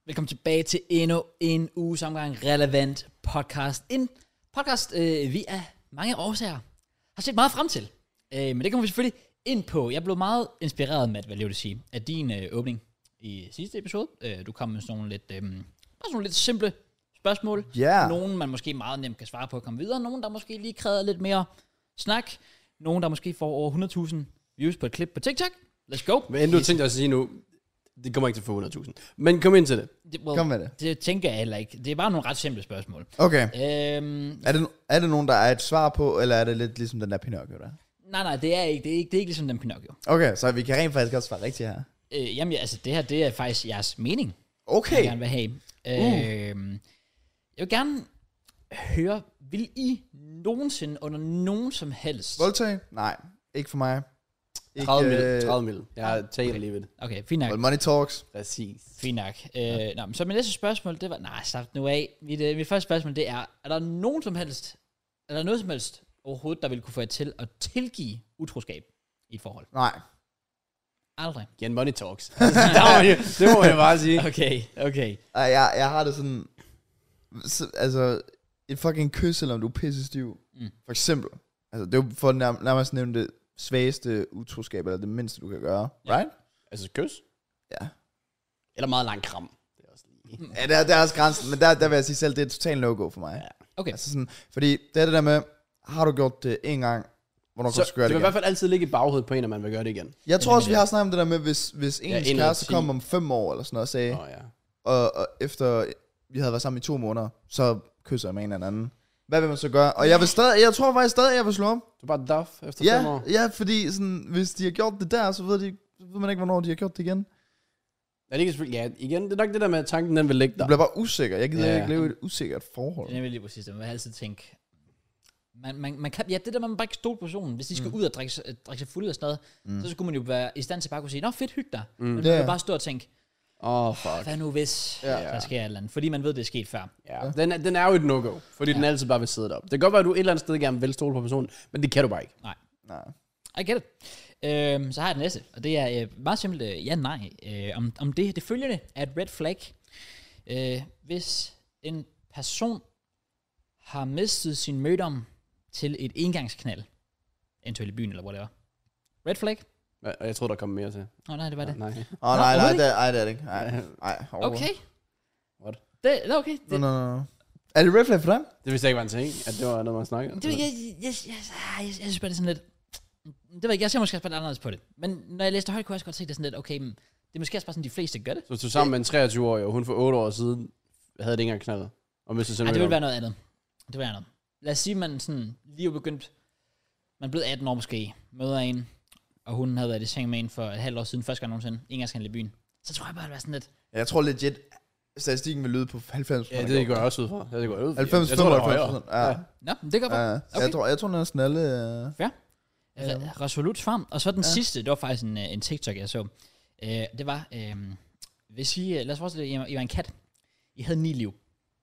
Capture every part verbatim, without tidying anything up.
Velkommen tilbage til endnu en uges omgang relevant podcast. En podcast, øh, vi af mange årsager har set meget frem til. Øh, men det kommer vi selvfølgelig ind på. Jeg blev meget inspireret, Matt, hvad jeg vil sige, af din øh, åbning i sidste episode. Øh, du kom med sådan nogle lidt, øh, sådan nogle lidt simple spørgsmål. Yeah. Nogle, man måske meget nemt kan svare på at komme videre. Nogle, der måske lige kræver lidt mere snak. Nogle, der måske får over hundrede tusind views på et klip på TikTok. Let's go. Men du tænkte at sige nu, det kommer ikke til at få hundrede tusind. Men kom ind til det. det well, Kom med det. Det tænker jeg heller ikke. Det er bare nogle ret simple spørgsmål. Okay. Øhm, Er det, er det nogen, der er et svar på, eller er det lidt ligesom den der Pinocchio der? nej, nej, det er ikke, det er ikke, det er ikke ligesom den Pinocchio. Okay, så vi kan rent faktisk også svare rigtigt her. Øh, jamen, ja, altså, det her, det er faktisk jeres mening. Okay. Jeg gerne vil have. Øh, jeg vil gerne høre, vil I nogensinde under nogen som helst... Voldtag? Nej, ikke for mig. Ikke, tredive mil. øh, tredive mil. Jeg tager okay. lige ved det. Okay, fint nok. Well, money talks. Præcis. Fint nok. Øh, nå, men så mit næste spørgsmål, det var... Nej, slap nu af. Mit, øh, mit første spørgsmål, det er, er der nogen som helst... Er der noget som helst overhovedet, der vil kunne få jer til at tilgive utroskab i et forhold? Nej. Aldrig. Igen, money talks. Det må jeg bare sige. Okay, okay. Ej, jeg, jeg har det sådan... Så, altså, et fucking kys, selvom du er pisse stiv. Mm. For eksempel. Altså, det er jo for nær, nærmest nævne det svageste utroskab, eller det mindste, du kan gøre. Ja. Right? Altså kys? Ja. Eller meget lang kram. Det er også lige. Ja, det er, det er også grænsen, men der, der vil jeg sige selv, det er et totalt no-go for mig. Ja. Okay. Altså sådan, fordi det er det der med, har du gjort det en gang, hvornår kan Så du gøre det det vil i igen? hvert fald altid ligge i baghovedet på en, at man vil gøre det igen. Jeg tror Det er også, vi det. har snakket om det der med, hvis, hvis ens en ud af kæreste ti. kom om fem år eller sådan noget og sagde, Åh oh, ja. og, og efter vi havde været sammen i to måneder, så kysser jeg med en eller anden. Hvad vil man så gøre? Og jeg vil stadig, jeg tror faktisk stadig, jeg vil slå om. Du er bare duff efter fem Ja, år. ja, fordi sådan, hvis de har gjort det der, så ved, de, så ved man ikke, hvornår de har gjort det igen. Ja, det kan selvfølgelig... Ja, igen, det er nok det der med, at tanken den vil ligge Du der. bliver bare usikker. Jeg gider Ja. ikke leve i et usikkert forhold. Det er nemlig lige præcis det. Man vil altid tænke... Man, man, man kan, ja, det der, man bare ikke stole på personen. Hvis de skal mm. ud og drikke, sig- drikke sig fuld og sådan noget, mm. så skulle man jo være i stand til bare at kunne sige, nå fedt, hygge dig. Mm. Men man Ja. vil bare stå og tænke, Åh, oh, fuck. hvad nu hvis Ja. der sker et eller andet? Fordi man ved, det er sket før. Ja. Den, er, den er jo et no-go, fordi ja. den altid bare vil sidde deroppe. Det kan godt være, at du et eller andet sted gerne vil stole på personen, men det kan du bare ikke. Nej. Nej. I get it. Øhm, så har jeg det næste, og det er øh, meget simpelt, øh, ja, nej. Øh, om, om det, det følgende er et red flag. Øh, hvis en person har mistet sin mødom til et engangsknald, eventuelt i byen eller whatever. Red flag? Og jeg tror, der kommer mere til. Åh oh, nej, det var det. Nej. Åh oh, nej, nej, overhovedet det, ej, det er det ikke. Nej, nej. Okay. What? Det, det er okay. No, Det, no, no. Er det red flag for dig? Det vidste jeg ikke var en ting, at det var noget, man snakkede om. det, jeg, jeg, jeg, jeg, jeg, jeg synes bare, det er sådan lidt... Det var ikke, jeg ser måske også bare lidt anderledes på det. Men når jeg læste højt, kunne jeg også godt se det er sådan lidt, okay, men det er måske også bare sådan, de fleste gør det. Så du sammen med en treogtyve-årig, og hun for otte år siden havde det ikke engang knaldet. Og hvis Nej, det ville være noget andet. Det vil være noget. Lad os sige, man sådan lige er begyndt... Man er blevet atten år måske, møder en, og hun havde været i seng med en for et halvt år siden, første gang nogensinde, engangshandel i byen. Så tror jeg bare, det var sådan lidt... Jeg tror legit, statistikken vil lyde på halvfems Ja, det går jeg også ud fra. Det går jeg ud fra. halvfems Jeg tror, det er femoghalvfems højere. procent. Ja. Ja. Nå, men det går bare. Ja, Okay. jeg tror, jeg tror næsten alle... Uh... Fair. Re- Resolut frem. Og så den Ja. sidste, det var faktisk en, en TikTok, jeg så. Uh, det var, uh, hvis I, lad os forestille jer, I var en kat. I havde ni liv.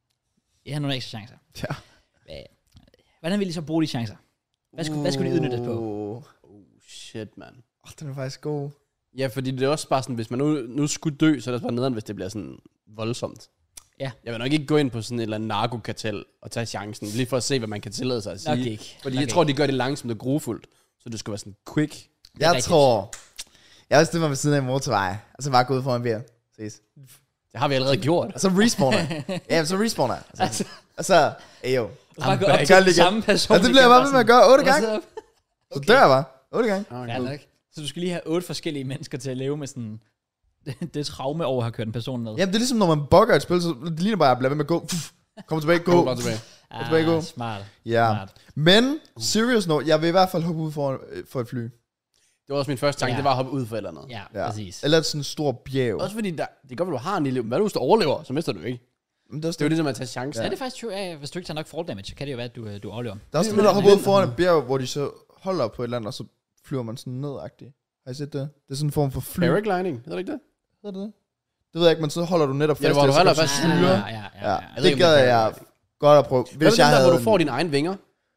I havde nogle ekstra chancer. Ja. Hva- Hvordan ville I så bruge de chancer? Hvad skulle, uh. hvad skulle de udnytte det på? Oh, Oh, shit, man. oh, den er faktisk god. Ja, fordi det er også bare sådan, hvis man nu, nu skulle dø, så er det bare nederen, hvis det bliver sådan voldsomt. Ja. Jeg vil nok ikke gå ind på sådan et eller andet narkokartel og tage chancen, lige for at se, hvad man kan tillade sig at sige. Nok ikke. Fordi Nok jeg tror, ikke. de gør det langsomt og grufuldt, så det skal være sådan quick. er Jeg rigtigt. tror... Jeg vil stille mig ved siden af en motorvej, og så bare gå ud for en bil. Ses. Det har vi allerede gjort. Og så respawner. Ja, så respawner. Altså, og så... Ey, jo. Og så bare gå back. op Gør til det den igen. samme person. Og det bliver jeg bare ved med at gøre otte gange. gange. Så dør jeg bare. Otte gange. Ja, nok. Så du skal lige have otte forskellige mennesker til at leve med sådan... Det, det traume over at have kørt en person ned. Jamen, det er ligesom, når man bugger et spil, så det ligner bare, at blive ved med at gå. Kom tilbage, gå. Gå bare tilbage. Ah, tilbage, gå. smart. Ja. Smart. Men, serious note, jeg vil i hvert fald hoppe ud for, for et fly. Det var også min første tanke, Ja. det var at hoppe ud for et eller andet. Ja, Ja. præcis. Eller sådan en stor bjerg. Også fordi, der, det kan godt være, du har en lille... Hvad nu, hvis du overlever, så mister du ikke. Men det er også Det er jo det. ligesom at tage chancen. Ja. Er det faktisk true? Ja, hvis du ikke tager nok fall damage, så kan det jo være, at du, øh, du overlever. Der er også det det, er der jo hopper ud lidt- foran et bjerg, hvor de så holder på et eller andet, og så flyver man sådan nedagtigt. Har I set det? Det er sådan en form for fly. Paragliding, hedder det ikke det? Hedder det det? Det ved jeg ikke, men så holder du netop Ja, fast. hvor i du det, så holder kan fast du i styre. Ja, ja, ja. Ja, ja. det gad jeg godt at prøve. Hvis Hvis jeg der, havde... hvor du får dine egne vinger?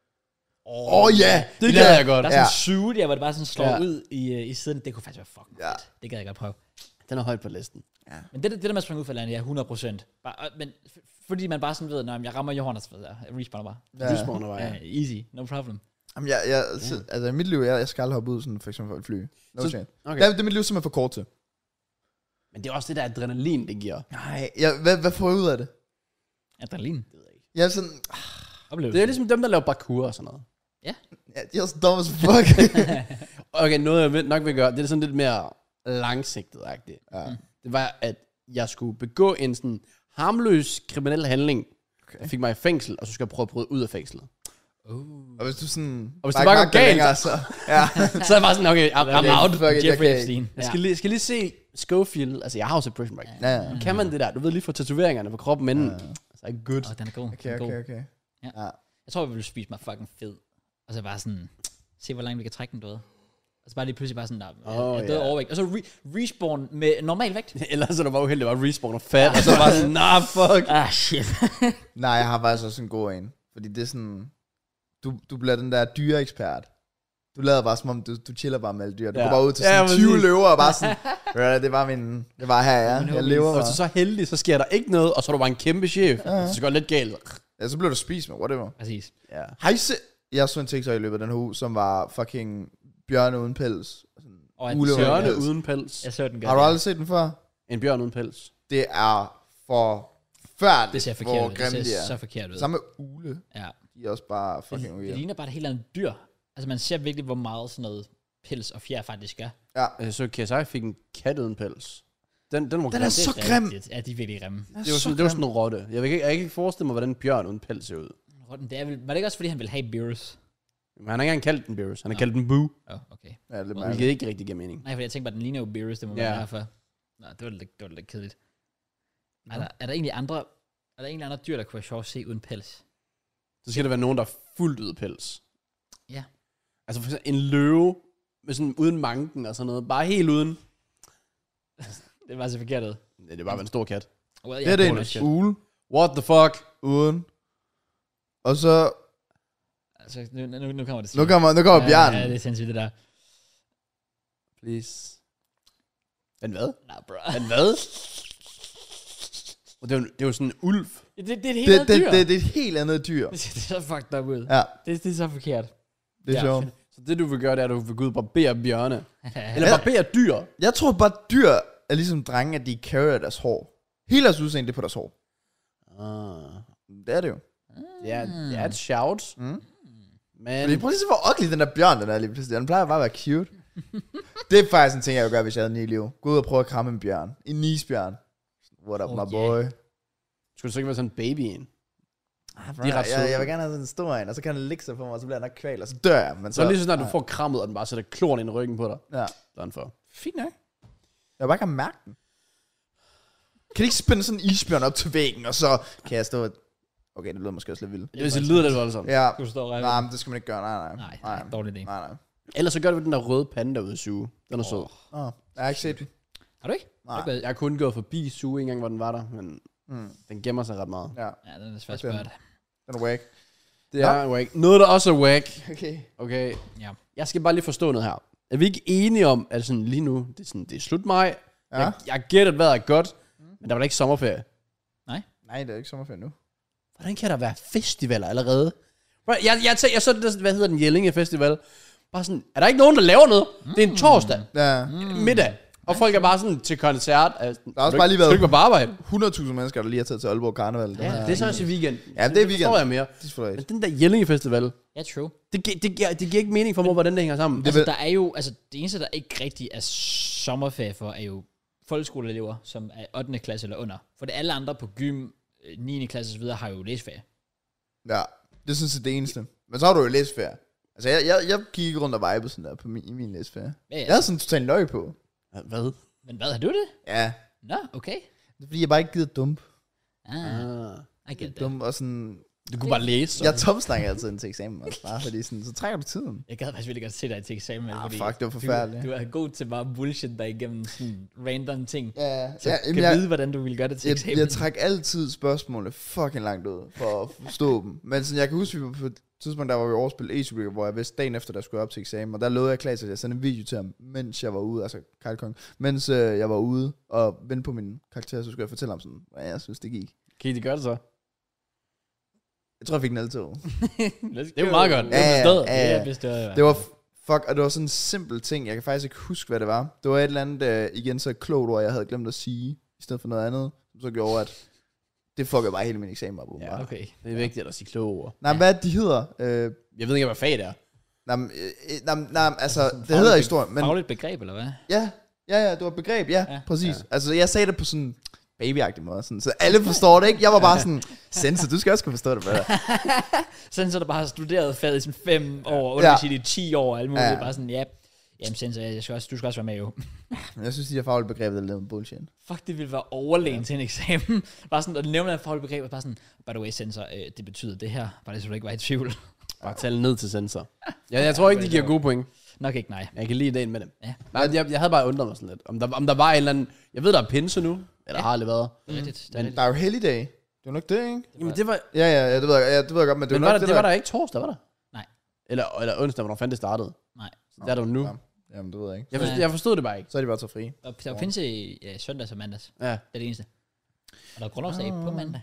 Åh oh, ja, Det gad jeg godt. Der er sådan Ja. en suit, ja, hvor det bare sådan slår Ja. ud i, uh, i siden. Det kunne faktisk være fucking Ja. fedt. Det gad jeg godt prøve. Den er højt på listen. Ja. Men det, det der med at springe ud fra landet, ja, hundrede procent. Bare, men f- fordi man bare sådan ved, når jeg rammer jorden, så ved jeg, jeg respawner bare. Ja. Respawner var Ja, jeg. easy, no problem. Jamen, jeg, jeg, så, altså i mit liv, jeg, jeg skal aldrig hoppe ud sådan, for eksempel for et fly. No Så- chance. Okay. Det, er, det er mit liv simpelthen for kort til. Men det er også det der adrenalin, det giver. Nej, jeg, hvad, hvad får jeg ud af det? Adrenalin. Det ved jeg ikke. Jeg er sådan, Oplevelse. Det er ligesom dem, der laver parkour og sådan noget. ja, jeg er så dum as fuck. Okay, noget jeg vil- nok vil gøre, det er sådan lidt mere langsigtet-agtigt. Ja. Det var, at jeg skulle begå en sådan harmløs kriminel handling, Okay. der fik mig i fængsel, og så skulle jeg prøve at bryde ud af fængslet. Uh. Og hvis du sådan... Og hvis det ikke bare går magter galt, længere, så... Ja. Så er jeg bare sådan, okay, I'm, I'm out. Fuck it, jeg Jeffrey kan Epstein. Jeg skal, lige, skal lige se Schofield, altså jeg har jo set Prison Break. Ja, ja. Kan man det der? Du ved lige få tatoveringerne på kroppen inden. Ja. Så er det good. Åh, den er god. Okay, den er god. okay, okay. Ja. Ja. Jeg tror, vi ville spise mig fucking fed. Og så bare sådan, se hvor langt vi kan trække den, du ved. Og så bare lige pludselig bare sådan, der, Åh, jeg er død ja. overvægt. Og så re- respawn med normal vægt. Ellers er du bare uheldig, at respawner fat, og så bare sådan, nah, fuck. Ah, shit. Nej, jeg har faktisk også en god en. Fordi det er sådan... Du, du bliver den der dyreekspert. Du lader bare som om, du, du chiller bare med alle dyr. Du Ja. går bare ud til Ja, sådan tyve præcis. løver og bare sådan... "Røh, det var min... Det var her, ja. Men Jeg homies. lever Og bare. så så heldig, så sker der ikke noget, og så er du bare en kæmpe chef. Ja. Så går det lidt galt. Ja, så bliver du spist med, whatever. Præcis. Ja. Har I se... Jeg så en TikTok i løbet af den her uge, som var fucking bjørne uden pels. Sådan, Og at- Ulever. Bjørne pels. uden pels. Jeg så den godt. har du ja. aldrig set den før? En bjørn uden pels. Det er forfærdeligt, Det ser hvor forkert ud. Det grimme de ser er. så forkert ud. Samme med ule. Ja. De er også bare Det, fucking det weird. ligner bare et helt andet dyr. Altså man ser virkelig, hvor meget sådan noget pels og fjer faktisk er. Ja. Jeg så K S I fik en kat uden pels. Den, den var Den grim. er så Det er grim. rigtigt. Ja, de er virkelig grimme. Det var sådan, det var sådan en rotte. Jeg, vil ikke, jeg kan ikke forestille mig, hvordan en bjørn uden pels ser ud. Rotten, det er vel, var det ikke også, fordi han ville have Beerus? Men han har ikke engang kaldt den Beerus. Han har Nå. kaldt den Boo. Åh, oh, okay. Ja, det er Well, mærkeligt. Hvilket ikke rigtig giver mening. Nej, fordi jeg tænkte bare, den ligner jo Beerus, det må Ja. være derfor. Nå, det var lidt, det var lidt kedeligt. Er der, er der egentlig andre, er der egentlig andre dyr, der kunne være sjovt at se uden pels? Så skal der være nogen, der er fuldt ud pels. Ja. Altså for eksempel en løve, med sådan uden manken og sådan noget. Bare helt uden. Det var så forkert ud. Ja, det er bare en stor kat. Well, Det er det cool. en ule What the fuck? uden. Og så... Altså, nu, nu, nu kommer det Nu kommer, nu kommer ja, bjørnen. Ja, det er sindssygt, det der. Please. Men hvad? Nah, bro. Men hvad? Og det er, jo, det er jo sådan en ulv. Det, det, det er et helt Det, andet det, dyr. det, det er et helt andet dyr. Det ser så fucked up ud. Ja, Det, det er så forkert. det er Ja. sjovt. Så det du vil gøre, det er, at du vil gå ud og barbere bjørne. Eller Ja. barbere dyr. Jeg tror bare, dyr er ligesom drenge, at de carrier deres hår. Hele deres udseende, det er på deres hår. Ah. Det er det jo. Det er, det er et shout. Mm. Men Men prøv lige at se, hvor ugly den der bjørn, den er lige pludselig. Den plejer bare at være cute. Det er faktisk en ting, jeg ville gøre, hvis jeg havde ni liv. Gå ud og prøve at kramme en bjørn. En isbjørn. What up, Oh, my yeah. boy? skulle det så ikke være sådan en baby en? Ah, bro, De er ret jeg, søde. jeg vil gerne have sådan en stor en, og så kan den ligge sig på mig, og så bliver jeg nok kval, og så dør jeg. Men Så, så lige så snart du nej. får krammet, og den bare sætter kloren ind i ryggen på dig. Ja. Sådan for. Fint nok. Jeg vil bare ikke have mærket den. Kan de ikke spænde sådan en isbjørn op til væggen, og så kan jeg stå... Okay, det lyder måske også lidt vildt. Jeg vil sige, det lyder lidt voldsomt. Ja, Du står og nej, men det skal man ikke gøre. Nej, nej. Nej, nej, dårlig idé. Nej, nej. Ellers så gør det med den der røde panda ude i Zoo. Den er sød. Åh, jeg har ikke set den. Har du ikke? Nej. Okay. Jeg har kun gået forbi Zoo en gang, hvor den var der, men Mm. den gemmer sig ret meget. Ja, Ja, den er svært Okay. spørgsmål. den er whack. Det er whack. Noget, der også er whack. Okay. Okay. Ja. Jeg skal bare lige forstå noget her. Er vi ikke enige om, at sådan lige nu, det er, sådan, det er slut maj. Ja. Jeg, jeg gætter, at vejret er godt, men der var da ikke sommerferie. Nej, det er ikke sommerferie nu. Hvordan kan der være festivaler allerede? Bro, Jeg, jeg, jeg, jeg så det, hvad hedder den, Jellinge Festival. Bare sådan, er der ikke nogen, der laver noget? Det er en torsdag, Ja, mm. middag. Og folk er bare sådan til koncert. Altså, der har også bare lige været Skal du ikke på arbejde? hundrede tusind mennesker, der lige har taget til Aalborg Karneval. Ja, det er så også i weekend. Ja, det er weekend. forstår jeg mere. Det er selvfølgelig Men den der Jellinge Festival, Ja, true. det, gi- det, giver, det giver ikke mening for mig, hvordan det hænger sammen. Det Altså, vil- der er jo, altså, det eneste, der ikke rigtig er sommerferie for, er jo folkeskoleelever, som er ottende klasse eller under. For det alle andre på gym, øh, niende klasse og så videre, har jo læsferie. Ja, det synes jeg er det eneste. Men så har du jo læsferie. Altså, jeg, jeg, jeg gik ikke rundt og vibe sådan der på min, i min læsferie. Ja, ja. Jeg havde sådan totalt løg på. Hvad? Men hvad, har du det? Ja, Nå, okay. det er fordi, jeg bare ikke gider dump. Ah, Ah. I get that. Dump og sådan... Du kunne bare læse. Så. Jeg topsnakker altid ind til eksamen, også, bare fordi sådan, så trækker du tiden. Jeg gad faktisk virkelig godt se dig til eksamen. Ah, fordi fuck, det var forfærdeligt. Du, du er god til bare at bullshit dig igennem sådan random ting. Ja, Så ja, ja, jamen, kan jeg, vide, hvordan du vil gøre det til jeg, eksamen. jeg trækker altid spørgsmålene fucking langt ud, for at forstå dem. Men sådan, jeg kan huske, vi var på et tidspunkt, der var vi overspillet e-cykel, hvor jeg vidste dagen efter, der skulle jeg op til eksamen, og der lovede jeg Klaas, at jeg sendte en video til ham, mens jeg var ude, altså Kyle Kong, mens øh, jeg var ude og vente på min karakter, så skulle jeg fortælle ham sådan, hvad jeg synes, det gik. Kan I det gøre det så? Jeg tror, jeg fik den altid. Det er jo meget godt. Ja, ja, Bestået. ja, ja. Det bestået. Det var, fuck, og det var sådan en simpel ting, jeg kan faktisk ikke huske, hvad det var. Det var et eller andet, uh, igen så et klogt ord, jeg havde glemt at sige, i stedet for noget andet, som så gjorde, at det fuckede bare hele min eksamen op. Ja, Okay. det er vigtigt at sige kloge ord. Nej, Ja. hvad de hedder? Uh, Jeg ved ikke, hvad fag det er. nej, men, øh, nej, men- nej, altså, det hedder historie, men Fagligt begreb, eller hvad? ja, ja, ja, det var et begreb, ja, Ja. ja præcis. Ja. Ja. Altså, jeg sagde det på sådan babyagtig måde, sådan, så alle forstår det, ikke? Jeg var bare sådan, Sensor, du skal også kunne forstå det bedre. Sådan så der bare har studeret faget i sådan fem år, Ja. undervist i ti år, og alt muligt. Ja. Ja. Bare sådan, ja, jamen sensor, jeg skal også, du skal også være med jo. Men jeg synes, de her faglige begreber, der er lavet bullshit. Fuck, det ville være overlegen ja. til en eksamen. Bare sådan, at nævne et fagligt begreb, og bare sådan, by the way, sensor, øh, det betyder det her. Bare det, så du ikke var i tvivl. Bare tale ned til sensor. Ja, jeg tror ikke, de giver gode point. Nok ikke, nej. Jeg kan lide ideen med dem. Ja. Nej, jeg, jeg havde bare undret mig sådan lidt. Om der, om der var en eller anden... Jeg ved, der er pinse nu. Eller Ja. har aldrig været. Det er rigtigt. Det er Men- rigtigt. Der er jo helligdag. Det er nok det, ikke? Jamen, det var... Ja, ja, ja, det ved jeg, ja, det ved jeg godt, men det er Men jo var nok der, det, det var der... der ikke torsdag, var der? Nej. Eller, eller onsdag, hvornår fanden det startede. Nej. Så der er du nu. Ja. Jamen, det ved jeg ikke. Jeg, forstod, Nej. jeg forstod det bare ikke. Så er de bare så fri. Og der findes i ja, søndags og mandags. Ja. Det er det eneste. Og der er grundlovsdag på mandag.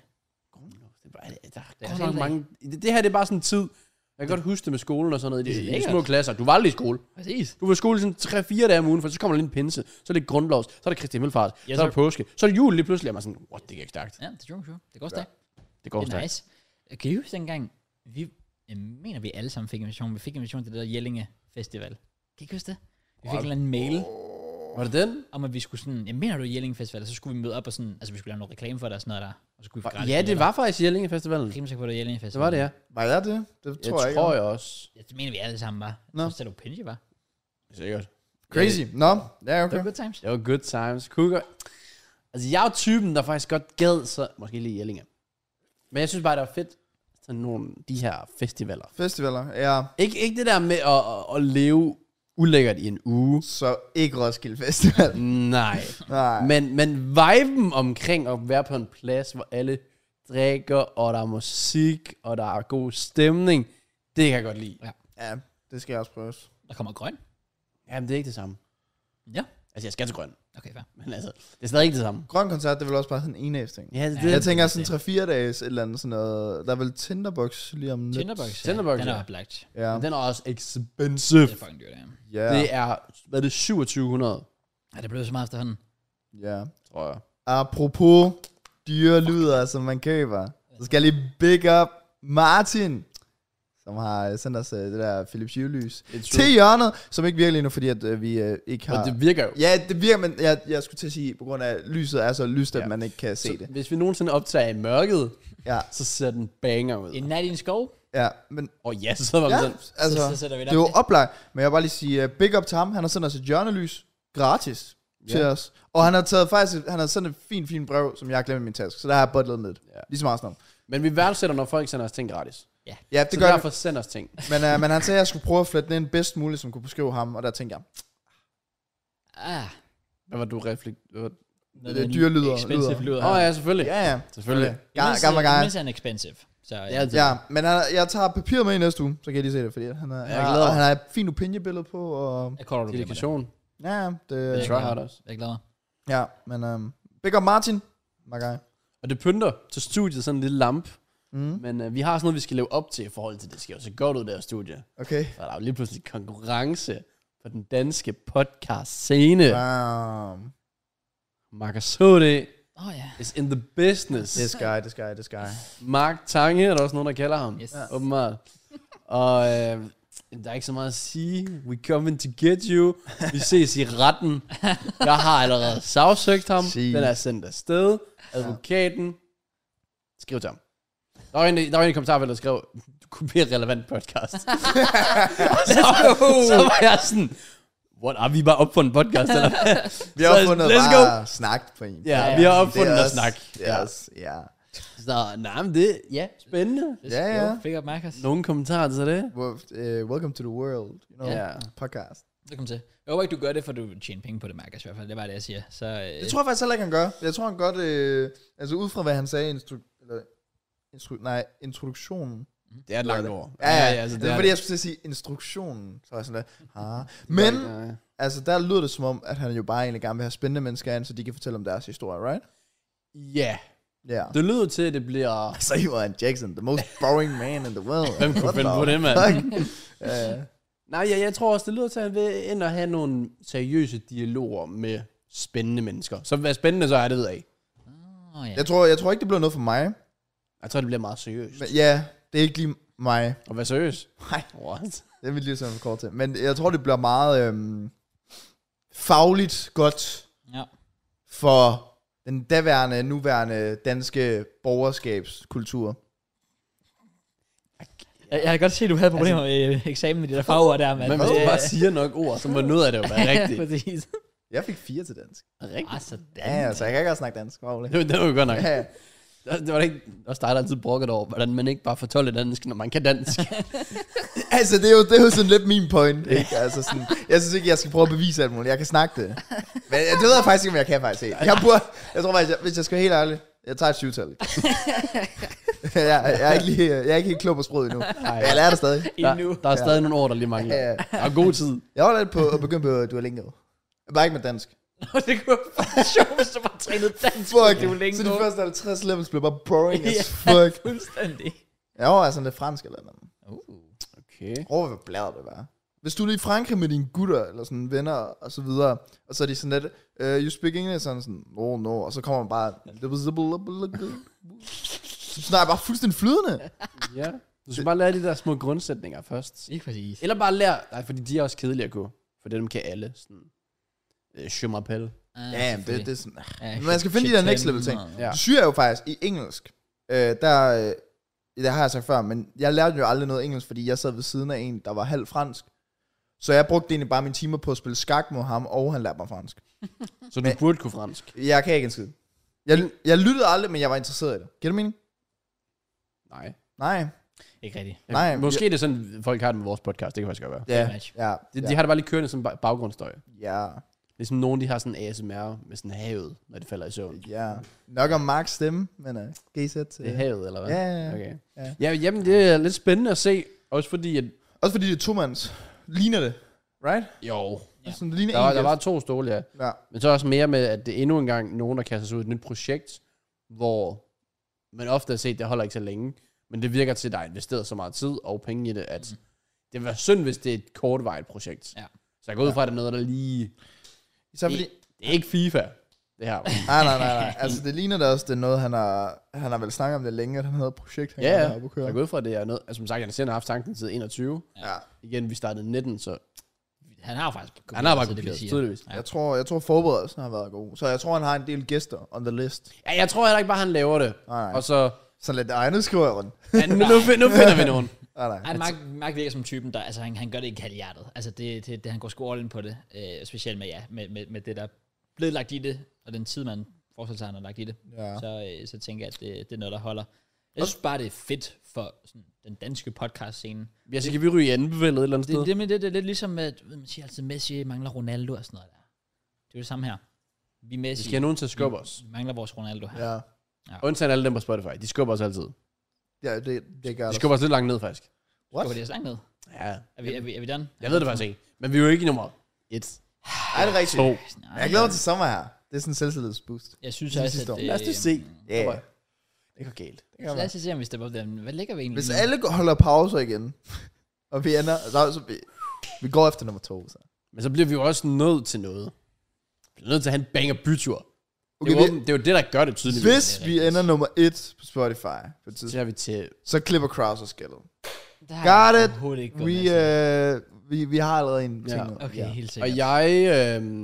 Det er bare, der Det er er også godt nok helt mange... Det, det her, det er bare sådan en tid. Jeg kan godt huske det med skolen og sådan noget. I Det er de, i de lækkert. små klasser. Du var aldrig i skole. Præcis. Du var i skole sådan tre fire dage om ugen, for så kommer der lige en pinse. Så er det grundlovs. Så er det Kristi Himmelfart. Ja, så er så- det påske. Så er det jul lige pludselig. Og man er sådan, what, det gik stærkt. Ja, det er true, true. Det går stærkt. Det går Det er stærkt. nice. Kan I huske dengang, vi, jeg mener vi alle sammen fik invitation, vi fik invitation til det der Jellinge Festival. Kan I ikke huske det? Vi fik en eller anden mail, Var det den? om at vi skulle sådan, jeg mener du Jellinge Festival, og så skulle vi møde op og sådan, altså vi skulle lave noget reklame for det og sådan noget der, og så skulle vi få gratis Ja, det billetter. var faktisk Jellinge Festivalen. Jeg er rimelig sikker på, det var Jellinge Det Festival. var det, ja. Var jeg det? Det Jeg tror jeg, tror ikke. jeg også. Ja, det mener vi alle sammen var. Nå. Så det Pinji var. Sikkert. Crazy. Nå, ja, Det okay. var good times. Det var good times. Kunne godt. Altså, jeg er jo typen, der faktisk godt gad, så måske lige Jellinge. Men jeg synes bare, det var fedt. Sådan nogle de her festivaler. Festivaler, ja. Ikke, ikke det der med at, at, at leve ulækkert i en uge. Så ikke Roskilde Festival. Nej. Nej. Men, men viben omkring at være på en plads, hvor alle drikker, og der er musik, og der er god stemning, det kan jeg godt lide. Ja, det skal jeg også prøve. Der kommer grøn. Jamen, det er ikke det samme. Ja. Altså, jeg skal til grøn. Okay, fair. Men altså, det er stadig ikke det samme. Grøn koncert, det er vel også bare sådan en endags ting. Ja, det, Ja, det. Jeg tænker det- sådan tre fire dages et eller andet sådan noget. Der er vel Tinderbox lige om lidt. Tinderbox. Tinderbox, Den er ja. oplagt. Ja. Den er også expensive. Det er fucking dyrt, ja. Ja. Det er, hvad er det, syvogtyve hundrede, Ja, det blev så meget efterhånden. Ja. tror jeg. Apropos dyre lyder, som man køber, så skal jeg lige big up Martin, som har sendt os uh, det der Philips Hue-lys til hjørnet, som ikke virker lige nu, fordi at, uh, vi uh, ikke har... Og det virker jo. Ja, det virker, men jeg, jeg skulle til at sige, på grund af at lyset er så lyst, at Ja. man ikke kan se Så, det. hvis vi nogensinde optager i mørket, Ja, så ser den banger ud. En nat i en skov. ja, men Og ja, så var vi ja, sådan. altså, så, så sætter vi det er jo oplagt, men jeg vil bare lige sige, uh, big up til ham, han har sendt os et hjørnelys gratis til Ja. os, og han har taget faktisk, han har sendt et fint, fint brev, som jeg har glemt i min taske, så der har jeg butlet med det, Ja. ligesom Arsenal. Men vi værdsætter, når folk sender os ting gratis. Ja. Ja, det Så gør derfor send os ting. Men, uh, men han sagde, at jeg skulle prøve at flette den ind bedst muligt, som kunne beskrive ham, og der tænkte jeg, Ah. Hvad var du reflekt? Hvad var... Noget Det er med dyre en lyder- expensive lyder. lyder. Åh oh, ja, selvfølgelig. ja, ja, Selvfølgelig. Ga- Gamle guy. Imens er han expensive. Så Ja, ja, det- Ja, men han, jeg tager papiret med i næste uge, så kan jeg lige se det, fordi han, er, jeg han, glæder har, mig. han har et fint opinion-billede på, og jeg kolder du glemmer det. Dedikation. ja, det, Det er Try jeg hard glad. også. Jeg er glad. ja, men um, big up Martin, my guy. Og det pynter til studiet sådan en lille lamp. Mm, Men uh, vi har sådan noget, vi skal leve op til i forhold til det. Det skal jo så godt ud der studie. okay. For der er jo lige pludselig konkurrence på den danske podcast-scene. Wow. Marcus H D Åh oh, ja. is in the business. This guy, this guy, this guy. Mark Tange er der også nogen, der kalder ham. Yes. Ja. Åbenbart. Og øh, der er ikke så meget at sige. We coming to get you. Vi ses i retten. Jeg har allerede sagsøgt ham. Sige. Den er sendt afsted. Advokaten. Skriv til ham. Der var en, der var en i kommentarfeltet, der skrev, du kunne blive en relevant podcast. så, så var jeg sådan, what, har vi bare opfundet en podcast? Eller? Vi har Så, opfundet let's bare snak på en. Ja, Ja, vi har det er opfundet Det er at også- snakke. Det er Ja. også, ja. Så nej, men det, ja, spændende. Ja, ja. Fik op Marcus. Nogle kommentarer til det? Well, uh, welcome to the world, you know, Ja. podcast. Det kom til. Jeg håber ikke, du gør det, for du tjener penge på det, Marcus, i hvert fald. Det var det, jeg siger. Så, øh, Det tror jeg faktisk heller ikke, han gør. Jeg tror, han godt, øh, altså ud fra hvad han sagde, instru- eller, instru- nej, introduktionen, Det er et langt ord. Ja, ja, altså, det er fordi, jeg skulle til at sige instruktionen. Så var jeg sådan lidt, ah. Men, altså, der lyder det som om, at han jo bare egentlig gerne vil have spændende mennesker ind, så de kan fortælle om deres historie, right? Ja. Ja. Det lyder til, at det bliver... Så you are Jackson, the most boring man in the world. Hvem kunne finde på det, mand? uh, Nej, jeg, jeg tror også, det lyder til, at han vil ind og have nogle seriøse dialoger med spændende mennesker. Så hvad spændende så er, det ved jeg ikke. Oh, ja. jeg, tror, jeg tror ikke, det bliver noget for mig. Jeg tror, det bliver meget seriøst. Men, ja, det er ikke lige mig. Og hvad seriøst? Nej. What? Det er mit lige sådan for kort til. Men jeg tror, det bliver meget øhm, fagligt godt Ja. for den daværende, nuværende danske borgerskabskultur. Jeg, jeg kan godt se, at du havde problemer altså, med eksamen med de der fagord der, mand. Men hvis du bare siger nok ord, så må noget af det jo være rigtigt. Ja, præcis. Jeg fik fire til dansk. Rigtigt? Altså, Ja, altså, jeg kan ikke også snakke dansk. Fagligt. Det, det var jo godt nok. Ja. Det var da ikke også dig, der altid brugget over, hvordan man ikke bare fortolker dansk, når man kan dansk. Altså, det er, jo, det er jo sådan lidt min point, ikke? Altså, sådan, jeg synes ikke, jeg skal prøve at bevise alt muligt. Jeg kan snakke det. Men det ved jeg faktisk ikke, om jeg kan faktisk ikke. Jeg, burde, jeg tror faktisk, jeg, hvis jeg skal være helt ærlig, jeg tager et syvtal. jeg, jeg, er ikke lige, jeg er ikke helt klog på sproget endnu. Ej, jeg lærer det stadig. Endnu. Der, der er stadig ja. nogle ord, der lige mangler. Ja, ja. Der er god tid. Jeg var lidt på at begynde på Duolingo. Bare ikke med dansk. Det kunne være sjovt, hvis du bare trænede dansk. Fuck, Duolingo. så de første halvtreds levels blev bare boring as Ja, fuck. fuldstændig. Jeg var sådan lidt fransk eller noget. Uh. Okay. Prøv hvor blæret det var. Hvis du er i Frankrig med dine gutter, eller sådan venner, og så videre, og så er de sådan lidt, uh, you speak English, sådan sådan, no, no, og så kommer man bare, så snakker jeg bare fuldstændig flydende. Ja. Du skal bare lære de der små grundsætninger først. Ikke præcis. Eller bare lære, nej, fordi de er også kedelige at gå. For dem kan alle. Sådan, øh, je m'appelle. Ah, Ja, men det, det er sådan, ja, men man skal finde de der next level ting. Ja. Det syger jeg jo faktisk i engelsk. Øh, der, øh, det har jeg sagt før, men jeg lærte jo aldrig noget engelsk, fordi jeg sad ved siden af en, der var halv fransk. Så jeg brugte egentlig bare mine timer på at spille skak med ham, og han lærte mig fransk. Så du Men- burde kunne fransk. Jeg kan ikke en skid. Jeg, jeg lyttede aldrig, men jeg var interesseret i det. Giver det mening? Nej. Nej. Ikke rigtigt. Nej. Måske det er sådan, folk har det med vores podcast. Det kan faktisk godt være. Ja, match. ja, De, ja. de har det bare lige kørende som ba- baggrundsstøj. Ja, Ligesom nogen, de har sådan A S M R med sådan havet, når de falder i søvn. ja. Nok om Marks stemme, men uh, G Z. Det er havet, eller hvad? Ja, ja, ja. Okay. Ja. Ja, jamen, det er lidt spændende at se. Også fordi, at... Også fordi det er tomands. Ligner det, right? Jo. Ja. Sådan, det ligner Der var, en der gæst. var to stole, ja. Ja. Men så også mere med, at det er endnu en gang nogen, der kaster sig ud i et nyt projekt, hvor man ofte har set, det holder ikke så længe, men det virker til, at der er investeret så meget tid og penge i det, at mm. det vil være synd, hvis det er et kortvarigt projekt. Ja. Så jeg går ud fra, at det er noget, der lige... Så fordi... Det, det er ikke FIFA, det her. Nej, nej, nej, nej. Altså, det ligner da også, det er noget, han har, han har vel snakket om det længe, at han havde et projekt, han Ja, gerne ja. vil have på Så køre. jeg går ud fra, at det er noget... Altså, som sagt, han har haft tanken til enogtyve. Ja. Igen, vi startede nitten, så Han har faktisk han har bare det, vi kopieret, siger. tydeligvis. Ja. Jeg tror, jeg tror forberedelsen har været god. Så jeg tror, han har en del gæster on the list. Ja, jeg tror heller ikke bare, han laver det. Nej, nej. Og så... Så lidt, ej, nu skriver jeg rundt. Ja, nu, nu, nu finder vi nogen. Nej, nej. Ej, Mark, Mark virker som typen, der, altså han, han gør det ikke halvhjertet. Altså det, det, det, han går sgu all in på det. Øh, specielt med, ja, med, med, med det, der er blevet lagt i det, og den tid, man forestiller sig, han har lagt i det. Ja. Så, øh, så tænker jeg, at det, det er noget, der holder. Jeg synes bare, det er fedt for sådan, den danske podcast-scene. Ja, så kan vi ryge i anbefalet et eller andet Det, sted. det, det, det, det er lidt ligesom, at ved man siger altid, Messi mangler Ronaldo og sådan noget der. Det er jo det samme her. Vi er Vi Messi. skal have nogen til at skubbe os. Vi mangler vores Ronaldo her. Ja. Undtagen alle dem på Spotify. De skubber os altid. Ja, det, det gør De det. skubber os lidt langt ned, faktisk. What? Skal vi det så langt ned? Ja. Er vi, er vi, er vi done? Jeg ved det faktisk ikke. Men vi er jo ikke i nummer et. Er det rigtigt? To. Nej, Jeg glæder mig til sommer her. Det er sådan en selvtillidsboost. Jeg synes Det er også, sidste at... år. Lad os lige se. Ja. Yeah. Det går galt. Det kan Så lad man. os lige se, om vi stepper op der. Hvad ligger vi egentlig? Hvis nu? alle holder pauser igen, og vi ender, så, så vi, vi går efter nummer to. Så. Men så bliver vi jo også nødt til noget. Vi bliver nødt til at have en banger bytur. Okay, det, er jo, vi, åben- det er jo det, der gør det tydeligvis. hvis vi ender nummer et på Spotify, på et Så tidspunkt, er vi til... så klipper Kraus og skældet. Der har Got jeg it. overhovedet ikke gået Vi, med til. øh, vi, vi har allerede en Ja. ting nu. Okay, Ja. helt sikkert. Og jeg... Øh,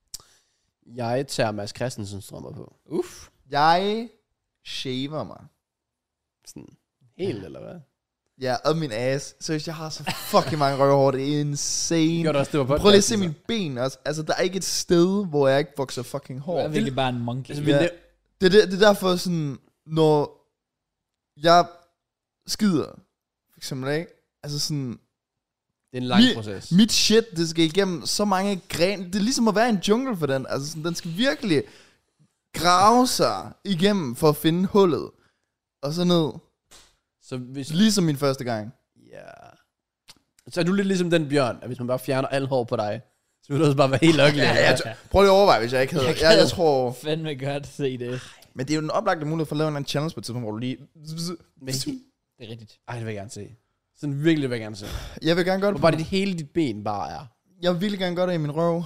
jeg tager Mads Christensen strømmer på. Uff. Jeg shaver mig. Sådan helt, eller hvad? Ja, og min ass. Seriøst, jeg har så fucking mange røvhår. Det er insane. Gjorde du også, det var podcast? Prøv lige at se mine ben også. Altså, der er ikke et sted, hvor jeg ikke vokser fucking Du er hår. virkelig bare en monkey. Altså, vi Ja. næv- Det, det, det er derfor sådan, når jeg skider, for eksempel, ikke? Altså sådan, det er en lang Mi- proces. mit shit, det skal igennem så mange gren. Det er ligesom at være i en jungle for den. Altså sådan, den skal virkelig grave sig igennem for at finde hullet. Og så ned. Så hvis... Ligesom min første gang. Ja. Så er du lidt ligesom den bjørn, at hvis man bare fjerner alle hår på dig, så vil du også bare være helt ugly. Ja, jeg t- prøv lige at overveje, hvis jeg ikke havde. Jeg Jeg, jeg, gad. tror... Fandme godt se det. Men det er jo den oplagte mulighed for at lave en anden challenge på et tidspunkt, hvor du lige... Men, Det er rigtigt. ej, det vil jeg gerne se. Sådan virkelig vil jeg gerne se. Jeg vil gerne gøre det Hvor på... bare dit, hele dit ben bare er. Jeg vil virkelig gerne gøre det i min røv.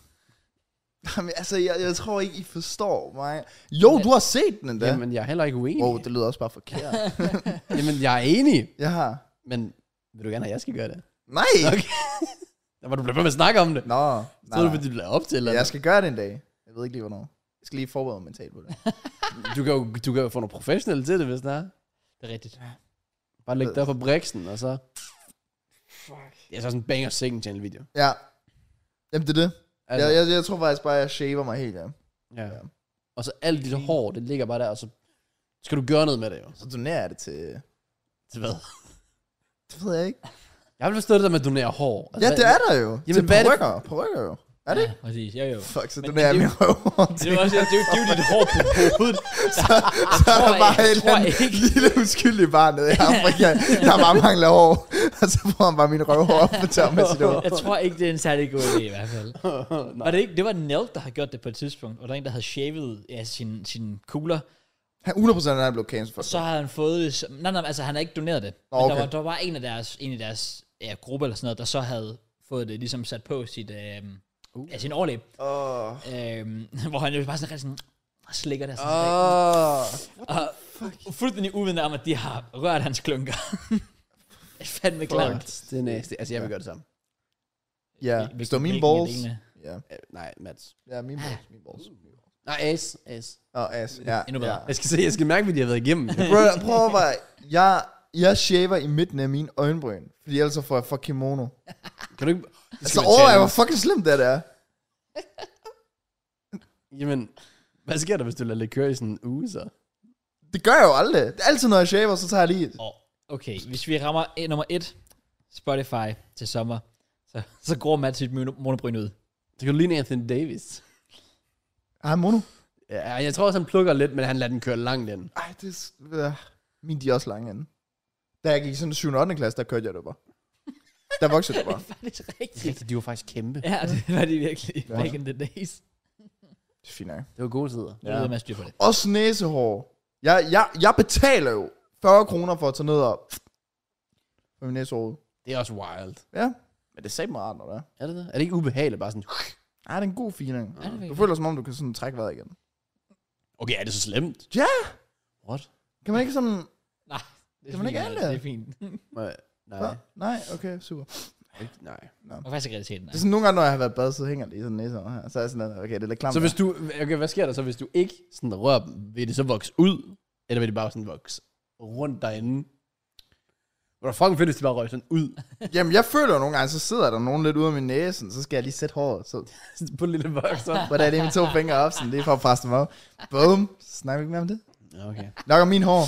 Jamen, altså, jeg, jeg tror ikke, I forstår mig. Jo, du har set den endda. Jamen, jeg er heller ikke uenig. Wow, det lyder også bare forkert. Jamen, jeg er enig. Jeg har. Men vil du gerne have, at jeg skal gøre det? Nej! Okay. Der var du blevet ved med at snakke om det. Nå, Så nej, er du, nej. fordi du bliver op til, eller Jeg skal gøre det en dag. Jeg ved ikke lige, hvornår. Jeg skal lige forberede mig mentalt på det. du kan, jo, du kan jo få nogle professionelle til det, hvis det er. Det er rigtigt. Bare lægge dig på briksen, og så... Fuck. Det er så sådan en banger second channel video. Ja. Jamen, det er det. Altså, Jeg, jeg, jeg tror faktisk bare, at jeg shaver mig helt, ja. ja. Og så alt dit hår, det ligger bare der, og så skal du gøre noget med det jo. Så donerer jeg det til... Til hvad? Det ved jeg ikke. Jeg vil forstå det der med at donere hår. Altså, Ja, det er der jo. Jamen, til hvad er det- perukker. Perukker jo. Er det ikke? Ja, præcis. Jo, jo. Fuck, så Men- donerer jeg men min røv. Det er jo også, det er jo, det er jo dit hår på hovedet. Så er tror der bare jeg- en tror eller anden jeg ikke. lille uskyldig barn nede i Afrika, der bare mangler hår. Og så får han bare min røvhår op på tør med sit hår. Jeg tror ikke, det er en særlig god idé i hvert fald. Var det ikke? Det var Nell, der har gjort det på et tidspunkt. Og der er en, der havde shavet ja, sine sin kugler. Han hundrede procent er blevet cancelled for Så har han fået det. Som, nej, nej, altså han har ikke doneret det. Nå, Men okay. der, var, der var en af deres, en af deres ja, gruppe eller sådan noget, der så havde fået det ligesom sat på sit, øh, uh. ja, sin overlæb. Åh. Øh, hvor han jo bare sådan rigtig sådan slikker der. Sådan, Åh. og fuldstændig uvidende om, at de har rørt hans klunker. Det er fandme klart. Det er næste. Altså, jeg vil gøre det samme. Ja, Vi- hvis det var vi- mine vi- balls. alene. Ja, Øh, nej, Mats. ja mine balls. Mine balls. Nej, Ace. Ace. Åh, ass. Ja, Endnu bedre. ja. Jeg skal se, jeg skal mærke, hvad de har været igennem. Bro, prøv at overveje. Jeg, jeg shaver i midten af mine øjenbryn, fordi ellers så får jeg fuck kimono. Kan du ikke... Det skal Altså være overvej, hvor challenge. fucking slemt det er. Jamen, hvad sker der, hvis du lader det køre i sådan en uge, så? Det gør jeg jo aldrig. Det er altid, når jeg shaver, så tager jeg lige et. Oh, okay, hvis vi rammer et, nummer et, Spotify til sommer, så, så går Mads sit mono- monobryn ud. Så kan du ligne Anthony Davis. Ej, mono. Ja, jeg tror også, han plukker lidt, men han lader den køre langt ind. Ej, det er... s- øh, Min, de er også lange inde. Da jeg gik i sådan syvende og ottende klasse, der kørte jeg det bare. Der voksede det bare. Faktisk rigtigt. Rigtigt, de var faktisk kæmpe. Ja, det var de virkelig Ja. back in the days. Det er fint nok. Det var gode tider. Jeg ved, at man styr på det. Også næsehår. Jeg, jeg, jeg betaler jo fyrre kroner for at tage ned og... For min næsehår. Det er også wild. Ja. Men det sagde mig rart, når det er. Er det det? Er det ikke ubehageligt, bare sådan... Ej, det er en god feeling. Ja, det er Du virkelig. føler som om, du kan sådan trække vejret igen. Okay, er det så slemt? Ja. What? Kan man ikke sådan... Nej, det er Kan man ikke fint, alle? Det er fint. Nej. Nej. Nej. Nej, okay, super. Ikke- Nej. Og faktisk ikke realiteten. Det er sådan nogle gange, når jeg har været i bad, så hænger det i sådan næse her. Så er jeg sådan, okay, det er lidt klamt. Så hvis du... Okay, hvad sker der så, hvis du ikke sådan rører dem? Vil det så vokse ud? Eller vil det bare sådan vokse rundt derinde? Hvor der fucking fedt, hvis det bare røg sådan ud. Jamen, jeg føler jo nogle gange, så sidder der nogen lidt ude af min næse, så skal jeg lige sætte håret. Så På en lille vokser. hvor der er det mine to fingre op, sådan lige for at presse dem op. Boom. Så snakker vi ikke mere om det. Ja, okay. Nok om min hår.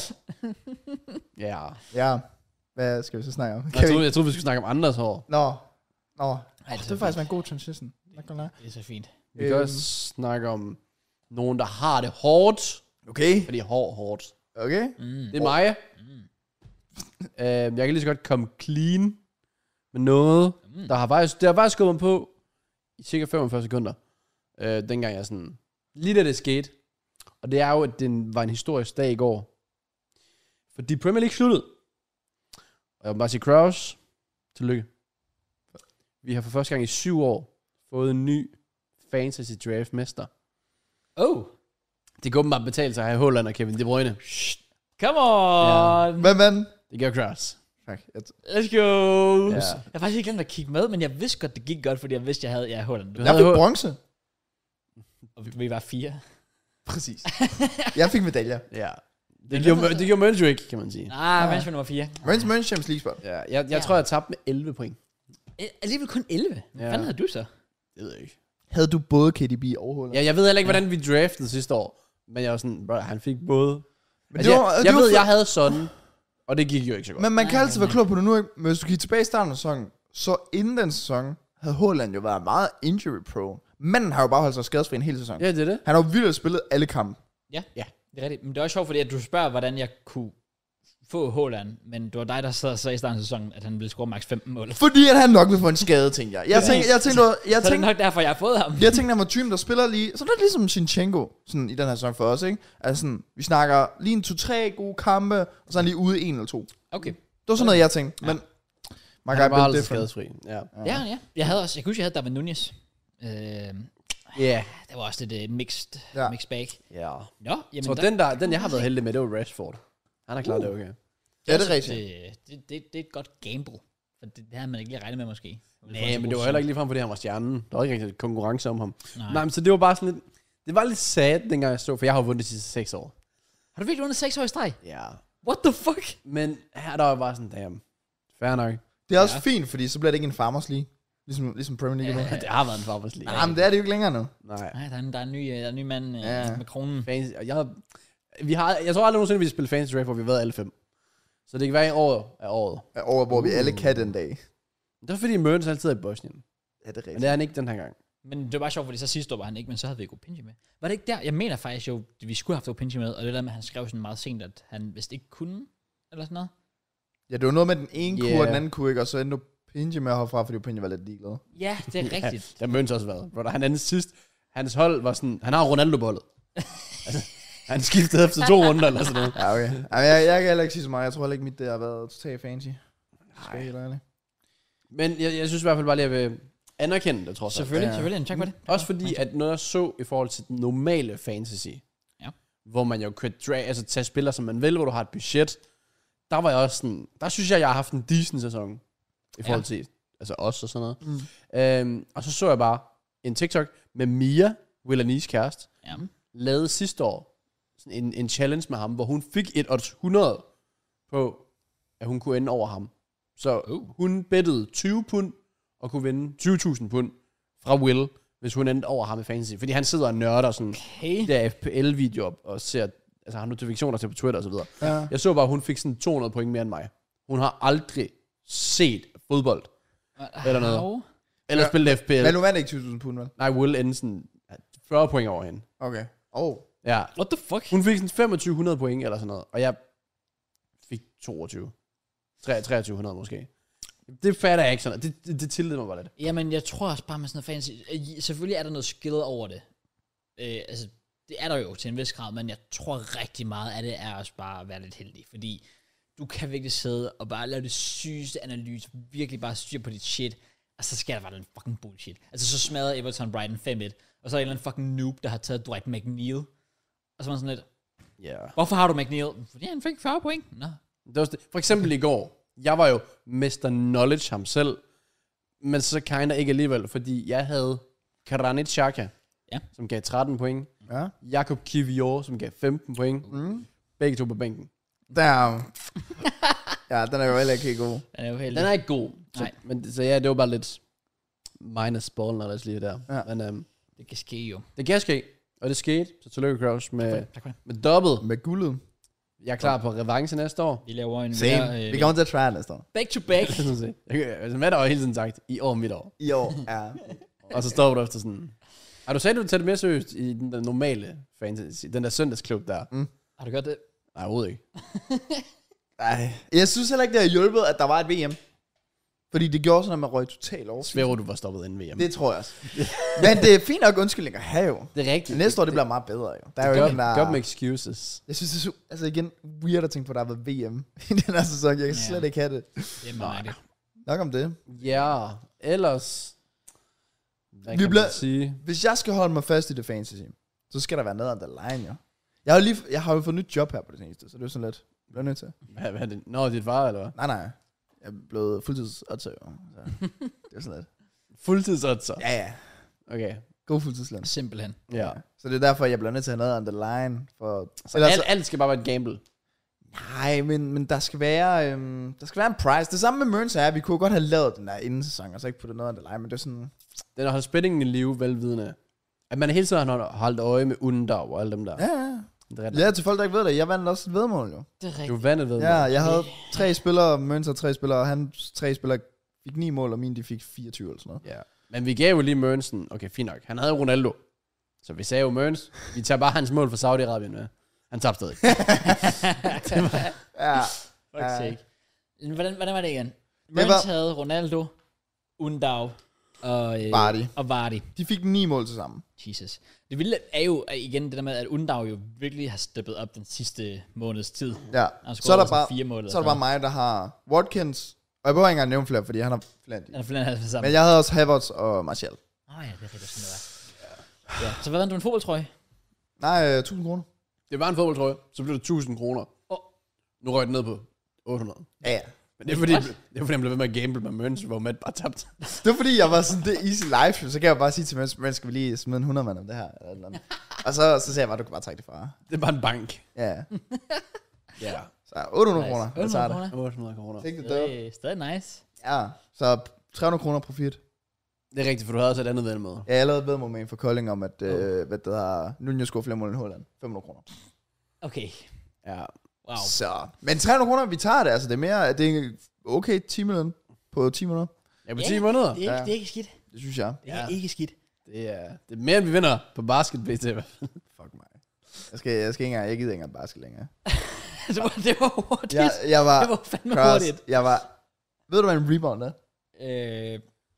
Ja. Ja. Hvad skal vi så snakke om? Jeg Kan vi... troede, jeg troede, vi skulle snakke om andres hår. Nå. Nå. Ej, Oh, det, det vil faktisk være en god transition. Not gonna lie. det er så fint. Vi kan Øhm. også snakke om nogen, der har det hårdt. Okay. Fordi hår er hårdt. Okay. Mm. Det er mig. Mm. Uh, jeg kan lige så godt komme clean med noget, Mm. der har faktisk, det har faktisk skubbet mig på i cirka femogfyrre sekunder. Uh, dengang jeg sådan, lige da det skete. Og det er jo, at det var en historisk dag i går. Fordi Premier League sluttede. Og jeg vil bare sige, Kraus, tillykke. Vi har for første gang i syv år fået en ny fantasy draft mester. Oh, Det kan åbenbart betale sig at have Haaland og Kevin De Bruyne. come on! Hvad mand? Det gør Kraus. Fuck. Jeg Let's go! Ja. Jeg har faktisk ikke glemt at kigge med, men jeg vidste godt, det gik godt, fordi jeg vidste, jeg havde ja, Holland. jeg fik bronze. Og vi, vi var fire. Præcis. Jeg fik medaljer. Ja. Det gjorde, det gjorde Møns jo ikke, kan man sige. Ah, mens vi nummer fire. Møns Møns Champions League spot. Ja, jeg, jeg Ja. tror, jeg tabte med elleve point. Eh, Alligevel kun elleve. Hvad Ja. fanden havde du så? Det ved jeg ikke. Havde du både K D B og Haaland? Ja, jeg ved heller ikke, hvordan vi draftede sidste år. Men jeg var sådan, bro, han fik både. Men Altså, det var- jeg, det jeg var ved, for- jeg havde sådan, og det gik jo ikke så godt. Men man kan Nej, altid nej, være klog på det nu, ikke? Men hvis du kigger tilbage i starten af sæsonen, så inden den sæson, havde Haaland jo været meget injury prone. Manden har jo bare holdt sig skadesfri en hel sæson. Ja, det er det. Han har jo vildt spillet alle kampe. Ja, ja, det er rigtigt. Men det er også sjovt, fordi at du spørger, hvordan jeg kunne få Haaland, men det var dig, der sad og sagde i starten af sæsonen, at han ville score max femten mål. Fordi at han nok vil få en skade, tænkte jeg. Jeg tænkte, jeg tænkte, jeg Så er det tænkte, nok derfor, jeg har fået ham. jeg tænkte, han var typen, der spiller lige, så lidt ligesom Zinchenko, sådan i den her sæson for os, ikke? Altså sådan, vi snakker lige en to-tre gode kampe, og så er han lige ude en eller to. Okay. Det var sådan noget, jeg tænkte, men my Han guy var built aldrig different. skadesfri. Ja. Ja, ja. Jeg havde også, jeg kunne huske, jeg havde David Nunez. Øh, Ja. det var også lidt uh, mixed, Ja. mixed bag. Ja. Nå, jamen Jeg tror, der, den, der, den jeg har været heldig med, det var Rashford. Han er klar, Uh. det er okay. Ja, det er rigtigt. Det, det, det, det er et godt gamble. For det, det havde man ikke lige regnet med, måske. Nej, men det var heller ikke ligefrem, fordi han var stjernen. Der var ikke rigtig konkurrence om ham. Nej. Nej, men så det var bare sådan lidt... Det var lidt sad, dengang jeg stod, for jeg har jo vundet de sidste seks år. Har du virkelig vundet seks år i streg? Ja. What the fuck? Men her der var bare sådan, damn. Fair nok. Det er også Ja. fint, fordi så bliver det ikke en Farmers League. Ligesom, ligesom Premier League. Ja. Det har været en Farmers League. Jamen, det er det jo ikke længere nu. Nej. Nej, der er en, der er en, ny, der er en ny mand Ja. ja. med kronen. Fancy, og jeg, vi har, jeg tror aldrig nogensinde, vi spille Fantasy Draft, hvor vi har været alle fem. Så det kan være i år af året. Over hvor vi alle kan den dag. Det er fordi Mørens altid er i Bosnien. Ja, det er Men rigtigt. det er han ikke den her gang. Men det var bare sjovt, fordi så sidste år var han ikke, men så havde vi Opinji med. Var det ikke der? Jeg mener faktisk jo, vi skulle have haft Opinji med, og det der med, at han skrev sådan meget sent, at han vist ikke kunne, eller sådan noget. Ja, det var noget med den ene Yeah. kur, og den anden kur ikke, og så endte Pinji med herfra, fordi Pinji var lidt ligeglad. Ja, det er rigtigt. Ja, det har Mørens også været. Brother, han er sidst. Hans hold var sådan... Han har Ronaldo-bollet. altså, han skiftede efter to runder eller sådan noget. Ja, okay. Jamen, jeg, jeg kan heller ikke sige så meget. Jeg tror heller ikke, mit det har været totalt fancy. Skal jeg helt ærlig. Men jeg, jeg synes i hvert fald bare lige, at jeg vil anerkende det, trods alt. Selvfølgelig, Ja. selvfølgelig. Tak for det. Også fordi, at noget jeg så i forhold til den normale fantasy, Ja. hvor man jo kan drag, altså tage spillere, som man vil, hvor du har et budget, der var jeg også sådan, der synes jeg, jeg har haft en decent sæson, i forhold til, altså os og sådan noget. Mm. Øhm, og så så jeg bare en TikTok med Mia, Willanis kæreste, Ja. lavede sidste år sådan en, en challenge med ham, hvor hun fik et odds hundrede på, at hun kunne ende over ham. Så Uh. hun bettede tyve pund, og kunne vinde tyve tusind pund fra Will, hvis hun endte over ham i fantasy. Fordi han sidder og nørder sådan Okay. der F P L-videoer og ser, altså har notifikationer til på Twitter og så videre. Ja. Jeg så bare, at hun fik sådan to hundrede point mere end mig. Hun har aldrig set fodbold. Eller noget. Au. Eller Ja. spillet F P L. Men nu vandt ikke tyve tusind pund, vel? Nej, Will endte sådan fyrre point over hende. Okay. Oh. Ja. What the fuck? Hun fik sådan femogtyve hundrede point eller sådan noget. Og jeg fik toogtyve. treogtyve hundrede måske. Det fatter jeg ikke sådan. Det, det, det tilleder mig bare lidt. Jamen, jeg tror også bare med sådan noget fancy. øh, Selvfølgelig er der noget skill over det. Øh, altså, det er der jo til en vis grad, men jeg tror rigtig meget af det er også bare at være lidt heldig. Fordi du kan virkelig sidde og bare lave det sygeste analyse, virkelig bare styre på dit shit, og så sker der bare den fucking bullshit. Altså, så smadrer Everton Brighton fem et, og så er der en eller anden fucking noob, der har taget Dwight McNeil. Og så var man sådan lidt, Ja. Yeah. hvorfor har du McNeil? Fordi han fik fyrre point. Nå. Det var det. For eksempel i går. Jeg var jo mister Knowledge ham selv. Men så kinda ikke alligevel. Fordi jeg havde Granit Xhaka, Ja. som gav tretten point. Ja. Jakob Kivior, som gav femten point. Mm. Begge to på bænken. Damn. Ja, den er jo heller ikke helt god. Den er jo heldig. Den er ikke god. Så, Nej. men, så ja, det var bare lidt minus ball, når lige der. Ja. Men øhm, Det kan ske jo. det kan ske. Og det skete. Så tillykke, Kraus, med, Tak for det. med dobbelt. Med guldet. Jeg er klar på revanche næste år. Vi laver en... Same. mere, øh, Vi kommer til at try næste år. back to back. Sådan set. Jeg kan- altså, Matt har jo hele tiden sagt, i år mit år. I år, ja. Og så står du efter sådan... Har du sagt, at du vil tage det mere seriøst i den der normale fantasy? Den der søndagsklub der? Mm. Har du gjort det? Nej, overhovedet ikke. Ej. Jeg synes heller ikke, det har hjulpet, at der var et V M. Fordi det gjorde sådan, at man røg totalt over. Svæver, du var stoppet inden V M. Det tror jeg også. Men det er fint nok undskyldning at have jo. det er rigtigt. Næste år, det bliver meget bedre jo. Der er jo Gør, ikke der... gør dem excuses. Jeg synes, det er su- altså igen weird at tænke på, at der har været V M i den her sæson. Jeg kan Ja. slet ikke have det. Det er meget rigtigt. Nok om det. Ja, ellers... Hvad Vi kan bliver- man sige? Hvis jeg skal holde mig fast i det fantasy, så skal der være noget on the line, jo. Jeg har jo lige, jeg har jo fået nyt job her på det seneste, så det er jo sådan lidt, jeg bliver nødt til. Hvad, hvad er det? Nå, dit far, eller hvad? Nej, nej. Jeg er blevet fuldtids jo. Så det er sådan lidt. Fuldtidsotser. Ja, ja. Okay. God fuldtidsløn. Simpelthen. Ja. Så det er derfor, jeg bliver nødt til at have noget on the line. For, Så ellers, alt, alt skal bare være et gamble. nej, men, men der skal være øhm, der skal være en price. Det samme med Mørns er, at vi kunne godt have lavet den der inden sæson, og så ikke puttet noget on the line, men det er sådan... Den har holdt spændingen i live, velvidende. At man hele tiden har holdt øje med Underdog og alle dem der. Ja, ja. Det er ret- Ja, til folk, der ikke ved det. Jeg vandt også et vedmål, jo. Det er Du rigtigt. vandet ved Ja, jeg havde tre spillere, Mørns havde tre spillere, og han tre spillere fik ni mål, og mine de fik fireogtyve eller sådan noget. Ja. Men vi gav jo lige Mørnsen. Okay, fint nok. Han havde jo Ronaldo. Så vi sagde jo Mørns. Vi tager bare hans mål for Saudi-Arabien med. Han tabte stadig. det var, Ja. Fuck Ja. sake. Hvordan, hvordan var det igen? Det Mørens var- havde Ronaldo, Undau og, øh, Vardy. og Vardy. De fik ni mål til sammen. Jesus. Det vilde er jo at igen det der med, at Undau jo virkelig har steppet op den sidste måneds tid. Ja. Han Så er der sådan bare, fire mål. eller så er der bare mig, der har Watkins. Og jeg behøver ikke engang nævne flere, fordi han har flere end de. Han er flere halvt sammen. Men jeg havde også Havertz og Martial. Åh oh, ja, det er rigtigt, sådan det var. Ja. Så hvad vandt du en fodboldtrøje? Nej, øh, tusind kroner. Det var en fodboldtrøje, så blev det tusind kroner. Åh. Nu røg det ned på otte hundrede. Ja, ja. Men det er fordi, det er fordi, han blev ved med at gamble med Møns, hvor Matt bare tabte. Det var fordi, jeg var sådan, det er easy life, så kan jeg bare sige til mennesker, men skal vi lige smide en hundrede mand om det her? Eller et eller andet. Og så, så sagde jeg bare, du kan bare trække det fra. Det er bare en bank. Ja, Ja. så otte hundrede Nice. kroner. Jeg tager det. otte hundrede kroner. Take the Det dough. er stadig nice. Ja, så tre hundrede kroner profit. Det er rigtigt, for du havde også et andet ved med. Ja, jeg lavede et bedre med en for Kolding om, at øh, hvad det har, nu jeg score flere mål end Holland. fem hundrede kroner. Okay. Ja. Wow. Så, men tre hundrede kroner, vi tager det. Altså, det er mere, det er okay ti minutter på ti minutter. Ja, på Ja, ti måneder. Det er, ikke, Ja. det er ikke skidt. Det synes jeg. Det er Ja. ikke skidt. Det er, det er mere, end vi vinder på basket, B T. Fuck mig. Jeg skal, jeg skal ikke engang, jeg gider ikke engang basket længere. det, var, det var hurtigt. Jeg, jeg var, det var fandme cross, hurtigt. jeg var, ved du hvad en rebound er? Øh,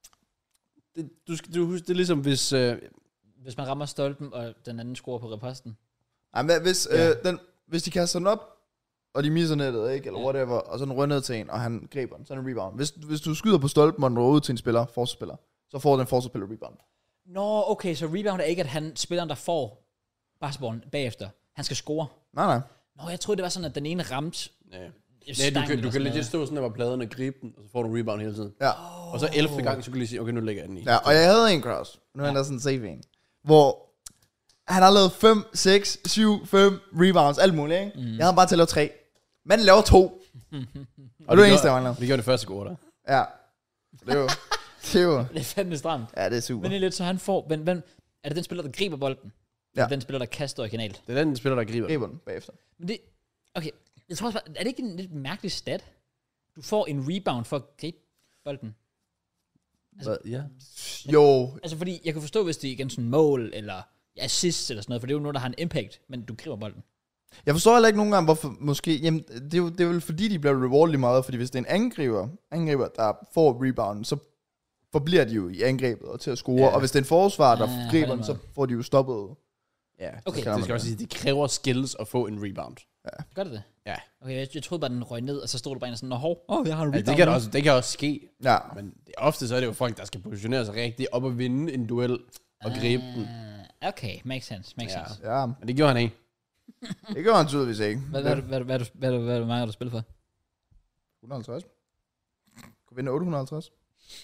Det, du skal du huske, det er ligesom hvis... Øh, hvis man rammer stolpen, og den anden scorer på reposten. Ej, men hvis, Ja. øh, den, hvis de kaster den op, og de misser nettet, ikke? Eller Ja. whatever, og så den rører ned til en, og han griber den, så er det en rebound. Hvis, hvis du skyder på stolpen, og den rører ud til en spiller, forsvarsspiller, så får den forsvarsspiller rebound. Nå, okay, så rebound er ikke, at han spilleren, der får basketballen bagefter, han skal score. Nej, nej. Nå, jeg troede, det var sådan, at den ene ramte ja. stangen Ja, du kan, du eller kan sådan legit noget. stå sådan der på pladen og gribe den, og så får du rebound hele tiden. Ja. Og så ellevte gang, så kan du lige sige, okay, nu lægger jeg den i. Ja, og jeg havde en cross. Nu er han der sådan en safe en. Hvor han har lavet fem, seks, syv, fem rebounds, alt muligt, ikke? Mm. Jeg havde bare til at lave tre. Men laver to. og det var eneste, jeg manglede. Vi gjorde det første quarter. Ja. Det er jo... det er jo... Det er fandme stramt. Ja, det er super. Men det er lidt, så han får... Men, men, er det den spiller, der griber bolden? Ja. Eller den spiller, der kaster originalt? Det er den spiller, der griber. Griber den bagefter. Men det... Okay, jeg tror også bare... Er det ikke en lidt mærkelig stat? Du får en rebound for at gribe bolden. Altså, ja. Jo. Altså fordi, jeg kan forstå, hvis det er igen sådan mål, eller assist, eller sådan noget, for det er jo noget, der har en impact, men du griber bolden. Jeg forstår heller ikke nogen gange, hvorfor måske... Jamen, det er jo det er vel fordi, de bliver rewardet meget, fordi hvis det er en angriber, angriber der får rebound, så forbliver de jo i angrebet og til at score. Ja. Og hvis det er en forsvar, der Ah, griber på den, den så måde. får de jo stoppet. Ja, Okay. det skal også sige, det kræver skills at få en rebound. Gør det det? Ja. Okay, jeg, jeg troede bare, den røg ned, og så stod der bare en sådan, hov, åh, oh, jeg har en Ja, rebound. det, kan nu." også, det kan også ske, Ja. men det, ofte så er det jo folk, der skal positionere sig rigtigt op og vinde en duel og gribe den. Ah, okay, makes sense, makes Ja. sense. Ja, Men det gjorde han ikke. det gør han tydeligvis ikke. Hvad, hvad, hvad, hvad, hvad, hvad, hvad, hvad, hvad har du spillet for? et hundrede og halvtreds. Kunne vinde otte hundrede og halvtreds.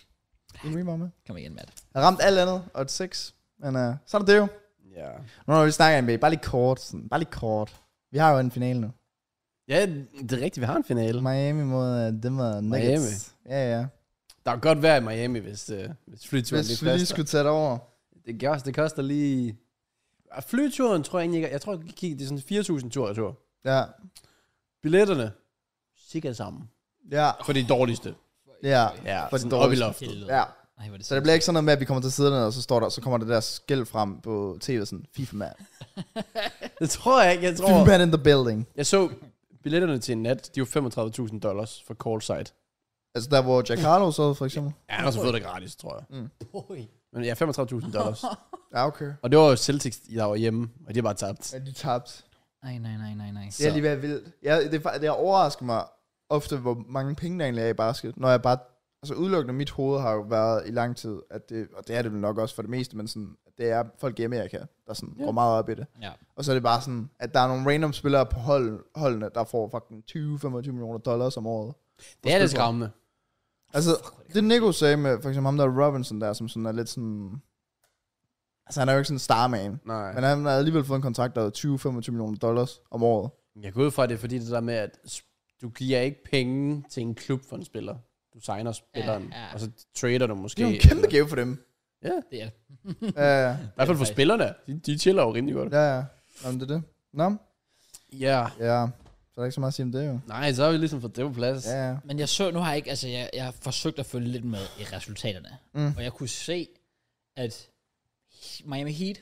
En rebound med. Kom igen, Matt. Jeg har ramt alt andet, og et seks. Men uh, så er det det jo. Ja. Nu når vi snakker N B A, bare lige kort. Sådan, bare lige kort. Vi har jo en finale nu. Ja, det er rigtigt, vi har en finale. Miami mod uh, Denver Nuggets. Ja, ja. Der er godt vejr i Miami, hvis, uh, hvis flyturen Hvis er vi lige fast. skulle tage det over. Det, koster, det koster lige... Ah, Flyturen tror jeg egentlig ikke... Jeg tror, jeg kiggede, det er sådan fire tusind tur og tur. Ja. Billetterne, sikkert sammen. Ja. For de dårligste. Ja. Ja, For de sådan op i dårligste. loftet. Helvede. Ja. Ej, hvor er det Så det bliver ikke sådan noget med, at vi kommer til at sidde dernede, og så, står der, så kommer der der skæld frem på tv, sådan, FIFA man. Det tror jeg ikke. Jeg FIFA tror... man in the building. Jeg så billetterne til en nat, de var femogtredive tusind dollars for call site. Altså der, hvor Jack Harlow så, for eksempel. Ja, han har så fået det gratis, tror jeg. Mm. Oi. Men ja, femogtredive tusind dollars. Ja, okay. Og det var jo Celtics, der var hjemme, og de har bare tabt. Ja, de tabte. Ej, nej, nej, nej, nej. Det er lige været vildt. Ja, det, er fa- det har overrasket mig ofte, hvor mange penge der egentlig er i basket. Når jeg bare... Altså udelukkende mit hoved har jo været i lang tid, at det, og det er det vel nok også for det meste, men sådan, det er folk i Amerika, der sådan Ja. går meget op i det. Ja. Og så er det bare sådan, at der er nogle random spillere på hold, holdene, der får fucking tyve til femogtyve millioner dollars om året. Det er lidt skræmmende. Altså, det Nico sagde med, for eksempel ham der Robinson der, som sådan er lidt sådan... Altså, han er jo ikke sådan en starman. Nej. Men han har alligevel fået en kontrakt, der er tyve til femogtyve millioner dollars om året. Jeg går ud fra, at det er fordi det der med, at du giver ikke penge til en klub for en spiller. Du signer spilleren, Ja, ja. og så trader du måske. Det er jo en kæmpe eller- gave for dem. Ja, Det er Ja, ja. i hvert fald for spillerne. De, de chiller jo rimelig godt. Ja, ja. Nå, men det er det. Nå, Ja. ja. Så er der ikke så meget at sige om det, jo. Nej, så har vi ligesom fået det på plads. Ja, ja. Men jeg så, nu har jeg ikke, altså jeg, jeg har forsøgt at følge lidt med i resultaterne. Mm. Og jeg kunne se, at Miami Heat,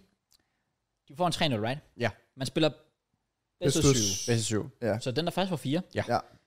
de får en tre nul, right? Ja. Man spiller bedst Bedst af af syv. Bedste syv. Så den der faktisk var fire. Ja. Ja.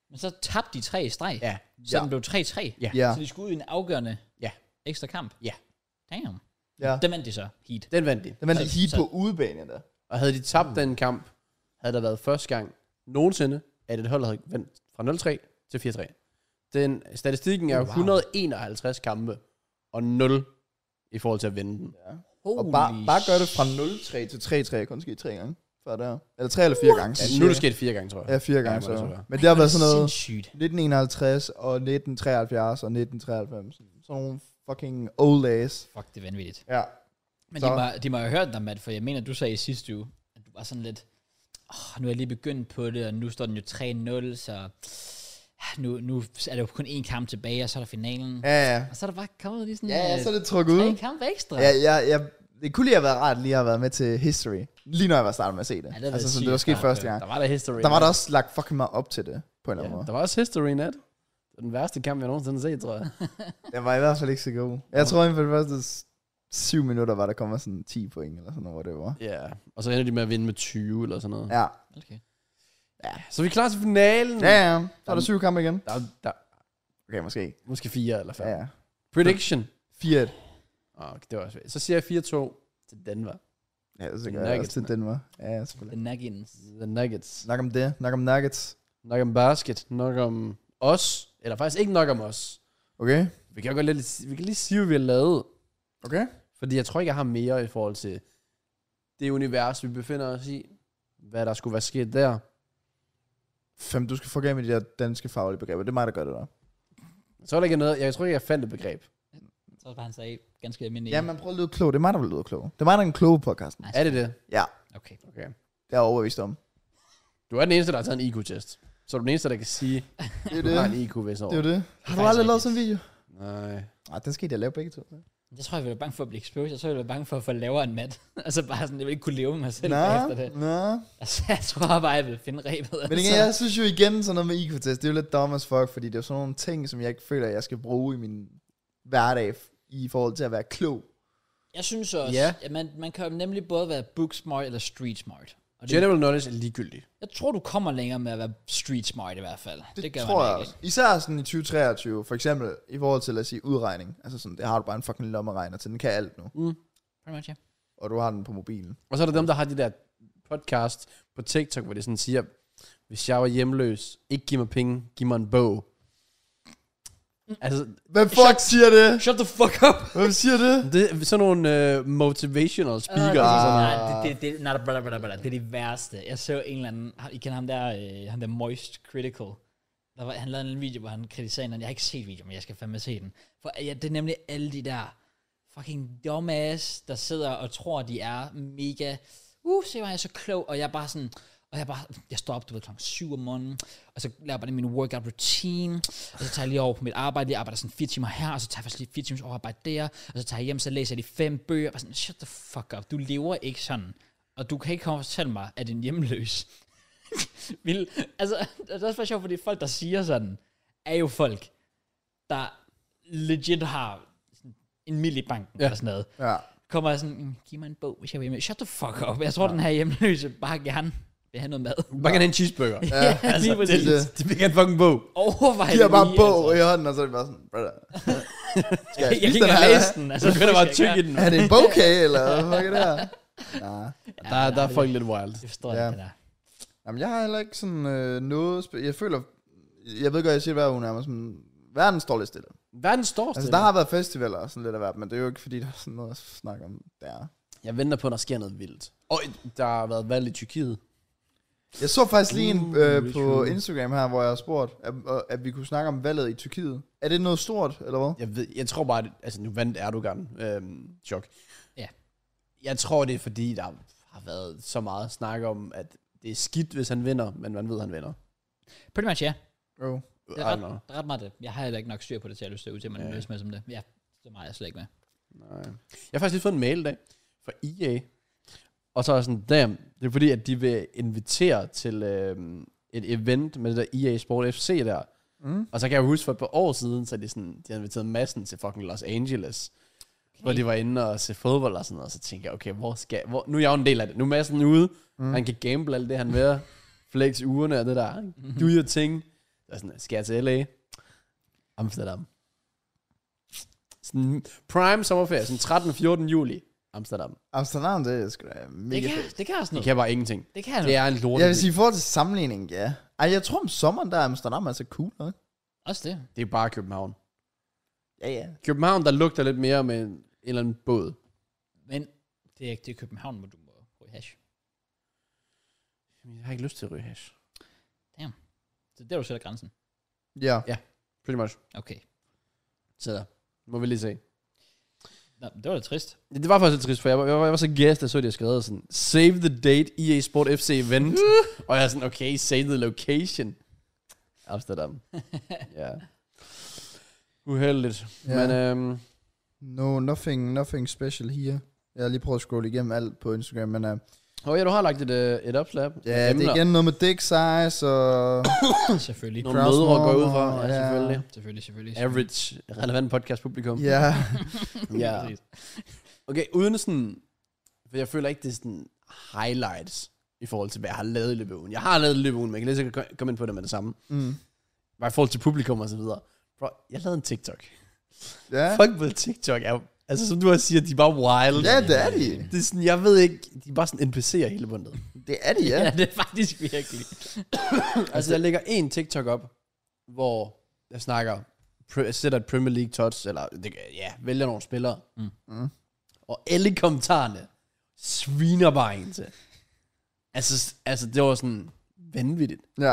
Men så tabte de tre i streg. Ja. Så Ja. den blev tre tre. Ja. Ja. Så de skulle ud i en afgørende Ja. ekstra kamp. Ja. Damn. Ja. Den vandt de så, Heat. Den vandt de. Det var en Så- heat så- på udebane der. Og havde de tabt den kamp, havde der været første gang nogensinde, at et hold havde vendt fra nul tre til fire tre. Den statistikken er Oh, wow. et hundrede og enoghalvtreds kampe, og nul i forhold til at vinde den. Ja. Holy Og bare, bare gør det fra nul tre til tre tre, kun ske tre gange. Før der. Eller tre eller fire gange. så Ja, siger nu er det jeg. sket fire gange, tror jeg. Ja, fire gange Ja, må så. det så være. Men det har været sådan noget Sindssygt. nitten enoghalvtreds og nitten treoghalvfjerds og nitten treoghalvfems. Sådan nogle fucking old days. Fuck, det er vanvittigt. Ja. Men Så- de må, de må have hørt dig, Matt, for jeg mener, du sagde i sidste uge, at du var sådan lidt, åh, nu er jeg lige begyndt på det, og nu står den jo tre nul, så nu, nu er der jo kun én kamp tilbage, og så er der finalen. Ja, ja. Og så er der bare kommet lige sådan Ja, ja, øh, så er det trukket tre ud. kampe ekstra. Ja, ja, ja. Det kunne lige have været rart lige at have været med til history. Lige når jeg var startet med at se det. Ja, det har været altså, sådan, sygt det var sket start, første ja. gang. Der var der history. Der var der også lagt fucking meget op til det, på en eller anden Ja, måde. der var også history net. Det var den værste kamp, jeg nogensinde har set, tror jeg. Den var i hvert fald ikke så god. Jeg tror, inden for de første s- syv minutter var der kommet sådan ti point, eller sådan noget, hvor det var. Ja, og så ender de med at vinde med tyve eller sådan noget. Ja. Okay. Ja, så vi er klar til finalen. Ja, ja. Så er der syv kampe igen. Der, er- der, Okay, måske. måske fire eller fem. Ja, ja. Prediction. fire et. Oh, okay, det var svært. Så siger jeg fire to til Denver. Ja, så The gør jeg også Nuggets, til mand. Denver. Ja, ja, selvfølgelig. The Nuggets. The Nuggets. Nok om det. Nok om Nuggets. Nok om basket. Nok om os. Eller faktisk ikke nok om os. Okay? Vi kan jo godt lidt, vi kan lige sige, hvad vi har lavet. Okay? Fordi jeg tror ikke, jeg har mere i forhold til det univers, vi befinder os i. Hvad der skulle være sket der. Fem, du skal få med de der danske faglige begreber. Det er mig, der gør det der. Så er der ikke noget, jeg tror ikke, jeg fandt et begreb. Jeg tror bare, han sagde ganske almindeligt. Ja, man prøver at lyde klog. Det er mig, der vil lyde klog. Det er mig, der er en klog på podcasten. Nej, Er det det? Ja, Okay. Okay. det er jeg overbevist om. Du er den eneste, der har taget en I Q-test. Så er du den eneste, der kan sige, Det er du har en det. I Q hvis år. Det er jo det. Har du faktisk aldrig lavet rigtigt. sådan en video? Nej. Nej, den skal jeg lave begge to. Jeg tror, jeg ville være bange for at blive exposed. Jeg tror, jeg ville være bange for at få lavere end Matt. altså bare sådan, jeg ville ikke kunne leve med mig selv Nå, efter det. nå. Altså, jeg tror bare, jeg ville finde rebet. Men altså. igen, jeg synes jo igen sådan noget med I Q-test, det er jo lidt dumb as fuck, fordi det er jo sådan nogle ting, som jeg ikke føler, jeg skal bruge i min hverdag i forhold til at være klog. Jeg synes også, Ja. at man, man kan jo nemlig både være book smart eller street smart. Og det, General knowledge er ligegyldigt. jeg tror, du kommer længere med at være street smart i hvert fald. Det, det gør tror man jeg ikke. også. Især sådan i tyve treogtyve, for eksempel i forhold til, lad os sige, udregning. Altså sådan, det har du bare en fucking lommeregner til, den kan alt nu. Mm. Pretty much, ja. Og du har den på mobilen. Og så er der dem, der har de der podcast på TikTok, hvor de sådan siger, hvis jeg var hjemløs, ikke giv mig penge, giv mig en bog. Altså, Hvem fuck siger det? Shut the fuck up! Hvem siger det? det er sådan nogle uh, motivational speakers. Uh, og sådan noget. nej, det, det, det, nej, blah, blah, blah, det er det værste. Jeg så en eller anden, I kender ham der, øh, ham der Moist Critical. Der var, han lavede en video, hvor han kritiserede en, jeg har ikke set videoen, men jeg skal fandme se den. For ja, det er nemlig alle de der fucking dumbass, der sidder og tror, de er mega, uh, se hvor jeg er så klog, og jeg er bare sådan, og jeg bare, jeg står op, du ved, klokken syv om morgenen, og så laver jeg bare min workout routine, og så tager jeg lige over på mit arbejde, jeg arbejder sådan fire timer her, og så tager jeg faktisk lige fire timers overarbejde der, og så tager jeg hjem, så læser jeg de fem bøger, og sådan, shut the fuck up, du lever ikke sådan, og du kan ikke komme og fortælle mig, at en hjemløs vil, altså, det er også bare sjovt, fordi folk, der siger sådan, er jo folk, der legit har sådan en mild i banken, Ja. eller sådan noget, Ja. kommer jeg sådan, "Mm, giv mig en bog, hvis jeg vil hjemme. Shut the fuck up. Jeg tror, ja. den her hjemløse bare gerne vil have noget mad. Bare kan have en cheeseburger. Ja, ja lige Altså, præcis. det- De vil gerne fucking bog. Overvej De har det bare lige, bog altså. i hånden, og så er det bare sådan, brother. Skal Jeg jeg kan spise ikke den engang her? læse den. Altså, Så kan der bare det skal jeg tykke i den. Er det en bogkage, eller hvad fuck er det her? Nej. Der, der er folk lidt wild. Det forstår Ja. jeg ikke, det der. Jamen, jeg har heller ikke sådan øh, noget... Spe- jeg føler... Jeg ved godt, jeg siger hver uge nærmest, men verden står lidt stille. Verden står Altså, stille. der har været festivaler og sådan lidt af hvert, men det er jo ikke, fordi der er sådan noget at snakke om der. Jeg venter på, at der sker noget vildt. Og der har været valg i Tyrkiet. Jeg så faktisk lige en Uh, øh, det er på true. Instagram her, hvor jeg har spurgt, at, at vi kunne snakke om valget i Tyrkiet. Er det noget stort, eller hvad? Jeg, ved, jeg tror bare, at altså, nu vandt Erdogan. Øhm, chok. Ja. Jeg tror, det er fordi, der har været så meget snak om, at det er skidt, hvis han vinder, men man ved, at han vinder. Pretty much, ja. Jo. Det er ret, det er ret meget det. Jeg har heller ikke nok styr på det til, at jeg har lyst til at udtale mig Ja. en løs med som det. Ja, så meget er jeg slet ikke med. Nej. Jeg har faktisk lige fået en mail i dag fra E A. Og så er jeg sådan, damn, det er fordi, at de vil invitere til øhm, et event med det der E A Sport F C der. Mm. Og så kan jeg huske for et par år siden, så de, sådan, de havde inviteret massen til fucking Los Angeles. Okay. Hvor de var inde og se fodbold og sådan noget. Og så tænkte jeg, okay, hvor skal hvor, nu er jeg jo en del af det. Nu er massen ude. Mm. Han kan gamble alt det, han vil. Flex ugerne og det der. Do your thing. Det er sådan, skal jeg til L A? Amsterdam. Sådan prime sommerferie, sådan tretten fjorten juli. Amsterdam. Amsterdam, det er sgu da mega Det kan, fedt. det kan også Det noget. kan bare ingenting. Det kan Det er en lort. Jeg vil sige, i forhold til sammenligning, ja. Ej, jeg tror om sommeren, der er Amsterdam altså cool nok. Også det. Det er bare København. Ja, ja. København, der lugter lidt mere med en eller anden båd. Men det er ikke det er København, hvor du må ryge hash. Jeg har ikke lyst til at ryge hash. Så der er du sætter grænsen. Ja. Pretty much. Okay. Så der. Må vi lige se. Nå, det var da trist. Det var faktisk lidt trist, for jeg var, jeg var, jeg var så gæst, at så de har skrevet sådan, save the date, E A Sport F C event. Og jeg er sådan, okay, save the location. Amsterdam. Ja. Uheldigt. Ja. Men øhm, No, nothing, nothing special here. Jeg har lige prøvet at scrolle igennem alt på Instagram, men uh, oh ja, du har lagt et, øh, et opslag. ja, det er igen noget med dick size og Selvfølgelig. Nogle mødre går ud fra. Ja, Ja. selvfølgelig. Selvfølgelig, selvfølgelig. Average, relevant podcast publikum. ja. Ja. Præcis. Okay, uden sådan, for jeg føler ikke, det er sådan highlights i forhold til, hvad jeg har lavet i løbet af ugen. Jeg har lavet i løbet af ugen, men jeg kan lige så komme ind på det med det samme. Mm. Bare i forhold til publikum og så videre. Bro, jeg lavede en TikTok. Ja. Fuck med TikTok er jo, altså som du har siger, de er bare wild. Ja, det er de. Det er sådan, jeg ved ikke, de er bare sådan N P C'er hele bundet. Det er de, ja. Ja, det er faktisk virkelig. Altså, jeg lægger en TikTok op, hvor jeg snakker, jeg sætter et Premier League touch, eller det, ja, vælger nogle spillere. Mm. Mm. Og alle kommentarerne sviner bare en til. Altså, altså, det var sådan vanvittigt. Ja.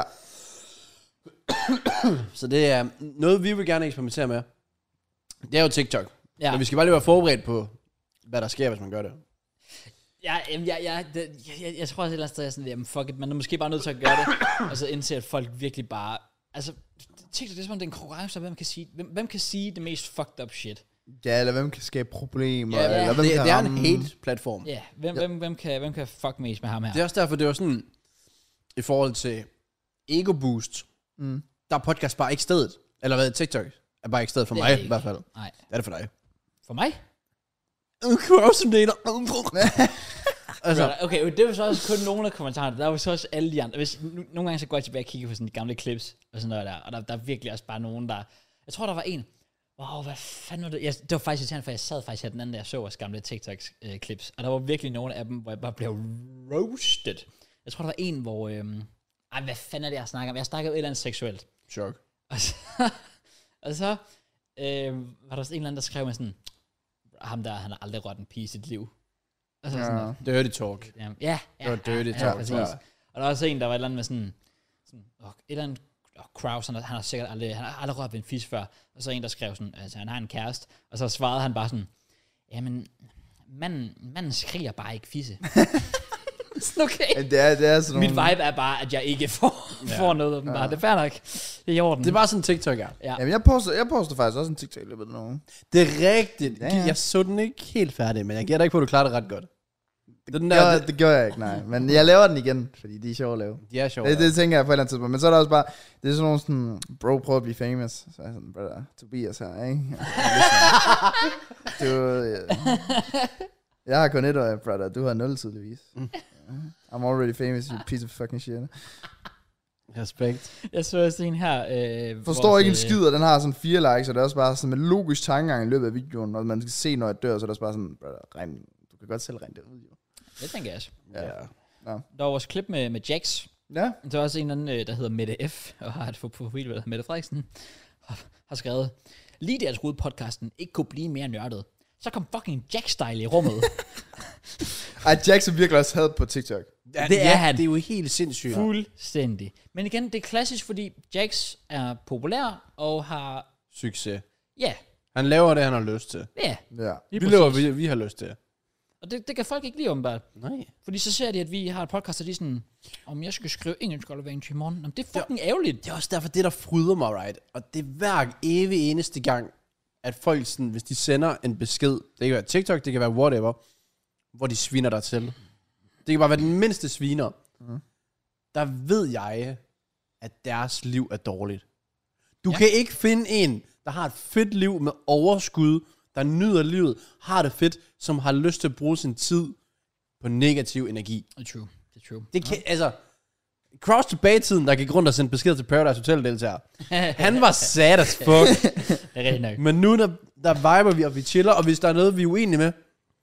Så det er noget, vi vil gerne eksperimentere med. Det er jo TikTok. Ja. Men vi skal bare lige være forberedt på, hvad der sker, hvis man gør det. Ja, jamen, jeg, jeg, det, jeg, jeg, jeg tror også et eller andet sted, jeg er sådan, jamen fuck it, man er måske bare nødt til at gøre det, og så indse, at folk virkelig bare, altså, TikTok, det er som om, det er en konkurrence, hvem kan sige, hvem, hvem kan sige det mest fucked up shit? Ja, eller hvem kan skabe problemer, Ja, eller hvem det, kan det er en ramme. hate-platform. Ja, hvem, hvem, hvem, kan, hvem kan fuck mest med ham her? Det er også derfor, det var sådan, i forhold til ego boost, Mm. der er podcast bare ikke stedet. Eller hvad, TikTok er bare ikke stedet for Det er mig, ikke. i hvert fald. Nej. Det er det for dig. For mig? Crossinator. Altså, okay, det var så også kun nogle af kommentarerne. Der var så også alle de andre. Hvis, nu, nogle gange så går jeg tilbage og kigger på sådan de gamle clips og sådan noget der. Og der, der er virkelig også bare nogen, der... Jeg tror, der var en... Wow, hvad fanden var det? Jeg, det var faktisk irriterende, for jeg sad faktisk her den anden, der jeg så vores gamle TikTok-clips. Og der var virkelig nogle af dem, hvor jeg bare blev roasted. Jeg tror, der var en, hvor... Øhm, ej, hvad fanden er det, jeg snakker om? Jeg snakker jo et eller andet seksuelt. Chok. Og så... og så øh, var der også en eller anden, der skrev med sådan... Ham der, han har aldrig rørt en pige i sit liv. Og så Ja. sådan, Dirty talk. Ja, ja, Det var dirty ja, talk, ja, præcis. ja. Og der var også en, der var et eller andet med sådan, sådan oh, et eller andet, oh, Kraus, han, har- han har sikkert aldrig, han har aldrig rørt ved en fis før. Og så en, der skrev sådan, altså han har en kæreste, og så svarede han bare sådan, jamen, manden, manden skriger bare ikke fisse. Sådan, okay. Ja, det er, det er sådan Mit nogle... vibe er bare, at jeg ikke får, Ja. får noget af dem bare. Det er fair nok. Det er i orden. Det er bare sådan TikTok er. ja. Jamen, jeg poster, jeg poster faktisk også en TikTok i løbet af nogen. Det er rigtigt. Ja, ja. Jeg så den ikke helt færdig, men jeg giver dig ikke på, at du klarer det ret godt. Det er den der, Ja, det, det gør jeg ikke, nej. Men jeg laver den igen, fordi de er sjove at lave. de er sjovt. Det, det tænker jeg på et eller andet tidspunkt. Men så er der også bare, det er sådan nogle sådan, bro, prøv at blive famous. Så er jeg sådan, brother, Tobias her, ikke? du, ja. Jeg har kun et år, brother. Du har nul tydeligvis. Mm. I'm already famous, you piece of fucking shit. Respekt. Jeg så også en her. Øh, Forstår vores, ikke en øh, skid, og den har sådan fire likes, og det er også bare sådan med logisk tankegang i løbet af videoen, når man skal se, når jeg dør, så er det også bare sådan, brother, regn, du kan godt selv regne det ud, jo. Det tænker jeg også. Ja. Ja. Der var vores klip med, med Jax. Ja. Der er også en anden, øh, der hedder Mette F., og har et profil, der hedder Mette Frederiksen, har- har skrevet, lige der troede podcasten ikke kunne blive mere nørdet. Så kom fucking Jack-style i rummet. Ej, Jackson virkelig også havde på TikTok. Ja, Det er ja, han. Det er jo helt sindssygt. Fuldstændig. Men igen, det er klassisk, fordi Jax er populær, og har, Succes. ja, Han laver det, han har lyst til. ja, Ja. Vi lige laver, præcis. vi, vi har lyst til. Og det, det kan folk ikke lide åbenbart. Nej. Fordi så ser de, at vi har et podcast, og de er sådan, om jeg skal skrive engelsk elevering til i morgen. Jamen, det er fucking ærgerligt. Det er også derfor, det der fryder mig, right? Og det er hver evig eneste gang, at folk sådan, hvis de sender en besked, det kan være TikTok, det kan være whatever, hvor de sviner dig til. Det kan bare være den mindste sviner. Mm. Der ved jeg, at deres liv er dårligt. Du Ja. kan ikke finde en, der har et fedt liv med overskud, der nyder livet, har det fedt, som har lyst til at bruge sin tid på negativ energi. Det er true. Det er true. Det kan, altså, Cross tilbage i tiden, der gik rundt og sendte besked til Paradise Hotel-deltagere. Han var sad as fuck. Det er rigtig nok. Men nu, der, der viber vi, og vi chiller, og hvis der er noget, vi er uenige med,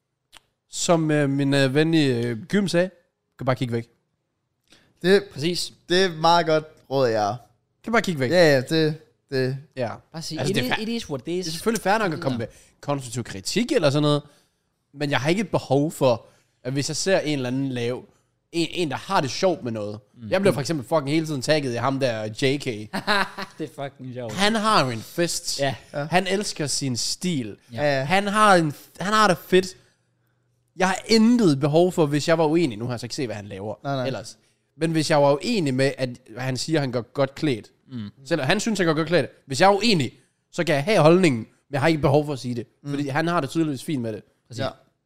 som øh, min øh, ven i øh, gym sagde, kan bare kigge væk. Det, Præcis. det er meget godt råd, jeg. Kan bare kigge væk. Ja, ja, det... det. Ja. Bare sige, Altså, it, det er is, it is what it is. Det er selvfølgelig fair nok at komme med konstruktiv kritik eller sådan noget, men jeg har ikke et behov for, at hvis jeg ser en eller anden lave, en, en der har det sjovt med noget. Mm. Jeg bliver for eksempel fucking hele tiden tagget i ham der J K. Det er fucking sjovt. Han har jo en fest. Ja. Ja. Han elsker sin stil. Ja. Han har en, han har det fedt. Jeg har intet behov for, hvis jeg var uenig, nu har jeg så ikke set, hvad han laver Nej, nej. ellers. Men hvis jeg var uenig med, at han siger, at han går godt klædt. Mm. Selvom han synes, at han går godt klædt. Hvis jeg er uenig, så kan jeg have holdningen, men jeg har ikke behov for at sige det. Mm. Fordi han har det tydeligvis fint med det. Ja.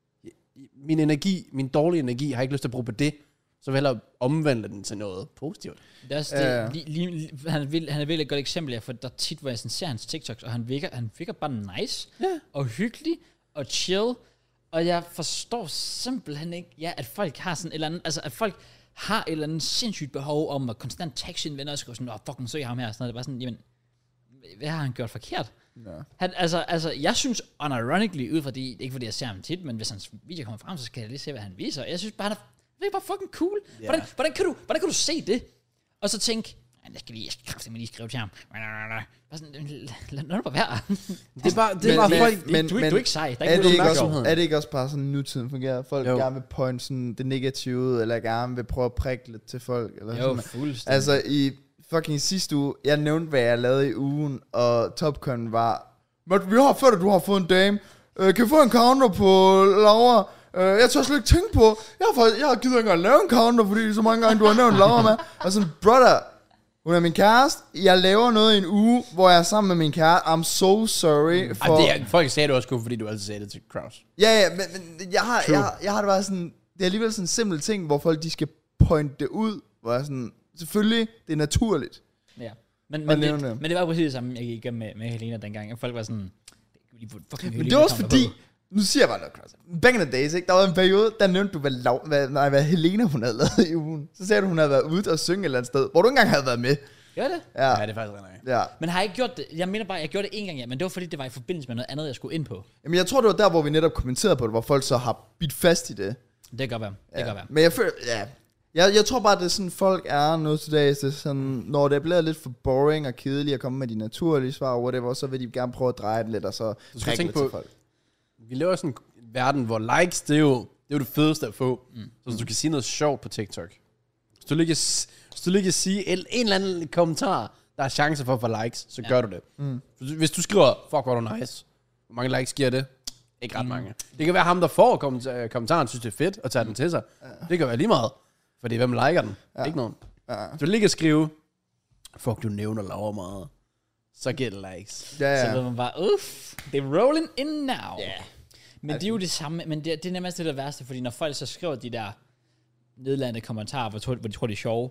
Min energi, min dårlige energi, har jeg ikke lyst til at bruge på det. Så vil jeg hellere omvende den til noget positivt. Det er også Ja, det, ja. li, li, li, han, er virkelig, han er virkelig et godt eksempel her, for der tit, hvor jeg sådan ser hans TikToks, og han virker, han virker bare nice, Ja. og hyggelig, og chill, og jeg forstår simpelthen ikke, ja, at folk har sådan et eller andet, altså at folk har et eller andet sindssygt behov om at konstant tagge sine venner, og skrive sådan, åh, fucking søg ham her, og sådan noget. Det er bare sådan, jamen, hvad har han gjort forkert? Ja. Han, altså, altså, jeg synes unironically, ud fra det, ikke fordi jeg ser ham tit, men hvis hans video kommer frem, så skal jeg lige se, hvad han viser. Jeg synes bare, han er, det er bare fucking cool. Ja. Hvordan, hvordan, kan du, hvordan kan du se det? Og så tænke, jeg skal lige, jeg skal kraftigt lige skrive til ham. Bare sådan, lad lad nu bare være. Det er bare, det er Men- bare men- folk... men- du, er ikke- du er ikke sej. Der er Er ikke det, noget ikke også, opmærksomhed. er det ikke også bare sådan, nutiden fungerer? Folk Jo. gerne vil pointe sådan det negative ud, eller gerne vil prøve at prikke lidt til folk, eller Jo, sådan. fuldstændig. Altså i fucking sidste uge, jeg nævnte, hvad jeg lavede i ugen, og topcon var, men vi har fået at du har fået en dame. Uh, kan vi få en counter på Laura? Uh, jeg tør slet ikke tænke på, jeg har, faktisk, jeg har givet ikke engang lave en counter, fordi så mange gange, du har nævnt Laura med. Og sådan, brother, hun er min kæreste, jeg laver noget i en uge, hvor jeg er sammen med min kæreste, I'm so sorry for... Ej, det er, folk sagde det også kun, fordi du altid sagde det til Kraus. Ja, ja, men, men jeg, har, jeg, har- jeg har det bare sådan, det er alligevel sådan en simpel ting, hvor folk de skal pointe det ud, hvor jeg sådan, selvfølgelig, det er naturligt. Ja. Men, Og men, nævne det, det. men det var præcis det samme, jeg gik igennem med, med Helena dengang. Og folk var sådan, "I burde fucking høre Men lige, det var hvad også kommer fordi, på." nu siger jeg bare noget, Kraus. Back in the days, ikke? Der var en periode, der nævnte du, hvad, Lau, hvad, nej, hvad Helena hun havde lavet i ugen. Så sagde du, hun havde været ude og synge et eller andet sted, hvor du ikke engang havde været med. Gør det? Ja, Ja, det er faktisk rigtig. ja. Men har jeg ikke gjort det? Jeg mener bare, jeg gjorde det en gang, ja, men det var fordi, det var i forbindelse med noget andet, jeg skulle ind på. Jamen jeg tror, det var der, hvor vi netop kommenterede på det, hvor folk så har bidt fast i det. Det kan godt være. Det Ja. kan godt være. Men jeg føler, ja. Jeg, jeg tror bare, det er sådan, folk er nu til dags. Det er sådan, når det bliver lidt for boring og kedeligt at komme med de naturlige svar og whatever, så vil de gerne prøve at dreje det lidt, og så Du skal trække tænke lidt på- til folk. Vi lever i sådan en verden, hvor likes, det er jo det, er jo det fedeste at få. Mm. Så hvis du kan sige noget sjovt på TikTok. Hvis du lige kan, s- hvis du lige kan sige en, en eller anden kommentar, der er chance for at få likes, så ja. gør du det. Mm. Hvis du- Hvis du skriver, fuck, hvor er du nice. Hvor mange likes giver det? Ikke ret mange. Det kan være ham, der får kommenta- kommentaren, synes det er fedt, og tager den til sig. Det kan være lige meget. Fordi hvem liker den? Ja. Ikke nogen. Ja. Hvis du lige kan skrive, fuck, du nævner Laura meget. Så giver det likes. Ja, Så ja. ved man bare, uff, det er rolling in now. Ja. Men det er jo det samme, men det, det er nærmest det der værste, fordi når folk så skriver de der nedladende kommentarer, hvor, hvor de tror, de er sjove,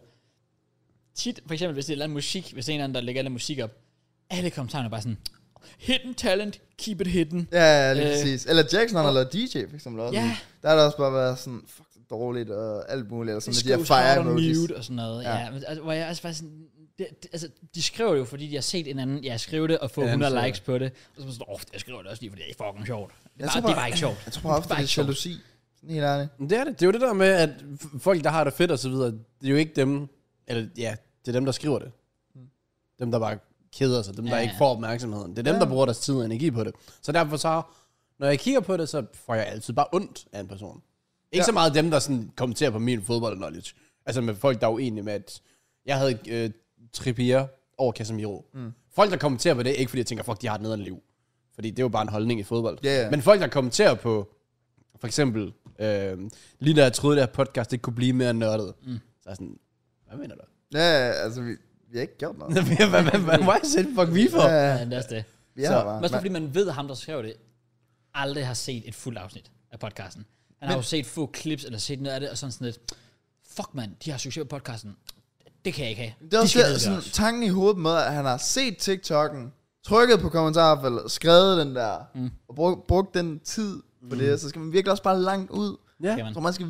tit, for eksempel, hvis det er en eller anden musik, hvis det er en eller anden, der lægger en musik op, alle kommentarerne er bare sådan, hidden talent, keep it hidden. Ja, ja, lige Øh, præcis. Eller Jackson, han har lavet D J, for eksempel også. Ja. Der har der også bare været sådan, fuck, det er dårligt, og alt muligt, eller sådan, Det med de her skrives fire hard on emojis. mute og sådan noget. Ja. Ja. Ja, men, altså, hvor jeg også bare sådan, det, det, altså, de skriver det jo, fordi de har set en anden, ja, skrive det og få Ja, hundrede så- likes på det. Og så er man sådan, åh, jeg skriver det også lige, fordi det er fucking sjovt. Det er, Jeg bare, tror det er bare- bare ikke sjovt. Jeg tror bare ofte, bare det er ikke sjovt. jalousi. Sådan helt ærligt. Men det er det. Det er jo det der med, at f- folk, der har det fedt og så videre, det er jo ikke dem, eller ja, det er dem, der skriver det. Dem, der bare keder sig. Dem, der Ja, ikke ja. får opmærksomheden. Det er dem, Ja. der bruger deres tid og energi på det. Så derfor så, når jeg kigger på det, så får jeg altid bare ondt af en person. Ikke Ja. så meget dem, der sådan kommenterer på min fodbold-knowledge. Altså med folk, der er uenige med, at jeg havde øh, Trippier over Casemiro. Mm. Folk, der kommenterer på det, ikke fordi jeg tænker, fuck, de har et nederen liv. Fordi det er jo bare en holdning i fodbold. Ja, ja. Men folk, der kommenterer på, for eksempel, øh, lige da jeg troede, det her podcast ikke kunne blive mere nørdet. Mm. Så er jeg sådan, hvad mener du? Ja, altså, vi, vi har ikke gjort noget. Hvad- hvad- hvad- hvad- Why is it fuck vi for? Ja, Ja, ja. det er også det. Vi er Så- her bare. Også fordi man ved, at ham, der skrev det, aldrig har set et fuldt afsnit af podcasten. Han har jo set få clips, eller set noget af det, og sådan sådan lidt, fuck mand, de har succes på podcasten. Det kan jeg ikke have. Det er De også skal der, vide det sådan, også. tanken i hovedet med, at han har set TikTok'en, trykket på kommentarfeltet, skrevet den der, mm. og brugt, brugt den tid på mm. det, så skal man virkelig også bare langt ud. Ja. Skal man. Så man skal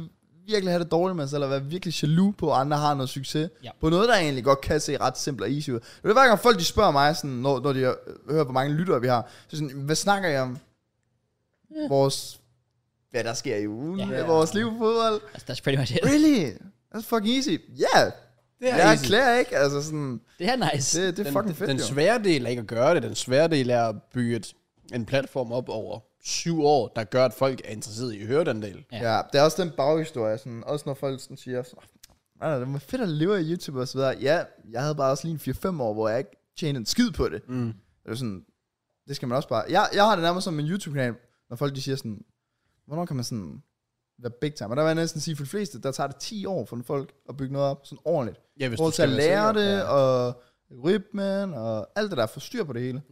virkelig have det dårligt med sig, eller være virkelig jaloux på, at andre har noget succes. Ja. På noget, der egentlig godt kan se ret simpelt og easy ud. Det er hver gang folk de spørger mig, sådan, når, når de hører, hvor mange lyttere vi har, så sådan, hvad snakker jeg om? Yeah. Vores, hvad der sker i ugen, Ja. yeah. vores liv på fodbold. Altså, that's pretty much it. Really? That's fucking easy. Ja, yeah. Det er jeg easy. erklærer ikke, altså sådan, Det er nice. det, det er Den, fucking fedt den jo. svære del er ikke at gøre det. Den svære del er at bygge et, en platform op over syv år, der gør, at folk er interesseret i at høre den del. Ja. Ja, det er også den baghistorie, sådan, også når folk sådan siger, nej, det var fedt at leve af YouTube og så videre. Ja, jeg havde bare også lige en fire fem år, hvor jeg ikke tjente en skid på det. Mm. Det er sådan, det skal man også bare, jeg, jeg har det nærmest som en YouTube-kanal, når folk de siger sådan, hvornår kan man sådan være big time? Og der vil jeg næsten sige, for de fleste, der tager det ti år for folk at bygge noget op sådan ordentligt. Ja, hvis Forhold du til at skal være lære sikker. det, Ja. og rytmen, og alt det der, for styr på det hele.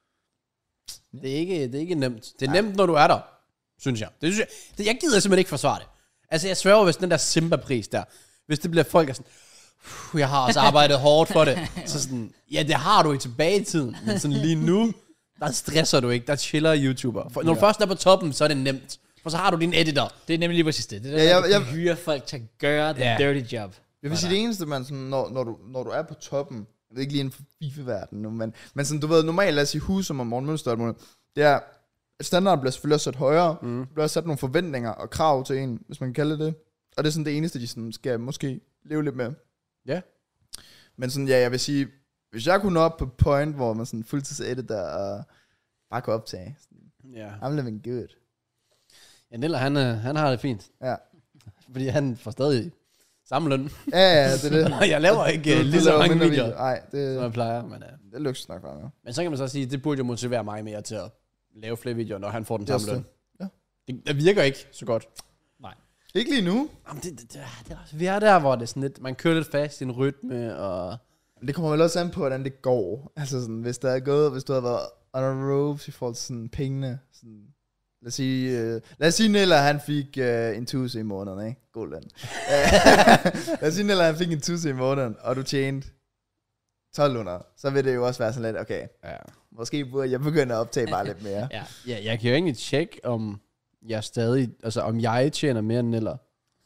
Det er ikke, det er ikke nemt. Det er nemt, når du er der, synes jeg. Det synes jeg, det, jeg gider simpelthen ikke forsvare det. Altså, jeg sværger, hvis den der Simba-pris der, hvis det bliver folk, der sådan, "Puh, jeg har også arbejdet hårdt for det. Så sådan, ja, det har du i tilbage i tiden. Men sådan lige nu, der stresser du ikke. Der chiller YouTuber. For, når du først er på toppen, så er det nemt. For så har du din editor. Det er nemlig lige præcis det. Det er der, Ja, ja, jeg- jeg, jeg- hyre folk til at gøre den Ja. dirty job. Jeg vil sige, det eneste, man sådan, når, når, du, når du er på toppen, jeg ved ikke lige inden for FIFA-verdenen nu, men, men sådan, du ved, normalt, lad os sige hus som om Morten Mønster, det er, at standarden bliver selvfølgelig også sat højere, mm. der bliver også sat nogle forventninger og krav til en, hvis man kan kalde det det, og det er sådan det eneste, de sådan skal måske leve lidt med. Ja. Men sådan, ja, jeg vil sige, hvis jeg kunne nå op på point, hvor man sådan fuldtids-editor og bare kunne optage, sådan, Ja. I'm living good. Ja, Niller, han, øh, han har det fint. Ja. Fordi han får stadig samme løn. Ja, ja, det er det. Og jeg laver ikke uh, Du lige så laver mange mindre videoer, Nej, det, som jeg plejer. Men, uh, det lykkes nok bare. men så kan man så sige, det burde jo motivere mig mere til at lave flere videoer, når han får den Det er samme løn. også det. Ja. Det, det virker ikke så godt. Ikke lige nu. Jamen, det, det, det, det er også, vi er der, hvor det er sådan lidt, man kører lidt fast i en rytme, og... Det kommer vel også an på, hvordan det går. Altså sådan, hvis der er gået, hvis du har været on a ropes i forhold til sådan pengene. Sådan, lad os sige, uh, lad os sige Nella, han fik uh, en tusind i måneden, ikke? God løn. Lad os sige Nella, han fik en tusind i måneden, og du tjente tolv hundrede. Så vil det jo også være sådan lidt, okay, Ja. måske burde jeg begynde at optage bare lidt mere. Ja. Ja, jeg kan jo egentlig tjekke, om jeg stadig, altså om jeg tjener mere end Niller.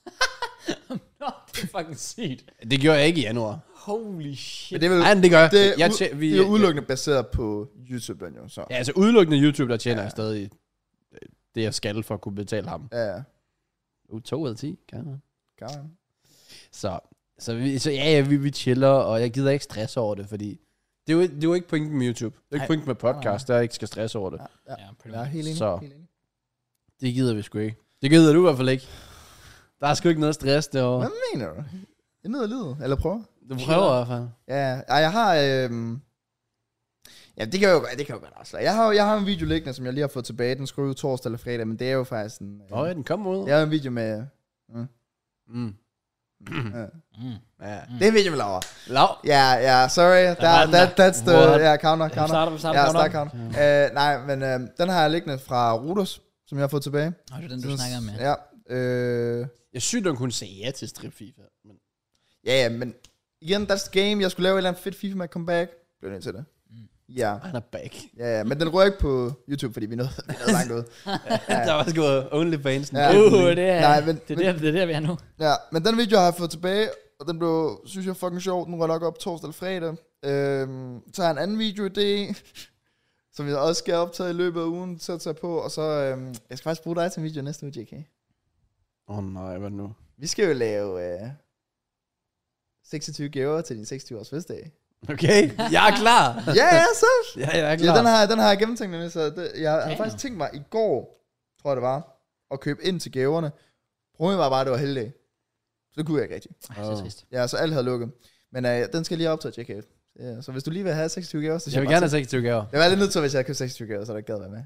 Nå, det er fucking sygt. Det gjorde jeg ikke i januar. Holy shit. Men det er vel, Nej, men det gør jeg. det, jeg er tje- u- vi, det er udelukkende baseret på YouTube, jo, så. Ja, altså udelukkende YouTube, der tjener Ja. jeg stadig øh, det, jeg skal for at kunne betale ham. Ja, ja. Uh, to ud af ti, kan jeg. Gerne. Så, så, vi, så ja, ja vi, vi chiller, og jeg gider ikke stress over det, fordi det er jo, det er jo ikke pointen med YouTube. Det er ikke Nej. pointen med podcast, der jeg ikke skal stresse over det. Ja, ja. Ja, pretty Jeg er much. helt enig. Så. Helt enig. Det gider vi sgu ikke. Det gider du i hvert fald ikke. Der er sgu ikke noget stress derovre. Hvad mener du? Jeg er nede og lide, eller prøver. Du prøver i hvert fald. Ja, ej, jeg har... Øhm, ja, det kan jeg jo, det kan jeg jo godt afsløre. Jeg har, jeg har en video liggende, som jeg lige har fået tilbage. Den skulle ud torsdag eller fredag, men det er jo faktisk en... Åh, oh, ja, den kommer ud. Jeg har en video med... Mm, Mm. ja. Mm. Ja. Det er en video med Laura. Lav. Ja, ja, sorry. var That, den that, der. that's the... What? Ja, counter, Vi counter. starter, vi starter Ja, counter. start counter. Uh, nej, men uh, den har jeg liggende fra Ruders, som jeg har fået tilbage. Nå, det er den, du snakker om, ja. Ja, øh, Jeg synes, du kunne sige ja til strip FIFA. Men... ja, ja, men igen, that's the game. Jeg skulle lave et eller andet fedt FIFA med comeback. Blev nødt til det. Mm. Ja, Han er back. ja, ja, men den rører ikke på YouTube, fordi vi nåede, vi nåede langt ud. Der var sgu OnlyFans. Ja. Uh, det er, Nej, men- det, er der, det er der, vi er nu. Ja, men den video har jeg fået tilbage, og den blev, synes jeg, fucking sjov. Den rører nok op torsdag eller fredag. Øhm, så har jeg en anden video-idé, som jeg også skal optage i løbet af ugen, så tage på. Og så, øhm, jeg skal faktisk bruge dig til en video næste uge, J K. Åh oh, nej, hvad nu? Vi skal jo lave øh, seksogtyve gaver til din seksogtyve års fødselsdag. Okay, jeg er klar. Ja, ja, så. Ja, jeg er klar. Ja, den har, den har jeg gennemtænkt nemlig, så det, jeg har Ja. faktisk tænkt mig i går, tror jeg det var, at købe ind til gaverne. Problemet var bare, at det var heldig. Så det kunne jeg ikke rigtig. Ej, det er trist. Ja, så alt havde lukket. Men øh, den skal jeg lige optage, tjekke af. Ja, så hvis du lige vil have seksogtyve gaver, så siger Jeg vil bare gerne have til. seksogtyve gaver. Jeg var lidt nødt til, hvis jeg købte seksogtyve gaver, så der ikke gad være med.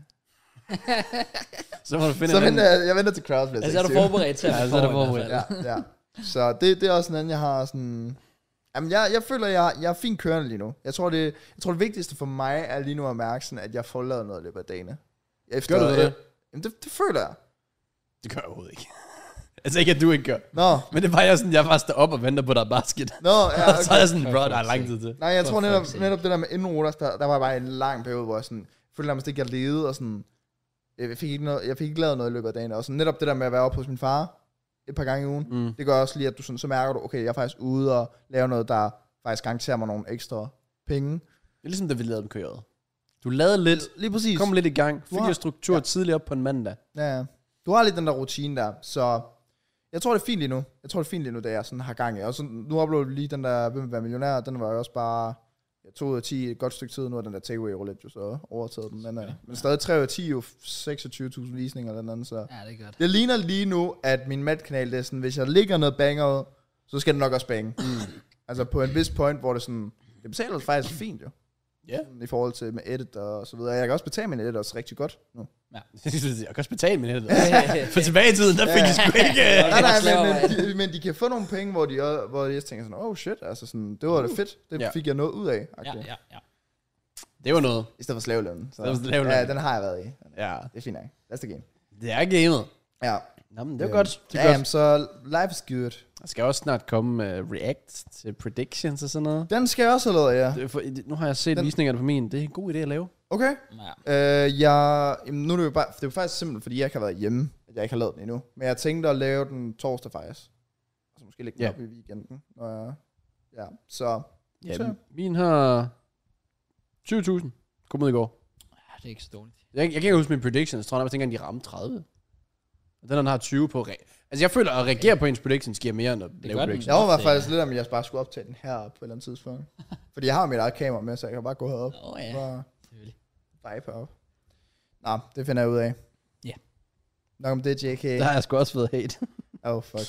Så må du finde Så en venter anden. jeg, jeg venter til crowds bliver Altså, er du seksogtyve. forberedt til at Ja, få så er du i hvert forberedt. fald. Ja, ja. Så det, det er også en anden, jeg har sådan... Jamen, jeg, jeg føler, jeg, jeg er fint kørende lige nu. Jeg tror, det, jeg tror, det vigtigste for mig er lige nu at mærke sådan, at jeg får lavet noget i løbet af dagene. Efter, Gør du det? Jamen, det, det føler jeg. Det gør jeg overhovedet ikke. Altså ikke, at du ikke gør. Nå, Men det var jeg sådan, jeg bare står op og venter på, der er basket. nå, ja, Og så er jeg sådan, For bro, der er fuck's lang sake. tid til. Nej, jeg For tror netop, fuck's sake. netop det der med indenroters, der, der var bare en lang periode, hvor jeg sådan, følte nærmest ikke, jeg levede, og sådan, jeg fik ikke, noget, jeg fik ikke lavet noget i løbet af dagen, og sådan netop det der med at være oppe hos min far, et par gange i ugen. Mm. Det gør også lige, at du sådan, så mærker du, okay, jeg er faktisk ude og lave noget, der faktisk garanterer mig nogle ekstra penge. Det er ligesom, da vi lavede den køret. Du lavede lidt, Lige præcis. kom lidt i gang, fik har- jo struktur ja. tidligt op på en mandag. Ja, ja. Du har lidt den der rutine der, så jeg tror, det er fint lige nu. Jeg tror, det er fint lige nu, da jeg sådan har gang i. Og så, nu uploader vi lige den der Hvem vil være millionær, den var jo også bare ja, to ud af ti et godt stykke tid. Nu er den der takeaway roulette jo så overtaget den. Men, ja. men stadig tre ud af ti jo seksogtyve tusind visninger eller den anden, så... Ja, det er godt. Det ligner lige nu, at min matkanal, det er sådan, hvis jeg ligger noget banger ud, så skal det nok også bange. Mm. Altså på en vis point, hvor det sådan, det betaler faktisk fint jo. Ja. Yeah. I forhold til med edit og så videre. Jeg kan også betale min edit også rigtig godt nu. Jeg kan også betale min hætte. For tilbage i tiden, der fik jeg sgu ikke... Nej, nej, slaver, men, men, de, men de kan få nogle penge, hvor de, også- hvor de også tænker sådan, oh shit, altså sådan, det var da fedt. Det Ja. fik jeg noget ud af. Ja, Okay. ja, ja. Det var noget. I stedet for slaveløn. Så, Det var slaveløn. Ja, den har jeg været i. Ja. Det er fint nok. That's the game. Det er gamet. Ja. Nå, men det er Øhm, godt. Det er ja, godt. jamen, så life is good. Der skal også snart komme uh, react til predictions og sådan noget. Den skal jeg også have lavet, ja. Det er for, nu har jeg set Den- visningerne på min. Det er en god idé at lave. Okay. ja. Øh, jeg, jamen, nu er det jo bare, det er jo faktisk simpelthen, fordi jeg ikke har været hjemme, at jeg ikke har lavet den endnu. Men jeg tænkte at lave den torsdag faktisk. Og så måske lægge den Ja. op i weekenden. Når jeg, ja, så. Ja, Så. min har tyve tusind. Kom ud i går. Ja, det er ikke så dårligt. Jeg, jeg kan ikke huske mine predictions. Jeg tror, jeg tænker, at de ramte tredive. Og den her har tyve på. Re- altså, jeg føler, at reagere på ens predictions giver mere end at lave gør den. predictions. Jeg overvejede det er- faktisk lidt, om jeg bare skulle optage den her på et eller andet tidspunkt. Fordi jeg har mit eget kamera med, så jeg kan bare gå herop. Åh, ja. Bare Selvfølgelig. vibe op. Nå, det finder jeg ud af. Ja. Nok om det, J K. Der har jeg sgu også fået hate. Oh, fuck.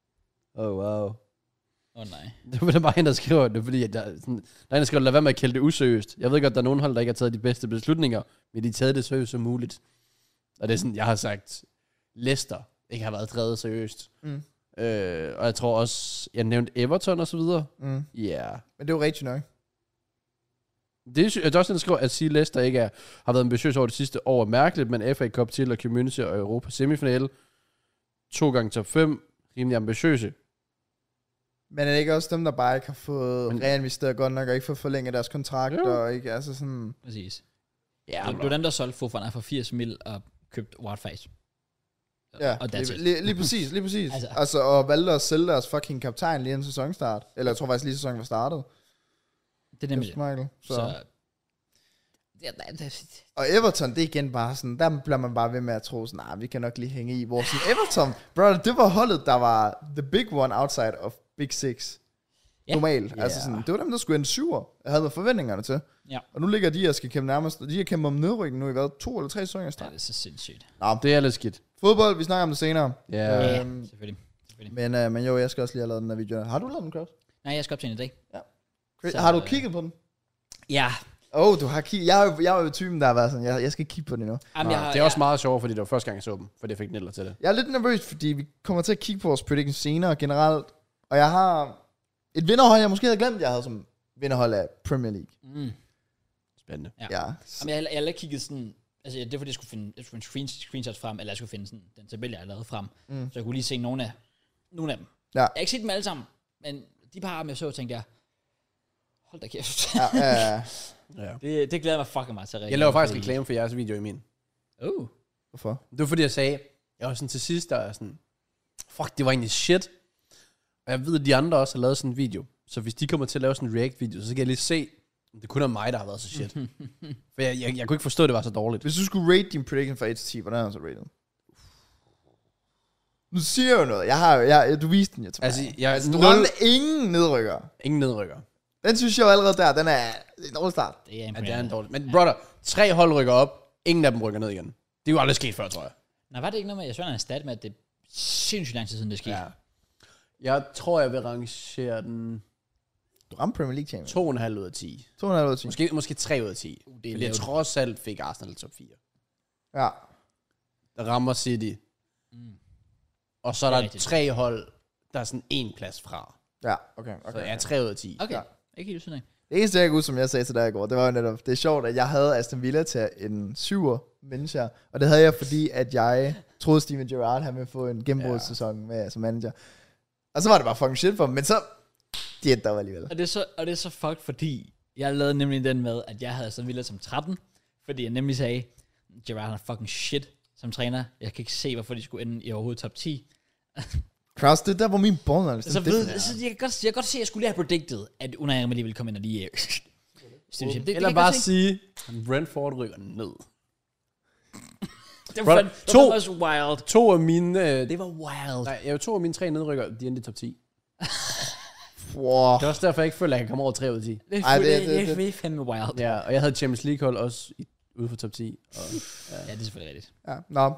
Oh, wow. Åh, oh, nej. Det var der bare en, der skriver det, fordi at der, sådan, der er en, der skriver, lad være med at kalde det useriøst. Jeg ved godt, der er nogen hold, der ikke har taget de bedste beslutninger, men de har taget det seriøst som muligt. Og det er sådan, jeg har sagt, Leicester ikke har været drevet seriøst. Mm. Øh, og jeg tror også, jeg nævnte Everton og så videre. Mm. Ja. Yeah. Men det er jo rigtigt nok. Det er, det er også den, der skriver, at sige, Leicester ikke er, har været ambitiøs over det sidste år er mærkeligt, men F A Cup til og Community og Europa semifinale. To gange top fem. Rimelig ambitiøse. Men er det ikke også dem, der bare ikke har fået Men- reinvesteret godt nok, og ikke fået forlænget deres kontrakt, Jo. og ikke, altså sådan... Præcis. Ja, Det var dem, der solgte Fofana for firs mil og købt Wildface. Ja, Og that's lige, it. lige, lige præcis, lige præcis. Altså. altså. altså, og valgte at sælge deres fucking kaptajn lige en sæsonstart. Eller jeg tror faktisk lige sæsonen var startet. Det er nemlig det. Michael. Så. Så... så. Ja, det, det, Og Everton, det er igen bare sådan, der bliver man bare ved med at tro sådan, nej, vi kan nok lige hænge i. Hvor sådan, Everton, bro, det var holdet, der var the big one outside of Big Six. Ja. Normalt. Ja. Altså sådan, det var dem, der skulle ende syver. Jeg havde med forventningerne til. Ja. Og nu ligger de og skal kæmpe nærmest, de har kæmpet om nedrykning nu i hvad, to eller tre sæsoner i ja, start. det er så sindssygt. Nå, det er lidt skidt. fodbold, vi snakker om det senere. Ja. Ja, Øhm, selvfølgelig. selvfølgelig. Men, øh, men jo, jeg skal også lige have lavet den her video. Har du lavet den, Kraus? Nej, jeg skal op til en i dag. Så- Har du kigget på den? Ja. Åh, oh, du har kigget. Jeg er jo, jeg er jo typen, der har været sådan, jeg, jeg skal kigge på den endnu. Jamen, jeg har, Det er også meget sjovere, fordi det var første gang, jeg så dem. Fordi jeg fik Neller til det. Jeg er lidt nervøs, fordi vi kommer til at kigge på vores predictions senere generelt. Og jeg har et vinderhold, jeg måske havde glemt, jeg havde som vinderhold af Premier League. Mm. Spændende. Ja. Ja. Jamen, jeg, har- jeg har ikke kigget sådan... Altså, det er fordi, jeg skulle finde, jeg skulle finde screen, screenshots frem, eller jeg skulle finde sådan, den tabel, jeg har lavet frem. Mm. Så jeg kunne lige se nogle af, nogle af dem. Ja. Jeg har ikke set dem alle sammen, men de par, jeg så, tænkte jeg, hold da kæft. Ja, ja, ja. Ja. det, det glæder mig fucking meget til at Jeg laver faktisk reklame for jeres video i min. Oh. Hvorfor? Det var fordi, jeg sagde, jeg var sådan til sidst, der er sådan, fuck, det var egentlig shit. Og jeg ved, at de andre også har lavet sådan en video. Så hvis de kommer til at lave sådan en react-video, så kan jeg lige se, om det kun er mig, der har været så shit. For jeg, jeg, jeg kunne ikke forstå, at det var så dårligt. Hvis du skulle rate din prediction fra et til ti, hvordan er den så rated? Nu siger jeg jo noget. Jeg har jo, jeg, du viste den jo til Altså, mig. jeg, Altså, du nul, ramte ingen nedrykker. ingen nedrykker. Den synes jeg jo allerede der, den er en dårlig start. Det er Ja, det er en imponerende. dårlig. Men brother, tre hold rykker op, ingen af dem rykker ned igen. Det er jo aldrig sket før, tror jeg. Nej, var det ikke noget med, jeg så en stat med, at det er sindssygt lang tid siden, det skete. Ja. Jeg tror, jeg vil rangere den Du ramte Premier League champion. to komma fem ud af ti. to komma fem ud af ti. Måske, måske tre ud af ti. Uh, det er Fordi jeg lavt. trods alt fik Arsenal top fire. Ja. Der rammer City. Mm. Og så er Det er der rigtigt. tre hold, der er sådan en plads fra. Ja, okay. Så okay. jeg er tre ud af ti. Okay, Ja. ikke helt usynlig. Det eneste, jeg kan huske, som jeg sagde til dig i går, det var jo netop, det er sjovt, at jeg havde Aston Villa til en syver mennesker, og det havde jeg, fordi at jeg troede, Steven Gerrard han ville få en gennembrudssæson med som manager. Og så var det bare fucking shit for ham, men så, de endte der alligevel. Og det er så, og det er så fucked, fordi jeg lavede nemlig den med, at jeg havde Aston Villa som tretten, fordi jeg nemlig sagde, Gerrard er fucking shit som træner. Jeg kan ikke se, hvorfor de skulle ende i overhovedet top ti. Kraus, det er der, hvor min born er. Altså, ved, altså, jeg, kan godt, jeg kan godt se, at jeg skulle lige have predicted, at Unai Emery ville komme ind og lige... Det, det, det, Eller det bare sige, Brentford rykker ned. Det Bro, var, fandme- to- det var også wild. To af mine... Øh, Det var wild. nej, jeg to af mine tre nedrykker, de endte i top ti. Wow. Det er også derfor, jeg ikke føler, at jeg kan komme over tre ud af ti. Det er, Ej, Ej, det- det, det- det, det- det, er fandme wild. Ja, og jeg havde Champions League hold også i, ude for top ti. Og, Ja, det er selvfølgelig rigtigt. Ja, nå.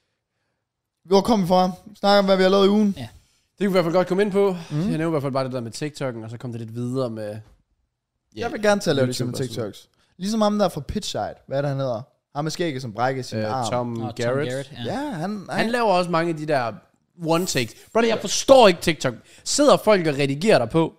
Hvor kom vi fra? Snak om, hvad vi har lavet i ugen. det kunne vi i hvert fald godt komme ind på. Mm. Jeg nævnte i hvert fald bare det der med TikTok'en, og så kom det lidt videre med... Yeah, Jeg vil gerne til at lave det YouTube som og sådan TikToks. Ligesom ham der fra Pitchside. Hvad er det, han hedder? Ham med skægget, som brækker sin øh, arm. Tom, Og Garrett. Tom Garrett. Ja. Ja, han... Han laver også mange af de der one takes. Brother, jeg forstår ikke TikTok. Sidder folk og redigerer der på?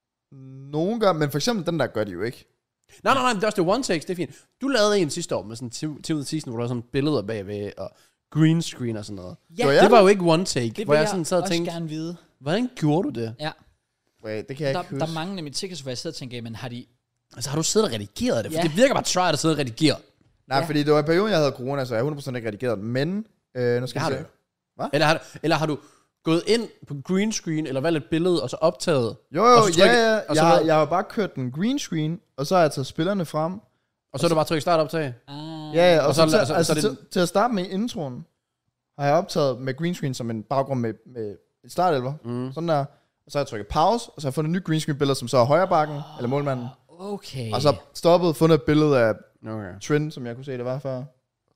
Nogen gør, men for eksempel den der gør de jo ikke. Nej, nej, nej, det er også det one takes, det er fint. Du lavede en sidste år med sådan til ud season, hvor der var sådan billeder bagved, og green screen og sådan noget. Ja, Gjorde jeg Det var jo ikke one take, det hvor vil jeg sådan sad og også tænkte, gerne vide. hvordan gjorde du det? Ja, Wait, det kan jeg der, ikke der huske. er mange af mine TikToks, hvor jeg sidder og tænker, men har de... Altså har du siddet og redigeret det? For Ja. det virker bare try at sidde og redigere. Nej, Ja. fordi det var i perioden, jeg havde corona, så jeg har hundrede procent ikke redigeret den. Men, øh, nu skal Det har vi du se. jo. Eller har, eller har du gået ind på green screen, eller valgt et billede, og så optaget, Jo, jo, Og så trykke- ja, ja. og så Jeg, har- hvad? jeg har bare kørt den green screen, og så har jeg taget spillerne frem. og så er du bare trykket start optag? Ah, Ja, ja, og, Og så, så- så, altså, altså, så er det- til, til at starte med introen, har jeg optaget med green screen som en baggrund med, med et startelver. Mm. Sådan der. Og så har jeg trykket pause, og så har jeg fundet en ny green screen billede, som så er højre bakken, eller målmanden. Okay. Og så stoppet, fundet et billede af Okay. Trent, som jeg kunne se, det var før.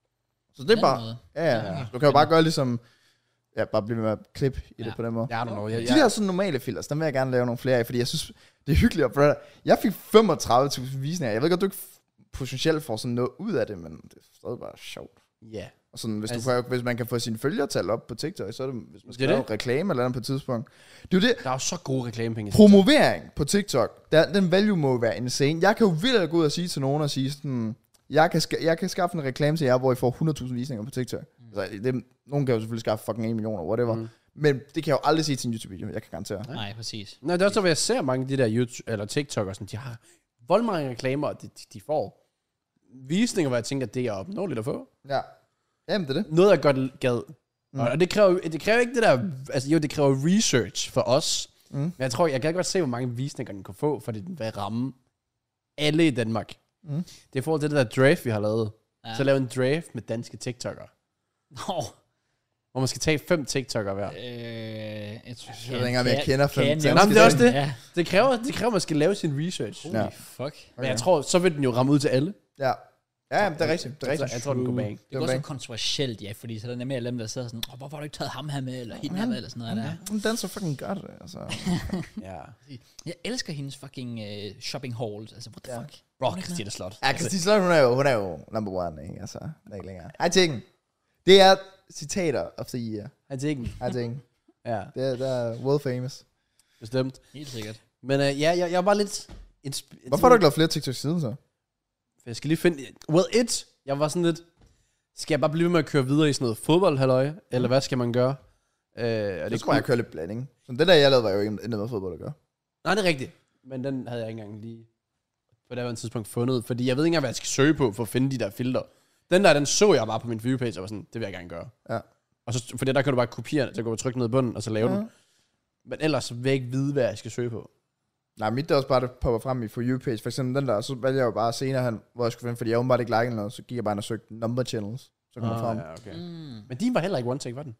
Så det er Den bare... måde. Ja, ja. Ja, okay. Du kan jo bare gøre ligesom... Ja, bare blive med at klippe i det Ja. på den måde. Jeg don't know. Jeg, De der sådan normale filters, dem vil jeg gerne lave nogle flere af, fordi jeg synes, det er hyggeligt. Brother. Jeg fik femogtredive tusind visninger. Jeg ved godt, du ikke f- potentielt får sådan noget ud af det, men det er stadig bare sjovt. ja. Og sådan, hvis, Altså- du får, hvis man kan få sine følgertal op på TikTok, så er det, hvis man skal Det er lave en reklame eller andet på et tidspunkt. Det er jo det. Der er jo så gode reklamepenge. Promovering på TikTok, der, den value må være insane. Jeg kan jo vildt gå ud og sige til nogen og sige sådan, jeg kan, ska- jeg kan skaffe en reklame til jer, hvor I får hundrede tusind visninger på TikTok. Mm. Altså, det, nogen kan jo selvfølgelig skaffe fucking en million eller whatever. Mm. Men det kan jeg jo aldrig sige til en YouTube-video, jeg kan garantere. Nej, præcis. Nej, det er også, hvor jeg ser mange af de der YouTube, eller TikTok og sådan, de har voldmange reklamer, og de, de, de får visninger, hvor jeg tænker, at det er opnåeligt at få. Ja. Jamen, det er det. Noget, jeg godt gad. Mm. Og det kræver, det kræver ikke det der, altså jo, det kræver research for os. Mm. Men jeg tror, jeg kan godt se, hvor mange visninger den kunne få, for det vil ramme alle i Danmark. Mm. Det er i forhold til det der draft, vi har lavet. Ja. Så lave en draft med danske TikTok'ere. Nå. Hvor man skal tage fem TikTok'ere hver. Øh, jeg, tror, Jeg ved ikke engang, om jeg kender fem jeg danske Nå, men det er også det. Ja. Det kræver, det kræver, at man skal lave sin research. Holy Ja. fuck. Okay. Men jeg tror, så vil den jo ramme ud til alle. Ja. Ja, jamen, det er rigtigt. Det er Altså, rigtigt. jeg tror, den går bag. Det er også kontroversielt, ja, fordi så er der nemlig alle dem, der sidder sådan, oh, hvorfor har du ikke taget ham her med, eller hende her med, eller sådan noget der. Hun danser fucking godt, altså. Ja. Jeg elsker hendes fucking uh, shopping hauls, altså what the Ja. fuck. Bro, Christina Slot. Ja, Christine Slot, hun er jo, hun er jo number one, ikke? Altså, det er ikke længere. Hej, Tingen. Det er citater of the year. Jeg tænker den. Hej, Tingen. Ja, Det er, det er world famous. bestemt. Helt sikkert. Men uh, ja, jeg, jeg var lidt... Insp- Hvorfor har du ikke lavet flere TikToks siden så? Jeg skal lige finde... Well, it. Jeg var sådan lidt... Skal jeg bare blive ved med at køre videre i sådan noget fodbold, eller hvad skal man gøre? Øh, og Det det tror jeg, jeg kører lidt blanding. Så det der, jeg lavede, var jo ikke noget med fodbold at gøre. Nej, det er rigtigt. Men den havde jeg ikke engang lige på det her tidspunkt fundet. Fordi jeg ved ikke engang, hvad jeg skal søge på for at finde de der filter. Den der, den så jeg bare på min viewpage og var sådan, det vil jeg gerne gøre. Ja. Og så, for det der kan du bare kopiere, så kan du trykke ned i bunden, og så lave Ja. den. Men ellers vil jeg ikke vide, hvad jeg skal søge på. Nej, mit det er også bare, det popper frem i For You-page. For eksempel den der, så valgte jeg jo bare senere, han, hvor jeg skulle finde, fordi jeg åbenbart ikke like noget, så gik jeg bare ind og søgte number channels. Så kom ah, frem. ja, okay. Mm. Men din var heller ikke one take, var den?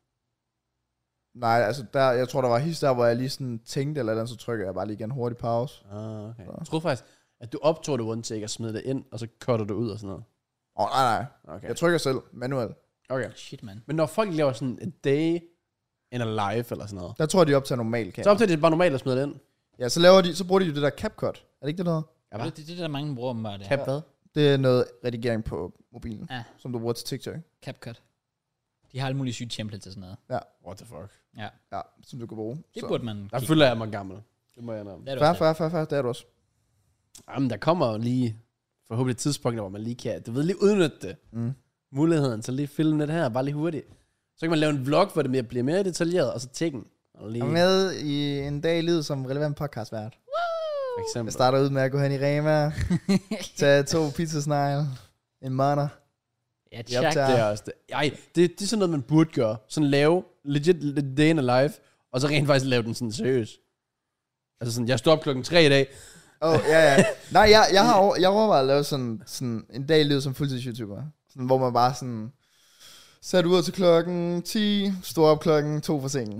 Nej, altså der, jeg tror, der var his der, hvor jeg lige sådan tænkte, eller andet, så trykker jeg bare lige igen hurtig pause. Ah, okay. Jeg troede faktisk, at du optog det one take og smed det ind, og så cutter det ud og sådan noget. Åh, oh, nej, nej. Okay. Jeg trykker selv, manuelt. Okay. Shit, man. Men når folk laver sådan et day in a life eller sådan noget, Der tror jeg, de optager normal så kamera. optager det bare normalt at smide det ind. Ja, så, laver de, så bruger de jo det der CapCut. Er det ikke det, der hedder? Ja, Det, hvad? det, det, der mange bruger bare det. Cap hvad? Det er noget redigering på mobilen, Ja. som du bruger til TikTok. CapCut. De har alle mulige syge templates og sådan noget. What the fuck? Ja, Ja, som du kan bruge. det Så. burde man Der kigge. føler jeg mig gammel. Det må jeg indrømme. Det er du Fær, også. fær, fær, fær, det er du også. Jamen, der kommer jo lige forhåbentlig et tidspunkt, hvor man lige kan, du ved, lige udnytte det. Mm. Muligheden, så lige filme det her, bare lige hurtigt. Så kan man lave en vlog, hvor det mere, bliver mere detaljeret, og så tækken. Og lige, Jeg er med i en dag i livet som relevant podcastvært. for eksempel. Jeg starter ud med at gå hen i Rema, tage to pizzasnegle, en måneder. Ja, Jeg check. optager- Det er også det. Ej, det, det er sådan noget, man burde gøre. Sådan lave legit day in a life, Og så rent faktisk lave den sådan seriøs. Altså sådan, jeg står op klokken tre i dag. Åh, oh, ja, ja. Nej, jeg, jeg har over, jeg overvejet at lave sådan, sådan en dag i livet som fuldtids-YouTuber. Sådan, hvor man bare sådan... Sat ud til klokken ti, stod op klokken to for sengen.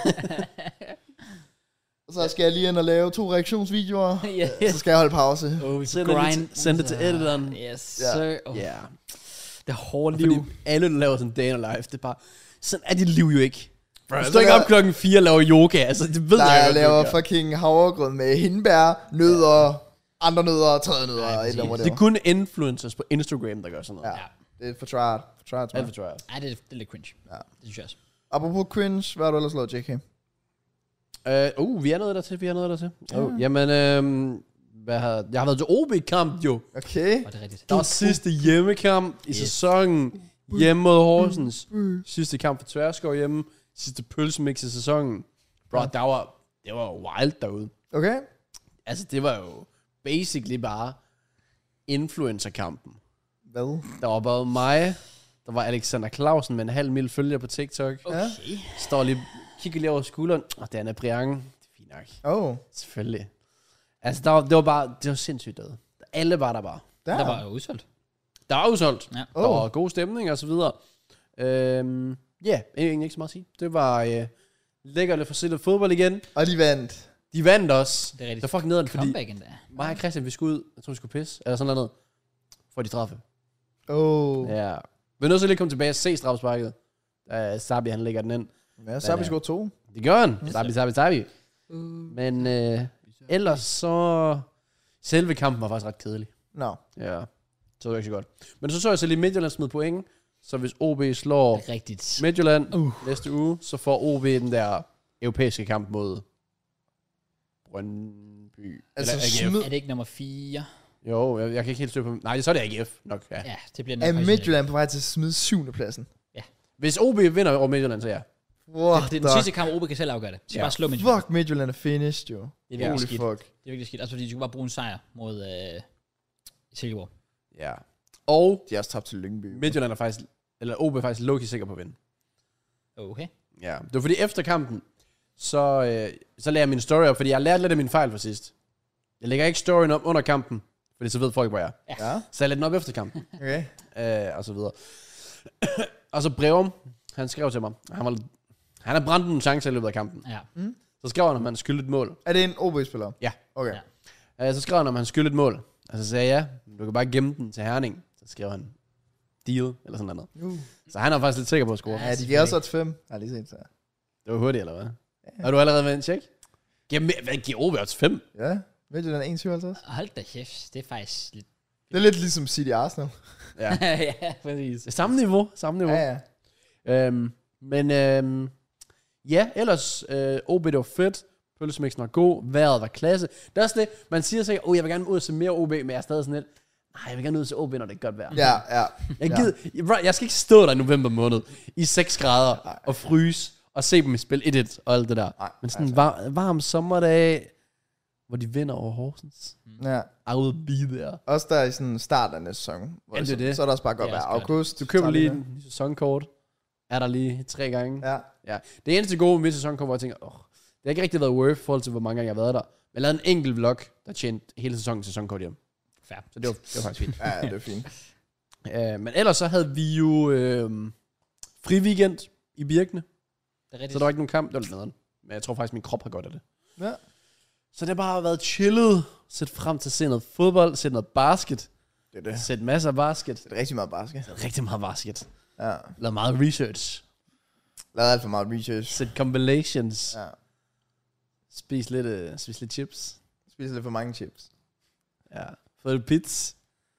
Og så skal jeg lige ind og lave to reaktionsvideoer. yes. Så skal jeg holde pause. Oh, Send det, grind. til, send det til editoren. Yes, Ja. sir. Oh. Ja. Det hårde Fordi liv. alle, der laver sådan day in life, det er bare... Sådan er dit liv jo ikke. Du så står ikke der- op klokken fire og laver yoga. Altså, det ved Nej, jeg jeg godt, du laver gør. fucking havregrød med hindbær, nødder, andre nødder, tredje nødder. Nej, og et eller andet, Det er kun influencers på Instagram, der gør sådan noget. Ja, Ja. det er for tryhard. For tryhard, tror Alt jeg. for trial. Ej, det, er- det er lidt cringe. Ja. Det synes jeg også. Apropos cringe, hvad har du ellers lavet, J K? Uh, uh, vi er noget der til, vi er noget der til. Oh, jamen, øhm, hvad har, jeg har været til O B-kamp jo. Okay. Og det er rigtigt. Der var sidste hjemmekamp i Yes. sæsonen. Hjemme mod Horsens. Sidste kamp for Tverskov hjemme. Sidste pølsemix i sæsonen. Bro, der var, det var wild derude. Okay. Altså, det var jo basically bare influencer-kampen. Hvad? Der var både mig, der var Alexander Clausen med en halv mil følger på TikTok. Okay. Står lige, kigger lige over skulderen. Og det er Anna Briang. Det er fint nok. Oh. Selvfølgelig. Altså, der var, det var bare, det var sindssygt derude. Alle var der bare. Der. Der var jo udsolgt. Der var udsolgt. Ja. Der Oh. var god stemning og så videre. Øhm, ja, yeah, egentlig ikke så meget at sige. Det var øh, lækkert at få set lidt fodbold igen. Og de vandt. De vandt også. Det er rigtigt. Det var fucking nederen, fordi Comeback endda. mig og Christian, vi skulle ud. Jeg tror, vi skulle pisse. Eller sådan noget. For de straffe. Oh. Ja. Vi er nødt til lige at komme tilbage og se straffesparket. Uh, Sabi, han lægger den ind. Ja, så har vi Men, scoret to. Det gør han. Sabi, Sabi, Sabi. Men øh, ellers så... Selve kampen var faktisk ret kedelig. Nå. Ja. Så var det ikke så godt. Men så så jeg så lige Midtjylland smide point. Så hvis O B slår Det er rigtigt. Midtjylland Uh. næste uge, så får O B den der europæiske kamp mod Brøndby. Altså, Eller A G F. smid- Er det ikke nummer fire? Jo, jeg, jeg kan ikke helt styre på... Nej, så er det A G F nok, ja. Ja, det bliver Er nok Midtjylland på vej til at smide syvende pladsen? Hvis O B vinder over Midtjylland, så ja. What Det, det er den the- sidste kamp, O B kan selv afgøre det. De skal Ja. bare slå Midtjylland. Fuck, Midtjylland er finished, jo. Det er Ja. virkelig Holy skidt. fuck. Det er virkelig skidt. Altså, fordi de skulle bare bruge en sejr mod øh, Silkeborg. Ja. Og De har også tabt til Lyngby. Midtjylland er faktisk... Eller O B er faktisk low-key sikker på at vinde. Okay. Ja. Det var fordi efter kampen, så, øh, så lagde jeg min story op, fordi jeg har lært lidt af min fejl fra sidst. Jeg lægger ikke storyen op under kampen, fordi så ved folk, hvor jeg er. Ja, Så jeg lagde den op efter kampen. okay. øh, og så videre. Og så Breum, han skrev til mig. Han, var, han har brændt en chance i løbet af kampen. Ja. Så skrev han, om han skyldte et mål. Er det en O B-spiller? Ja. Okay. Ja. Øh, så skrev han, om han skyldte et mål. Og så sagde jeg, ja, du kan bare gemme den til Herning. Så skrev han, deal, eller sådan noget. Uh. Så han er faktisk lidt sikker på at score. Ja, Ja, de giver også odds fem. Jeg har lige set så. Det var hurtigt, eller hvad? Ja. Er du allerede med en check? Giver, hvad giver O B odds fem? Ja, Midtjylland er en komma syvoghalvtreds. Hold da kæft, det er faktisk lidt... Det er lidt ligesom City Arsenal. Ja. ja, præcis. Samme niveau, samme niveau. Ja, ja. Øhm, men øhm, ja, ellers øh, O B det var fedt. Pølsemixen var god. Vejret var klasse. Det er også det, man siger sikkert, oh, jeg vil gerne ud og se mere O B, men jeg er stadig sådan lidt, nej, jeg vil gerne ud og se O B, når det er godt vejr. Ja, ja. Jeg, gider, bro, jeg skal ikke stå der i november måned i seks grader Nej. og fryse og se dem i spil et et og alt det der. Nej, Men sådan en altså. var, varm sommerdag, hvor de vinder over Horsens. Ja. I will be there. Også der i sådan starten af næste sæson. Hvor Jamen, det, det er det. Så er der også bare godt Det er være også godt. august. Du køber tager lige det en ny sæsonkort. Er der lige tre gange. der. Ja. Ja. Det eneste gode med sæsonkort, hvor jeg tænker, åh, det har ikke rigtig været worth i forhold til, hvor mange gange jeg har været der. Men jeg lavede en enkelt vlog, der tjente hele sæsonen sæsonkort hjem. Fair. Så det var, det var faktisk fint. Ja, det er fint. uh, men ellers så havde vi jo øh, fri weekend i Birkene. Det er rigtigt. Så der var ikke nogen kamp. Det var lidt nederen. Men jeg tror faktisk, min krop har godt af det. Ja. Så det har bare været chillet. Sæt frem til at se noget fodbold. Sæt noget basket. Det er det. Sæt masser af basket. Det er rigtig meget basket. Sæt rigtig meget basket. Ja. Lavet meget research. Lavet alt for meget research. Sæt compilations. Ja. Spis lidt, uh, spis lidt chips. Spiser lidt for mange chips. Ja. Få lidt pizza.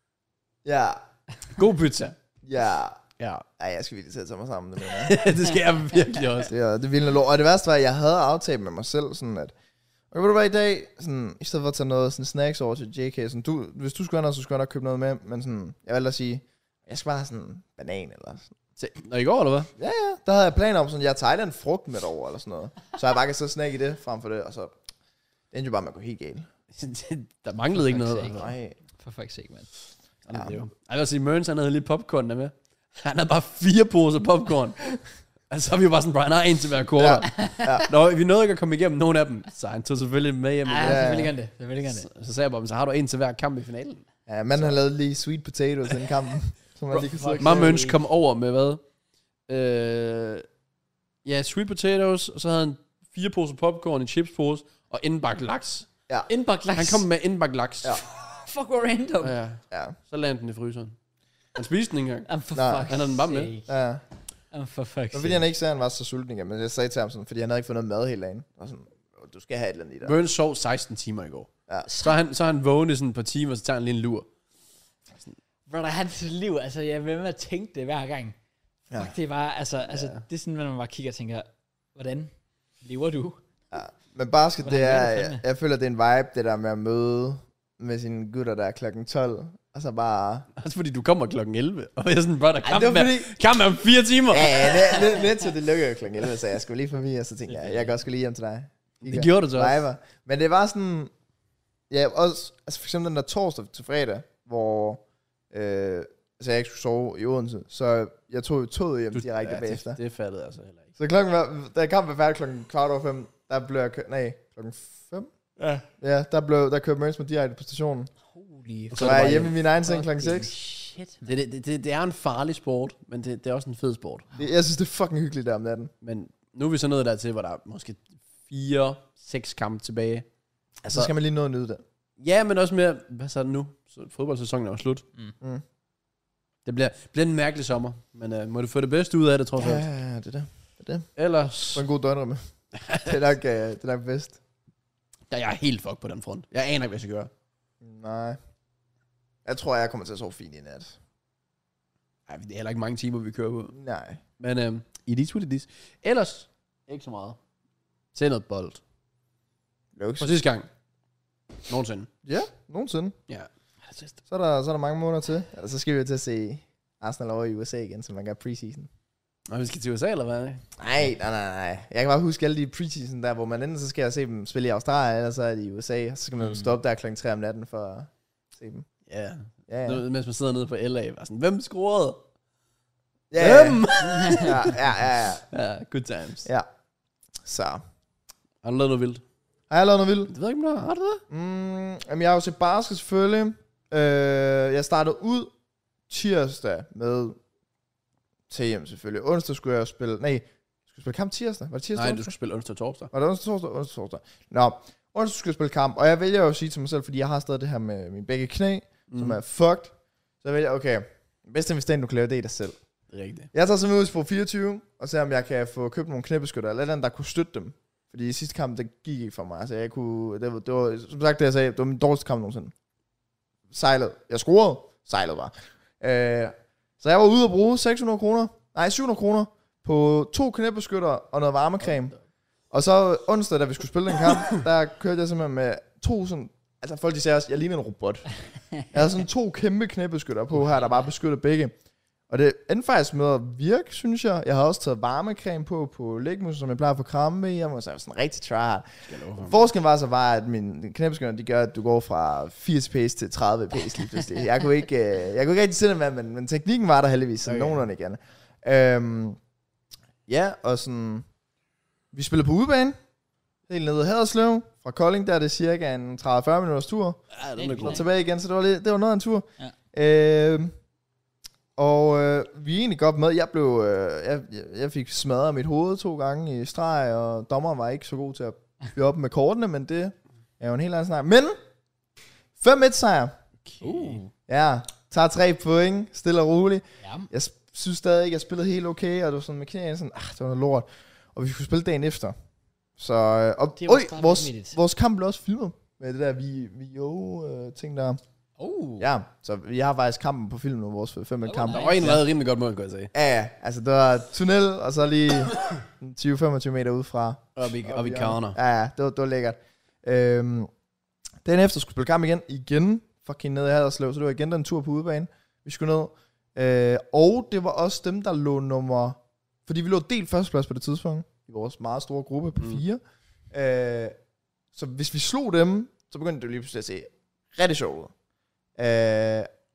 Ja. God pizza. Ja. Ja. Ej, jeg skal virkelig til at tage mig sammen. Det, mener jeg. Det skal jeg virkelig også. det, er, det ville lort. Og det værste var, at jeg havde aftalt med mig selv, sådan at, okay, ved du hvad, i dag, sådan, i stedet for at tage noget sådan snacks over til J K, sådan, du, hvis du skulle have noget, så skulle jeg nok købe noget med, men sådan, jeg valgte at sige, jeg skal bare have sådan en banan eller sådan. Så, når I går, eller hvad? Ja, ja, der havde jeg planer om sådan, jeg tager en frugt med over eller sådan noget. Så jeg bare kan så snakke i det, frem for det, og så, det endte jo bare med at gå helt galt. Der manglede ikke noget. Fuck's Altså. Nej. For fuck's sake, man. Sådan er det jo. Jeg vil sige, Mørns, han havde lige popcorn der med. Han havde bare fire poser popcorn. Altså, så er vi jo bare sådan, Brian har en til hver quarter. Ja. Ja. Nå, vi nåede ikke at komme igennem nogen af dem, så han tog selvfølgelig med hjem. Ja, igen. ja, selvfølgelig kan det. Selvfølgelig kan det. Så, så sagde jeg bare, så har du en til hver kamp i finalen. Ja, manden har lavet lige sweet potatoes i den kampen. Som man lige kan sidde og Meget klage. Møns kom over med hvad? Øh, ja, sweet potatoes, og så havde han fire poser popcorn, en chipspose, og indbagt laks. Ja. Indbagt laks. Han kom med indbagt laks. Ja. Fuck, hvor random. Ja. Ja. Så landede den i fryseren. Han spiste den ikke engang. I'm for Nej. fuck's Han havde den bare med. sake. Ja. I'm for fuck's Men sake. fordi han ikke sagde, at han var så sulten igen, men jeg sagde til ham sådan, fordi han havde ikke fået noget mad hele dagen. Og sådan, du skal have et eller andet i dig. Burns sov seksten timer i går. Ja. Så er han, så er han vågnet sådan et par timer, så tager han lige en lur. Brother, hans liv, altså jeg vil med at tænke det hver gang. Fuck, Ja. det var, altså, altså Ja. det er sådan, når man bare kigger og tænker, hvordan lever du? Ja. Men basket, Hvordan det gør er, du jeg, fandme? jeg føler, det er en vibe, det der med at møde med sine gutter der klokken tolv. Og så bare... Også fordi du kommer klokken elleve. Og jeg er sådan, brother, Ej, kamp det var med, fordi- kamp med om fire timer. Ja, ja, net- net- netto, det lukker jo klokken elleve, så jeg skulle lige forbi, og så tænkte jeg, jeg kan også gå lige hjem til dig. Det gjorde du så også. Viber. Men det var sådan... Ja, også... Altså for eksempel den der torsdag til fredag, hvor... Øh, altså jeg ikke skulle sove i Odense, så jeg tog jo toget hjem Du, direkte ja, bagefter. det, det fattede jeg altså heller ikke. Så klokken var... Da kampen var færdig klokken kvart over fem, der blev jeg kørt... Nej, klokken fem? Ja. Ja, der, blev, der kørte Mørns med direkte på stationen. Holy Så Så var er det jeg bare hjemme i min egen seng klokken fucking seks. shit, man. Det, det, det, det er en farlig sport, men det, det er også en fed sport. Jeg synes, det er fucking hyggeligt der om natten. Men nu er vi så nået dertil, hvor der er måske fire, seks kampe tilbage. Altså, så skal man lige nå at nyde det. Ja, men også mere, hvad så er det nu? Så fodboldsæsonen er jo slut. Mm. Det bliver, bliver en mærkelig sommer, men uh, må du få det bedste ud af det, trods Ja, alt. ja, det er det. Det er det. Ellers, For en god døgnrymme. det, er nok, uh, det er nok bedst. der er jeg helt fucked på den front. Jeg aner ikke, hvad jeg skal gøre. Nej. Jeg tror, jeg kommer til at sove fint i nat. Ej, det er heller ikke mange timer, vi kører på. Nej. Men um, it is what it is. Ellers, ikke så meget. Til noget bold. Luksus. For sidste gang. Nogensinde. Ja, nogensinde. Ja. Så er, der, så er der mange måneder til. Eller så skal vi jo til at se Arsenal over i U S A igen, så man gør preseason. Og vi skal til U S A, eller hvad? Nej, nej, nej, nej. Jeg kan bare huske alle de preseason der, hvor man enten så skal jeg se dem spille i Australien, eller så er de i U S A, og så skal man Mm. stå op der klokken tre om natten for at se dem. Ja. Ja, ja. Nu, mens man sidder nede på L A, var sådan, hvem scorede? Ja, Hvem? ja, ja, ja, ja. Ja, good times. ja. Så. Har du lavet noget vildt? Har jeg lavet noget vildt? Det ved jeg ikke, om du har. Har du det? Mm, jamen, jeg har jo set basket selvfølgelig. Øh, jeg startede ud tirsdag med T M selvfølgelig. Onsdag skulle jeg jo spille... Nej, skulle jeg spille kamp tirsdag? Var det tirsdag? Nej, onsdag? du skal spille onsdag og torsdag. Var det onsdag, torsdag? Onsdag, torsdag. Nå, onsdag skulle jeg spille kamp, og jeg vælger jo at sige til mig selv, fordi jeg har stadig det her med mine begge knæ, mm. som er fucked. Så jeg vælger, okay, den bedste investering, du kan lave, det er dig selv. Det er rigtigt. Jeg tager simpelthen ud på fireogtyve, og ser om jeg kan få købt nogle knæbeskytter, eller et eller andet, der kunne støtte dem. Fordi i sidste kamp, det gik ikke for mig. Altså, jeg kunne... Det var, det var som sagt, det jeg sagde, det var min dårligste kamp nogensinde. Sejlede. Jeg scorede. Sejlede bare. Øh, så jeg var ude at bruge seks hundrede kroner. Nej, syv hundrede kroner. På to knæbeskytter og noget varmecreme. Og så onsdag, da vi skulle spille den kamp, der kørte jeg simpelthen med to sådan... Altså folk de sagde også, jeg ligner en robot. Jeg havde sådan to kæmpe knæbeskytter på her, der bare beskyttede begge. Og det endte faktisk med at virke, synes jeg. Jeg har også taget varmecreme på på lægmus, som jeg plejer at få kramme i. Jeg var sådan rigtig tryhard. Forskellen var så bare, at mine knæbeskytter, de gør, at du går fra firs pace til tredive pace lige pludselig. Jeg kunne ikke, øh, jeg kunne ikke rigtig se det med, men, men teknikken var der heldigvis, så okay. Nogenlunde igen. Øhm, ja, og sådan... Vi spillede på udebane. Helt nede i Haderslev. Fra Kolding, der er det cirka en tredive til fyrre minutters tur. Ja, det er Og god. tilbage igen, så det var, lidt, det var noget af en tur. Ja. Øhm, og øh, vi er egentlig godt med. Jeg blev, øh, jeg, jeg fik smadret mit hoved to gange i streg, og dommeren var ikke så god til at blive op med kortene, men det er jo en helt anden snak. Men fem et sejr. Uh. Ja, tager tre point, stille og roligt. Ja. Jeg synes stadig ikke, jeg spillede helt okay, og det var sådan med knæene sådan, ah, det var noget lort. Og vi skulle spille dagen efter. Så, øh, og, Det var øj, også vores, vanvittigt. vores kamp blev også filmet med det der vi, vi jo øh, ting der. Oh. Ja, så vi har faktisk kampen på film nu, vores fem et kamp. nice. Der var en, der havde rimelig godt mål, kan jeg sige. Ja, ja, altså det var tunnel, og så lige tyve til femogtyve meter udefra. Op i, op i corner. Ja, ja, det var, det var lækkert. Øhm, den efter skulle spille kamp igen, igen, fucking ned i Haderslev, så det var igen den tur på udebane, vi skulle ned. Øh, og det var også dem, der lå nummer, fordi vi lå delt førsteplads på det tidspunkt, i vores meget store gruppe på Mm. fire. Øh, så hvis vi slog dem, så begyndte det lige pludselig at se rigtig sjovt ud. Øh,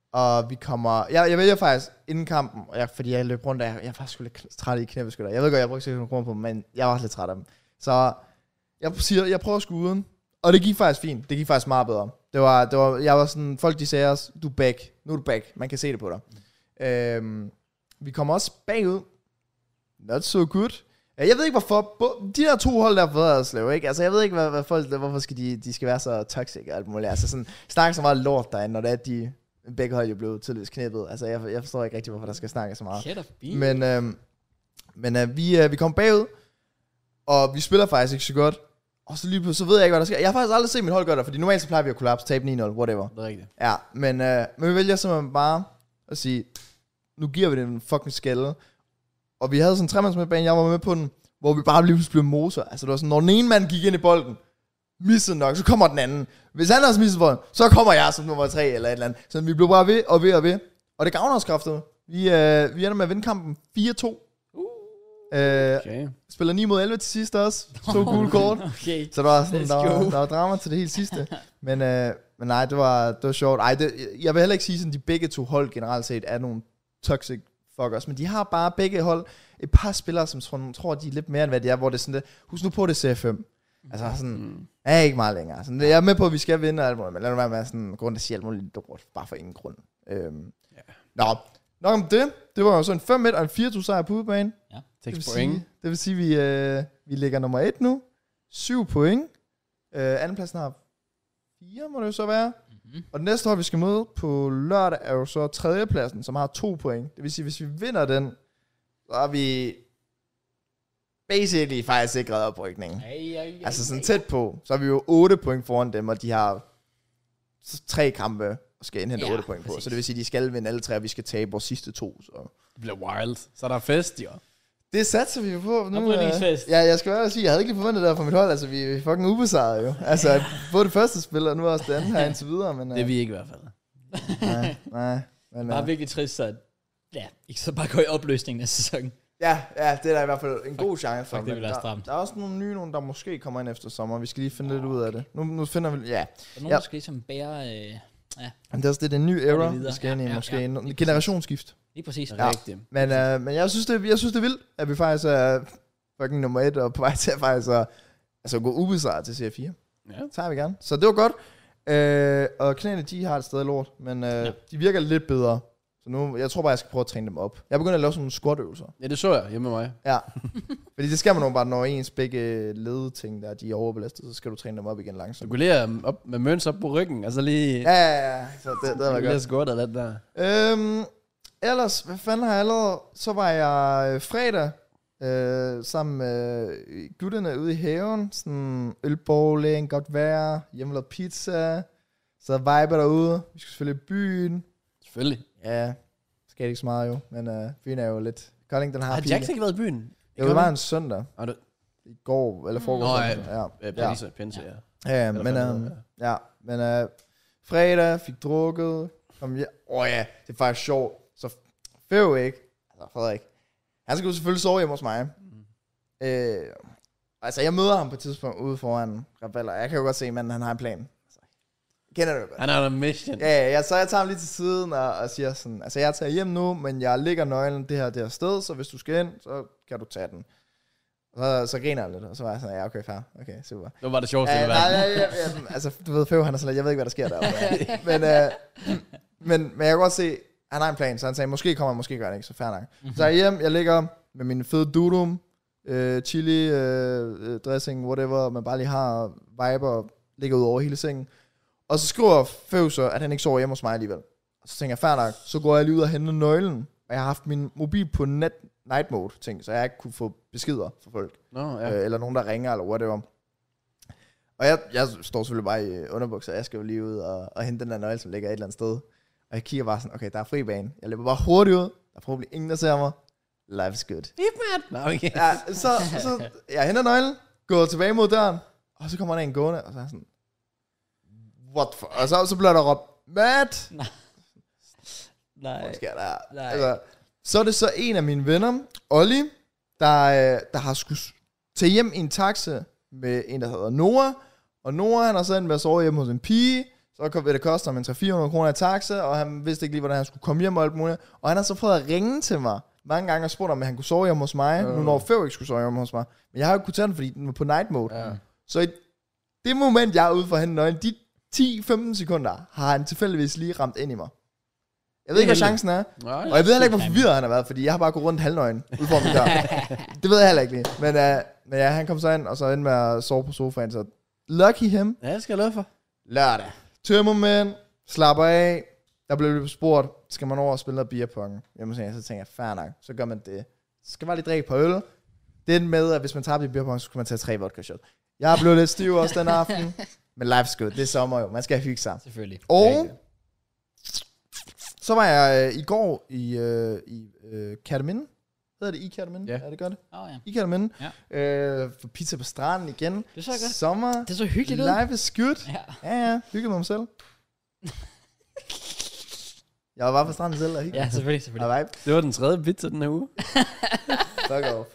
Og vi kommer... Jeg, jeg vælger faktisk inden kampen, og jeg, fordi jeg løb rundt, og jeg, jeg er faktisk lidt træt i knæbeskytter. Jeg ved godt, jeg brugte sikkert nogle på dem, men jeg var også lidt træt af dem. Så jeg siger, jeg prøver at skyde uden. Og det gik faktisk fint. Det gik faktisk meget bedre. Det var, det var, jeg var sådan... Folk de sagde også, du er back. Nu er du back. Man kan se det på dig. Mm. Øhm, vi kommer også bagud. Not so good. Jeg ved ikke hvorfor. De der to hold der har fået at slave, ikke? Altså jeg ved ikke, hvad, hvad folk... Hvorfor skal de, de skal være så toxic og alt muligt. Altså sådan... Snakke så meget lort derinde, når det er, de... Begge hold jo blev tydeligvis knæppet. Altså, jeg, jeg forstår ikke rigtig, hvorfor der skal snakke så meget. Men, øhm, men øh, vi, øh, vi kom bagud, og vi spiller faktisk ikke så godt. Og så lige pludselig, så ved jeg ikke, hvad der sker. Jeg har faktisk aldrig set mit hold gøre det, fordi normalt så plejer vi at kollapse, tabe ni nul, whatever. Det er rigtigt. Ja, men, øh, men vi vælger simpelthen bare at sige, nu giver vi den en fucking skalle. Og vi havde sådan en tremandsmidtbane, jeg var med på den, hvor vi bare lige pludselig blev moser. Altså det var sådan, når den ene mand gik ind i bolden, missede nok, så kommer den anden. Hvis han også misset bolden, så kommer jeg som nummer tre eller et eller andet. Så vi blev bare ved og ved og ved. Og det gavner os kraftigt. Vi, øh, vi ender med at vinde kampen fire to. Uh. Øh, okay. Spiller ni mod elleve til sidst også. Så gule kort. Okay. Så der var, sådan, der, var, der var drama til det helt sidste. Men, øh, men nej, det var, det var sjovt. Ej, det, jeg vil heller ikke sige, at de begge to hold generelt set er nogle toxic fuckers. Men de har bare begge hold et par spillere, som tror, tror de er lidt mere end hvad de er. Hvor det er sådan det. Husk nu på det C F M. Altså sådan, mm. er ikke meget længere. Sådan, jeg er med på, at vi skal vinde og alt muligt, men lad nu være med sådan grund, der siger alt muligt lort, bare for ingen grund. Øhm. Yeah. Nå, nok om det. Det var jo så en fem et og en fire to sejr på udebane. Ja, det vil sige, det vil sige, at vi, øh, vi ligger nummer et nu. syv point. Øh, andenpladsen har fire, må det jo så være. Mm-hmm. Og det næste hold, vi skal møde på lørdag, er jo så tredjepladsen, som har to point. Det vil sige, hvis vi vinder den, så er vi... basically faktisk sikret oprykningen. Ej, ej, ej, altså sådan tæt på. Så er vi jo otte point foran dem, og de har tre kampe og skal indhente ja, otte point på. Præcis. Så det vil sige, at de skal vinde alle tre, og vi skal tabe vores sidste to. Så. Det bliver wild. Så er der fest, jo. Det satser vi jo på. Nu, uh, ja, jeg skal være at sige, jeg havde ikke lige forventet det der fra mit hold. Altså, vi er fucking ubesejret jo. Altså, både det første spil, og nu også det andet her indtil videre. Men, uh, det er vi ikke i hvert fald. nej, nej. Men, uh, bare virkelig trist, så ja, ikke så bare gå i opløsning næste sæson. Ja, ja, det er der i hvert fald en god chance for. Fuck, det vil være stramt. Der, der er også nogle nye, nogle, der måske kommer ind efter sommer. Vi skal lige finde oh, lidt ud af det. Nu, nu finder vi... Ja. Der er nogen, ja. der skal ligesom bære... Øh, ja. Men det er også det, det er en ny era, vi skal ind i. Ja, måske ja, en generationsskift. Lige præcis. Ja. Rigtigt. Men, øh, men jeg synes, det, jeg synes, det er vildt, at vi faktisk er fucking nummer et, og på vej til at faktisk at, altså, gå ubesejret til C F fire. Ja. Det tager vi gerne. Så det var godt. Øh, og knæene, de har et sted lort, men øh, ja. de virker lidt bedre. Så nu, jeg tror bare, jeg skal prøve at træne dem op. Jeg begynder at lave sådan nogle squat-øvelser. Ja, det så jeg hjemme med mig. Ja. Fordi det skal man jo bare, når ens begge ledeting, der de er overbelastet, så skal du træne dem op igen langsomt. Du kan lige op med møns op på ryggen, altså lige... Ja, ja, ja. Så det, det var godt. Det squat eller det der. Øhm, ellers, hvad fanden har jeg allerede? Så var jeg øh, fredag øh, sammen med øh, gutterne ude i haven. Sådan ølbowling, godt vejr, hjemmelavet pizza. Så vibe derude. Vi skal selvfølgelig i byen. Selvfølgelig. Ja, skal ikke så meget jo, men uh, byen er jo lidt... Kolding, den har... Har Jax ikke været i byen? Jo, det var en søndag. Ah, du... I går, eller forgår. Nå, ja. Ja, pinse, ja. Pinse, ja. Ja, men, um, ja, men uh, fredag fik drukket. Kom hjem. Åh oh, ja, det er faktisk sjovt. Så Føv ikke, altså Frederik, han skal jo selvfølgelig sove hjemme hos mig. Mm. Øh, altså, jeg møder ham på et tidspunkt ude foran Raballer. Jeg kan jo godt se, at han har en plan. Kender du godt? Han har en mission. Ja, ja, så jeg tager ham lige til siden og, og siger sådan, altså jeg tager hjem nu, men jeg lægger nøglen det her, det her sted, så hvis du skal ind, så kan du tage den. Og så, så griner han lidt, og så var jeg sådan, ja okay, fair, okay, super. Det var det sjoveste, ja, det var. Nej, ja, ja, ja, altså du ved, Føv, han er sådan, jeg ved ikke, hvad der sker der. men, øh, men, men jeg kan godt se, han har en plan, så han sagde, måske kommer han, måske gør han ikke, så fair nok. Mm-hmm. Så jeg hjem, jeg ligger med min fede dudum, øh, chili, øh, dressing, whatever, man bare lige har, viber, ligger ud over hele sengen. Og så skriver Føv så, at han ikke sover hjemme hos mig alligevel. Og så tænker jeg, fair nok, så går jeg lige ud og henter nøglen. Og jeg har haft min mobil på net, night mode, ting, så jeg ikke kunne få beskeder fra folk. Nå, ja. øh, eller nogen, der ringer, eller whatever. Og jeg, jeg står selvfølgelig bare i underbukser, jeg skal jo lige ud og, og hente den der nøgle, som ligger et eller andet sted. Og jeg kigger bare sådan, okay, der er fri bane. Jeg løber bare hurtigt ud. Der er forhåbentlig ingen, der ser mig. Life is good. Nå, okay. Ja, så, så jeg henter nøglen, går tilbage mod døren, og så kommer der en gående, og så er jeg sådan, what for? Og så, så bliver der råbt, Matt! Nej. Nej. Hvad sker der? Nej. Altså, så er det så en af mine venner, Olli, der, der har skulle tage hjem i en taxa med en, der hedder Noah. Og Noah, han har så endt med at sove hjemme hos en pige, Så kom det koster ham en tre hundrede til fire hundrede kroner i taxa, og han vidste ikke lige, hvordan han skulle komme hjem og alt muligt. Og han har så prøvet at ringe til mig mange gange og spurgt om, at han kunne sove hjemme hos mig, uh. nu når Føv ikke skulle sove hjemme hos mig. Men jeg har jo ikke kunnet tage den, fordi den var på night mode. Ja. Så i det moment, jeg er ude for hende nøgen, de ti til femten sekunder, har han tilfældigvis lige ramt ind i mig. Jeg ved ikke, hvad chancen er. Nej. Og jeg ved heller ikke, hvor forvirret han har været, fordi jeg har bare gået rundt halvnøgen ude for min dør. Det ved jeg heller ikke lige. Men, uh, men ja, han kom så ind, og så endte med at sove på sofaen, så lucky him. Ja, det skal jeg love for. Lørdag. Tømmermænd, slapper af. Der blev lidt spurgt, skal man over og spille noget beerpong? Jamen, så tænker jeg, fair nok, så gør man det. Så skal bare lige drikke på øl. Det med, at hvis man tabte i beerpong, så skulle man tage tre vodka shot. Jeg er blevet lidt stiv også den aften. Men life's good, det er sommer jo, man skal hygge sig. Selvfølgelig. Og så var jeg øh, i går i, øh, i øh, Kerteminde. Hedder det i Kerteminde? Ja. Ja, det gør det. Oh, ja. I Kerteminde. Ja. Øh, for pizza på stranden igen. Det er så godt. Sommer. Det er så hyggeligt ud. Life is good. Ja, ja, ja hygge med mig selv. Jeg var bare på stranden selv og hygge. Ja, selvfølgelig, selvfølgelig. Vibe. Det var den tredje pizza den her uge. Fuck off.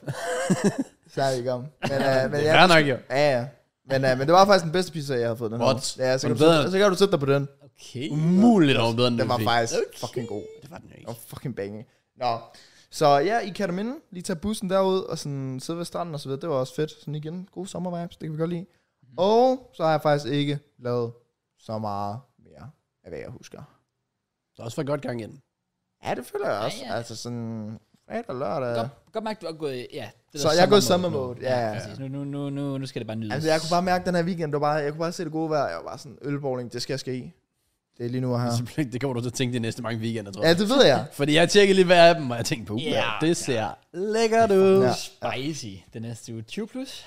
Så er vi i gang. Men, uh, men, det er nok jo. Ja, ja. Men, uh, men det var faktisk den bedste pizza, jeg har fået den her. What? Ja, så kan, du sætte, så kan du sætte dig på den. Okay. Umuligt over bedre end den var fik. faktisk Okay. fucking god. Det var den jo ikke. Og fucking banging. Nå. Så ja, i Kerteminde, lige tage bussen derud og sådan sidde ved stranden og så videre. Det var også fedt. Sådan igen, gode sommervibes, det kan vi godt lide. Mm. Og så har jeg faktisk ikke lavet så meget mere af hvad jeg husker. Så også for godt gang ind. Ja, det føler jeg også. Ja, ja. Altså sådan fredag og lørdag. Godt, godt mærke, du har gået, ja. Det Så der jeg er gået summer summer mode mode, ja, ja. Præcis. Nu, nu, nu, nu, nu skal det bare nydes. Altså jeg kunne bare mærke den her weekend, det var bare, jeg kunne bare se det gode vejr. Jeg var bare sådan, ølbowling, det skal jeg ske i. Det er lige nu her. Det kommer du til at tænke de næste mange weekender, tror Ja, jeg. det ved jeg. Fordi jeg tjekkede lige hver af dem, og jeg tænkte på, Ja, yeah, det ser ja. lækkert ud. Ja. Spicy. Den næste uge tyve plus.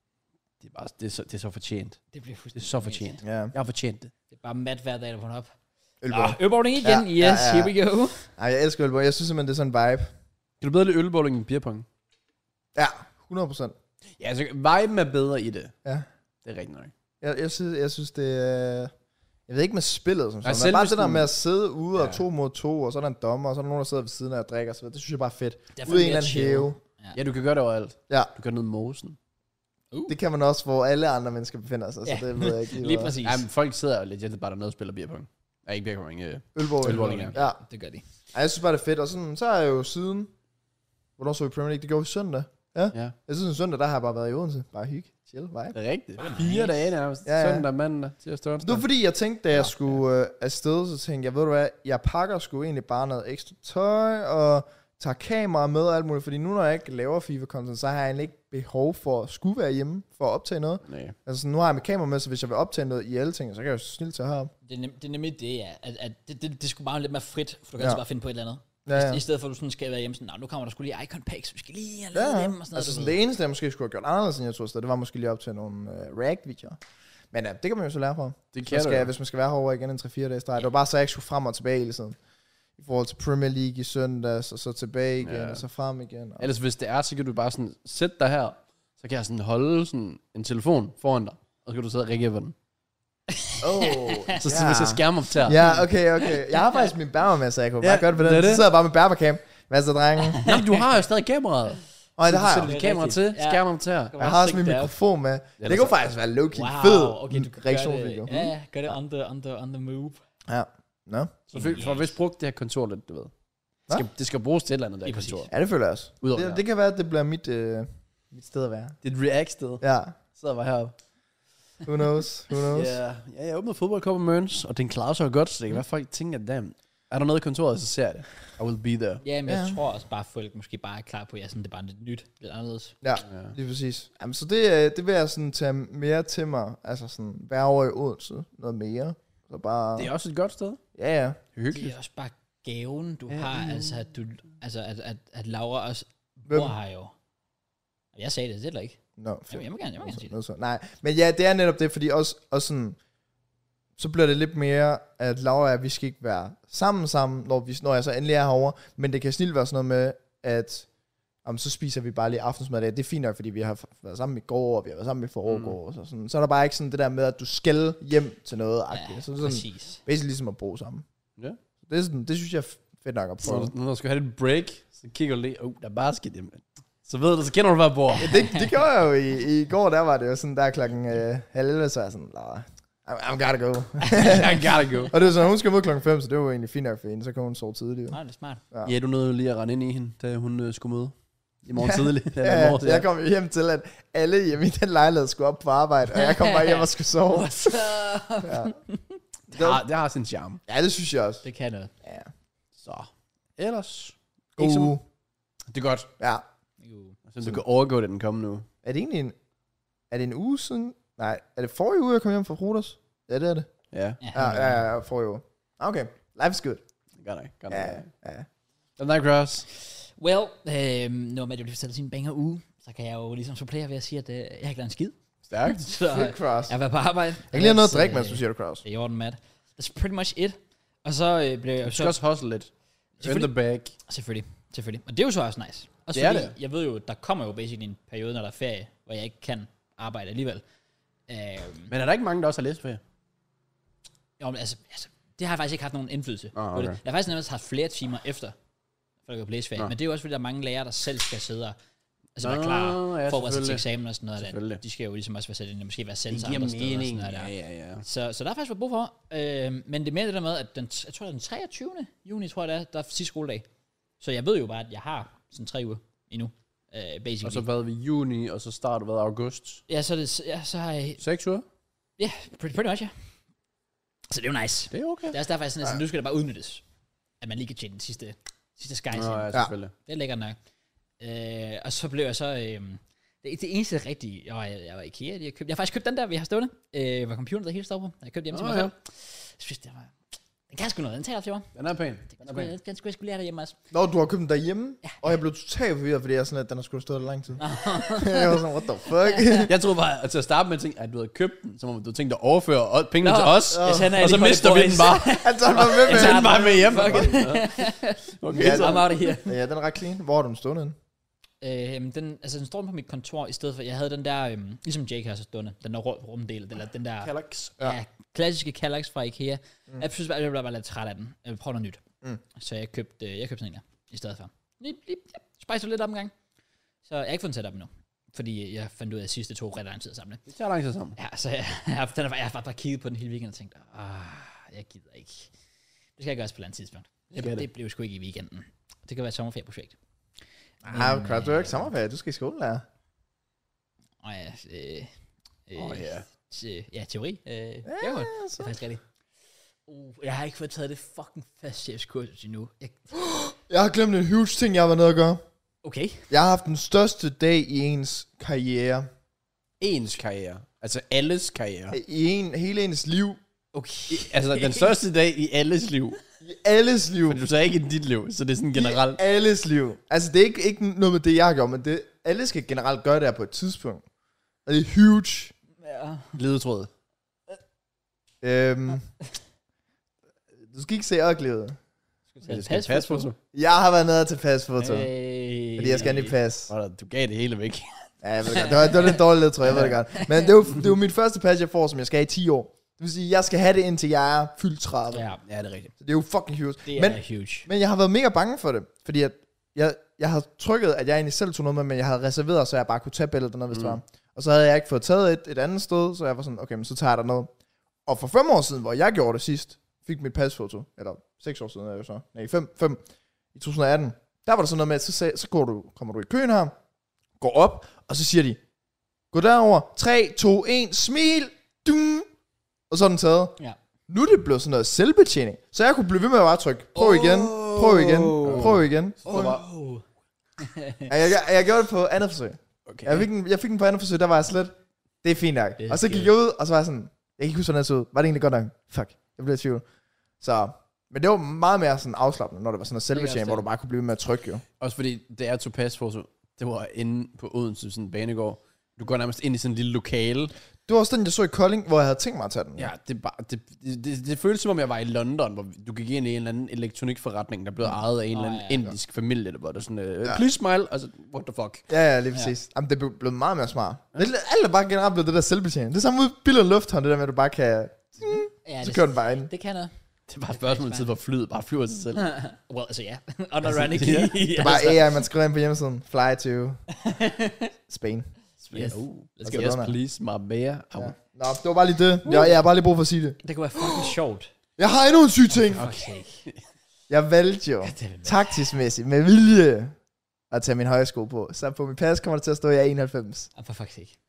Det er, bare, det, er så, det er så fortjent. Det bliver Det er fuldstændig så fortjent. Ja. Jeg har fortjent det. Det er bare mat hver dag, der vågner op. Ølbowling. Ah, ølbowling igen. Ja, Yes, ja, ja. here we go. Ej, jeg elsker ølbowling. Jeg synes simpelthen, det er sådan en vibe. Kan du bedre lide ølbowling end beerpong? Ja, hundrede procent. Ja, altså, viben er bedre i det. Ja. Det er rigtigt nok. Jeg, jeg, synes, jeg synes, det er... Jeg ved ikke med spillet som Nej, sådan, men bare det der selve med at sidde ude Ja. og to mod to, og så er der en dommer, og så er der nogen, der sidder ved siden af og drikker, så det synes jeg bare er fedt. Det er Ude i en mere eller anden chill. hæve. Ja, du kan gøre det overalt. Ja, Du kan gøre noget med mosen. Uh. det kan man også, hvor alle andre mennesker befinder sig, Ja. så det ved jeg ikke Lige hvad. præcis. Ja, men folk sidder jo legit bare dernede og spiller beerpong. Ja, ikke beerpong, ikke. Ølbowling. Ølbowling, ja. Ja, Det gør de. Ej, jeg synes bare, det er fedt. Og sådan, så er jeg jo siden... Hvornår så vi Premier League? Det gjorde vi søndag. Ja. Ja. Jeg synes, en søndag, der har jeg bare været i Odense. Bare hygge. Chill, vibe. Det er rigtigt. nice. Fire dage nærmest. Ja, ja. Søndag, mandag, tirsdag, onsdag. Det var fordi, jeg tænkte, da jeg skulle øh, afsted, så tænkte jeg, ved du hvad, jeg pakker sgu egentlig bare noget ekstra tøj, og tager kamera med og alt muligt, fordi nu når jeg ikke laver FIFA-content, så har jeg egentlig ikke behov for at skulle være hjemme for at optage noget. Nej. Altså nu har jeg mit kamera med, så hvis jeg vil optage noget i alle ting, så kan jeg jo snilt tage herop. Det er, nem, det er nemlig det, ja. At, at det, det, det skulle bare lidt mere frit, for du kan Ja. altså bare finde på et eller andet. Ja, ja. I, I stedet for, at du sådan skal være hjemme sådan, nu kommer der skulle lige icon packs, vi skal lige have lavet Ja, ja. dem og sådan noget. Altså du sådan, ved. det eneste, jeg måske skulle have gjort anderledes, end jeg tog afsted, det var måske lige op til nogle uh, React-videoer. Men uh, det kan man jo så lære fra. Det Så kan skal, du. jeg, hvis man skal være herovre igen en tre fire dage streg. Det var bare så, jeg ikke skulle frem og tilbage hele tiden. I forhold til Premier League i søndags, og så tilbage igen, Ja. og så frem igen. Og... Ellers hvis det er, så kan du bare sådan, sæt dig her, så kan jeg sådan holde sådan en telefon foran dig, og så kan du sidde og række den. Oh, Så ja. Hvis jeg skærmoptager. Ja, okay, okay. Jeg har faktisk min bærmer med, så jeg kunne Ja, bare gøre det på den. det er Så det. sidder jeg bare med bærbercam. Hvad så, drenge? Jamen, du har jo stadig kameraet. Og det har Så du jeg. sætter dit kamera til, Ja. skærmoptager. Jeg har også min Stick det op. mikrofon med. Eller Det kunne så- faktisk være low-key Wow, fed okay, du kan gøre reaktionsvideo. det. Ja, ja, gør det on the, on the, on the move. Ja. Nå. Så for, for hvis brugt det her kontor lidt, du ved. Det skal, det skal bruges til et eller andet, der Lige kontor. Ja, det føler jeg også. Udover Det, det, det kan være, at det bliver mit, øh, mit sted at være. det er et React-sted. Ja. Så var heroppe. Who knows? Who knows? Ja, ja, jeg åbnede fodboldkop med Mørns, og den klarer sig jo godt, så det kan være, folk tænker, damn, er der noget i kontoret, så ser jeg det. I will be there. Ja, men jeg Ja. tror også bare, at folk måske bare er klar på, at ja, sådan, det er bare lidt nyt, lidt anderledes. Ja, Ja. lige præcis. Jamen, så det, øh, det vil jeg sådan tage mere til mig. Altså sådan, være over i Odense. Noget mere. Så bare... Det er også et godt sted. Ja, ja. Det Hyggeligt. er også bare gaven, du Ja, har, ja. altså, at, du, altså at, at, at Laura også Hvem? bor her jo. Jeg sagde det, det er det ikke. Nå, Jamen, jeg må gerne, jeg må gerne sige det. noget så. Nej, men ja, det er netop det, fordi også, også sådan, så bliver det lidt mere, at Laura og jeg, vi skal ikke være sammen sammen, når, vi, når jeg så endelig er herovre, men det kan snilt være sådan noget med, at om så spiser vi bare lige aftensmad. Det er fint nok, fordi vi har været sammen i går, og vi har været sammen i forgår, mm. så, sådan. Så er der bare ikke sådan det der med, at du skal hjem til noget. Ja, Ja, så det er sådan, præcis. basically ligesom at bo sammen. Ja. Det, er sådan, det synes jeg er fedt nok at prøve. Så når du skal have et break, så kigger du lige, oh, der er basket hjemme. Så ved du, så kender du, hvad jeg bor. Ja, det, det gjorde jeg jo i, i går, der var det jo sådan, der klokken øh, halv elleve, så er jeg sådan, Laura, I'm gotta go. I gotta go. Og det er sådan, hun skal mod klokken fem, så det var jo egentlig fint nok for hende. Så kan hun sove tidligt. Nej, det er smart. Ja. Ja, du nåede lige at rende ind i hende, da hun øh, skulle møde. I morgen tidlig. Ja, ja, så jeg kom jo hjem til, at alle hjemme i den lejlighed skulle op på arbejde, og jeg kom bare hjem og skulle sove. Ja. Det har, det har sin charme. Ja, det synes jeg også. Det kan noget. Ja. Så, ellers. God uge. Det er godt. Ja. Så du kan overgå det den kommende uge. Er det egentlig en, er det en uge siden? Nej, er det forrige uge, jeg kom hjem fra Rodos? Ja, det er det. Ja. Ja, ja, ja, ja forrige uge. Okay, life is good. Godt nok. Godt nok. Ja, ja. Godt nok, Cross. Well, øh, når man jo lige fortæller sin banger uge, så kan jeg jo ligesom supplere ved at sige, at øh, jeg har ikke lavet en skid. Stærkt. Så Fedt, Cross. jeg har været på arbejde. Jeg kan lige have noget at Så, drikke, mens øh, du siger det, Cross. Det er i orden, Matt. That's pretty much it. Og så øh, blev jeg Du jo skal så... også hustle lidt. In the bag. Selvfølgelig, selvfølgelig. Og det er jo så også nice. Også Det er fordi, det. jeg ved jo, der kommer jo basically en periode, når der er ferie, hvor jeg ikke kan arbejde alligevel. Øhm, Men er der ikke mange, der også har læst ferie? jo, men altså, altså, det har jeg faktisk ikke haft nogen indflydelse Ah, på okay. det. Jeg har faktisk nærmest haft flere timer efter, for at gå på læseferie. Nå. Men det er jo også, fordi der er mange lærere, der selv skal sidde og altså, være Nå, klar, ja, forberede sig til selvfølgelig. eksamen og sådan noget. Der. Selvfølgelig. De skal jo ligesom også være sat ind, og måske være sendt Det andre giver steder. Og mening. sådan noget Ja, der. ja, ja. Så, så der har faktisk været brug for. Øh, men det er mere det der med, at den, jeg tror, det er den treogtyvende juni, tror jeg det er, der er sidste skoledag. Så jeg ved jo bare, at jeg har sådan tre uger endnu. Øh, basically. Og så hvad vi juni, og så starter hvad august. Ja, så, er det, ja, så har jeg... Seks uger? Ja, pretty, pretty much, ja. Så det er jo nice. Det er okay. Det er også derfor, jeg sådan, altså, nu skal det bare udnyttes. At man lige kan tjene den sidste, sidste sky. Nå, ja, selvfølgelig. Det er lækkert nok. Øh, og så blev jeg så... Øh, det, det eneste rigtige... Jeg var, jeg var i IKEA, jeg, købte, jeg har faktisk købt den der, vi har stående. Øh, hvor computeren der hele står på. Jeg har købt hjemme til Nå, mig ja. selv. Jeg synes, det var... Den kan sgu noget. Den tager fjorten. Den er pæn. Den Den er skulle, pæn. jeg- den skulle jeg sgu lære derhjemme også. Nå, du har købt den derhjemme? Ja. Og jeg blev totalt forvirret, fordi jeg er sådan, at den har skulle stået der lang tid. Jeg var sådan, what the fuck? Jeg troede bare, at til at starte med, at tænke, at du havde købt den, som om du tænkte at overføre o- pengene Nå, til os, jeg sender jer og så lige på mister The vi den Boys. bare. Han tager mig med Jeg med. tager den bare med hjem. Fuck it. Okay, Ja, så. I'm out of here. Ja, den er ret clean. Hvor har du den stående henne? Øh, den, altså, den står på mit kontor, i stedet for, jeg havde den der, øhm, ligesom Jake har så stående, den der rum- rumdel, eller den der Kallax. ja. Ja, klassiske Kallax fra IKEA. Mm. Jeg synes bare, jeg blev bare lidt træt af den. Jeg vil prøve noget nyt. Mm. Så jeg købte, øh, jeg købte sådan en der, i stedet for. Lige, lige, ja, spejser lidt op en gang. Så jeg har ikke fået den sat op endnu. Fordi jeg fandt ud af, at sidste to ret lang tid at samle. Det tager lang tid sammen. Ja, så jeg, jeg, har- den er, jeg har bare kigget på den hele weekend og tænkt, ah, jeg gider ikke. Det skal jeg gøre på et eller andet tidspunkt. Det, Skal det? det blev sgu ikke i weekenden. Det kan være et sommerferieprojekt. Ah, Kraft, du er ikke sommerferie. Du skal i skole, lærer. Og ja, øh, øh, Åh, ja. te- ja, teori. Øh, ja, det er Ja, godt. Det er så. faktisk rigtigt. Uh, jeg har ikke fået taget det fucking fastchefskursus endnu. Jeg, Jeg har glemt en huge ting, jeg var nede at gøre. okay. Jeg har haft den største dag i ens karriere. Ens karriere. Altså alles karriere. I en, hele ens liv. Okay. Altså den største dag i alles liv. I alles liv. Men du sagde ikke i dit liv, så det er sådan generelt. I alles liv. Altså, det er ikke, ikke noget med det, jeg har gjort, men det, alle skal generelt gøre det her på et tidspunkt. Og det er huge. Ja. Ledetråd. Øhm, du skal ikke se ugly ud. Skal Det skal passe på, så. Jeg har været nede til pasfoto. Hey. Fordi jeg skal lige passe. Du gav det hele væk. Ja, jeg ved det godt. Det var, det var lidt dårligt lidt, tror jeg, jeg ved det godt. Men det er, jo, det er jo mit første pas, jeg får, som jeg skal have i ti år. Det vil sige, jeg skal have det, indtil jeg er fyldt tredive. Ja, Ja, det er rigtigt. Så det er jo fucking huge. det er Men, huge. men jeg har været mega bange for det. Fordi at jeg, jeg havde trykket, at jeg egentlig selv tog noget med, men jeg havde reserveret, så jeg bare kunne tage billedet dernede, hvis Mm. det var. Og så havde jeg ikke fået taget et, et andet sted, så jeg var sådan, okay, men så tager jeg der noget. Og for fem år siden, hvor jeg gjorde det sidst, fik mit pasfoto, eller seks år siden er det jo så, nej, fem, fem, i to tusind atten, der var der sådan noget med, at så, sag, så går du, kommer du i køen her, går op, og så siger de, gå derover, tre, to, et, smil, dum, og så er den taget. Ja. Nu er det blevet sådan noget selvbetjening, så jeg kunne blive ved med at bare trykke, prøv igen, prøv igen, prøv igen. Så det var, Oh. Ja, jeg, jeg, jeg gjorde det på andet forsøg. okay. Jeg fik, den, jeg fik den på andet forsøg, der var jeg slet, det er fint nok. Det er Og så gik skægt. jeg ud, og så var jeg sådan, jeg kan ikke huske, hvordan det så ud. Var det egentlig godt nok? Fuck, jeg blev i tvivl. Så, men det var meget mere sådan afslappende, når det var sådan noget selvbetjening, hvor du bare kunne blive ved med at trykke, jo. Også fordi, det er Topaz Foto. Det var inde på Odense, sådan en banegård. Du går nærmest ind i sådan en lille lokale. Det var også den, jeg så i Kolding, hvor jeg havde tænkt mig at tage den. Ja, det, er bare, det, det, det, det føltes som om, jeg var i London, hvor du gik ind i en eller anden elektronikforretning, der blev ejet af en Nå, eller anden ja. indisk familie, der var der sådan, uh, Ja. please smile, altså, what the fuck. Ja, ja, lige præcis. Ja. Jamen, det blev blevet meget mere smart. Ja. Alt er bare generelt blevet det der selvbetjening. Det er samme ud Billund Lufthavn, det der med, at du bare kan, Ja, så det, kører den bare ind. det kan noget. Det var et spørgsmål tid, hvor flyet bare flyver sig selv. Well, altså ja. On a running ja. key. Det er bare A I, man skriver ind på hjemmesiden. Fly to Spain. Yes. Uh, Let's go. Yes, please, Marbella. Ja. Nå, det var bare lige det. Jeg, jeg har bare lige brug for at sige det. Det kunne være fucking sjovt. Jeg har endnu en syg ting. Okay. Jeg valgte jo taktisk mæssigt med vilje at tage min højsko på. Så på min pas kommer det til at stå, at jeg er enoghalvfems. Og for fuck's sake.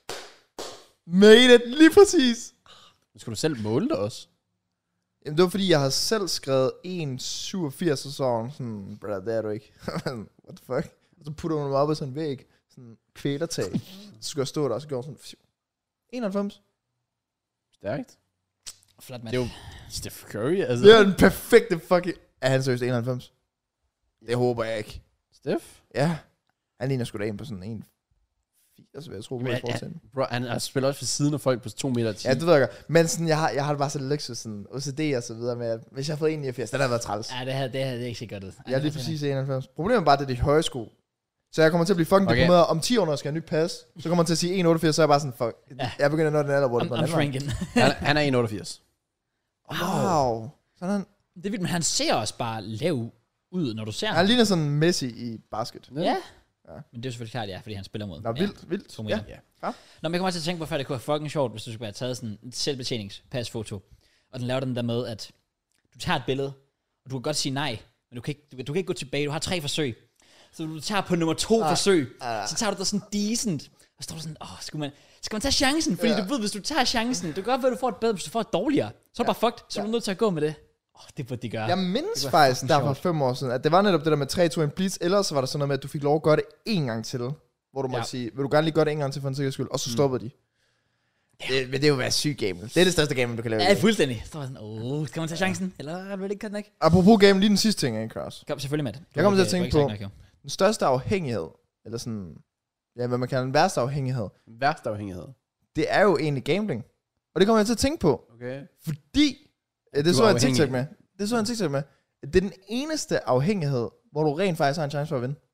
Made it, lige præcis. Skal du selv måle det også? Jamen det var fordi, jeg havde selv skrevet en syvogfirs og sådan, sådan, brother, det er du ikke. What the fuck? Og så putter hun mig op ad sådan en væg, sådan en kvælertag. Så skulle jeg stå der, og så gjorde sådan, enoghalvfems. Stærkt. Flot, mand. Det er jo Steph Curry, altså. Det er den perfekte fucking... Er han seriøst enoghalvfems? Det håber jeg ikke. Steph? Ja. Han ligner sgu da ind på sådan en firs, vil jeg tro, på i fortiden. Bro, han har spillet også for siden af folk på to meter ti. Ja, det ved jeg godt. Men sådan, jeg har, jeg har det bare så luksus, sådan O C D og så videre med, at hvis jeg har fået en niogfirs, den har været træls. Ja, det her, det her det er ikke så godt ud. Jeg er lige præcis enoghalvfems. Problemet er bare, at det er de høje sko. Så jeg kommer til at blive fucking okay. deprimeret. Om ti år, når jeg skal have nyt pas, så kommer man til at sige en otteogfirs, så er jeg bare sådan, fuck. Ja. Jeg begynder at nå den alder, hvor det I'm, I'm shrinking. han, han er en otteogfirs. Wow. Sådan. Det er vildt, men han ser også bare lav ud, når du ser ham. Han ligner sådan Messi i basket. Ja. Ja. Men det er jo selvfølgelig klart, ja, fordi han spiller mod. Nå, vildt, vildt. To meter. Ja. Ja. Nå, men jeg kommer til at tænke på, før det kunne være fucking sjovt, hvis du skulle have taget sådan en selvbetjeningspasfoto, og den laver den der med, at du tager et billede, og du kan godt sige nej, men du kan ikke, du, du kan ikke gå tilbage, du har tre forsøg. Så du tager på nummer to ah, forsøg, ah, så tager du der sådan decent, og så står du sådan, åh, skal man, skal man tage chancen? Fordi ja. Du ved, hvis du tager chancen, det kan godt være, at du får et bedre, hvis du får et dårligere, så er det ja. Bare fucked, så ja. Er du nødt til at gå med det. Åh, oh, det burde de gøre. Jeg mindes faktisk, der for fem år siden, at det var netop det der med tre to en blitz, ellers så var der sådan noget med, at du fik lov at gøre det en gang til, hvor du måtte ja. Sige, vil du gerne lige gøre det en gang til for en sikkerheds skyld, og så mm. stoppede de. Ja. Det, men det er jo være syg game. Det er det største game, du kan lave. Ja, fuldstændig. Så var sådan, åh, skal man tage chancen? Eller er det ikke godt nok? Apropos game, lige den sidste ting, ikke, Kraus? Kom selvfølgelig med det. Jeg kommer til at tænke på, nok, den største afhængighed, eller sådan, ja, hvad man kalder den værste afhængighed. Værste afhængighed? Det er jo egentlig gambling. Og det kommer jeg til at tænke på. Okay. Fordi, det du så jeg en TikTok med. Det så jeg en TikTok med. Det er den eneste afhængighed, hvor du rent faktisk har en chance for at vinde.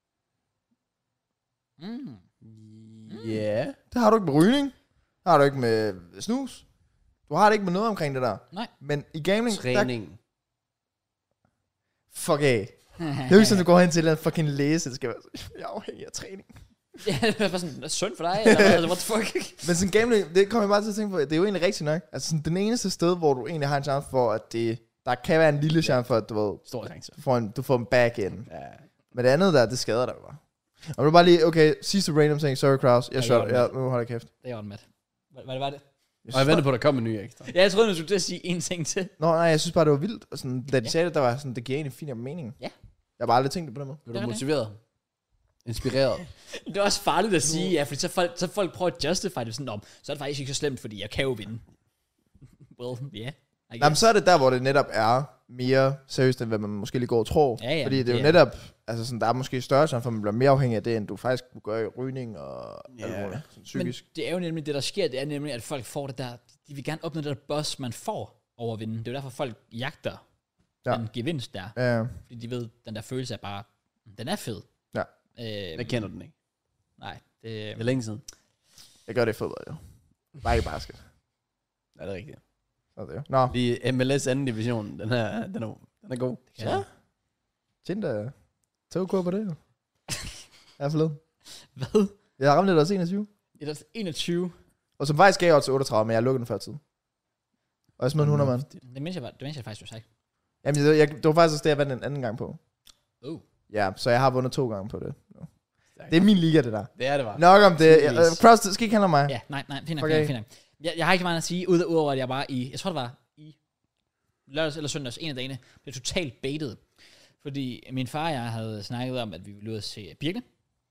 Mm. Ja. Yeah. Det har du ikke med rygning. Det har du ikke med snus. Du har det ikke med noget omkring det der. Nej. Men i gambling... Træning. Der... Fuck af. Det er jo ikke sådan, du går hen til at fucking læse. Det skal være... Jeg er afhængig af træning. Ja, det er bare sådan, det er synd for dig, eller what the fuck? Men sådan gambling, det kommer jeg bare til at tænke på, det er jo egentlig rigtigt nok. Altså sådan, den eneste sted, hvor du egentlig har en chance for, at det... Der kan være en lille chance for, at du ved... Stor chance. Du får en, du får en back-end. Ja. Men det andet der, det skader dig bare. Og du bare lige, okay, sidste random ting, sorry Kraus, jeg shot, ja, nu holder jeg kæft. Det er jo med. Hvad var det, var det? Og jeg venter på, at der kommer en ny ekstra. Ja, jeg troede, du skulle til at sige en ting til. Nå, nej, jeg synes bare, det var vildt. Og sådan, da de ja. Sagde det, der var sådan, det giver egentlig fin mening. Ja. Jeg har bare aldrig tænkt det på den måde. Er du motiveret? Inspireret? Det er også farligt at sige, ja, fordi så folk, så folk prøver at justify det sådan om, så er det faktisk ikke så slemt, fordi jeg kan jo vinde. Well, yeah. Nej, men så er det der, hvor det netop er mere seriøst, end hvad man måske lige går og tror. Ja, ja, fordi det er jo ja. Netop, altså sådan, der er måske større chance for, at man bliver mere afhængig af det, end du faktisk kunne gøre i rygning og ja. alt muligt, sådan psykisk. Men det er jo nemlig det, der sker, det er nemlig, at folk får det der, de vil gerne opnå det der boss, man får over at vinde. Det er jo derfor, folk jagter ja. Den gevinst der. Ja. Fordi de ved, den der følelse er bare, den er fed. Ja. Øh, jeg kender den ikke. Nej. Det, det er længe siden. Jeg gør det i fodbold, jo. Bare ikke basket. Ja, det er rigtigt. Så det jo. Nå. Lige M L S anden division, den her, den er, den er god. Ja. Tjente to k på det, jo. Jeg er forleden. Hvad? Jeg har ramt lidt også enogtyve. Det er enogtyve. Og som faktisk gav til otteogtredive, men jeg lukkede den før tid. Og jeg smed en hundrede mand. Det mindste jeg, det mindste jeg faktisk, du sagde. Jamen, det, jeg, det var faktisk også det, jeg vandt en anden gang på. Oh. Ja, så jeg har vundet to gange på det. No. Det er min liga, det der. Det er det bare. Nok om det. Uh, Cross, det skal ikke handle om mig. Ja, nej, nej, fint nok, okay. fint nok. Jeg, jeg har ikke meget at sige, udover at jeg bare i, jeg tror det var i lørdags eller søndags, en af dagene, blev totalt baitet. Fordi min far og jeg havde snakket om, at vi ville ud og se Birkene.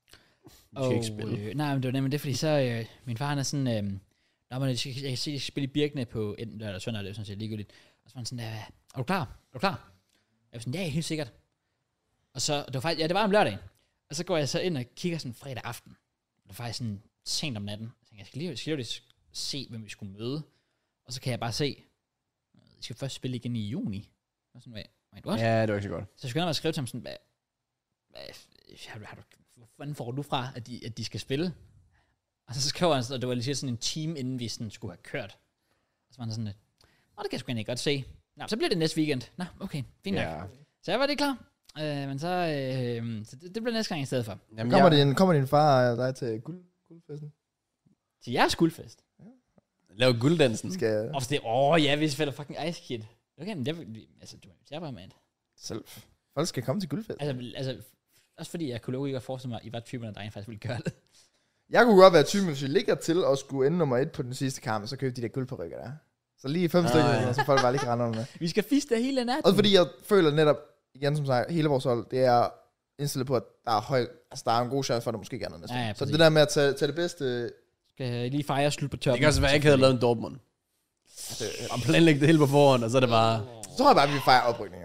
Og, øh, nej, men det var nemlig det, fordi så, øh, min far han er sådan, øh, når man, jeg kan se, jeg spille Birkene på enten lørdag eller søndag, det er sådan set ligegyldigt. Og så var han sådan, er du klar? Er du klar? Jeg var sådan, ja, helt sikkert. Og så, det var faktisk, ja, det var om lørdagen. Og så går jeg så ind og kigger sådan fredag aften. Det var faktisk sådan sent om natten. Jeg tænkte, jeg skal lige, jeg skal lige se, hvem vi skulle møde. Og så kan jeg bare se, vi skal først spille igen i juni. Og sådan, wait, what? Ja, det var ikke så godt. Så jeg skulle gerne skrive til ham sådan, hvad, hvad har du, har du, hvordan får du fra, at de, at de skal spille? Og så skriver han sådan, og det var lige sådan en time, inden vi sådan skulle have kørt. Og så var han sådan lidt, åh, det kan jeg sgu egentlig godt se. Nå, så bliver det næste weekend. Nå, okay, fint nok. Ja. Så jeg var det klar. Øh, men så, øh, så det, det bliver næste gang i stedet for. Jamen, kommer, jeg... din, kommer din far og dig til guld, guldfesten. Til jeres guldfest. Lav gulddansen. Skal Og det, åh oh, ja, vi spiller fucking Ice Kid. Okay, men det, altså, du er bare med. selv. Folk skal komme til guldfest. Altså, altså, også fordi jeg kunne love ikke at forestille mig, at I var typen, der rent faktisk ville gøre det. Jeg kunne godt være typen, hvis vi ligger til at skulle ende nummer et på den sidste kamp, så købe de der guldparykker der. Så lige fem Ah, stykker, ja. så folk bare lige render med. Vi skal fiste hele natten. Også fordi jeg føler netop, igen som sagt, hele vores hold, det er indstillet på, at der er høj, altså der er en god chance for, at der måske gerne næste. Ja, ja, så præcis. det der med at tage, tage det bedste... Skal lige fejre slut på toppen. Det kan også være, at jeg ikke havde lavet en Dortmund. Det, Og planlægge det hele på forhånd, og så er det bare... så tror jeg bare, at vi fejrer oprykninger.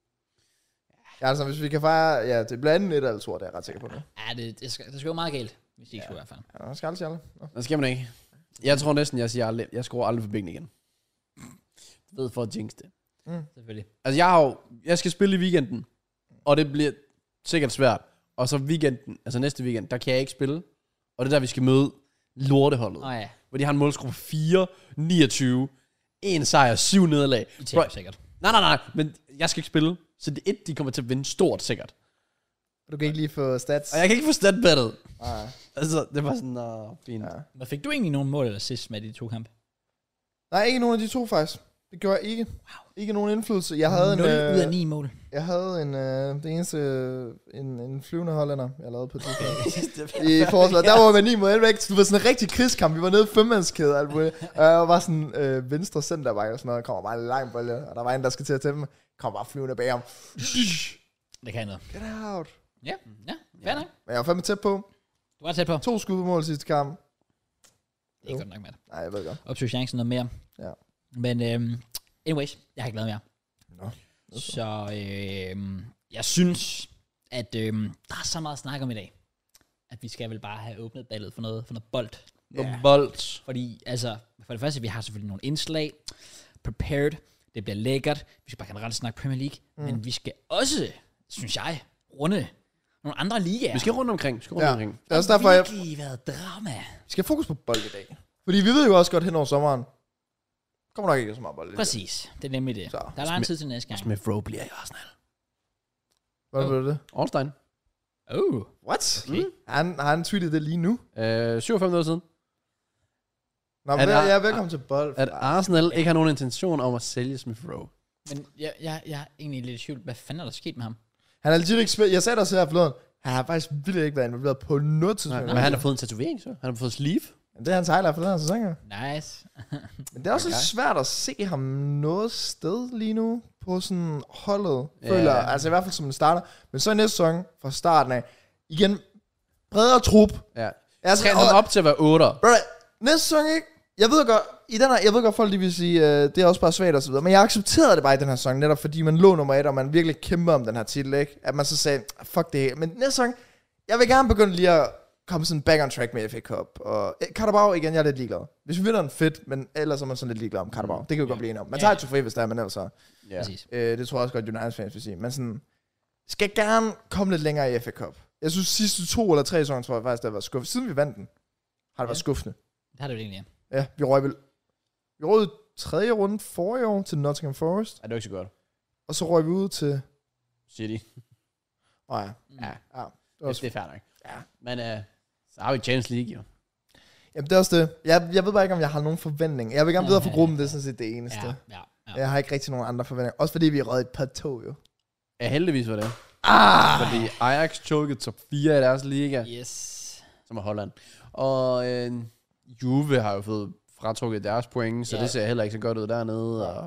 Ja, altså hvis vi kan fejre, ja, det bliver andet et eller to, det er jeg ret sikker på nu. Ja, det, det, skal, det skal jo meget galt, hvis de ikke skulle i hvert fald. Ja, det skal aldrig sige aldrig. Nå. Det skal man ikke. Jeg tror næsten, jeg siger aldrig, jeg skruer aldrig for bækken igen. Jeg ved for at jinx det. Mm. Selvfølgelig. Altså jeg har jo, jeg skal spille i weekenden, og det bliver sikkert svært. Og så weekenden, altså næste weekend, der kan jeg ikke spille. Og det er der, vi skal møde lorteholdet. Åh oh, ja, Hvor de har en målscore på fire, niogtyve, en sejr, syv nederlag. I taber Bro, sikkert. nej, nej, nej, men jeg skal ikke spille. Så det er et, de kommer til at vinde stort sikkert. Du kan ikke lige få stats. Og jeg kan ikke få statbattet. Nej. Altså, det var sådan, åh, fint. Ja. Men fik du egentlig nogle mål eller sidst med de to kampe? Nej, ikke nogen af de to faktisk. Det gjorde jeg ikke. Wow. Ikke nogen indflydelse. Jeg havde nul en... ud af ni mål. Jeg havde en, øh, det eneste, øh, en, en flyvende hollænder, jeg lavede på et tidspunkt. I forsvaret. Der var vi ni mod elleve. Det var sådan en rigtig krigskamp. Vi var nede i femmandskæde, alt muligt. Og jeg var sådan øh, venstre centerback og sådan noget. Kommer bare en lang bold, og der var en, der skal til at tæmme. Kommer bare flyvende bag ham. Det kan noget. Get out. Ja, ja, fair nok. Men jeg var fandme tæt på. Du var tæt på. To skud på mål sidste kamp. Det er ikke godt nok med det. Nej, jeg ved godt. Opsøg chancen noget mere. Ja. Men øhm, anyways, jeg har ikke lavet mere. Nå. Så øhm, jeg synes, at øhm, der er så meget at snakke om i dag, at vi skal vel bare have åbnet ballet for noget, for noget bold. Ja. Bold. Fordi, altså, for det første, vi har selvfølgelig nogle indslag, prepared, det bliver lækkert, vi skal bare generelt snakke Premier League, mm. men vi skal også, synes jeg, runde nogle andre ligaer. Vi skal rundt omkring. Vi skal rundt Ja. omkring. Det er også derfor, jeg... virkelig været drama. Vi skal have fokus på bold i dag. Fordi vi ved jo også godt hen over sommeren. Kommer nok ikke så meget bold i Præcis, det er nemlig det. Så. Der er lang tid til næste gang. Smith Rowe bliver i Arsenal. Hvordan ved du det? Ornstein. Oh, What? okay. Han, har han tweetet det lige nu? Øh, syvogfyrre minutter siden. Nå, At men Ar- jeg er velkommen til bold. At Arsenal ikke har nogen intention om at sælge Smith Rowe. Men jeg, jeg, jeg er egentlig lidt i tvivl. Hvad fanden er der sket med ham? Han har legit ikke spillet. Jeg sagde der så her forleden. Han har faktisk vildt ikke været involveret på noget tidspunkt. Men han har fået en tatovering, så. Han har fået sleeve. Det er hans highlight for den her sæson. jo. Nice. Men det er også Okay. lidt svært at se ham noget sted lige nu på sådan holdet. Ja. Føler, altså i hvert fald som en starter. Men så i næste sæson fra starten af. Igen, bredere trup. Ja. Altså, Træn ham op til at være otter. Bro, næste sæson ikke. Jeg ved godt, i den her, jeg ved godt, folk de vil sige, uh, det er også bare svagt og så videre. Men jeg accepterede det bare i den her sæson, netop fordi man lå nummer et, og man virkelig kæmper om den her titel, ikke? At man så sagde, fuck det hele. Men næste sæson, jeg vil gerne begynde lige at komme sådan back on track med F A Cup. Og eh, Carabao igen, jeg er lidt ligeglad. Hvis vi vinder den fedt, men ellers er man sådan lidt ligeglad om Carabao. Det kan vi godt blive enige om. Man tager et trofæ, hvis der er, men ellers så. Ja. Præcis. Øh, det tror jeg også godt, United fans vil sige. Men sådan, skal gerne komme lidt længere i F A Cup. Jeg synes, sidste to eller tre sæsoner, tror jeg faktisk, det har været skuffende. Siden vi vandt den, har det været skuffende. Det har det jo egentlig. Ja, vi røg vel. Vi røg ud tredje runde forrige år til Nottingham Forest. Ja, det var ikke så godt. Og så røg vi ud til... City. Åh oh, ja. Ja, ja. Det, var det, også... det er fair nok. Ja. Men øh, så har vi Champions League, jo. Jamen, det er også det. Jeg, jeg ved bare ikke, om jeg har nogen forventning. Jeg vil gerne videre for gruppen, det er sådan set det eneste. Ja, ja, ja. Jeg har ikke rigtig nogen andre forventninger. Også fordi vi har røget et par tog, jo. Ja, heldigvis var det. Ah! Fordi Ajax tog top fire i deres liga, Yes. som er Holland. Og øh, Juve har jo fået fratrukket deres point, så Ja. det ser heller ikke så godt ud dernede. Og...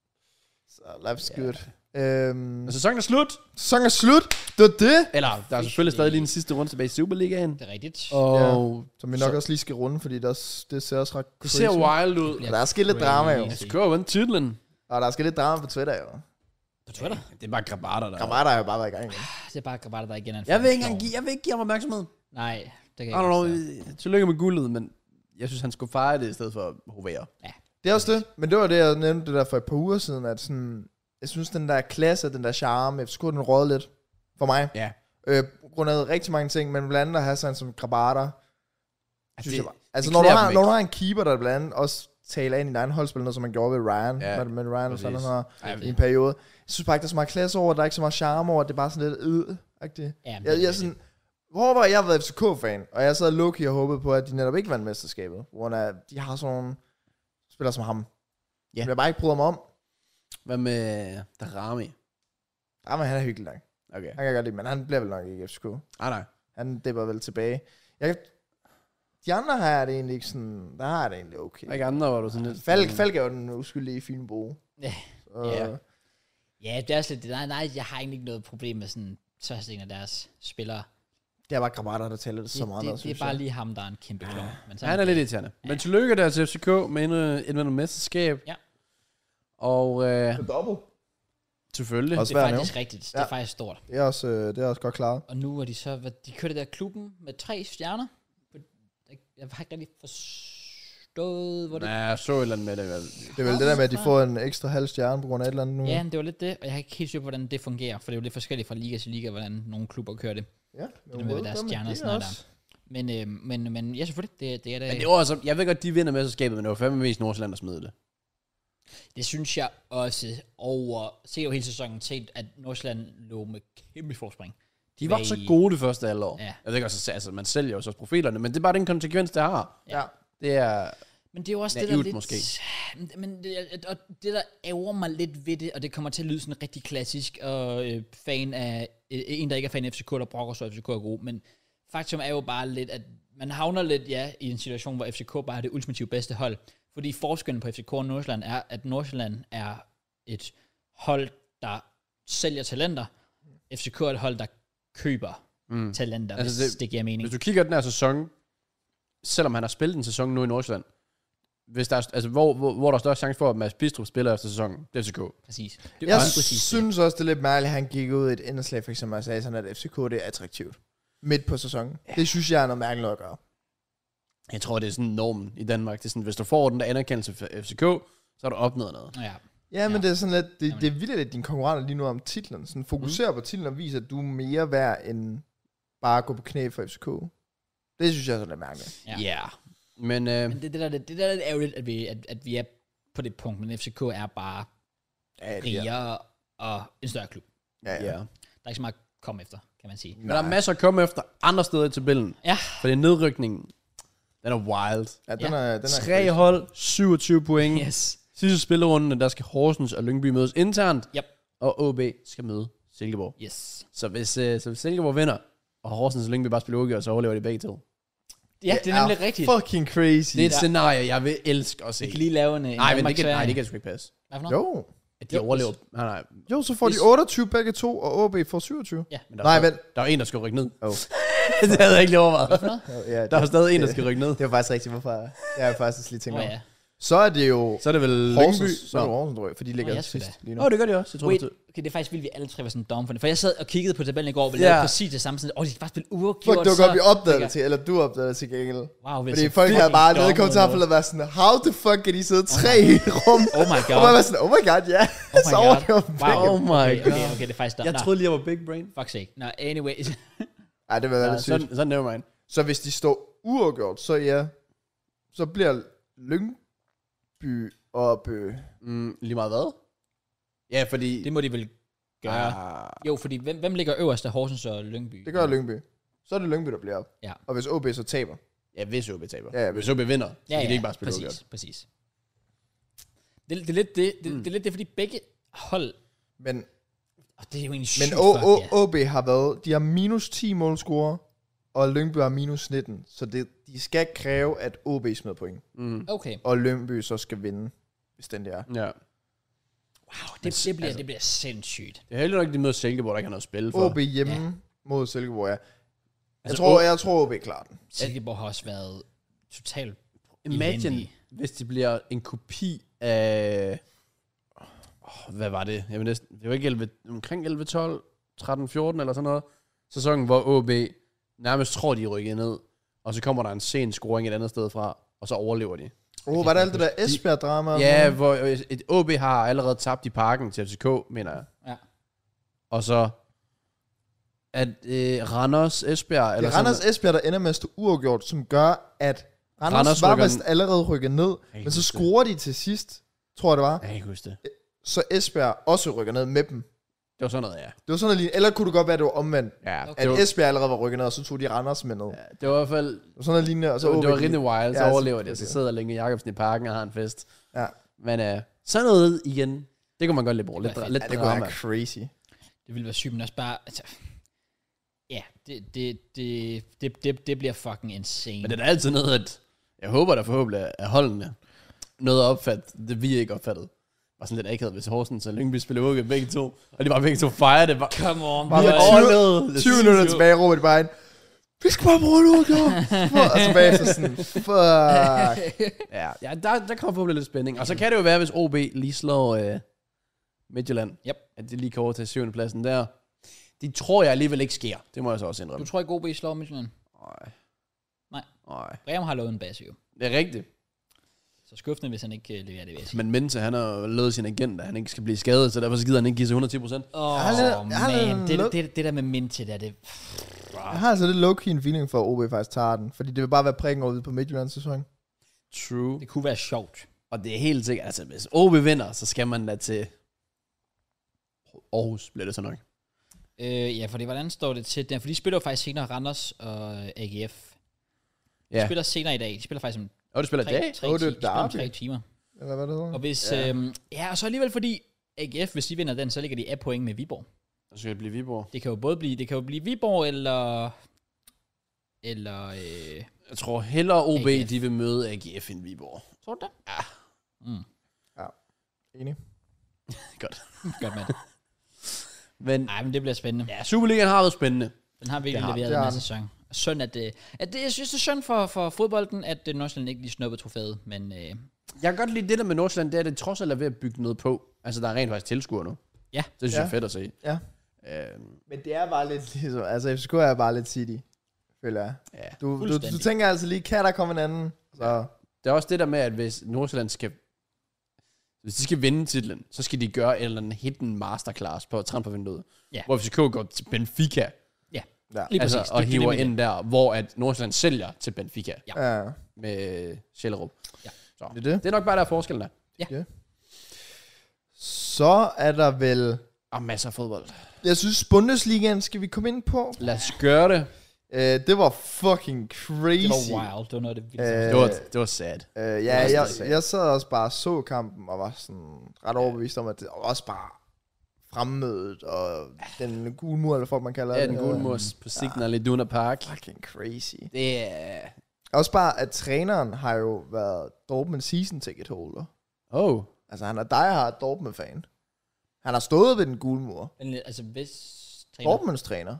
Så life's Ja. good. Øhm, Men sæsonen er slut. sæsonen er slut. Det var det. Eller, der er selvfølgelig stadig lige en sidste runde tilbage i Superligaen. Det er rigtigt. Og Som vi nok Så- også lige skal runde, fordi det, også, det ser også ret det ser crazy. wild ud. Ja. Og der er sket lidt drama, jo. Crazy. Jeg skal jo vinde titlen. Og der er sket lidt drama på Twitter, jo. På Twitter? Det er bare grabater der. Grammar, der har jo bare været i gang igen. Det er bare Grabater, der igen er en Jeg vil ikke fucking engang give, jeg vil ikke give ham opmærksomhed. Nej, det kan I jeg don't ikke know, tillykke med guldet, men jeg synes, han skulle fejre det i stedet for at hovere. Det er også det. Men det var det, jeg nævnte det der for et par uger siden, at sådan, jeg synes, den der klasse, den der charme, F C K, den råd lidt for mig. Ja. Øh, på grund af rigtig mange ting, men blandt andet at have sådan som Grabater, synes det- jeg bare. Altså, det når du, klæder har, dem når ikke. du har en keeper, der blandt andet også taler ind i din egen holdspil, noget som man gjorde ved Ryan, Ja, med, med Ryan og sådan præcis. noget, Ej, i en periode. Jeg synes bare ikke, der er så meget klasse over, der er ikke så meget charme over, det er bare sådan lidt øh-agtigt. Ja, Jeg, jeg er sådan, Hvor var jeg været F C K-fan, og jeg sad low-key og håbede på, at de netop ikke vandt mesterskabet. Hvor de har sådan nogle spillere som ham. Ja. Jeg bare ikke bryder mig om. Hvad med Darami? Ja, men han er hyggelig nok. Okay. Han kan godt lide, men han bliver vel nok ikke F C K. Ah, nej. Han dipper vel tilbage. Jeg, de andre har jeg det egentlig ikke sådan... Der har jeg det egentlig okay. Ikke andre, var du sådan lidt... Falk, Falk er jo den uskyldige fine bro. Ja. Så, Ja. Ja, det er også lidt... Nej, nej, jeg har egentlig ikke noget problem med sådan størstedelen af deres spillere. det er bare Grammata, der taler det så Det, meget. det, noget, det er synes bare jeg. lige ham, der er en kæmpe klon. Men Han er lidt irriterende. Men tillykke der til F C K med endnu et mesterskab. Ja. Og øh, Dobbelt. selvfølgelig. Også Det er værd at faktisk rigtigt. Det er Ja. faktisk stort. Det er også, øh, det er også godt klaret. Og nu er de så... Hvad, de kørte der klubben med tre stjerner. Jeg har ikke rigtig forstået, hvor det... Ja, jeg så et eller andet med det. Vel. Det er vel det der med, at de får en ekstra halv stjerne på grund af et eller andet nu. Ja, det var lidt det, og jeg har ikke helt styr på, hvordan det fungerer, for det er jo lidt forskelligt fra liga til liga, hvordan nogle klubber kører det. Ja, Det er med deres stjerner og sådan noget der. Men, øh, men, men ja, selvfølgelig, det, det er det. Men det var altså, jeg ved godt, de vinder mesterskabet, men det var fandme mest Nordsjælland, der smed det. Det synes jeg også over, se jo hele sæsonen til, at Nordsjælland lå med kæmpe forspring. De var så gode det første halvår. Ja. Jeg ved ikke også, altså man sælger jo så også profilerne, men det er bare den konsekvens, det har. Ja. Det er... Men det er jo også Naivt det, der lidt... måske. Men det, og det, der ærger mig lidt ved det, og det kommer til at lyde sådan rigtig klassisk, og øh, fan af... Øh, en, der ikke er fan af F C K, der brokker så, at F C K er god, men faktum er jo bare lidt, at man havner lidt, ja, i en situation, hvor F C K bare er det ultimative bedste hold. Fordi forskellen på F C K og Nordsjælland er, at Nordsjælland er et hold, der sælger talenter. F C K er et hold, der køber mm. talenter, altså hvis det, det giver mening. Hvis du kigger den her sæson, selvom han har spillet en sæson nu i Nordsjælland, hvis der er, altså, hvor, hvor, hvor der er større chance for, at Mads Bistrup spiller efter sæsonen, det er F C K. Præcis. Det Jeg præcis synes også, det er lidt mærkeligt, at han gik ud i et indslag, for eksempel, og sagde sådan, at F C K det er attraktivt. Midt på sæsonen. Ja. Det synes jeg er noget mærkeligt at gøre. Jeg tror, det er sådan normen i Danmark. Det er sådan, hvis du får den der anerkendelse for F C K, så har du opnået noget. Ja. Ja, men Ja. det er sådan lidt, det, det er vildt, at dine konkurrenter lige nu om titlen. Sådan fokuserer mm. på titlen og viser, at du er mere værd end bare at gå på knæ for F C K. Det synes jeg er sådan lidt mærkeligt. Ja. Yeah. Men, øh, Men det, det, der, det, det der er lidt ærgerligt, at vi, at, at vi er på det punkt, men F C K er bare Ja, det er. rigere og en større klub. Ja, ja. ja. Der er ikke så meget at komme efter, kan man sige. Men der er masser at komme efter andre steder i tabellen. Ja. For det er nedrykningen. Den er wild. Ja, den Ja. er, den er Tre crazy. hold, syvogtyve point. Yes. Sidste spillerunde, der skal Horsens og Lyngby mødes internt. Yep. Og O B skal møde Silkeborg. Yes. Så hvis, øh, så hvis Silkeborg vinder, og Horsens og Lyngby bare spiller uafgjort, så overlever de begge to. Ja, det er nemlig rigtigt. Fucking crazy. Det er et scenarie, jeg vil elske at se. Vi kan lige lave en... en Nej, men det Danmark- kan, nej, Sverige. det kan sgu ikke passe. Hvad for noget? Jo. At de Jo, overlever. Nej, nej. Jo, så får Hvis- de otteogtyve begge to, og O B får syvogtyve. Ja. Men der Nej, er, men... der er en, der skal rykke ned. Oh. Det havde jeg ikke lige overvejet. Hvad for noget? Ja, Der er stadig en, der skal rykke ned. Det var faktisk rigtigt, hvorfor jeg har faktisk lige tænkt Åh over. ja. Så er det jo Så er det vel Lyngby. Lyngby. Så er det Nå. Horsens, tror jeg, for de ligger jeg sidst skulle lige nu. Åh, oh, det gør de også. Jeg tror, Wait, det okay, det er faktisk vildt, vi alle tre var sådan dumme for det. For jeg sad og kiggede på tabellen i går, og vi Ja. lavede præcis det samme. Sådan, åh, de skal bare spille uafgjort. Fuck, det var så- godt, vi opdagede tænker det til, eller du opdagede det til gengæld. Wow, vi er Fordi så folk havde fucking bare nede i dumme kommentarfeltet nu. og været sådan, how the fuck kan de sidde tre i et rum? Oh my god. Og man var sådan, oh my god, ja. Oh my Så god. overlever dem Wow. begge. Oh my okay, god. Okay, okay, det er faktisk Jeg Nå, troede lige, jeg var big brain. fuck sake. Nå, anyway. Ej, det var Ja, lidt sygt. så, så never mind. Så hvis de står uafgjort, så ja, så bliver Lyngby og Bø. Mm, lige meget hvad? Ja, fordi... det må de vel gøre. Ah, Jo, fordi hvem, hvem ligger øverst af Horsens og Lyngby? Det gør Lyngby. Så er det Lyngby, der bliver op. Ja. Og hvis O B så taber. ja, hvis O B taber. Ja, ja, hvis O B vinder, så Ja, kan ja, de ikke bare spille præcis, uafgjort. præcis. Det, det, er lidt det, det, Mm. det er lidt det, fordi begge hold, Men, og det er jo egentlig men sygt, o, fuck, o, ja. O B har været, de har minus ti målscorer, og Lyngby har minus nitten. Så det, de skal kræve, at O B smider point. Mm. Okay, Og Lyngby så skal vinde, hvis den der er. Ja. wow, det, Altså- det, bliver, altså- det bliver sindssygt. Det er heller nok, de møder Silkeborg, der ikke har noget at spille for. O B hjemme Ja. ja. mod Silkeborg, ja. Jeg, Altså, tror, O- jeg tror, O B klarer den. Silkeborg har også været totalt Imagine, elendige. hvis det bliver en kopi af... Oh, hvad var det? Jeg vil næsten, det var ikke elleve, omkring elleve, tolv, tretten, fjorten eller sådan noget. Sæsonen, hvor O B nærmest tror, de er rykket ned. Og så kommer der en sen scoring et andet sted fra, og så overlever de. Åh, oh, var det alt det der Esbjerg-drama? og Ja, sådan hvor et O B har allerede tabt i parken til F C K, mener jeg. Ja. Og så at øh, Randers, Esbjerg... noget? Eller Det er Randers Esbjerg, der ender med at stå uafgjort, som gør, at Randers, Randers var rykker vist n- allerede rykket ned, kan men så huske scorer de til sidst, tror jeg det var. Jeg kan ikke huske det. Så Esbjerg også rykker ned med dem. Det var sådan noget, ja. Det var sådan noget, eller kunne det godt være, at det var omvendt? Ja, Okay. At det var, Esbjerg allerede var rykket ned, og så tog de Randers med ned. ja, det var i hvert fald... Det var sådan noget lignende, og så Det var, det var O B. rimelig wild, så Ja, overlever det. Så selvfølgelig. sidder Længe Jacobsen i parken og har en fest. Ja. Men uh, sådan noget igen, det kunne man godt lidt bruge. Lidt, Det var lidt Ja, det kunne drama. være crazy. Det ville være sygt, men også bare... Altså, ja, det, det, det, det, det, det bliver fucking insane. Men det er da altid noget, at jeg håber da forhåbentlig, at holdene noget at opfatte, det vi ikke opfattede. Var sådan lidt akavet, hvis Horsens og Lyngby spillede uge begge to, og de bare begge to fejrede det. Bare, Come on, Bare vi med har tyve overlevet. tyve minutter tilbage, råber de bare ind. Vi skal bare bruge det ud, og så bagefter sådan, fuck. Ja, ja der, der kommer forhåbentlig lidt spænding. Og så kan det jo være, hvis O B lige slår øh, Midtjylland, Yep. at det lige kan overtage syvende pladsen der. Det tror jeg alligevel ikke sker. Det må jeg så også Du indrømme. tror ikke, O B slår Midtjylland? Nej. Nej. Nej. Bremen har lovet en base jo. Det er rigtigt. Så skuffende, hvis han ikke uh, leverer det, vil jeg sige. Men Mente, han har lovet sin agent, at han ikke skal blive skadet, så derfor så gider han ikke give sig hundrede og ti procent. Åh, oh, Jeg har lidt- jeg har man. lidt Det, lo- det, det der med Mint til der, det... Jeg har altså lidt low-key en feeling for, at O B faktisk tager den. Fordi det vil bare være prikken over på Midtjyllands sæson. True. Det kunne være sjovt. Og det er helt sikkert, altså hvis O B vinder, så skal man da til Aarhus, bliver det så nok. Øh, ja, fordi hvordan står det til der? For de spiller jo faktisk senere Randers og A G F. De Ja, spiller senere i dag. De spiller faktisk om og du spiller i tre, dag? tre, Åh, oh, det er ti- de spiller om derby. tre timer. Eller hvad det hedder. Og hvis... Ja. Ja. Øhm, ja, og så alligevel fordi A G F, hvis de vinder den, så ligger de af point med Viborg. Så skal det blive Viborg. Det kan jo både blive, det kan jo blive Viborg eller... Eller... Øh, Jeg tror hellere O B, A G F. de vil møde A G F end Viborg. tror du det? Ja. Mm, Enig. Godt. godt, mand. Men Nej, men det bliver spændende. ja, Superligaen har været spændende. Den har virkelig Det har- leveret det den har her den. sæson. Synd, at, øh, at det, jeg synes, det er synd for, for fodbolden, at øh, Nordsjælland ikke lige snuppede trofæet, men øh, Jeg kan godt lide det der med Nordsjælland, det er, at det trods alt er ved at bygge noget på. Altså, der er rent faktisk tilskuere nu. ja. Det synes Ja. jeg er fedt at se. Ja. Øhm, Men det er bare lidt ligesom, altså F C K er bare lidt City, føler jeg. ja. Du, du, Fuldstændig. du tænker altså lige, kan der komme en anden? Så Det er også det der med, at hvis Nordsjælland skal... Hvis de skal vinde titlen, så skal de gøre en eller anden hidden masterclass på transfervinduet. Ja. Hvor F C K går til Benfica, Ja, ja. lige altså, præcis. og Det- det er hiver nemlig ind der, hvor at Nordsjælland sælger til Benfica Ja. ja. med Schellerup. Ja. Så. Det er det. Det er nok bare der er forskellen der. Så er der vel, Og masser af fodbold. jeg synes Bundesligaen skal vi komme ind på. Lad os gøre det. Uh, det var fucking crazy. Det var wild. Det var noget af det vildeste. Øh, Det var, det var sad. Uh, ja, Det var jeg, også det. jeg sad også bare og så kampen, og var sådan ret overbevist om, at det var også bare fremmødet, og den gule mur, eller folk man kalder Ja, det. den gule murs på Signal i Duna Park. Fucking crazy. Det er... Også bare, at træneren har jo været Dortmund season ticket holder. Oh. Altså, han er diehard Dortmund-fan. Han har stået ved den gule mur. Men, altså, hvis... Træner. Dortmunds træner.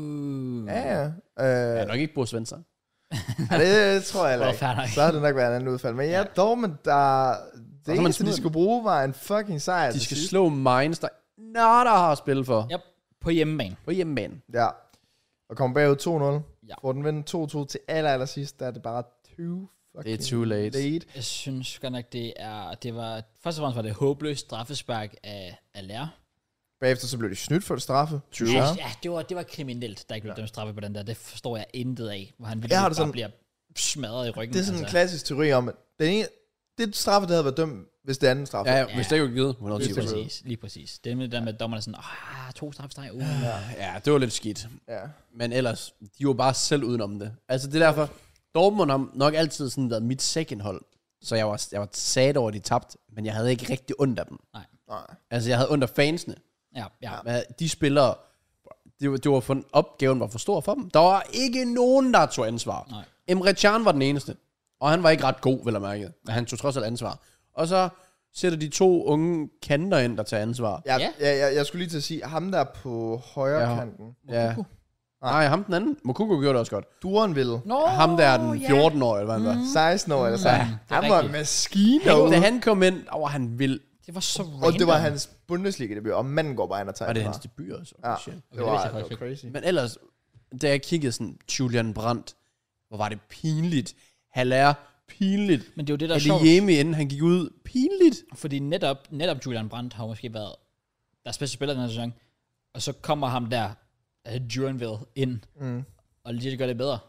Oh. Ja, ja. Jeg er Øh, nok ikke Bo Svensson. ja, det tror jeg heller Åh, ikke. fair nok. Så har det nok været en anden udfald. Men ja, Dortmund, der... Det man eneste, de smider skulle bruge, var en fucking sejr. De til skal sidst. slå Mainz, der nada har spillet for. Ja, på hjemmebane. På hjemmebane. Ja. Og kom bagud to nul. Ja. Får den vendt to to til aller, aller sidst, der er det bare too fucking Det er too late. late. Jeg synes godt nok, det er... Det var, først og fremmest var det håbløst straffespark af, af Lær. Bagefter så blev de snydt for det straffe. Ja, ja det, var, det var kriminelt, der ikke blev dømt straffe på den der. Det forstår jeg intet af, hvor han virkelig Jeg har bare det sådan- bliver smadret i ryggen. Det er sådan en altså. klassisk teori om, at den ene, det straffe, der havde været dømt, hvis det anden straffe. Ja, ja, hvis det ikke var givet. hundrede og ti Lige Hvis det procent. præcis, lige præcis. Det er med det der med, at dommerne er sådan, ah, to straffesteg, uh. Ja, det var lidt skidt. ja. Men ellers, de var bare selv udenom det. Altså, det er derfor, Dortmund har nok altid sådan været mit second hold. Så jeg var, jeg var sad over, at de tabte, men jeg havde ikke rigtig ondt af dem. Nej. Altså, jeg havde ondt af fansene. Ja, ja. Men de spillere, det var, det var for, opgaven var for stor for dem. Der var ikke nogen, der tog ansvar. Nej. Emre Can var den eneste. Og han var ikke ret god, vil jeg mærke. Men han tog trods alt ansvar. Og så sætter de to unge kanter ind, der tager ansvar. Ja, Ja. ja. Ja, jeg skulle lige til at sige, ham der på højre Ja. kanten, Ja. Nej, ham den anden. Mokuko gjorde det også godt. Durenville, Nå, Ham der er den ja. fjorten-årige, eller hvad han var. seksten år eller så. Ja, Ja, det er han var en rigtigt. maskine Han, derude. da han kom ind, og han vild. Det var så random. Og det var hans Bundesliga-debut, og manden går bare ind og tager Og det er ansvar. hans debut også. Ja, Shit. det det var, vidste jeg det var faktisk crazy. Men ellers, da jeg kiggede sådan, Julian Brandt, hvor var det pinligt. Haller, pinligt. Men det er jo det, der er Ali sjovt. Yemi, inden han gik ud, pinligt. Fordi netop, netop Julian Brandt har måske været deres bedste spiller den her sæson. Og så kommer ham der, uh, Duranville, ind, Mm. og lige gør det bedre.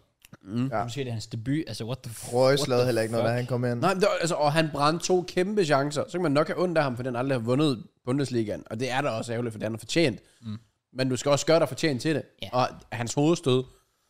Mm. Ja. Du siger, det er hans debut. Altså, what the fuck? Reus lavede heller ikke noget, da han kom ind. Nej, det var, altså, og han brændte to kæmpe chancer. Så kan man nok have ondt af ham, for den aldrig har vundet Bundesligaen. Og det er da også ærgerligt, for den har fortjent. Mm. Men du skal også gøre dig fortjent til det. Ja. Og hans hovedstød,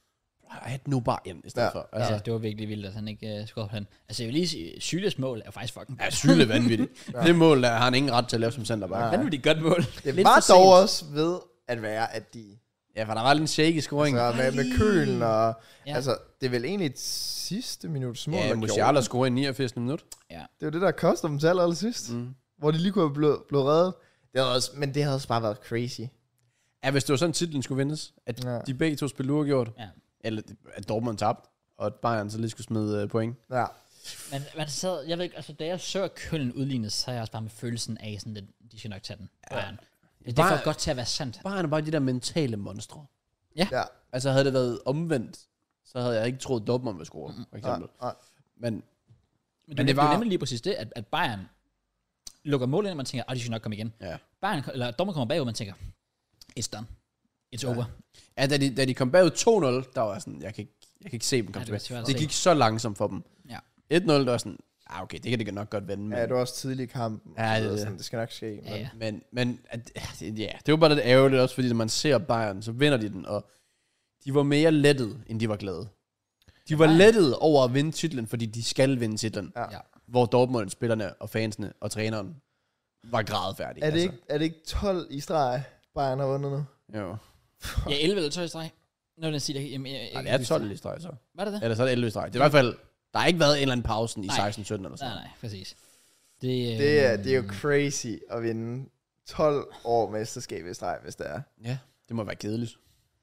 er nu bare ind i stedet Ja. for. Altså, Altså, ja, det var virkelig vildt, at han ikke uh, scorede på den. Altså, jeg vil lige sige, Syles mål er faktisk fucking er syle vanvittigt. ja. Det mål, der har han ingen ret til at lave som centerback. ja. Vanvittigt godt mål. Det Lidt var for dog sent. også ved at være, at de... Ja, for der var lidt en shaky scoring. Altså, med, med kølen og... Ja. Altså, det er vel egentlig et sidste minuts mål, Ja, der Musiala gjorde. scorede i niogfirs minut. Ja. Det er jo det, der koster dem til aller, aller sidst. Mm. Hvor de lige kunne have blevet, blevet reddet. Det havde også, men det havde også bare været crazy. Ja, hvis det var sådan, titlen skulle vindes, at Ja. de begge to spillede uafgjort, Ja. eller at Dortmund tabte, og at Bayern så lige skulle smide uh, point. Ja. Men man sad, jeg ved ikke, altså da jeg så Køln udlignet, så er jeg også bare med følelsen af sådan lidt, de skal nok tage den. Ja. Det er for Bare- godt til at være sandt. Bayern er bare de der mentale monstre. Ja. Altså havde det været omvendt, så havde jeg ikke troet Dortmund ville score, for eksempel. Ja. Ja. Men Men, Men det, det det, var- var nemlig lige præcis det, at, at Bayern lukker mål ind, og man tænker, at de skal nok komme igen. ja. Bayern, eller Dortmund kommer bagud, og man tænker, it's done. It's over. Ja, da de, da de kom bagud to nul, der var jeg sådan, jeg kan ikke, jeg kan ikke se dem komme Ja, det var tilbage. svært at Det se. gik så langsomt for dem. Ja. et nul, der var sådan, ah, okay, det kan det nok godt vende. Men, Ja, det var også tidlig i kampen. Ja, Ja, det er det, det. sådan, det skal nok ske. Ja, ja. men, men at, ja, det var bare lidt ærgerligt også, fordi når man ser Bayern, så vinder de den, og de var mere lettet, end de var glade. De var Bayern- lettet over at vinde titlen, fordi de skal vinde titlen. Ja. Ja. Hvor Hvor Dortmund, spillerne og fansene og træneren var gradfærdige. Er det, ikke, er det ikke tolv i streg, Bayern har vundet nu? Jo. Ja, elleve eller tolv i streg. Nå, den siger, jeg, jeg, jeg, Nej, det er tolv i streg, så. Var det det? Eller så er det elleve i streg. Det er i hvert fald, der har ikke været en eller anden pausen i Nej. seksten sytten eller sådan. Nej, nej, præcis. Det, øh, Det er, det er jo crazy at vinde tolv år mesterskab i streg, hvis det er. Ja, det må være kedeligt.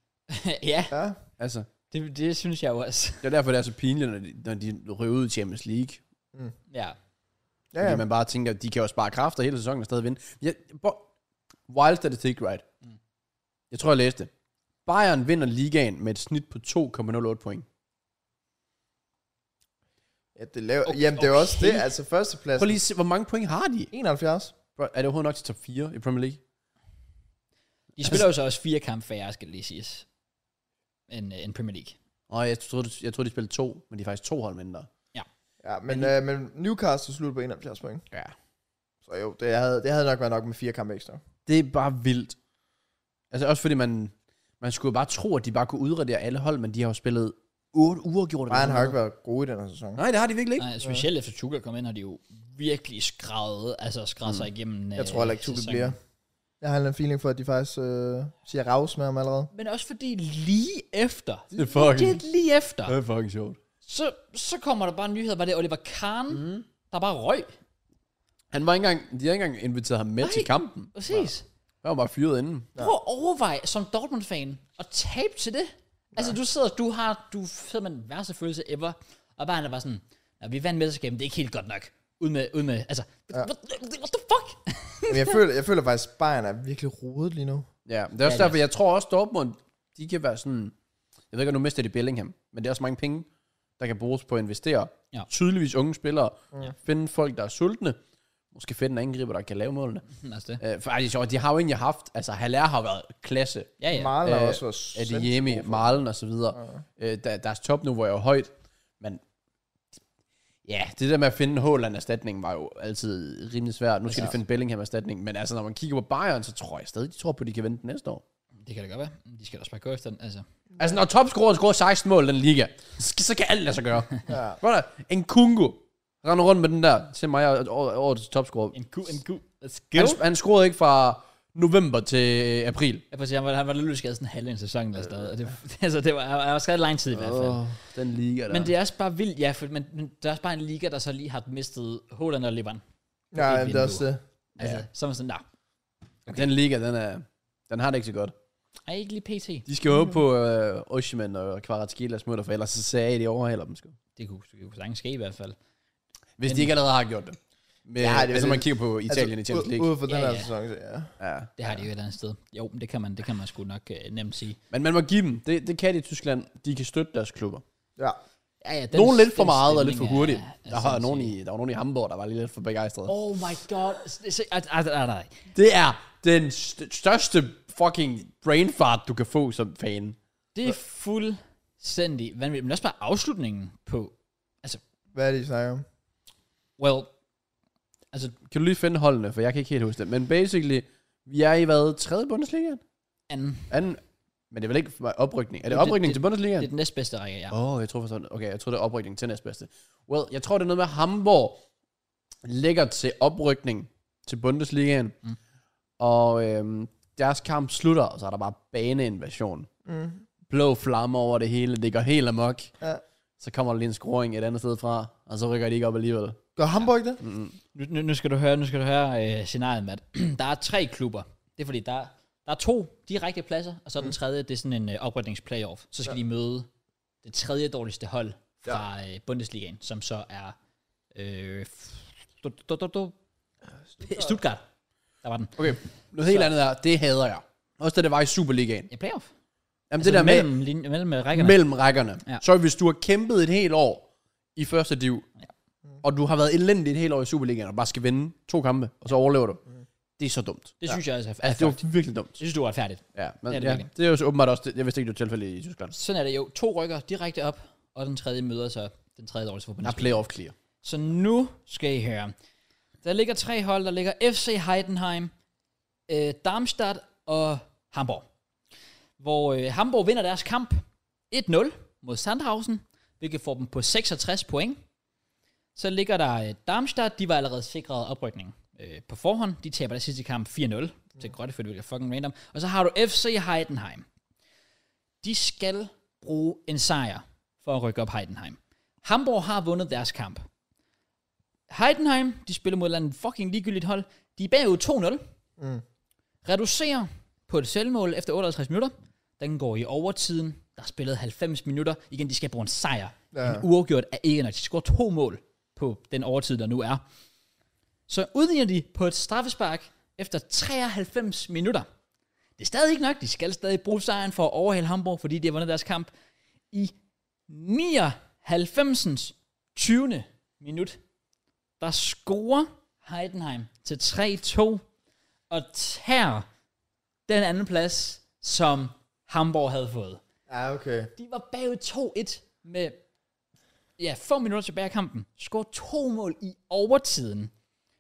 ja, Ja, Altså, det, det synes jeg jo også. det er derfor, det er så pinligt, når de, når de ryger ud i Champions League. Ja. ja, Fordi ja. man bare tænker, at de kan jo spare kræfter hele sæsonen og stadig vinde. Ja, bo- wild statistik, right? Mm. Jeg tror, jeg læste det. Bayern vinder ligaen med et snit på to komma nul otte point. ja det laver, Okay, jamen, det er jo også okay. det. Altså, førsteplads. Prøv lige at se, hvor mange point har de? enoghalvfjerds. Bro, er det overhovedet nok til top fire i Premier League? De spiller jo så også fire kampe færre, skal det lige siges, end, end Premier League. Og jeg troede, jeg troede, de spillede to, men de er faktisk to hold mindre. Ja, men, øh, men Newcastle slutter på enoghalvfjerds point. Ja. Så jo, det havde, det havde nok været nok med fire kampe ekstra. Det er bare vildt. Altså også fordi man, man skulle bare tro, at de bare kunne udradere alle hold, men de har jo spillet otte uafgjorte. Bayern har jo ikke været gode i den her sæson. Nej, det har de virkelig ikke. Nej, specielt efter Tuchel kom ind, har de jo virkelig skravet, altså skravet mm. sig igennem. Jeg tror heller ikke, Tuchel bliver. Jeg har en feeling for, at de faktisk øh, siger raus med ham allerede. Men også fordi lige efter, Det er fucking, det lige efter, det er fucking sjovt. så, så kommer der bare nyheder, var det Oliver Kahn, mm. der bare røg. Han var ikke engang, de har ikke engang inviteret ham med Nej. til kampen. Præcis. Han var bare fyret inden. Ja. Prøv at overveje som Dortmund-fan at tabe til det. Altså, du sidder, du har, du sidder med den værste følelse ever, og bare han er bare sådan, ja, vi vandt mesterskabet, det er ikke helt godt nok. Ud med, ud med, altså, ja. what, what the fuck? Men jeg føler, jeg føler faktisk, at Bayern er virkelig rodet lige nu. Ja, det er også Ja, det er derfor, jeg tror også, Dortmund, de kan være sådan, jeg ved ikke, om nu mister de Bellingham, men det er også mange penge, der kan bruges på at investere. Ja. Tydeligvis unge spillere. Ja. Finde folk, der er sultne. Måske finde en angriber, der kan lave målene. altså det. Øh, for ej, det er sjovt, de har jo egentlig haft, altså Haller har været klasse. Ja, ja. Malen har Øh, også været Adeyemi, sindssygt god for- Malen og så videre. Ja. Øh, der, deres topniveau er jo højt, men ja, det der med at finde Haaland-erstatning var jo altid rimelig svært. Nu skal Ja. de finde Bellingham-erstatning, men altså når man kigger på Bayern, så tror jeg stadig, de tror på, at de kan vinde den næste år. Det kan det godt være. De skal da også bare gå efter den, altså. Altså når topscoreren scorer seksten mål i den liga, så, så kan alt lade sig gøre. Ja. Brother, en Kungo render rundt med den der, til mig er over, over til topscorer. En gu, en gu. Let's go. Han, han scorede ikke fra november til april. Jeg får sige, han var, han var lidt skadet sådan en halv en sæson eller sådan noget. Og Det, altså, det var, jeg var skadet lang tid i hvert fald. Åh, den liga der. Men det er også bare vildt, ja, for, men, men det er også bare en liga, der så lige har mistet Haaland og Levan. Ja, Et jamen, det er vindue. også det. Altså, Ja. så er man sådan, nej, Den liga, den, er, den har det ikke så godt. er ikke lige P T. De skal håbe på uh, Osimhen og Kvaratskhelia smutter, for ellers så ser jeg, at de overhaler dem. Sgu. Det kunne, det kunne sagtens ske i hvert fald. Hvis Men- de ikke allerede har gjort det. Med, Ja, ja, det er altså vel- man kigger på Italien altså, i Champions League. Ude for den Ja, her ja. sæson, så ja. Ja. Det har de jo et eller andet sted. Jo, men det kan man, det kan man sgu nok uh, nemt sige. Men man må give dem. Det, det kan de i Tyskland. De kan støtte deres klubber. Ja. Ja, ja, den, Nogle lidt for den meget og lidt stemning for hurtigt. er- er Der var, nogen sindssyg. i, der var nogen i Hamburg, der var lige lidt for begejstrede. Oh my god. Se- se- ah, ah, ah, nej. Det er den st- største fucking brain fart, du kan få som fan. Det er fuldstændig vanvittigt. Men også bare afslutningen på, altså, Hvad er det, I snakker om? well, altså, Kan du lige finde holdene, for jeg kan ikke helt huske det. Men basically, vi er i hvad? Tredje Bundesliga? anden, Anden. Men det er vel ikke oprykning? Er det Det- oprykning det- til Bundesliga? det er den næstbedste række, ja. Åh, oh, jeg tror for sådan. Okay, jeg tror det er oprykning til næstbedste. Well, jeg tror det er noget med Hamburg ligger til oprykning til Bundesligaen. Mm. Og øhm, deres kamp slutter, og så er der bare baneinvasion. Mm. Blå flamme over det hele, det går helt amok. Ja. Så kommer der lige en scoring et andet sted fra, og så rykker de ikke op alligevel. Gør Hamburg det? Mm-hmm. Nu, nu, nu skal du høre, nu skal du høre øh, scenariet, Matt. Der er tre klubber. Det er fordi, der, der er to direkte pladser, og så er den tredje, det er sådan en øh, oprykningsplayoff. Så skal ja. de møde det tredje dårligste hold fra øh, Bundesligaen, som så er øh, du, du, du, du, Stuttgart. Der var den. Okay, noget helt andet er, det hader jeg. Også da det var i Superligaen. Ja, playoff. Jamen Altså det der med, mellem, linje, mellem rækkerne. mellem rækkerne. Ja. Så hvis du har kæmpet et helt år i første div, Ja. og du har været elendig et helt år i Superligaen, og bare skal vinde to kampe, og så overlever du. Det er så dumt. Det synes jeg altså er, er Altså, det fucked. var virkelig dumt. Det synes du er retfærdigt. Ja, men Det er det ja, virkelig. det er jo så åbenbart også, det, jeg vidste ikke, det var tilfælde i Tyskland. Sådan er det jo. To rykker direkte op, og den tredje møder så den tredje dårligste for Der er Bundesliga. playoff clear. Så nu skal I høre. Der ligger tre hold. Der ligger F C Heidenheim, øh, Darmstadt og Hamburg. Hvor øh, Hamburg vinder deres kamp et nul mod Sandhausen, hvilket får dem på seksogtres point. Så ligger der øh, Darmstadt. De var allerede sikret oprykning øh, på forhånd. De taber deres sidste kamp fire nul. Det er godt, for det virker fucking random. Og så har du F C Heidenheim. De skal bruge en sejr for at rykke op Heidenheim. Hamburg har vundet deres kamp. Heidenheim, de spiller mod et eller andet fucking ligegyldigt hold. De er bagud to nul. Mm. Reducerer på et selvmål efter otteoghalvtreds minutter. Den går i overtiden. Der er spillet halvfems minutter. Igen, de skal bruge en sejr. Ja. En uafgjort er ikke nok. De scorer to mål på den overtid, der nu er. Så udligner de på et straffespark efter treoghalvfems minutter. Det er stadig ikke nok. De skal stadig bruge sejren for at overhale Hamburg, fordi de har vundet deres kamp i nioghalvfems tyvende minut. Der scorer Heidenheim til tre to og tager den anden plads, som Hamburg havde fået. Ja, okay. De var bagud to et med ja, få minutter tilbage af kampen. Scorer to mål i overtiden.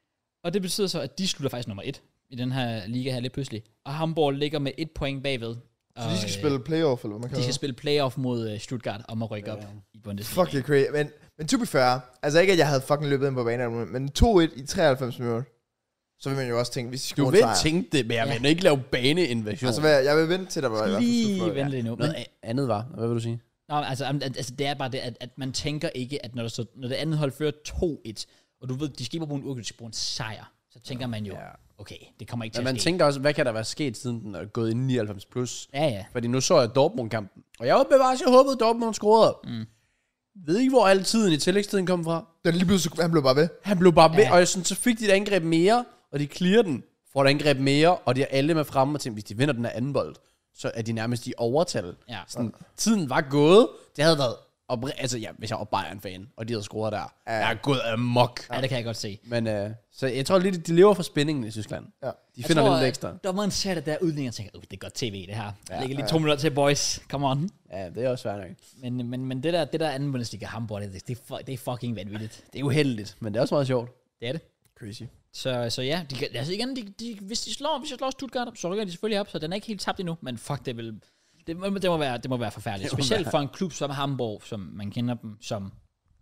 Og det betyder så, at de slutter faktisk nummer et i den her liga her lidt pludselig. Og Hamburg ligger med et point bagved. Så de skal spille playoff, eller hvad man kan De skal spille playoff mod uh, Stuttgart om at rykke Ja. op i Bundesliga. Fuck, det er crazy. Men, men to be fair, altså ikke, at jeg havde fucking løbet ind på banen, men to et i treoghalvfems minutter, så vil man jo også tænke, hvis de Du scorer vil en sejr. tænke det, men jeg Ja. vil ikke lave baneinvasion. Altså, hvad, jeg vil vente til, der var i hvert fald Lige slut for- vente lidt nu. Men, Noget a- andet var, hvad vil du sige? nå, altså, am- altså, det er bare det, at, at man tænker ikke, at når, der så, når det andet hold fører to et, og du ved, de skal ikke bruge en uge, de skal bruge en sejr, så tænker man jo, Ja. okay, det kommer ikke til Men at man ske. tænker også, hvad kan der være sket, siden den er gået i nioghalvfems plus? Ja, ja. Fordi nu så jeg Dortmund-kampen. Og jeg var bevares, jeg håbede, Dortmund scorede. Mm. Ved ikke, hvor al tiden i tillægstiden kom fra. Den lige pludselig, han blev bare ved. Han blev bare ved, Ja. og jeg synes, så fik de et angreb mere, og de clear den, får et angreb mere, og de er alle med fremme og tænker, hvis de vinder den her anden bold, så er de nærmest i overtal. Ja. Sådan, tiden var gået. Det havde været, opri- altså ja, hvis jeg var Bayern-fan, og de havde scoret der, Ja. jeg er gået amok. Ja, det kan jeg godt se. Men øh, så jeg tror lidt, de lever for spændingen i Tyskland. Ja. De Jeg finder tror, lidt at ekstra. Dommeren ser det der udligning og tænker, uh, det er godt tv det her. Ja, Ja, ligger lige ja. to minutter til, boys. Come on. Ja, det er også svært nok. Men, men, men det der, det der anden Bundesliga Hamburg, det, det, er fu- det er fucking vanvittigt. Det er uheldigt, men det er også meget sjovt. Det er det. Crazy. Så, så ja, de, kan- altså igen, de, de, hvis de slår, hvis de slår Stuttgart op, så rykker de selvfølgelig op, så den er ikke helt tabt endnu, men fuck, det vil, det, må- det, må, være, det må være forfærdeligt. Det må Specielt være. for en klub som Hamburg, som man kender dem som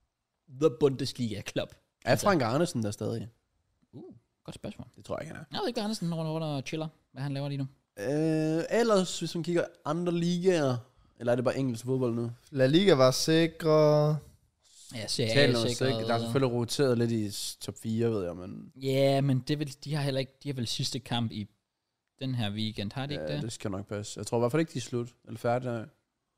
The Bundesliga Club. Er Frank Arnesen der stadig? Uh, godt spørgsmål. Det tror jeg ikke, han er. Jeg ved ikke, hvad Andersen rundt rundt og chiller, hvad han laver lige nu. Øh, ellers, hvis man kigger andre ligaer, eller er det bare engelsk fodbold nu? La Liga var sikre. Ja, C A Tal er noget sikret. sikkert. Der er selvfølgelig roteret lidt i s- top fire, ved jeg, men Ja, men det vil, de har heller ikke, de har vel sidste kamp i den her weekend, har de ikke ja, det? det skal nok passe. Jeg tror i hvert fald ikke, de er slut. Eller færdige. Nej.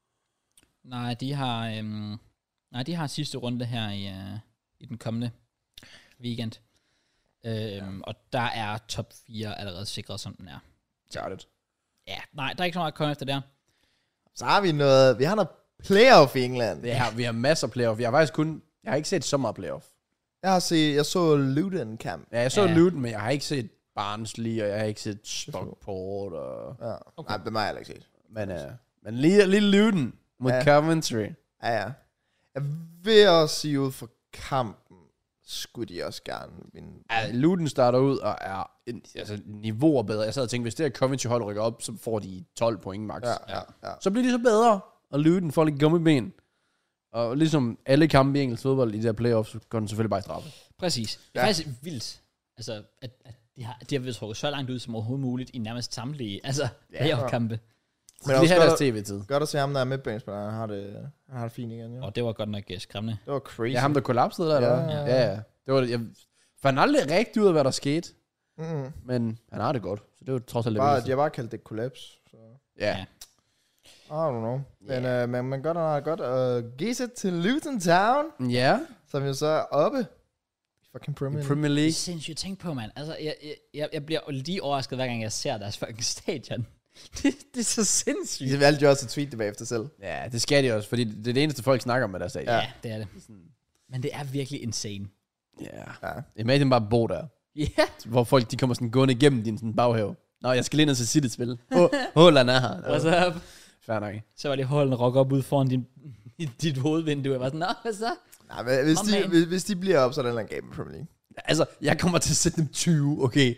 Nej, de har, øhm, nej, de har sidste runde her i, øh, i den kommende weekend. Øhm, ja. Og der er top fire allerede sikret, som den er. Got it. Ja, nej, der er ikke så meget at komme efter der. Så har vi noget, vi har noget playoff i England. Det her, vi har masser af playoff. Jeg har faktisk kun, jeg har ikke set så meget playoff. Jeg har set, jeg så Luton kamp. Ja, jeg så Ja. Luton, men jeg har ikke set Barnsley, og jeg har ikke set Stockport. Og... Ja. Okay. Nej, det har jeg heller ikke set. Men, uh, men lige, lige Luton, mod Ja. Coventry. Ja, ja. Jeg vil også sige ud for kampen, skulle de også gerne vinde. Ja, Luton starter ud og er en, altså, niveauer bedre. Jeg sad og tænkte, hvis det her Coventry-hold rykker op, så får de tolv point max. Ja, ja, ja. Så bliver de så bedre, og Luton får lidt gummiben. Og ligesom alle kampe i engelsk fodbold i de her playoffs, så går den selvfølgelig bare i straffe. Præcis. Det er Ja. faktisk vildt, altså, at, at de har, de har været trukket så langt ud som overhovedet muligt i nærmest samtlige altså, playoff-kampe. Så Men de også har deres godt, tv-tid. godt at se ham, der er midtbanespiller. Han har det, han har det fint igen, jo. Og det var godt nok uh, skræmmende. Det var crazy. Ja, ham der kollapsede der, eller Ja, hvad? ja, Ja, ja. Det var det. Jeg fandt aldrig rigtig ud af, hvad der skete. Mm-hmm. Men han har det godt. Så det var trods alt det Bare, vigtigste. de har bare kaldt det kollaps. Så. Ja. Ja. I don't know. Men, Yeah. uh, men man godt, han har det godt. Uh, Giza til Luton Town, Ja. som jo så er oppe i fucking Premier I League. Premier Det er League. sindssygt at tænke på, mand. Altså, jeg, jeg- jeg, jeg bliver lige overrasket, hver gang jeg ser deres fucking stadion. det, det er så sindssygt. De valgte jo også at tweete det bagefter selv. Ja, det skal de også, fordi det er det eneste, folk snakker om med deres stadion. Ja, det er det. Men det er virkelig insane. Ja. Ja. Imagine bare bo der, Ja. hvor folk de kommer sådan gående igennem din sådan baghave. Nå, jeg skal lige ned til sit spil. Håland er her. What's up? Fair nok. Så var det holden rock op ud foran din, dit hovedvindue. Jeg var sådan, nå, hvad så? Nej, men hvis, Nå, de, man. hvis, hvis de bliver op, så er det en game i Premier League. Altså, jeg kommer til at sætte dem tyve, okay.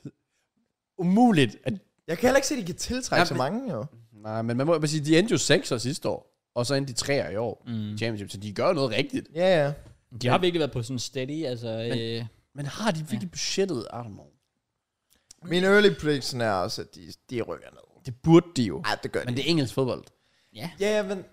Umuligt. At, Jeg kan heller ikke se, at de kan tiltrække Ja, så men- mange, jo. nej, men man må bare sige, de endte jo sekser sidste år. Og så endte de treer i år. Mm. Championship, så de gør noget rigtigt. Ja, ja. De har virkelig været på sådan steady, altså... Men- øh, Men har de virkelig budgettet? I don't know. Min early prediction er også, at de, de rykker ned. Det burde de jo. Ej, det gør de. Men det er engelsk fodbold. ja, Ja, ja, men...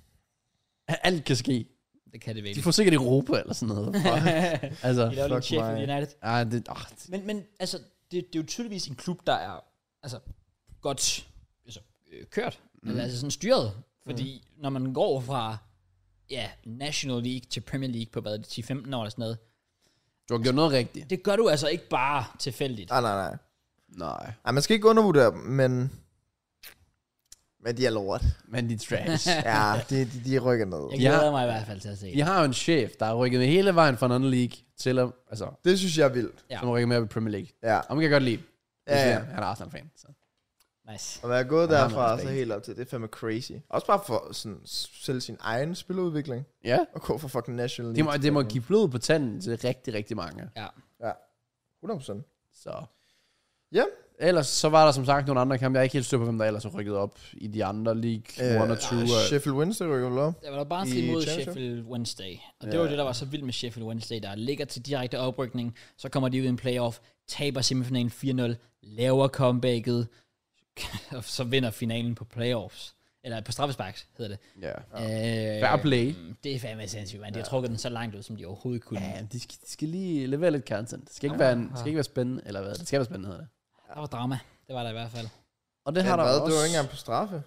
Alt kan ske. det kan det De virkelig. får sikkert Europa eller sådan noget. altså, De laver lidt Fuck Sheffield mig. United. ej, det, oh, det, Men, men altså, det, det er jo tydeligvis en klub, der er altså, godt altså, øh, kørt. Mm. Altså, altså sådan styret. Fordi mm. når man går fra ja, National League til Premier League på hvad, ti til femten år eller sådan noget, du har gjort noget rigtigt. det gør du altså ikke bare tilfældigt. Nej, nej, nej. Nej. Ej, man skal ikke undervurdere dem, men... Men de er lort. Men de er trash. Ja, de, de, de rykker ned. Jeg Ja. glæder mig i hvert fald til at se De det. har jo en chef, der har rykket med hele vejen fra en anden league til at, altså, Det synes jeg er vildt. Ja. som rykker med op i Premier League. Ja. Ham kan jeg godt lide. Ja, ja. Han er Arsenal-fan. Så. Nice. Og være gået Han har derfra noget og så respekt. helt op til, det er fandme crazy. Også bare for sådan, selv sin egen spiludvikling. Ja. Og gå for fucking National Det League. må, til det må fucking- give blod på tanden til rigtig, rigtig mange. Ja. hundrede procent. Så. Ja. Ellers så var der som sagt nogle andre kampe. Jeg er ikke helt styr på, hvem der ellers har rykket op i de andre League Øh, one og two. ah, og- Sheffield Wednesday rykker vel op. Der var der Barnsley I mod Championship? Sheffield Wednesday. Og det Ja. var det, der var så vildt med Sheffield Wednesday, der ligger til direkte oprykning. Så kommer de ud i en playoff, taber semifinalen fire nul, laver comebacket, og så vinder finalen på playoffs. Eller på straffesparks, hedder det. Ja. Øh, Fair play. Det er fandme sindssygt, man. De har trukket den så langt ud, som de overhovedet kunne. Ja, de skal, de skal lige levere lidt content. Det skal ikke, være, en, det skal ikke være spændende, eller hvad? Det skal være spændende, hedder det. Der var drama. Det var der i hvert fald. Og det Men har der hvad, også. det var ikke engang på straffe.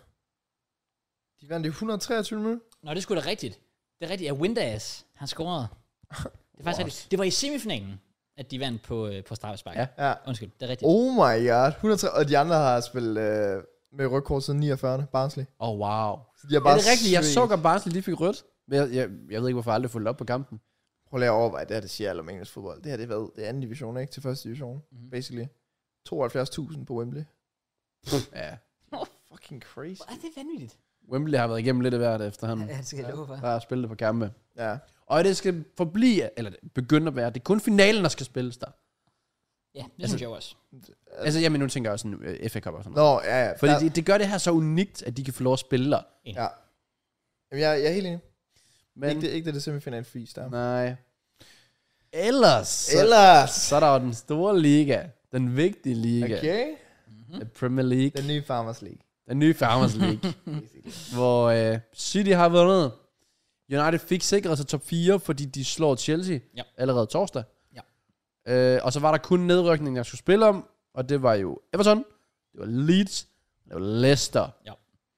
De vandt i et hundrede og treogtyve minutter. Nå, det skulle da rigtigt. Det er rigtigt. Ja, Windass, han scorede. Det er faktisk What? rigtigt. Det var i semifinalen, at de vandt på, øh, på straffespark. Ja. Ja. Undskyld, det er rigtigt. Oh my god. et hundrede og tre, og de andre har spillet øh, med rødkort siden niogfyrre. Barnsley. Åh, oh, wow. Så de har Ja, bare det er rigtigt. Jeg svedt. så godt Barnsley, de fik rødt. Men jeg, jeg, jeg ved ikke, hvorfor jeg aldrig fulgte op på kampen. Prøv lige at overveje, det her det siger alt om engelsk fodbold. Det her det er hvad? Det er anden division, ikke? Til første division, Mhm. basically. tooghalvfjerds tusind på Wembley. Ja. Fucking crazy. Ej, det er vanvittigt. Wembley har været igennem lidt af hvert efterhånden. Ja, det skal jeg love for. Der har spillet på kampe. Ja. Og det skal forblive, eller begynde at være, det er kun finalen, der skal spilles der. Ja, det synes jeg også. Altså, jamen, nu tænker jeg også sådan uh, F A Cup og sådan noget. Nå, ja, ja. Fordi Der- det, det gør det her så unikt, at de kan få lov at spille der. Ja. Jamen, jeg, jeg er helt enig. Men, Men, ikke, det, ikke det, det semifinal fis der. nej. Ellers, så, Ellers. så er der jo den store liga. Den vigtige liga. Okay. The Premier League. Den nye Farmers League. Den nye Farmers League. hvor uh, City har vundet. United fik sikret sig top fire, fordi de slår Chelsea Ja. allerede torsdag. Ja. Uh, og så var der kun nedrykning, jeg skulle spille om. Og det var jo Everton. Det var Leeds. Det var Leicester. Ja.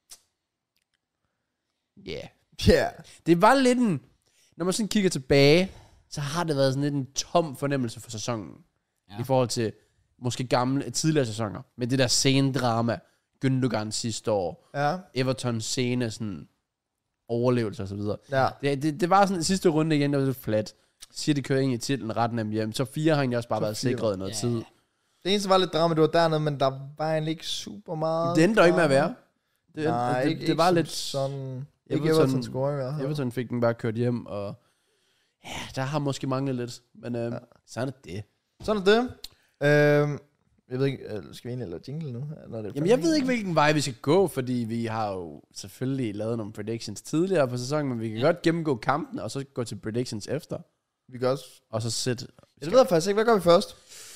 Ja. Yeah. Ja. Yeah. Det var lidt en... Når man sådan kigger tilbage, så har det været sådan lidt en tom fornemmelse for sæsonen. Ja. Ja. I forhold til måske gamle, tidligere sæsoner. Med det der scenedrama. Gündogan sidste år. Ja. Everton scene, sådan overlevelse og så videre. Ja. Det, det, det var sådan sidste runde igen, der var lidt flat. Siger, de kører ind i titlen ret nemt hjem. Så fire har egentlig også bare Så været fire. sikret i noget Ja. tid. Det eneste var lidt drama, det var dernede, men der var egentlig ikke super meget. Det endte dog ikke med at være. Det, Nej, det, ikke, det, det var ikke lidt... som sådan. Ikke Everton scoring, hvad? Everton fik den bare kørt hjem, og ja, der har måske manglet lidt, men øh, ja. sådan er det. Sådan er det. Øhm, jeg ved ikke, skal vi egentlig lave jingle nu? Når det Jamen, jeg ved ikke, hvilken vej vi skal gå, fordi vi har jo selvfølgelig lavet nogle predictions tidligere på sæsonen, men vi kan ja. godt gennemgå kampen, og så gå til predictions efter. Vi kan også... Og så sætte... Jeg ved faktisk ikke, hvad gør vi først?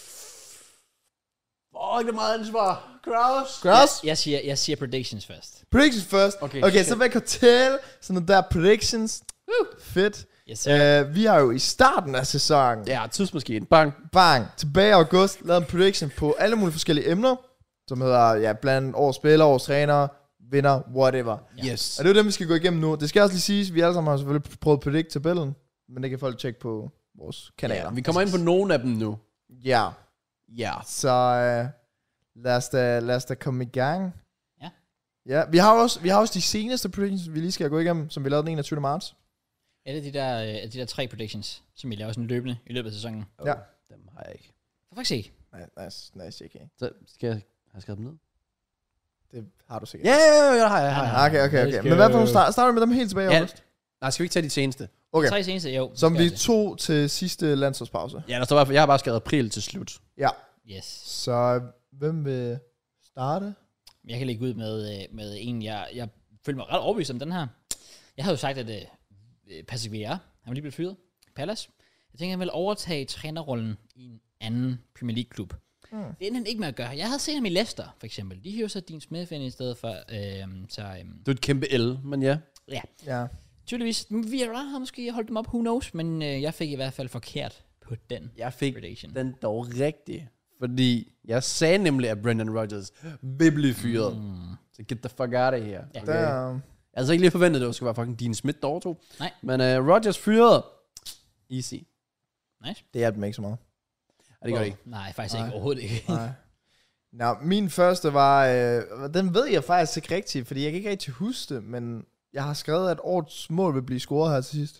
Åh, det er meget ansvar. Kraus. Kraus? Jeg, jeg, siger, jeg siger predictions først. Predictions først. Okay, okay så hvad kan tælle sådan noget der predictions? Uh, fedt. Yes, uh, vi har jo i starten af sæsonen, Ja, tidsmaskinen. Bang. bang, tilbage i august, lavet en prediction på alle mulige forskellige emner, som hedder, ja, blandt årets spiller, årets træner, vinder, whatever. Yes. Og det er jo dem, vi skal gå igennem nu. Det skal også lige siges, vi alle sammen har selvfølgelig prøvet at predict tabellen, men det kan folk tjekke på vores kanaler. Ja, vi kommer ind på nogle af dem nu. Ja. Ja. Så uh, lad, os da, lad os da komme i gang. Ja. Ja, vi har også, vi har også de seneste predictions, vi lige skal gå igennem, som vi lavede den enogtyvende marts. Er det de der, øh, de der tre predictions, som vi laver sådan løbende i løbet af sæsonen? Ja. Dem har jeg ikke. For faktisk se. Nej, nice, nice, J K. Så skal jeg have skrevet dem ned? Det har du sikkert. Ja, ja, ja, det har jeg. Har jeg. Ah, okay, okay, okay. Men hvad for nogle start, starter vi med dem helt tilbage i Ja. august? Nej, skal vi ikke tage de seneste? Okay. Tre seneste, jo. Som skal vi det. tog til sidste landsholdspause. Ja, der står bare, jeg har bare skrevet april til slut. Ja. Yes. Så hvem vil starte? Jeg kan lægge ud med, øh, med en, jeg, jeg føler mig ret overbevist om den her. Jeg havde jo sagt, at øh, Patrick Vieira, han var lige blevet fyret. Palace. Jeg tænker, han vil overtage trænerrollen i en anden Premier League-klub. Mm. Det endte han ikke med at gøre. Jeg havde set ham i Leicester, for eksempel. De hyrer så Dean Smith ind i stedet for... Øh, så, øh, Det er et kæmpe L, men ja. ja, Ja. tydeligvis. Vieira har måske holdt dem op, who knows. Men øh, jeg fik i hvert fald forkert på den Jeg fik prediction. den dog rigtig. Fordi jeg sagde nemlig, at Brendan Rodgers vil blive fyret. Mm. Så get the fuck out of here. Ja. Okay. Der, Jeg havde så ikke lige forventet, at det skulle være fucking Dean Smith, der overtog. Nej. Men uh, Rodgers fyret. Easy. Nice. det hjalp mig ikke så meget. Ja, det gør det ikke. Nej, faktisk Nej. ikke. Overhovedet ikke. Nej. Nå, min første var... Øh, den ved jeg faktisk ikke rigtigt, fordi jeg kan ikke rigtig huske det, men jeg har skrevet, at årets mål vil blive scoret her til sidst.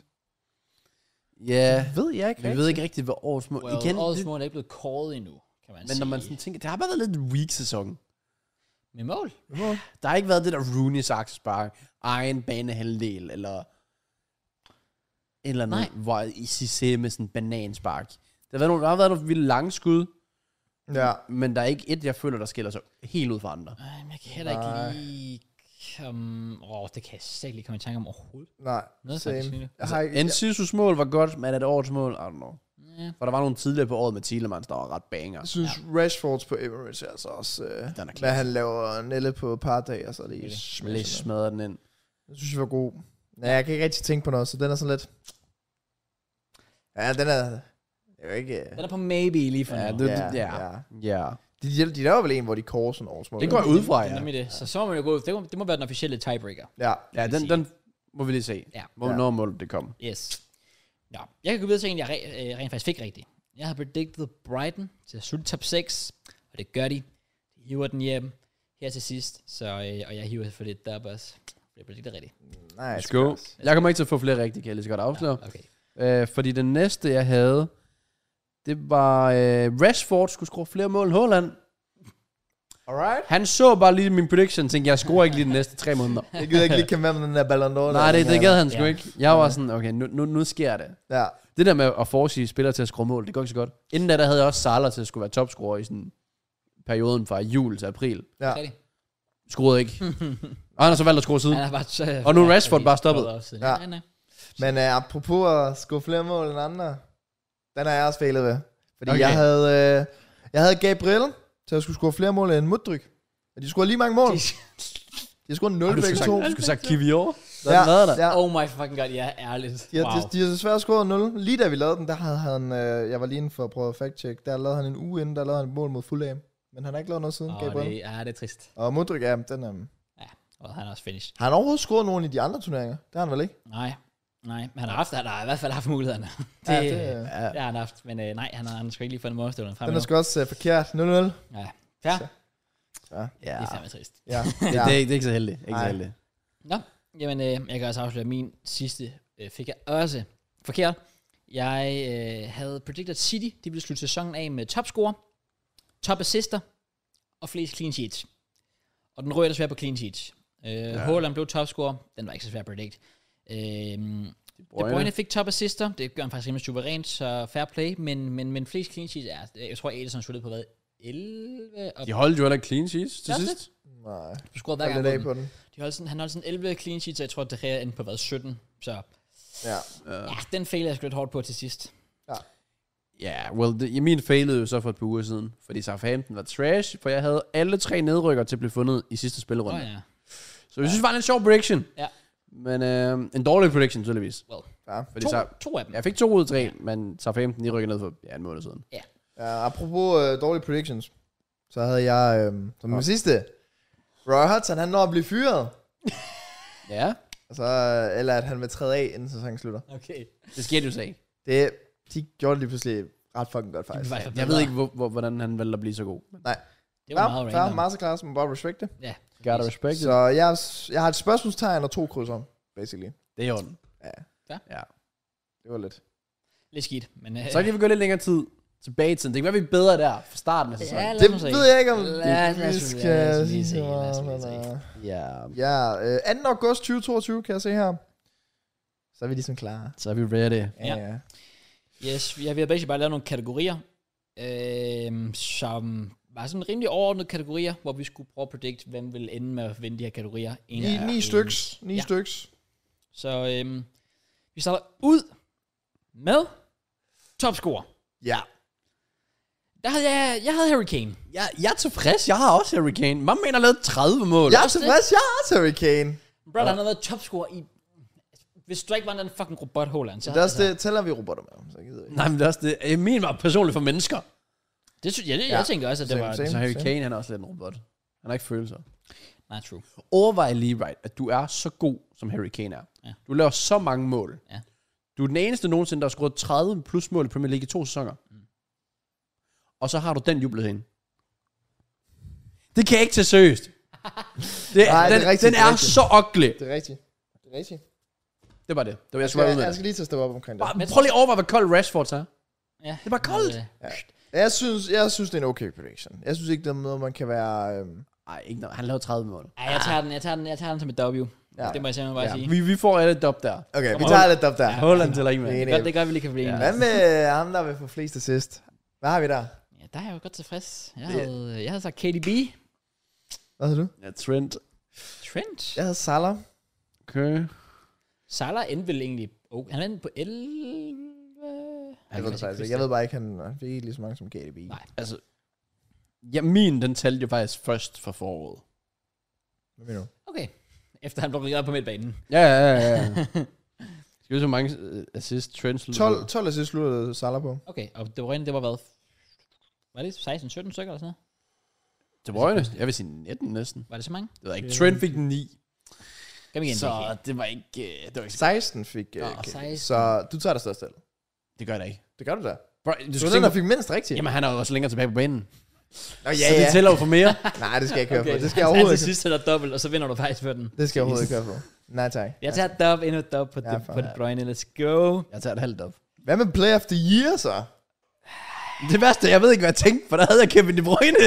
Ja. Det ved jeg ikke Vi rigtigt. ved ikke rigtigt, hvad årets mål... Well, Igen, årets det, mål er ikke blevet kåret endnu, kan man men sige. når man sådan tænker, det har bare været lidt en weak sæson. Med mål? Der har ikke været det der Rooney-saksespark, egen banehalvdel, eller et eller andet, Nej. hvor I Cissé med sådan en bananspark. Der har, været nogle, der har været nogle vilde lange skud, Ja. men der er ikke et, jeg føler, der skiller sig helt ud fra andre. Nej, men jeg kan heller Nej. ikke lige komme... Åh, oh, det kan jeg slet ikke lige komme i tanke om overhovedet. Nej, Noget same. faktisk lige. Jeg har ikke... En Sisus mål var godt, men et årets mål, I don't know. Ja. For der var nogle tidligere på året med Tielemans, der var ret banger. Jeg synes, ja. Rashfords på Emirates er altså også... Øh, Den er når klasse. han laver Nelle på et par dage, og så er det Okay. lige Lige smadrer den ind. Jeg synes, jeg var god. Ja, jeg kan ikke rigtig tænke på noget, så den er sådan lidt... Ja, den er... Det er jo ikke... Den er på maybe lige for Ja, nu. det- ja, ja. ja. Ja. De, de, de laver vel en, hvor de kårer sådan årsmål. Det går jeg ud fra, Det er ja. nemlig det. Så så må man jo gå... Det må, det må være den officielle tiebreaker. Ja. Ja, den, den må vi lige se. Ja. Hvornår Ja. målet det kommer. Yes. Nå, jeg kan gå videre til en, jeg re- øh, rent faktisk fik rigtigt. Jeg har predicted Brighton til at slutte top seks, og det gør de. De hiver den hjem her til sidst, så, øh, og jeg hiver selvfølgelig et dub også. Det predicted rigtigt. Nej, Let's go. Jeg kommer ikke til at få flere rigtige, kan jeg lige så godt afsløre. Okay. Øh, fordi den næste, jeg havde, det var øh, Rashford skulle score flere mål end Haaland. Alright. Han så bare lige min prediction, tænkte, jeg scorer ikke lige de næste tre måneder. Jeg gider ikke lige kæmpe med den der Ballon d'Or. Nej, det, det gad han sgu Ja. ikke. Jeg var sådan, okay, nu, nu, nu sker det. Ja. Det der med at forudsige spillere til at score mål, det går ikke så godt. Inden da, der havde jeg også Salah til at skulle være topscorer i sådan perioden fra jul til april. Ja. Rigtigt. Scorede ikke. Og han har så valgt at score siden. Han er bare, Og nu er Rashford bare stoppet. Ja. Ja. Nej, Men uh, apropos at score flere mål end andre, den har jeg også fejlet ved. Fordi Okay. okay. jeg havde, uh, jeg havde Gabriel til at skulle score flere mål end Mudryk. Og de scorede lige mange mål. De har scoret nul Du skulle begge sagt, to. du skulle sagt Kivior. Der Ja, ja, været der. ja. Oh my fucking god, ja, ærligt. De har, Wow. de, de har desværre scoret nul. Lige da vi lavede den, der havde han, øh, jeg var lige inde for at prøve at fact-check, der lavede han en uge inden, der lavede han et mål mod Fulham. Men han har ikke lavet noget siden, Åh, Gabriel. det, ja, det er trist. Og Mudryk, ja, den er... Og han er også finished. Har han overhovedet scoret nogen i de andre turneringer? Det har han vel ikke? Nej, nej, men han har, haft, han har i hvert fald haft mulighederne. Det, Ja, ja, det, det, øh, Ja. det har han haft, men øh, nej, han har, han skal ikke lige få en målstøvlen frem den er endnu. sgu også uh, forkert. nul nul. Ja, fair. Ja. Det Ja. er fandme trist. Ja. Det, ja. det, er, ikke- det er ikke så heldigt. Ikke så Nej. heldigt. Nå, jamen, øh, jeg kan også afsløre, at min sidste øh, fik jeg også forkert. Jeg øh, havde predicted City, de ville slutte sæsonen af med topscorer, top assister og flest clean sheets. Og den rører desværre på clean sheets. Uh, ja. Haaland blev topscorer. Den var ikke så svær at predict. Uh, De Bruyne fik top assister. Det gør han faktisk rimelig suverænt, så fair play. Men, men, men flest clean sheets er... Jeg tror, Ederson sluttede på hvad? elleve? De holdt jo heller ikke clean sheets til ja, sidst. Nej. Du scorede hver gang på den. De holdt sådan, han holdt sådan elleve clean sheets, og jeg tror, det her endte på hvad? sytten. Så ja, ja den failede jeg sgu lidt hårdt på til sidst. Ja. Ja, yeah, well, det, min failede jo så for et par uger siden, fordi Southampton var trash, for jeg havde alle tre nedrykker til at blive fundet i sidste spillerunde. Oh, ja. Så jeg synes, det var en sjov prediction. Ja. Men øh, en dårlig prediction, tydeligvis. Well, ja. Fordi to, så, to af dem. Jeg fik to ud af tre, ja. Men Southampton, de rykker ned for ja, en måned siden. Ja. Ja, apropos øh, dårlige predictions, så havde jeg, øh, som den sidste, Roy Hodgson, han når at blive fyret. Ja. Altså, eller at han vil træde af, inden sæsonen slutter. Okay. Det skete jo så ikke. Det, de gjorde det lige pludselig ret fucking godt, faktisk. Ja. Jeg ved ikke, hvor, hvor, hvordan han valgte at blive så god. Nej. Det var ja, meget random. random. Masterclass, man bare respect det. Ja. Gotta respect it. Så jeg, jeg har et spørgsmålstegn og to krydser, basically. Det er jo den. Ja. Ja. Ja. Det var lidt. Lidt skidt, men... Uh, så kan vi gå lidt længere tid tilbage til. Det kan være, vi er bedre der fra starten af sæsonen. Ja, det ved jeg ikke, om lad, vi lad, skal lad os lige sige se, så lad os meget, lige men, se. øh, Ja. Ja, øh, anden august tyve toogtyve, kan jeg se her. Så er vi ligesom klar. Så er vi ready. Ja, ja. Yes, vi har, vi har basically bare lavet nogle kategorier, øh, som var sådan rimelig overordnede kategorier, hvor vi skulle prøve at predict, hvem vil ende med at vinde de her kategorier. En Ni, er ni en- styks. Ni Ja. styks. Så øh, vi starter ud med topscorer. Ja. Der havde jeg, jeg havde Harry Kane. Jeg, jeg er tilfreds. Jeg har også Harry Kane. Mamma mener, har lavet tredive mål. Jeg er tilfreds, jeg har også Harry Kane. Bro, han har været topscorer i... Hvis du ikke var den fucking robot Haaland, så... Det er også det, tæller vi robotter med, så gider jeg ikke. Nej, men det er også det. Jeg mener bare personligt for mennesker. Det synes jeg, det, Ja. jeg tænker også, at det Same, var... same. Så Harry Kane, han er også lidt en robot. Han har ikke følelser. Nej, true. Overvej lige, right, at du er så god, som Harry Kane er. Ja. Du laver så mange mål. Ja. Du er den eneste nogensinde, der har scoret tredive plus mål i Premier League i to sæsoner. Mm. Og så har du den jubelscene. Det kan jeg ikke tage seriøst. Det, Nej, den, det er rigtigt, den det er er rigtigt. så ugly. Det er rigtigt. Det er rigtigt. Det var det. Det var jeg Jeg skulle skal, ud med. jeg skal lige til at stå op omkring det. Bare, prøv lige at overveje, hvad kold Rashford er. Ja. Det var koldt. Øh, Ja. Jeg synes, jeg synes, det er en okay prediction. Jeg synes ikke, det er noget, man kan være... Øhm, Nej, ikke noget. Han lavede tredive mål. Ej, jeg tager den, jeg tager den, jeg tager den som et W. Ja. Det må jeg simpelthen bare Ja. sige. Vi, vi får alle et dop der. okay, vi tager lidt op der. Ja. Holland til ikke Det er med. en- Det gør, det gør vi lige kan blive enige. Hvad med ham, der vil få flest assist? Hvad har vi der? Ja, der er jeg jo godt tilfreds. Jeg havde, jeg havde sagt K D B. Hvad havde du? Ja, Trent. Trent. Jeg havde Salah. Okay. Salah endte vel egentlig... Oh, han endte på elleve... Jeg ved det faktisk ikke. Jeg ved bare ikke, han han fik ikke lige så mange som K D B. Nej. Altså, ja, min, den talte jo faktisk først for foråret. Hvad mener du? Okay. Efter han blev rykket op på midtbanen. Ja, ja, ja. ja. Skal vi så mange uh, assist, Trent sluttede på? tolv, tolv assist sluttede Salah på. Okay, og det var rent, det var hvad? Var det seksten sytten stykker eller sådan noget? De Bruyne? Jeg vil sige nitten næsten. Var det så mange? Det ved jeg ikke. Trent fik ni. Kom igen, Så Vicky. det var ikke... Uh, det var ikke seksten fik uh, Nå, K D B. seksten. Så du tager det største tal. det gør det ikke. Det gør du da. Bro, Du du skal er den, tænke der på, fik mindst rigtigt. jamen han er jo også længere tilbage på banen. Nå, ja, Så det tæller jo for mere. Nej, det skal jeg ikke høre Okay. på. Det skal jeg overhovedet Altså ikke. sidst er der dobbelt, og så vinder du faktisk for den. Det skal jeg overhovedet ikke høre på. Nej, tak. Jeg tager dub, endnu et dub på, Ja, ja, for- på De Bruyne. Let's go. Jeg tager et halvt op. Hvad med Play of the Year så? Det værste, jeg ved ikke, hvad jeg tænkte, for der havde jeg Kevin De Bruyne.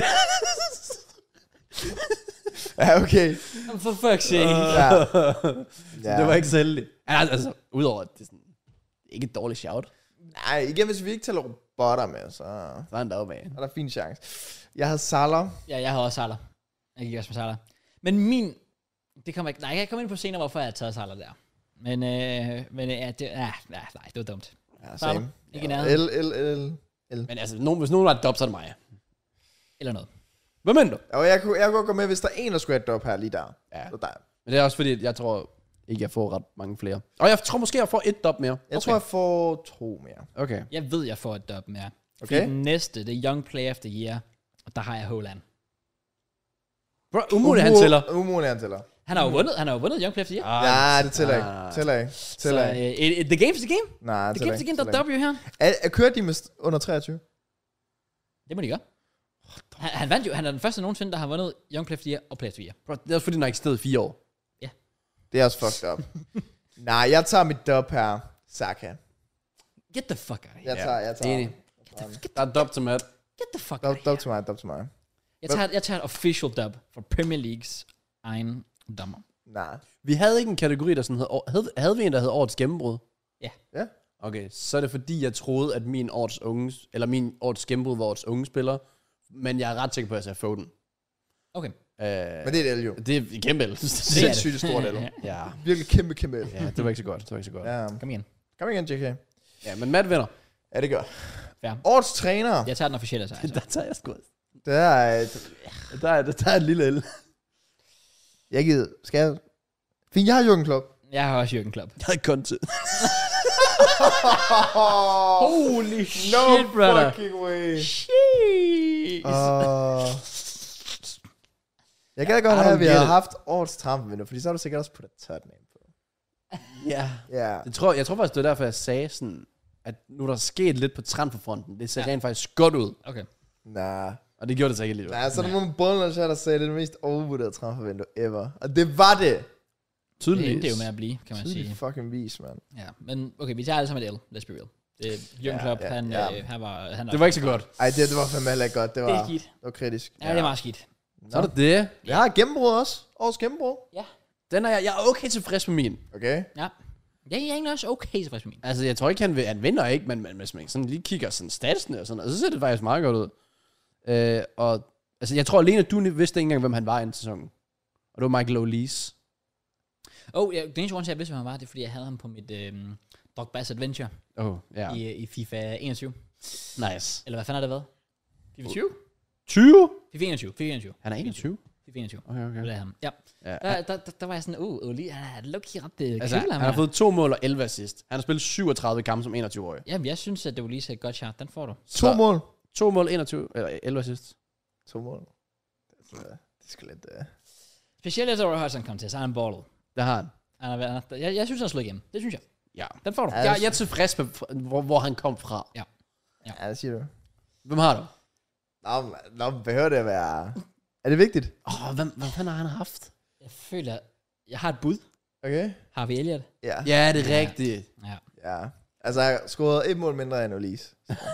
Ja, okay. For fuck's sake. Ja. Ja. Det var ikke så heldigt. Altså, altså udover, at det er sådan, ikke et dårligt shout. Nej, igen, hvis vi ikke tæller robotter med, så Så er han deroppe af. er der en fin chance. Jeg havde Salah. Ja, jeg havde også Salah. Jeg gik også med Salah. Men min... Det kommer ikke... Nej, jeg kan komme ind på senere, hvorfor jeg har taget Salah der. Men, øh, men ja, det, ja, nej, nej, det var dumt. Ja, Salah. same. Ikke i nærheden. L, L, L. Men altså, nogen, hvis nogen har et dop, så er det mig. Eller noget. Hvad mener du? Og jeg kunne, jeg kunne godt gå med, hvis der er en, der skulle have et op her lige der. Ja. Så der. Men det er også fordi, at jeg tror ikke, jeg får ret mange flere. Og jeg tror måske, jeg får et dop mere. Jeg Okay. tror, jeg får to mere. Okay. Jeg ved, jeg får et dub mere. Fordi Okay. den næste, det er Young Player of the Year. Og der har jeg Haaland. Bro, umuligt, han tæller. Umuligt, han tæller. Han har jo vundet, han har jo vundet Young Player of the Year. Ja, det tæller ikke. Tæller ikke. Tæller Så ikke. uh, it, it, the game's the game. Nej, The tæller game's the ikke. game, der Tæller er W her. ikke. Er, er, kører de med st- under treogtyve? Det må de gøre. Han, han vandt jo, han er den første nogensinde, der har vundet Young Player of the Year og Player of the Year. Bro, det er også fordi, den har eksisteret i fire år. Det er også fucked up. Nej, jeg tager mit dub her. Saka. Get the fuck out of here. Jeg tager, jeg tager. Enig. Der er et dop til Matt. Get the fuck out Dub, of here. dub til mig, dub til mig. Jeg tager, jeg tager et official dub for Premier Leagues egen dommer. Nej. Vi havde ikke en kategori, der sådan hed... år- Havde, havde vi en, der hed årets gennembrud? Ja. Ja. Okay, så er det fordi, jeg troede, at min årets unge... Eller min årets gennembrud var årets unge spiller. Men jeg er ret sikker på, at jeg sagde Foden. Okay. Øh, Men det er et L jo. det er et kæmpe el. Det er det. Sindssygt stort L. Ja. Virkelig kæmpe, kæmpe L. Ja, det var ikke så godt. Det var ikke så godt. Ja, Ja. Kom igen. Kom igen, J K. ja men Matt vinder. Ja, det gør. Fair. Årets træner. Jeg tager den officielle sejr. Der tager jeg sgu. Det er et... Der er, der er et lille el. Jeg gider... Skal jeg... Fint, jeg har Jürgen Klopp. Jeg har også Jürgen Klopp. Jeg har ikke kun til. Holy shit, no brother. fucking way. Jeez. Uh, jeg gad godt I have, don't at vi get havde it. haft årets trampevinder, fordi så har du sikkert også puttet Tottenham på. Ja. Ja. Jeg tror, jeg tror faktisk, det var derfor, jeg sagde sådan, at nu er der sket lidt på transferfronten. Det ser Ja. rent faktisk godt ud. Okay. Nah. Og det gjorde det så ikke alligevel. Nej, så er der nogle bundlers her, der sagde, at det er det mest overvurderede transfervindue ever. Og det var det. Det Tydeligvis. endte jo med at blive, kan man Tydelig sige. fucking vis, mand. Ja, men okay, vi tager alle sammen et L. Let's be real. Det er Jürgen Ja, Klopp, ja, han, ja. øh, han var... Han Det var ikke så godt. Ej, det, det var fandme heller ikke godt. Det Det var, er skidt. det var kritisk. Ja, det er meget skidt. Så er det det. Jeg har et gennembrud også. Årets gennembrud. Ja. Den er jeg, jeg er okay tilfreds med min. Okay. Ja. Jeg er egentlig også okay tilfreds med min. Altså, jeg tror ikke, han, vil, han vinder ikke, men, men hvis man sådan lige kigger sådan statsene og sådan, og så ser det faktisk meget godt ud. Øh, og altså, jeg tror alene, at du vidste ikke engang, hvem han var i en sæson. Og det var Michael O'Lees. Oh, ja, den eneste grund til, at jeg vidste, hvem han var, det er, fordi jeg havde ham på mit øhm, Dog Bass Adventure Oh, ja. i, i FIFA enogtyve. Nice. Eller hvad fanden har det været? FIFA tyve? tyve? FIFA enogtyve. FIFA enogtyve. Han er enogtyve? FIFA enogtyve. Okay, okay. Det er ham. Ja. Ja. Der, der, der, der var jeg sådan, uh, uh lige, han er lucky ret det Altså, køler, han har fået to mål og elleve assist. Han har spillet syvogtredive kampe som enogtyve-årig. Jamen, jeg synes, at det var lige et godt shot. Den får du. To Så- mål. To mål, enogtyve, eller elleve assist. To mål. Det er, det er sgu lidt... Uh... Specielt efter Roy Hodgson kom til, så er han ballet. Det har han. Han har været, jeg, jeg synes, han slog igennem. Det synes jeg. Ja. Den får du. Ja. Jeg, jeg er tilfreds med, hvor, hvor han kom fra. Ja. Ja, det siger du. Hvem har du? Nå, men- nå, behøver det at være... Er det vigtigt? Åh, oh, hvem, hvem fanden har han haft? Jeg føler, jeg har et bud. Okay. Har vi Elliot? Ja. Ja, det er Ja. rigtigt. Ja. Ja. Altså, jeg har scoret et mål mindre end Olise.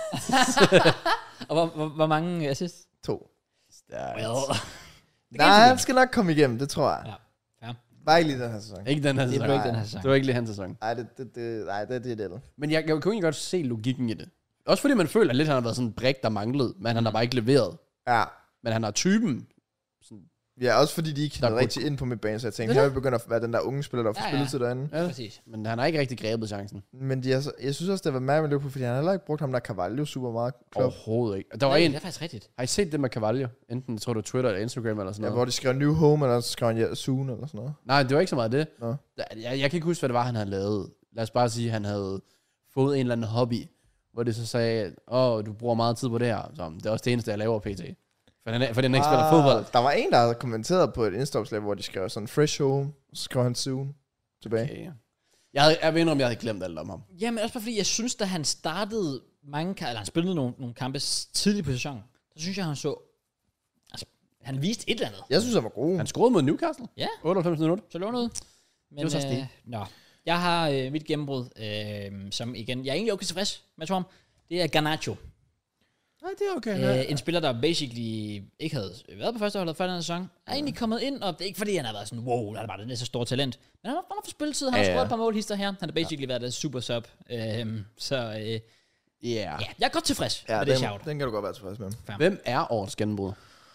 Og hvor, hvor, hvor mange assists? To. Stærkt. Well. Nej, han skal nok komme igennem, det tror jeg. Ja. Fair. Bare ikke lige den her sæson. Ikke den her Det sæson. blev ikke den her sæson. Det var ikke lige hans sæson. Nej, det, det, det, nej, det, det er det. Men jeg, jeg kunne egentlig godt se logikken i det. Også fordi man føler at lidt, at han har været sådan en brik, der manglede, men han har bare ikke leveret. Ja. Men han har typen. Ja, også fordi de ikke Der havde kunne- rigtig ind på midtbanen, så jeg tænkte, Det er her vil begynde at være den der unge spiller, der får Ja, spillet ja. til derinde. Ja. Præcis. Men han har ikke rigtig grebet chancen. Men de er så, jeg synes også, det var mærkeligt med Liverpool, fordi han har heller ikke brugt ham der Carvalho super meget. Klop. Overhovedet ikke. Der var Nej, en, det er faktisk rigtigt. har I set det med Cavallo? Enten, jeg tror det var Twitter eller Instagram eller sådan Ja, noget. hvor de skrev New Home, eller så skrev han ja, Soon, eller sådan noget. Nej, det var ikke så meget det. Nå. Jeg, jeg, jeg kan ikke huske, hvad det var, han havde lavet. Lad os bare sige, at han havde fået en eller anden hobby, hvor det så sagde, åh, du bruger meget tid på det her. Så det er også det eneste, jeg laver pt. For den, for den ikke spiller fodbold. Der var en, der havde kommenteret på et indstopslag, hvor de skrev sådan Fresh Home, så skrev han Soon tilbage. Okay. Jeg, havde, jeg ved indrømme, jeg havde glemt alt om ham. Jamen også bare fordi, jeg synes, da han startede mange kampe, eller han spillede nogle, nogle kampe tidligt på sæsonen, så synes jeg, han så, altså, han viste et eller andet. Jeg synes, han var god. Han scorede mod Newcastle. Ja. otteoghalvfems minutter. Så lå noget. Men, Det var så stil. øh, nå. Jeg har øh, mit gennembrud, øh, som igen, jeg er egentlig okay tilfreds med Torm. Det er Garnacho. Nej, det er okay. Øh, en spiller, der basically ikke havde været på førsteholdet før den sæson, er egentlig kommet ind, og det er ikke fordi, han har været sådan, wow, han er bare det næste store talent. Men han har, han har fået spilletid, han har Ja, ja. scoret et par mål hister her. Han har basically været et super sub. Øh, så øh, Yeah. ja, jeg er godt tilfreds Ja, med det den, shout. den kan du godt være tilfreds med. Hvem er årets gennembrud?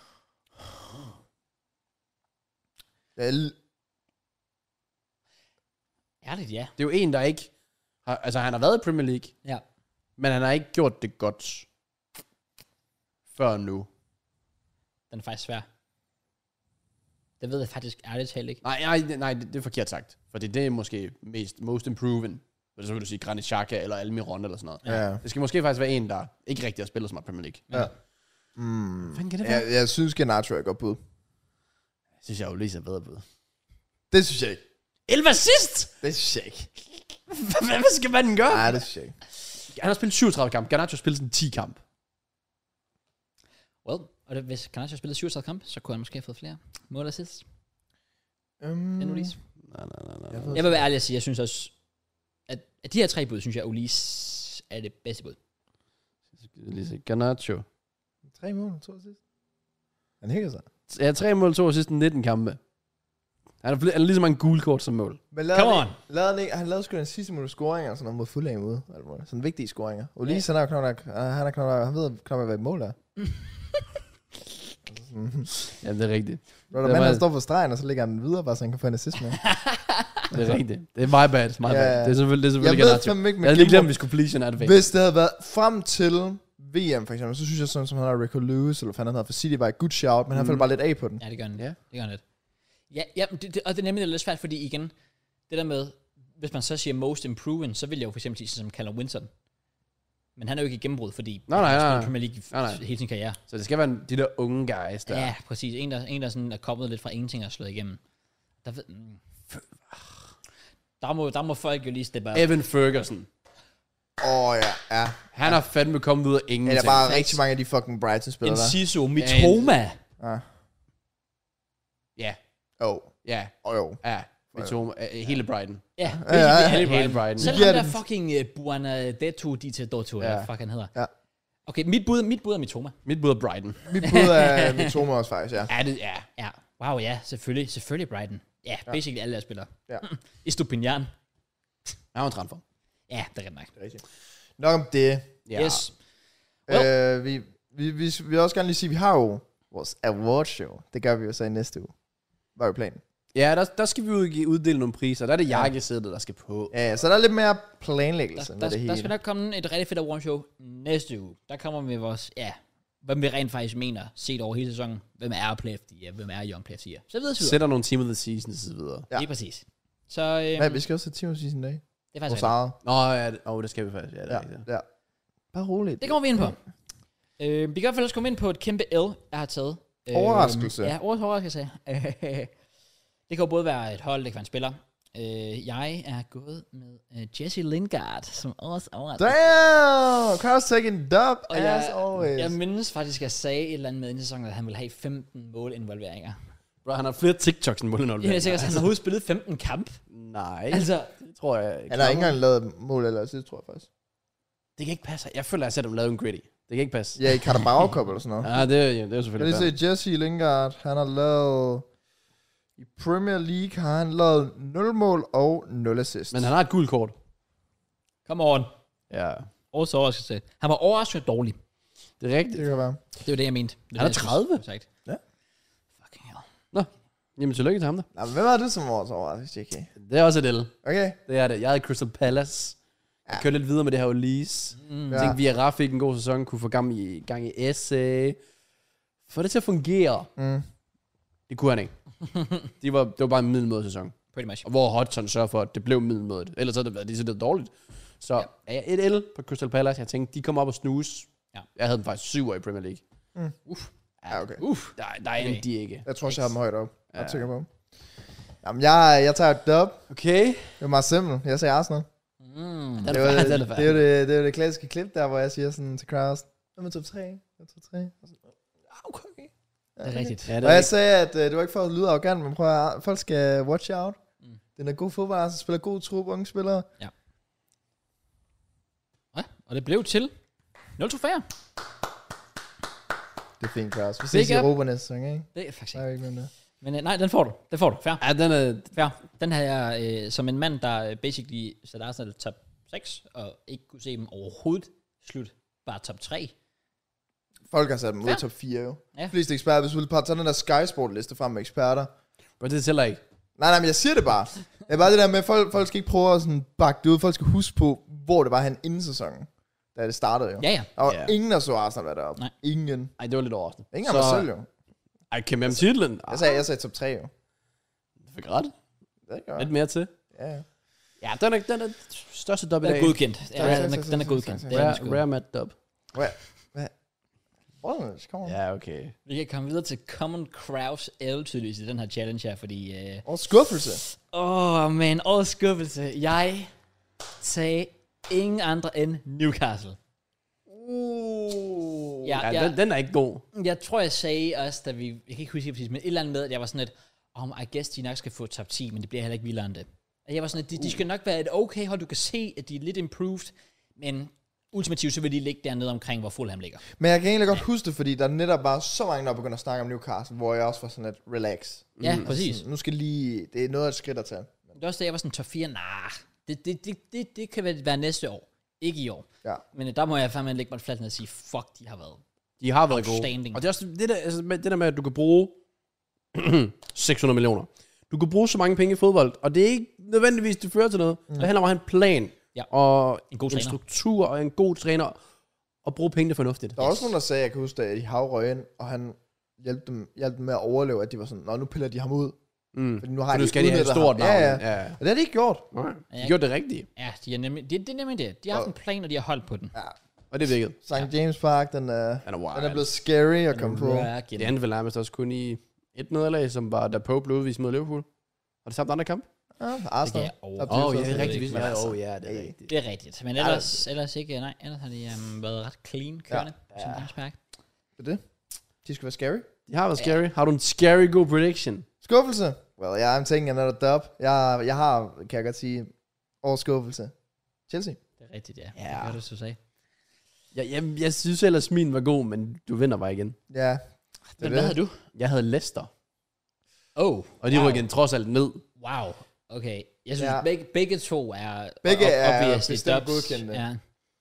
Jeg, Ærligt, ja. Det er jo en, der ikke har, altså han har været i Premier League, Ja. men han har ikke gjort det godt før nu. Den er faktisk svær. Det ved jeg faktisk ærligt talt ikke. Nej, nej, nej det, det er forkert sagt. For det, det er måske mest most improving. Så vil du sige Granit Xhaka eller Almiron eller sådan noget. ja. Det skal måske faktisk være en, der ikke rigtig har spillet så meget Premier League. Ja. Mm. Hvad kan det være? Jeg, jeg synes, Garnacho er et godt bud. Jeg synes, jeg jo lige så bedre på det. Det synes jeg ikke. elleve assist! Det synes jeg ikke. Hvad skal manden gøre? Nej, det synes jeg ikke. Han har spillet syvogtredive kampe. Garnacho har spillet sådan ti kampe. Well, og det, hvis Garnacho spillede syvogtredive kamp, så kunne han måske have fået flere mål assist. Um, End Ulis. Nej, nej, nej, nej. Jeg ved- Jeg vil være ærlig at sige, jeg synes også, at, at de her tre bud, synes jeg, Ulis er det bedste bud. Lige se. Garnacho. Tre mål, to sidst. Han hækker sig. Ja, tre mål, to assist, nitten kampe. Han er, han er ligesom en gul kort som mål. Men lavede Come han, on. ikke- lavede han, ikke, han lavede sgu den sidste mål scoringer, sådan noget mod Fulham ude. Altså, sådan vigtige scoringer. Olise, han er knap nok, han er knap nok, han ved knap nok, hvad et mål er. Ja, det er rigtigt. Når der mand, han står på stregen, og så lægger han den videre, bare så han kan få en assist med. Det er rigtigt. Det er my bad, my Ja, bad. Det er selvfølgelig, det er selvfølgelig Jeg ved generelt. fandme ikke Jeg med havde lige Gimbo. glemt, at vi skulle please an advance. Hvis det havde været frem til V M, for eksempel, så synes jeg sådan, som han har Rico Lewis, eller hvad han hedder, for City var et good shout, men han Mm. faldt bare lidt af på den. Ja, det gør han. Ja. Det gør han lidt. Ja, ja det, det, og det er nemlig lidt svært, fordi igen, det der med, hvis man så siger most improving, så vil jeg jo for eksempel sige, som Callum Wilson. Men han er jo ikke i gennembrud, fordi Nej, nej, han har nej, spillet nej. Premier League Nej, nej. hele sin karriere. Så det skal være de der unge guys der. Ja, præcis. En, der, en, der sådan er kommet lidt fra ingenting og slået igennem. Der, ved, mm, der, må, der må folk jo lige steppe op. Evan Ferguson. Åh oh, ja, ja. Han har fandme kommet ud af Ja, ingenting. der er bare rigtig mange af de fucking Brighton-spillere der. Enciso, Mitoma. Ja. Ja, Oh. ja, Oh, jo. ja. Mitoma, ja. Hele Brighton. Ja, Ja, ja, ja. hele Hele Brighton. Brighton. Selv giver ham der den- fucking uh, Buonadetto Dita Dotto, Ja. ja. fuck han hedder. Ja. Okay, mit bud, mit bud er Mitoma. Mit bud er Brighton. Mit bud er Mitoma også faktisk, ja. Ja, det, ja. Ja, wow, ja, selvfølgelig, selvfølgelig Brighton. Ja, basically alle der spillere. Ja. Estupinian. Han var en transfer. Ja, det er ret nok. Det er rigtigt. Nok om det. Ja. Yes. Øh, vi, vi, vi, vi vil også gerne lige sige, at vi har jo vores award show. Det gør vi jo så i næste uge. Hvad er jo planen? Ja, der, der skal vi udgive, uddele nogle priser. Der er det Ja. jakkesættet, der skal på. Ja, så der er lidt mere Der, planlæggelse der, med det der, hele. der skal nok komme et rigtig fedt award show næste uge. Der kommer vi med vores, ja, hvem vi rent faktisk mener, set over hele sæsonen. Hvem er player of the year, hvem er young player of the year. Så videre, så videre. Sætter nogle team of the season og så videre. Ja. Lige præcis. Så øhm, Nej, vi skal også have Team of Season Day. det er Vores faktisk eget. Nå, ja, det, oh, det skal vi faktisk. Ja, det er Ja, rigtigt. ja. Bare roligt. Det kommer vi ind på. Øh, vi kan i hvert fald også komme ind på et kæmpe L, jeg har taget. Øh, Overraskelse. Ja, årets overraskelse. Det kan jo både være et hold, det kan være en spiller. Øh, jeg er gået med uh, Jesse Lingard som årets overraskelse. Damn! Kraus taking dub, Og as jeg, always. jeg mindes faktisk, at jeg sagde et eller andet med i sæsonen, at han ville have femten målinvolveringer. Bro, han har flere TikToks end mål. Jeg er sikkert, at han har overhovedet spillet femten kamp. Nej, Altså, det tror jeg ikke. Han har ikke engang lavet mål eller assist, tror jeg faktisk. Det kan ikke passe. Jeg føler, at jeg har set dem lave en gritty. Det kan ikke passe. Ja, i Carabao Cup eller sådan noget. Ja, det, er- ja, det er jo Jeg selvfølgelig vil se, Jesse Lingard, han har lavet... I Premier League har han lavet nul mål og nul assist. Men han har et gult kort. come on. Ja, Årets overraskelse. Han var overraskende dårlig. det er rigtigt. Det kan være. Det var det, jeg mente. Det Han er det, jeg tredive? synes, sagt. Ja. Fucking hell. Nå, jamen tillykke til ham da. Nå, men hvem var det som årets overraskelse, J K? Det er også et L. Okay. Det er det. Jeg havde Crystal Palace. Jeg kørte lidt videre med det her Olise. Mm. Jeg tænkte, Vieira fik en god sæson, kunne få gang i, gang i S A. Få det til at fungere. Mm. Det kunne han ikke. De var, det var bare en middelmåde sæson. Pretty much. Og hvor Hodgson sørger for, at det blev middelmådet. Ellers havde det været decideret dårligt. Så ja. er jeg et L på Crystal Palace. Jeg tænkte, de kommer op og snus. Ja. Jeg havde dem faktisk syv i Premier League. Mm. Uff. Ja, okay. Uff. Der, der er Okay. en de ikke. Jeg tror også, jeg har dem højt op. Jeg er Ja. sikker på. Jamen, jeg, jeg tager et dub. Okay. Det er meget simpelt. Jeg sagde Arsenal. Mm. Den Det er var fair, det, den er det, fair. det, er jo det, det er jo det klassiske klip der, hvor jeg siger sådan til Kraus, hvad med top tre? Hvad med top tre? Og så, "Ah, okay. Ja, Det er rigtigt. Ja, det Og er jeg rigtigt. sagde, at uh, det var ikke for at lyde arrogant, men prøv at folk skal watch out. Mm. Den er god fodbold, altså spiller god trup, unge spillere. Ja, og det blev til nul to fire. Det er fint, Kraus. Vi Big ses i up. Europa næste sæson, ikke? Det er faktisk Der ikke. er ikke noget der. Men øh, nej, den får du. Den får du. Fair. Ja, den er... Fair. Den har jeg øh, som en mand, der øh, basically satte Arsenal top seks, og ikke kunne se dem overhovedet slut. Bare top tre. Folk har sat dem ud Ja. i top fire, jo. Ja. De fleste eksperter, hvis du vil bare tage den der Sky Sport liste frem med eksperter. Men det tæller ikke. Nej, nej, men jeg siger det bare. Det er bare det der med, at folk, folk skal ikke prøve at sådan bakke det ud. Folk skal huske på, hvor det var han inden sæsonen. Da det startede jo. Ja, ja. Der var Ja. ingen, der så Arsenal være deroppe. Nej. Ingen. Ej, det var lidt overraskende. Ikke engang mig selv, jo. Ej, kæmpe med titlen. Jeg sagde, jeg sagde top tre, jo. Du fik ret. Det er Lidt mere til. Ja, ja. Ja, den er, den er største dub i Den dag. er godkendt. Ja, Tak, den, tak, er, tak, den er tak, godkendt. tak, Det er den Rare, sgu. rare Matt dub. Hvad? Hvad? Brothers, come on. Ja, okay. Vi kan komme videre til Common Kraus L tydeligvis i den her challenge her, fordi... Øh, Og skuffelse. Åh, oh, man, årets skuffelse. Jeg sagde ingen andre end Newcastle. Uh. Ja, Ja, ja. den, den er ikke god. Jeg tror, jeg sagde også, da vi... Jeg kan ikke huske det præcis, men et eller andet med, at jeg var sådan lidt... Om, oh, I guess, de nok skal få top ti, men det bliver heller ikke vildere end det. Og jeg var sådan lidt, de, de skal nok være et okay hold. Du kan se, at de er lidt improved, men ultimativt, så vil de ligge dernede omkring, hvor Fulham ligger. Men jeg kan egentlig godt huske det, fordi der netop var så mange, der begyndte at snakke om Newcastle, hvor jeg også var sådan lidt relax. Ja, Mm. præcis. Sådan, nu skal lige, det er noget af et skridt at tage. Det er også det, jeg var sådan top fire. Nah, det, det, det, det, det kan være næste år. Ikke i år. Ja. Men øh, der må jeg fandme lægge mig fladt ned og sige, fuck, de har været. De har været gode. Outstanding. Og det er også det der, altså, med, det der med, at du kan bruge seks hundrede millioner. Du kan bruge så mange penge i fodbold, og det er ikke nødvendigvis, det fører til noget. Mm. Det handler om at have en plan, Ja. og En god en træner. struktur, og en god træner, og bruge pengene fornuftigt. Der var også nogen, der sagde, jeg kan huske, at de havrøg ind, og han hjalp dem, hjalp dem med at overleve, at de var sådan, nå, nu piller de ham ud. Mm. Fordi nu har For de nu skal de have et udnyttet stort ham. navn. Ja, ja. ja. Og det har de ikke gjort. Nej, Ja. de gjorde det rigtige, Ja, de er nemlig, det, det er nemlig det. De har haft en plan, og de har holdt på den. Ja. og det virkede. Sankt James Park, den er, Han er wild. den er blevet scary at komme på. Rock Det endte vel nærmest også kun i et nederlag, som var, da Pope blev udvist mod Liverpool. Og det samt andre kamp? Ja, Det kan Arsenal. jeg over- Der er Åh, ja, også det er lidt, rigtigt. ikke? Ja, Men altså, oh, ja, det er rigtigt. Det er rigtigt. Men ellers, ellers ikke, nej, ellers har de um, været ret clean kørende, ja. som James Park. Det er det. De skal være scary. De har været scary. Har du en scary god prediction? Skuffelse. Well, yeah, I'm taking another dub. Jeg, jeg har, kan jeg godt sige, årets skuffelse. Chelsea. Det er rigtigt, ja. Ja. Det gør det, du sagde. Jeg, jeg, jeg synes ellers, min var god, men du vinder bare igen. Ja. Men hvad havde du? Jeg havde Leicester, Oh, og de wow. rykkede trods alt ned. Wow, okay. Jeg synes, Ja. ja. begge, begge to er Begge ob- er obviously bestemt dubs. godkendte. Ja.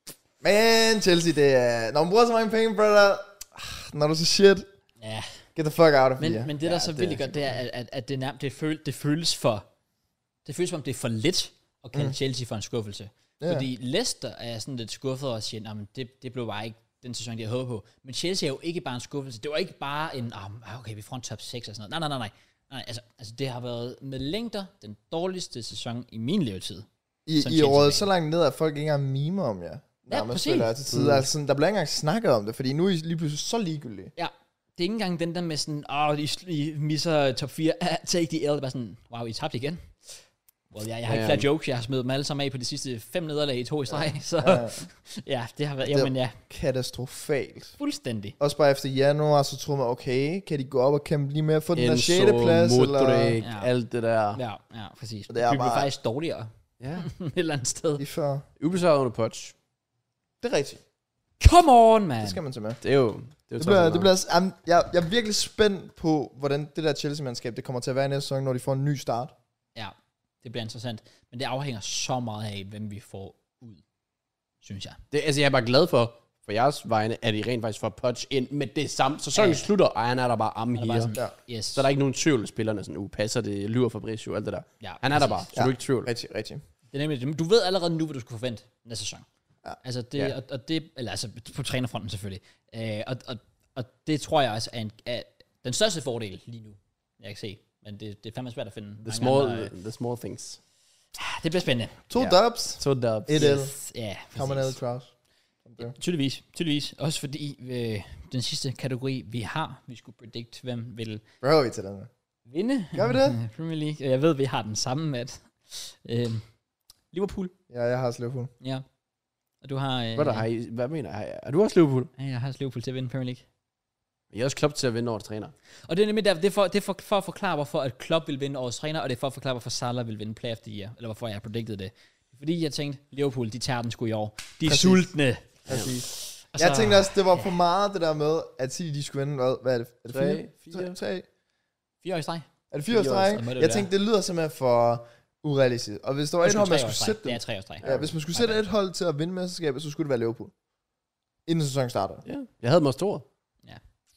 Men Chelsea, det er... Når man bruger så mange penge, brother... Når du så shit, ja. get the fuck out of Men, here. men det, der Ja, ja, så det vildt er godt, det er, at, at, at det, nærmest, det, føl, det føles for... Det føles som om, det er for lidt at kalde mm. Chelsea for en skuffelse. Ja. Fordi Leicester er sådan lidt skuffet og siger, at det, det blev bare ikke den sæson, de havde håbet på. Men Chelsea er jo ikke bare en skuffelse. Det var ikke bare en, oh, okay, vi får en top seks og sådan noget. Nej, nej, nej, nej. nej altså, altså, det har været med længder den dårligste sæson i min levetid. I, som I Chelsea-fan. rådet så langt ned, at folk ikke engang mimer om jer. Når man præcis. spiller til tider. Mm. Altså, sådan, der bliver ikke engang snakket om det, fordi nu er I lige pludselig så ligegyldige. Ja, det er ikke engang den der med sådan, åh, oh, I, I misser top fire, ah, take the L. Det er bare sådan, wow, I tabte igen. Well, ja, jeg har Ja, ikke ja. flere jokes, jeg har smidt dem alle sammen af på de sidste fem nederlag i to i streg, ja. Så Ja. ja, det har været, Det- jamen ja, Katastrofalt. fuldstændig. Også bare efter januar, så troede man, okay, kan de gå op og kæmpe lige med at få den der Enzo, sjette plads? Eller? Modric, Ja. alt det der. Ja, ja, præcis. Og Det det er er bare- faktisk dårligere Ja. et eller andet sted. Lige før. Ubesejret under Poch. Det er rigtigt. Come on, man. Det skal man tage med. Det er jo... Det, er jo Det tough bliver, at det bliver, I'm, jeg, jeg er virkelig spændt på, hvordan det der Chelsea-mandskab, det kommer til at være i næste sæson, når de får en ny start. Ja, det bliver interessant. Men det afhænger så meget af, hvem vi får ud, synes jeg. Det, altså, jeg er bare glad for, for jeres vegne, at I rent faktisk får Poch ind med det samme. Så sæsonen Ja. slutter, og han er der bare am Han er bare here. sådan, Ja. yes. Så der er ikke nogen tvivl, spillerne sådan, uh, passer det, lyver Fabricio, alt det der. Ja, Han er der præcis. bare, så Ja. du er ikke i tvivl. Rigtig, rigtig. Det er nemlig det. Du ved allerede nu, hvad du skal forvente næste sæson. Ja. Altså det, Ja. ja. og, og det, eller altså på trænerfronten selvfølgelig. Øh, og, og, og det tror jeg også er, en, er den største fordel lige nu, jeg kan se. Men det, det er fandme svært at finde. The mange small, andre, øh, the small things. det bliver spændende. To Ja. dubs. Så der. Et L. Ja, Commonwealth præcis. Kraus. Tydeligvis, tydeligvis. Også fordi øh, den sidste kategori, vi har, vi skulle predict, hvem vil Prøver vi til den. vinde Gør vi det? Premier League. Og jeg ved, vi har den samme med øh, Liverpool. Ja, jeg har også Liverpool. Ja. Og du har... Øh, Hvad, der, har I, hvad mener jeg? Er du også Liverpool? Ja, jeg har også Liverpool til at vinde Premier League. Jeg er også Klopp til at vinde årets træner. Og det er nemlig der, det er, for, det er for, for at forklare, hvorfor at Klopp vil vinde årets træner, og det er for at forklare, hvorfor Salah vil vinde Player of the Year, eller hvorfor jeg har predicted det. Fordi jeg tænkte, Liverpool, de tager den sgu i år. De er Præcis. sultne. Præcis. Og Jeg tænkte også, det var for meget det der med, at City de skulle vinde, hvad, hvad er det? Er det Tre, fire? fire. Tre, tre? fire år i streg. Er det fire år Fire år, streg? så må det Jeg være. tænkte, det lyder simpelthen for urealistisk. Og hvis der var Det et hold, man tre år i skulle streg. sætte Det dem, er tre år i streg. ja, hvis man skulle My sætte bad. et hold til at vinde mesterskabet, så skulle det være Liverpool. Inden sæsonen starter. Ja. Jeg havde dem også to. Ja.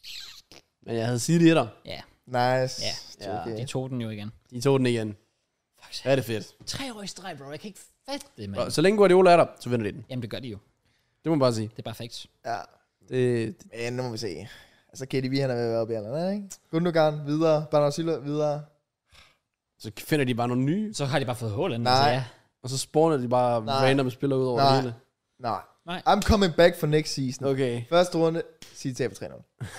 Men jeg havde City etter. Ja, Nice. Ja. Det er okay. de tog den jo igen. De tog den igen. Fuck, Ja, det er fedt. tre år i streg, bro. Jeg kan ikke fatte det, mand. Og så længe Guardiola er der, så vinder de den. Jamen, det gør de jo. Det må man bare sige. Det er bare facts. Ja. Det, det, Men nu må vi se. Altså, K D B, han er ved at være oppe i alderen, ikke? Gundogan, videre. Bernardo Silva, videre. så finder de bare nogle nye, Så har de bare fået Haaland. Nej. Altså, ja. og så spawner de bare Nej. random spillere ud over Nej. det hele. Nej. Nej. I'm coming back for next season. Okay. Første runde, City taber tre nul.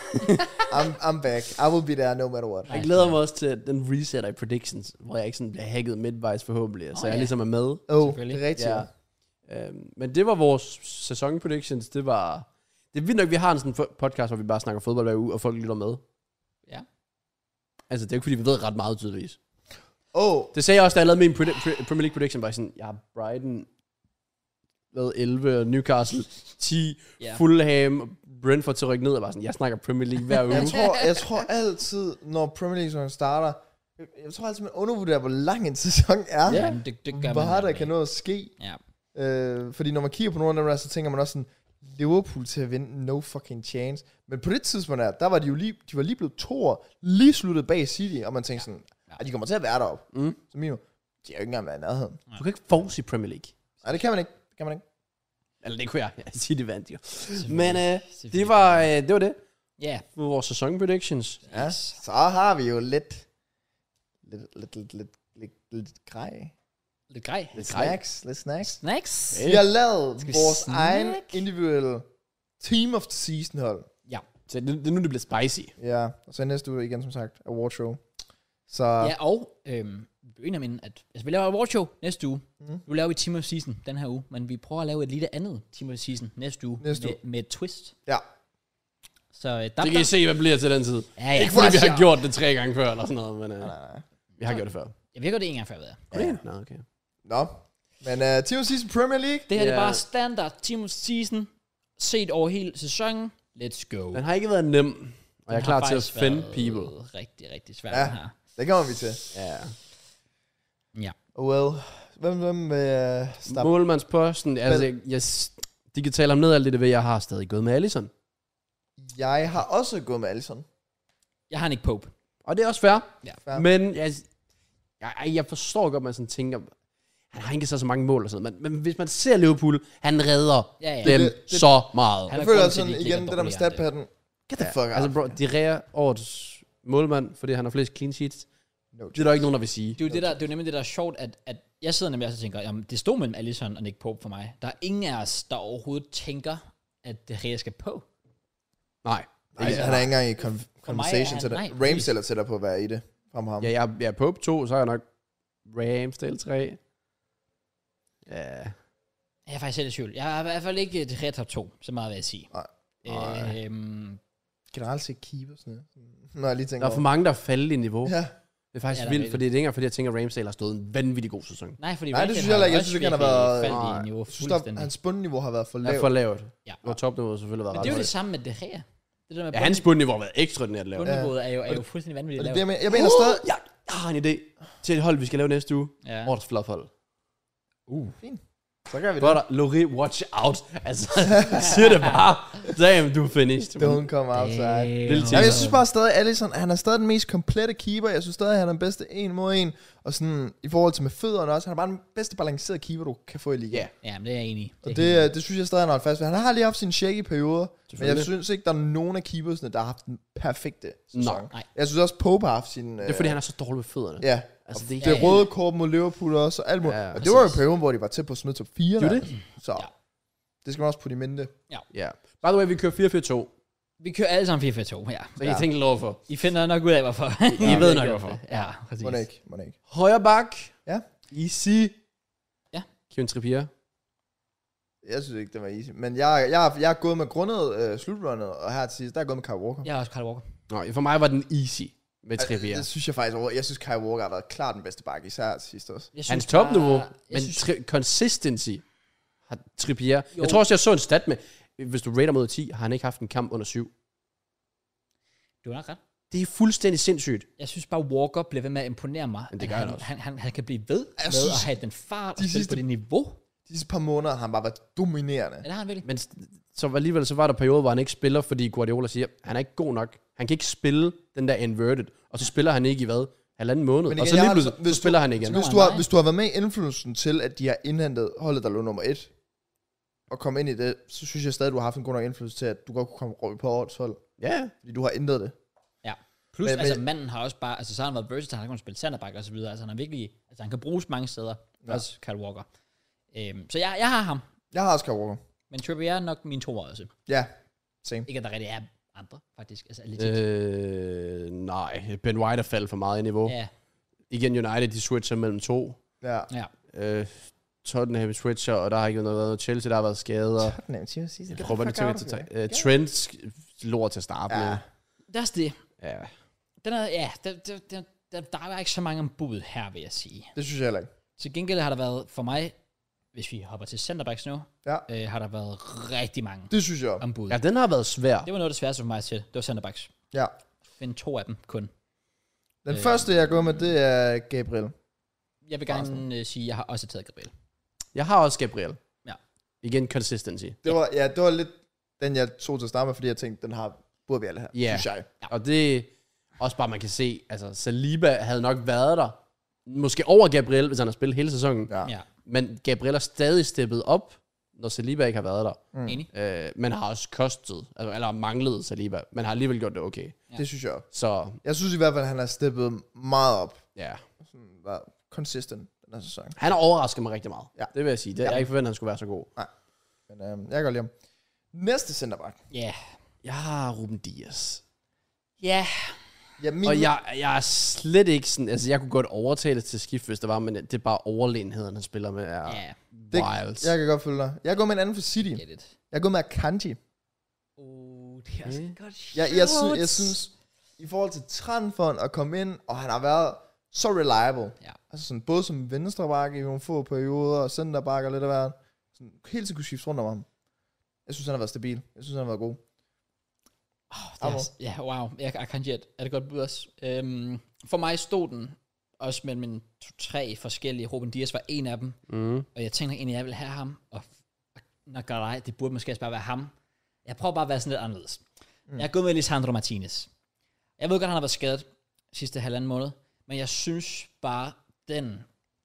I'm, I'm back. I will be there no matter what. Jeg glæder mig også til den resetter i predictions, hvor jeg ikke sådan bliver hacket midtvejs forhåbentlig, så Åh, jeg ja. ligesom er med. Oh, Selvfølgelig. det er rigtigt. Ja. Øhm, men det var vores sæson predictions. Det var... Det er vildt nok, vi har en sådan fo- podcast, hvor vi bare snakker fodbold hver uge, og folk lytter med. Ja. Altså, det er jo ikke, fordi vi ved ret meget tydeligvis. Oh, Det sagde jeg også, da jeg lavede min predi- pre- Premier League prediction, bare sådan, jeg har Brighton hvad, elleve, og Newcastle ti, Ja. Fulham, Brentford til at rykke ned, og bare sådan, jeg snakker Premier League hver uge. Jeg tror, jeg tror altid, når Premier League starter, jeg, jeg tror altid, man undervurderer, hvor lang en sæson er. Ja. Jamen, det, det gør Hvor man har der nemlig. kan nå at ske. Ja. Øh, fordi når man kigger på nogle af dem der, så tænker man også sådan, Liverpool til at vinde, no fucking chance. Men på det tidspunkt der, der var de jo lige, de var lige blevet toer, lige sluttet bag City, og man tænkte sådan, Ja. at de kommer til at være deroppe. Mm. Så minimum, de er jo ikke engang været i nærheden. Du kan ikke forudse Premier League. Nej, det kan man ikke. Det kan man ikke. Eller det kunne jeg. Jeg siger, det vandt jo. Men øh, det, var, øh, det var det. Ja. For vores sæson predictions. Ja, så har vi jo lidt, lidt, lidt, lidt, lidt, lidt, lidt grej. Lidt grej. Lidt grej. snacks, lidt snacks. Snacks. Hey. Vi har lavet Skal vi vores snack? egen individuelle Team of the Season hold. Ja. Så det, det er nu, det bliver spicy. Ja, og så næste uge igen, som sagt, award show. Så Ja, og øhm, vi er enige om, at altså, vi laver et awardshow næste uge. Mhm. Mm. Nu laver vi Team of Season den her uge, men vi prøver at lave et lille andet Team of Season næste uge. Næste med, uge. med et twist. ja, Så øh, der, Det kan I se, hvad bliver til den tid. Ja, ja. Ikke fordi vi har gjort det tre gange før, eller sådan noget, men øh, nej, nej. vi har gjort det før. Jeg ved godt, det en gang før, ved jeg. Ja. Nå, okay. Nå, men uh, Team of the Season Premier League. Det her yeah. det er Ja. bare standard Team of Season, set over hele sæsonen. Let's go. Den har ikke været nem, og jeg er Den klar har til at faktisk finde været people. rigtig, rigtig svært, Ja. ja. den her. Det kommer vi til. Ja. Ja. Well, hvem, hvem vil uh, starte? Målmandsposten, altså, jeg, jeg, de kan tale om ned alt det, ved jeg har stadig gået med Alisson. Jeg har også gået med Alisson. Jeg har Nick Pope. Og det er også fair. Ja. Fair. Men jeg, jeg, jeg forstår godt, man sådan tænker, han har ikke så så mange mål og sådan noget, men, men hvis man ser Liverpool, han redder Ja, ja. dem Det- det- så meget. Han er Jeg føler grunden også til, at sådan de igen, ligger det der med dårligere end statpadden. Get the fuck out. Altså bro, de ræger årets målmand, fordi han har flest clean sheets. No Det er der ikke nogen, der vil sige. Det er jo, det, der, det er jo nemlig det, der er sjovt, at, at jeg sidder nemlig også og tænker, jamen, det stod mellem Alisson og Nick Pope for mig. Der er ingen af os, der overhovedet tænker, at det her skal på. Nej. Nej, han er ikke engang i con- For mig er conversation han- til det. nej, Rams præcis. eller tættere på at være i det. Frem ham. Ja, jeg, jeg er Pope to, så er jeg nok Ramsdale tre. Ja. Jeg er faktisk selv i tvivl. Jeg er i hvert fald ikke det her top to, så meget vil jeg sige. Nej. Øhm, Generelt set keeper sådan noget. Når jeg lige tænker Der er for mange, der er faldet i niveau. Ja. Det er faktisk Ja, der er vildt, rigtigt. fordi det er ikke engang, fordi jeg tænker, at Ramsdale har stået en vanvittig god sæson. nej, fordi Nej, det Ramsdale synes jeg heller ikke. Jeg også synes ikke, han har virkelig været- faldet Nej. i niveau Jeg synes, der, fuldstændig. hans bundniveau har været for Det er lavt. for lavt. Ja. Hvor topniveauet selvfølgelig har Men været det er jo ret det samme med det her. Det der med Ja, hans bundniveau har været ekstraordinært lavt. bundniveauet er jo, er jo fuldstændig vanvittigt Og det er lavt. det, jeg mener, jeg mener stadig... Jeg, jeg har en idé til et hold, vi skal lave næste uge. Ja. Årets flophold. Uh. Så gør vi det. Godt, Lori, watch out. Altså, siger det bare. Damn, du er finished. Don't come outside. Lille Ja, team. jeg synes bare stadig, Alisson, han er stadig den mest komplette keeper. Jeg synes stadig, han er den bedste en mod en. Og sådan, i forhold til med fødderne også, han er bare den bedste balancerede keeper, du kan få i ligaen. Ja. Ja, men det er jeg enig i. Og er det, helt- øh, det synes jeg stadig, han har holdt fast ved. Han har lige haft sine shaky perioder, men jeg Selvfølgelig. synes ikke, der er nogen af keepersne, der har haft den perfekte sæson. Nå. Nej. Jeg synes også, Pope har haft sin... Det er fordi, han er så dårlig med fødderne. Ja, Altså, og det, det Ja, ja. røde kort mod Liverpool også, og alt muligt. Ja, og det var jo præcis. perioden, hvor de var tæt på at smide top fire. Det er der. det. Så Ja. det skal man også putte i mente. Ja. By the way, vi kører fire fire to. Vi kører alle sammen fire fire to, ja. Så I Ja. tænker lidt over for. I finder nok ud af, hvorfor. I ved nok, hvorfor. Ja, præcis. Må det ikke, må det ikke. Højre bak. Ja. Easy. Ja. Kevin Trippier. Jeg synes ikke, det var easy. Men jeg, jeg, jeg er gået med grundet øh, slutrunnet, og her til sidst, der er jeg gået med Kyle Walker. Jeg er også Kyle Walker. Nå, for mig var den easy med Trippier. Det synes jeg faktisk over. Jeg synes, Kyle Walker har været klart den bedste bakke, især til sidst også. Jeg Hans bare- topniveau, jeg men synes, tri- consistency har Trippier. Jo. Jeg tror også, jeg så en stat med, hvis du rater mod ti, har han ikke haft en kamp under syv. du har nok ret. Det er fuldstændig sindssygt. Jeg synes bare, Walker bliver ved med at imponere mig. Men det at gør han, han også. Han, han, han kan blive ved Jeg med synes, at have den fart de og spille sidste- på det niveau. De sidste par måneder har han bare været dominerende. Ja, det har han virkelig. Men s- så alligevel så var der perioder, hvor han ikke spiller, fordi Guardiola siger, han er ikke god nok. Han kan ikke spille den der inverted, og så spiller han ikke i hvad? Halvanden måned. Men Og igen, så jeg lige har det pludselig, så- hvis så spiller du- han igen. Nå, Hvis du, har, nej. hvis du har været med i indflydelsen til, at de har indhentet holdet, der lå nummer et, og komme ind i det, så synes jeg stadig, at du har haft en god nok indflydelse til, at du godt kunne komme røg på årets hold. Ja, Fordi du har ændret det. Ja. Plus, Men- men, altså men- manden har også bare, altså så har han været versatile, han har kunnet spille centerback og så videre, altså han er virkelig, altså han kan bruges mange steder, Ja. ja. også Kyle Walker. Øhm, så jeg, jeg har ham, Jeg har også Kyle Walker. men Trippier er nok min to også. Ja, same. Ikke at der rigtig er andre, faktisk, altså legit. øh, nej, Ben White er faldet for meget i niveau. Ja, Igen United, de switcher mellem to. Ja. ja. Øh, Tottenham switcher, og der har ikke været noget Chelsea, der har været skader. Tottenham, Team Season. Jeg prøver det til at tage. Uh, Trent sk- lort til at starte Ja. med. Det er også det. Ja. Den er, ja, der, der, der, der, der er ikke så mange ombud her, vil jeg sige. Det synes jeg heller ikke. Til gengæld har der været for mig hvis vi hopper til centerbacks nu, Ja. øh, har der været rigtig mange Det synes jeg. ombud. Ja, den har været svær. Det var noget af det sværeste for mig til. Det var centerbacks. Ja. Find to af dem kun. Den Øh. første, jeg går med, det er Gabriel. Jeg vil gerne øh, sige, at jeg har også taget Gabriel. Jeg har også Gabriel. Ja. Igen, consistency. Det var, ja, det var lidt den, jeg tog til at starte med, fordi jeg tænkte, den har burde vi alle her, Ja. synes jeg. Ja. Og det også bare, man kan se, altså Saliba havde nok været der, måske over Gabriel, hvis han har spillet hele sæsonen. Ja. Ja, Men Gabriel har stadig steppet op, når Saliba ikke har været der. Mm. enig. Øh, men har også kostet, altså, eller manglet Saliba, men har alligevel gjort det okay. Ja. Det synes jeg også. Så Jeg synes i hvert fald, at han har steppet meget op. ja, Sådan, var consistent den her sæson. han har overrasket mig rigtig meget. Ja. Det vil jeg sige. Det, Ja. Jeg havde ikke forventet, at han skulle være så god. Men øh, jeg kan godt lide ham. Næste centerback. Ja. Yeah. Jeg har Ruben Dias. Ja. Ja, min, Og jeg, jeg er slet ikke sådan, altså jeg kunne godt overtale det til skift, hvis det var, men det er bare overlegenheden, han spiller med, er Ja. det, wild. jeg kan godt følge dig. Jeg går med en anden for City. Get it. Jeg går med Akanji. Oh, det er også Mm. et godt Jeg, jeg, shout. sy- jeg synes, i forhold til transferen at komme ind, og han har været så reliable. Ja. Altså sådan, både som venstreback i nogle få perioder, og centerback og lidt af hvert. Sådan, helt til kunne skifte rundt om ham. Jeg synes, han har været stabil. Jeg synes, han har været god. Oh, det er, ja, wow. Jeg, jeg kan ikke er det godt bud også. Øhm, for mig stod den også mellem mine to-tre forskellige. Ruben Dias var en af dem. Mm. Og jeg tænkte egentlig, at jeg vil have ham. Og nok nej, det burde måske også bare være ham. Jeg prøver bare at være sådan lidt anderledes. Mm. Jeg er gået med Lisandro Martinez. Jeg ved godt, han har været skadet sidste halvanden måned. Men jeg synes bare, den...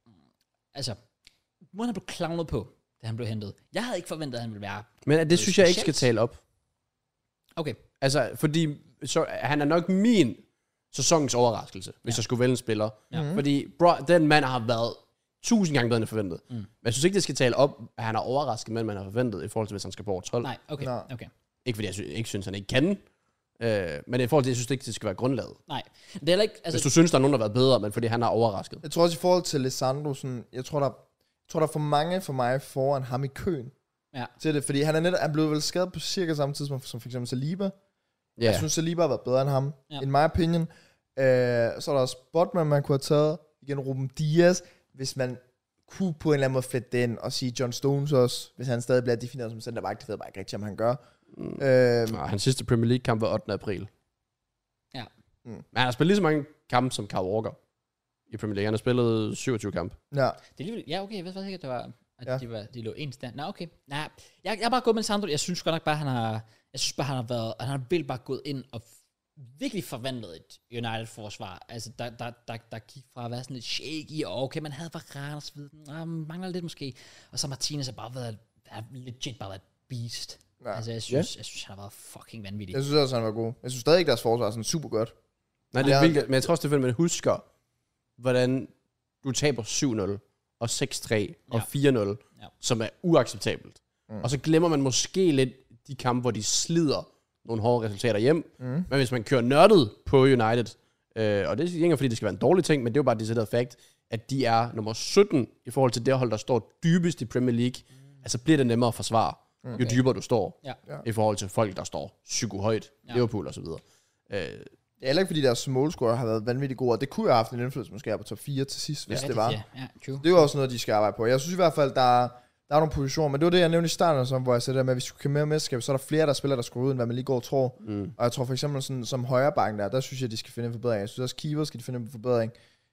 Altså, måden han blev clownet på, da han blev hentet. Jeg havde ikke forventet, at han ville være... Men det synes jeg ikke skal specielt. tale op. Okay. Altså, fordi så, han er nok min sæsonens overraskelse, hvis Ja. jeg skulle vælge en spiller. Ja. Fordi bro, den mand har været tusind gange bedre end forventet. Mm. Men jeg synes ikke, det skal tale op, at han er overrasket, men man har forventet, i forhold til, hvis han skal på over tolv. Nej, okay. Nå. okay. Ikke fordi jeg sy- ikke synes, han ikke kan. Øh, men i forhold til, jeg synes ikke, det skal være grundlaget. Nej. Det er heller ikke... Altså, Hvis du synes, der er nogen, der har været bedre, men fordi han har overrasket. Jeg tror også i forhold til Lisandro, sådan, jeg tror, der, jeg tror, der er for mange for mig foran ham i køen. Ja. Til det, fordi han er, netop, han blev vel skadet på cirka samme tidspunkt som for eksempel Saliba. Ja. Jeg synes, Saliba har været bedre end ham, Ja. in my opinion. Øh, så er der også Botman, man kunne have taget. Igen Ruben Dias, hvis man kunne på en eller anden måde flette den, og sige John Stones også, hvis han stadig bliver defineret som centerback, det ved jeg bare ikke rigtig, om han gør. Mm. Øh, Og hans sidste Premier League-kamp var ottende april. Ja. Mm. Men han har spillet lige så mange kampe som Kyle Walker i Premier League. Han har spillet syvogtyve kampe. ja. Det er alligevel, ja, okay, jeg ved faktisk ikke, at det var, at Ja. ja. de, var, de lå en stand. Nå, okay. Nej, jeg, jeg er bare gået med Sandro. Jeg synes godt nok bare, han har, jeg synes bare, han har været, han har vel bare gået ind og virkelig forvandlet et United-forsvar. Altså, der, der, der, der gik fra at være sådan lidt shaky, og okay, man havde Varane og så videre. Ah, mangler lidt måske. Og så Martinez har bare været, har legit bare været et beast. Ja. Ja. Altså, jeg synes, jeg synes, han har været fucking vanvittig. Jeg synes også, han var god. Jeg synes stadig ikke, deres forsvar er sådan super godt. Nej, det er Ja. vildt, men jeg tror også, det er fedt, at man husker, hvordan du taber syv nul og seks tre og Ja. fire nul, Ja. som er uacceptabelt. Mm. Og så glemmer man måske lidt de kampe, hvor de slider nogle hårde resultater hjem. Mm. Men hvis man kører nørdet på United, øh, og det er ikke fordi, det skal være en dårlig ting, men det er jo bare et decideret fakt, at de er nummer sytten i forhold til det hold, der står dybest i Premier League, mm. altså bliver det nemmere at forsvare, mm. jo Okay. dybere du står, Ja. Ja. i forhold til folk, der står psyko-højt, Ja. Liverpool og så videre. Øh, Det er heller ikke, fordi deres målscorer har været vanvittigt gode, og det kunne jo have haft en indflydelse måske her på top fire til sidst, hvis Ja, det var. Ja, ja, true. Det er jo også noget, de skal arbejde på. Jeg synes i hvert fald, der er, der er nogle positioner, men det var det, jeg nævnte i starten, som, hvor jeg sagde der med, at hvis vi kan mere mesterskab, så er der flere, der spiller, der skal ud, end hvad man lige går og tror. mm. Og jeg tror for eksempel sådan, som højrebakken der, der synes jeg, de skal finde en forbedring. Jeg synes også, Keeper skal de finde en forbedring.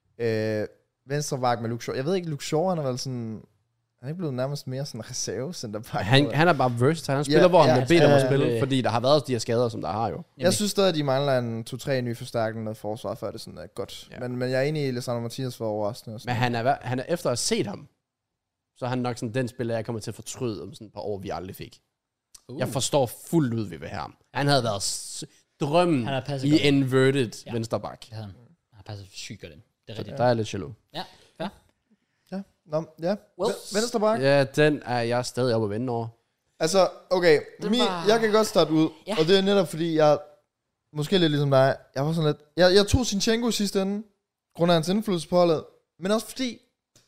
Øh, venstre back med Luke Shaw. Jeg ved ikke, Luke Shaw, han er vel sådan... Han er ikke blevet nærmest mere sådan reserve centerback. Han, han er bare versatile. Han spiller, Ja, hvor han ja, bliver bedt om at ja, spille, ja. fordi der har været de her skader, som der har jo. Jeg synes stadig, at de mangler en to-tre nye forstærkninger af forsvar, før det sådan er godt. Ja. Men, men jeg er enig i, at Lisandro Martinez var overraskende. Og sådan. Men han er, hver- han er efter at have set ham, så er han nok sådan den spiller, jeg kommer til at fortryde om sådan et par år, vi aldrig fik. Uh. Jeg forstår fuldt ud, vi vil have ham. Han havde været s- drømmen Han har passet i godt. inverted Ja. venstreback. Det havde han. Han har passet sygt godt ind. Det er Så rigtigt. der er jeg lidt jaloux. Ja, fair. Nå, ja. Well. Venstre back. Ja, den er jeg stadig oppe at vende over. Altså, okay, Det min, var- jeg kan godt starte ud, Ja. og det er netop fordi, jeg, måske lidt ligesom dig, jeg var sådan lidt, jeg, jeg tog Zinchenko i sidste ende, grund af hans indflydelse på holdet, men også fordi,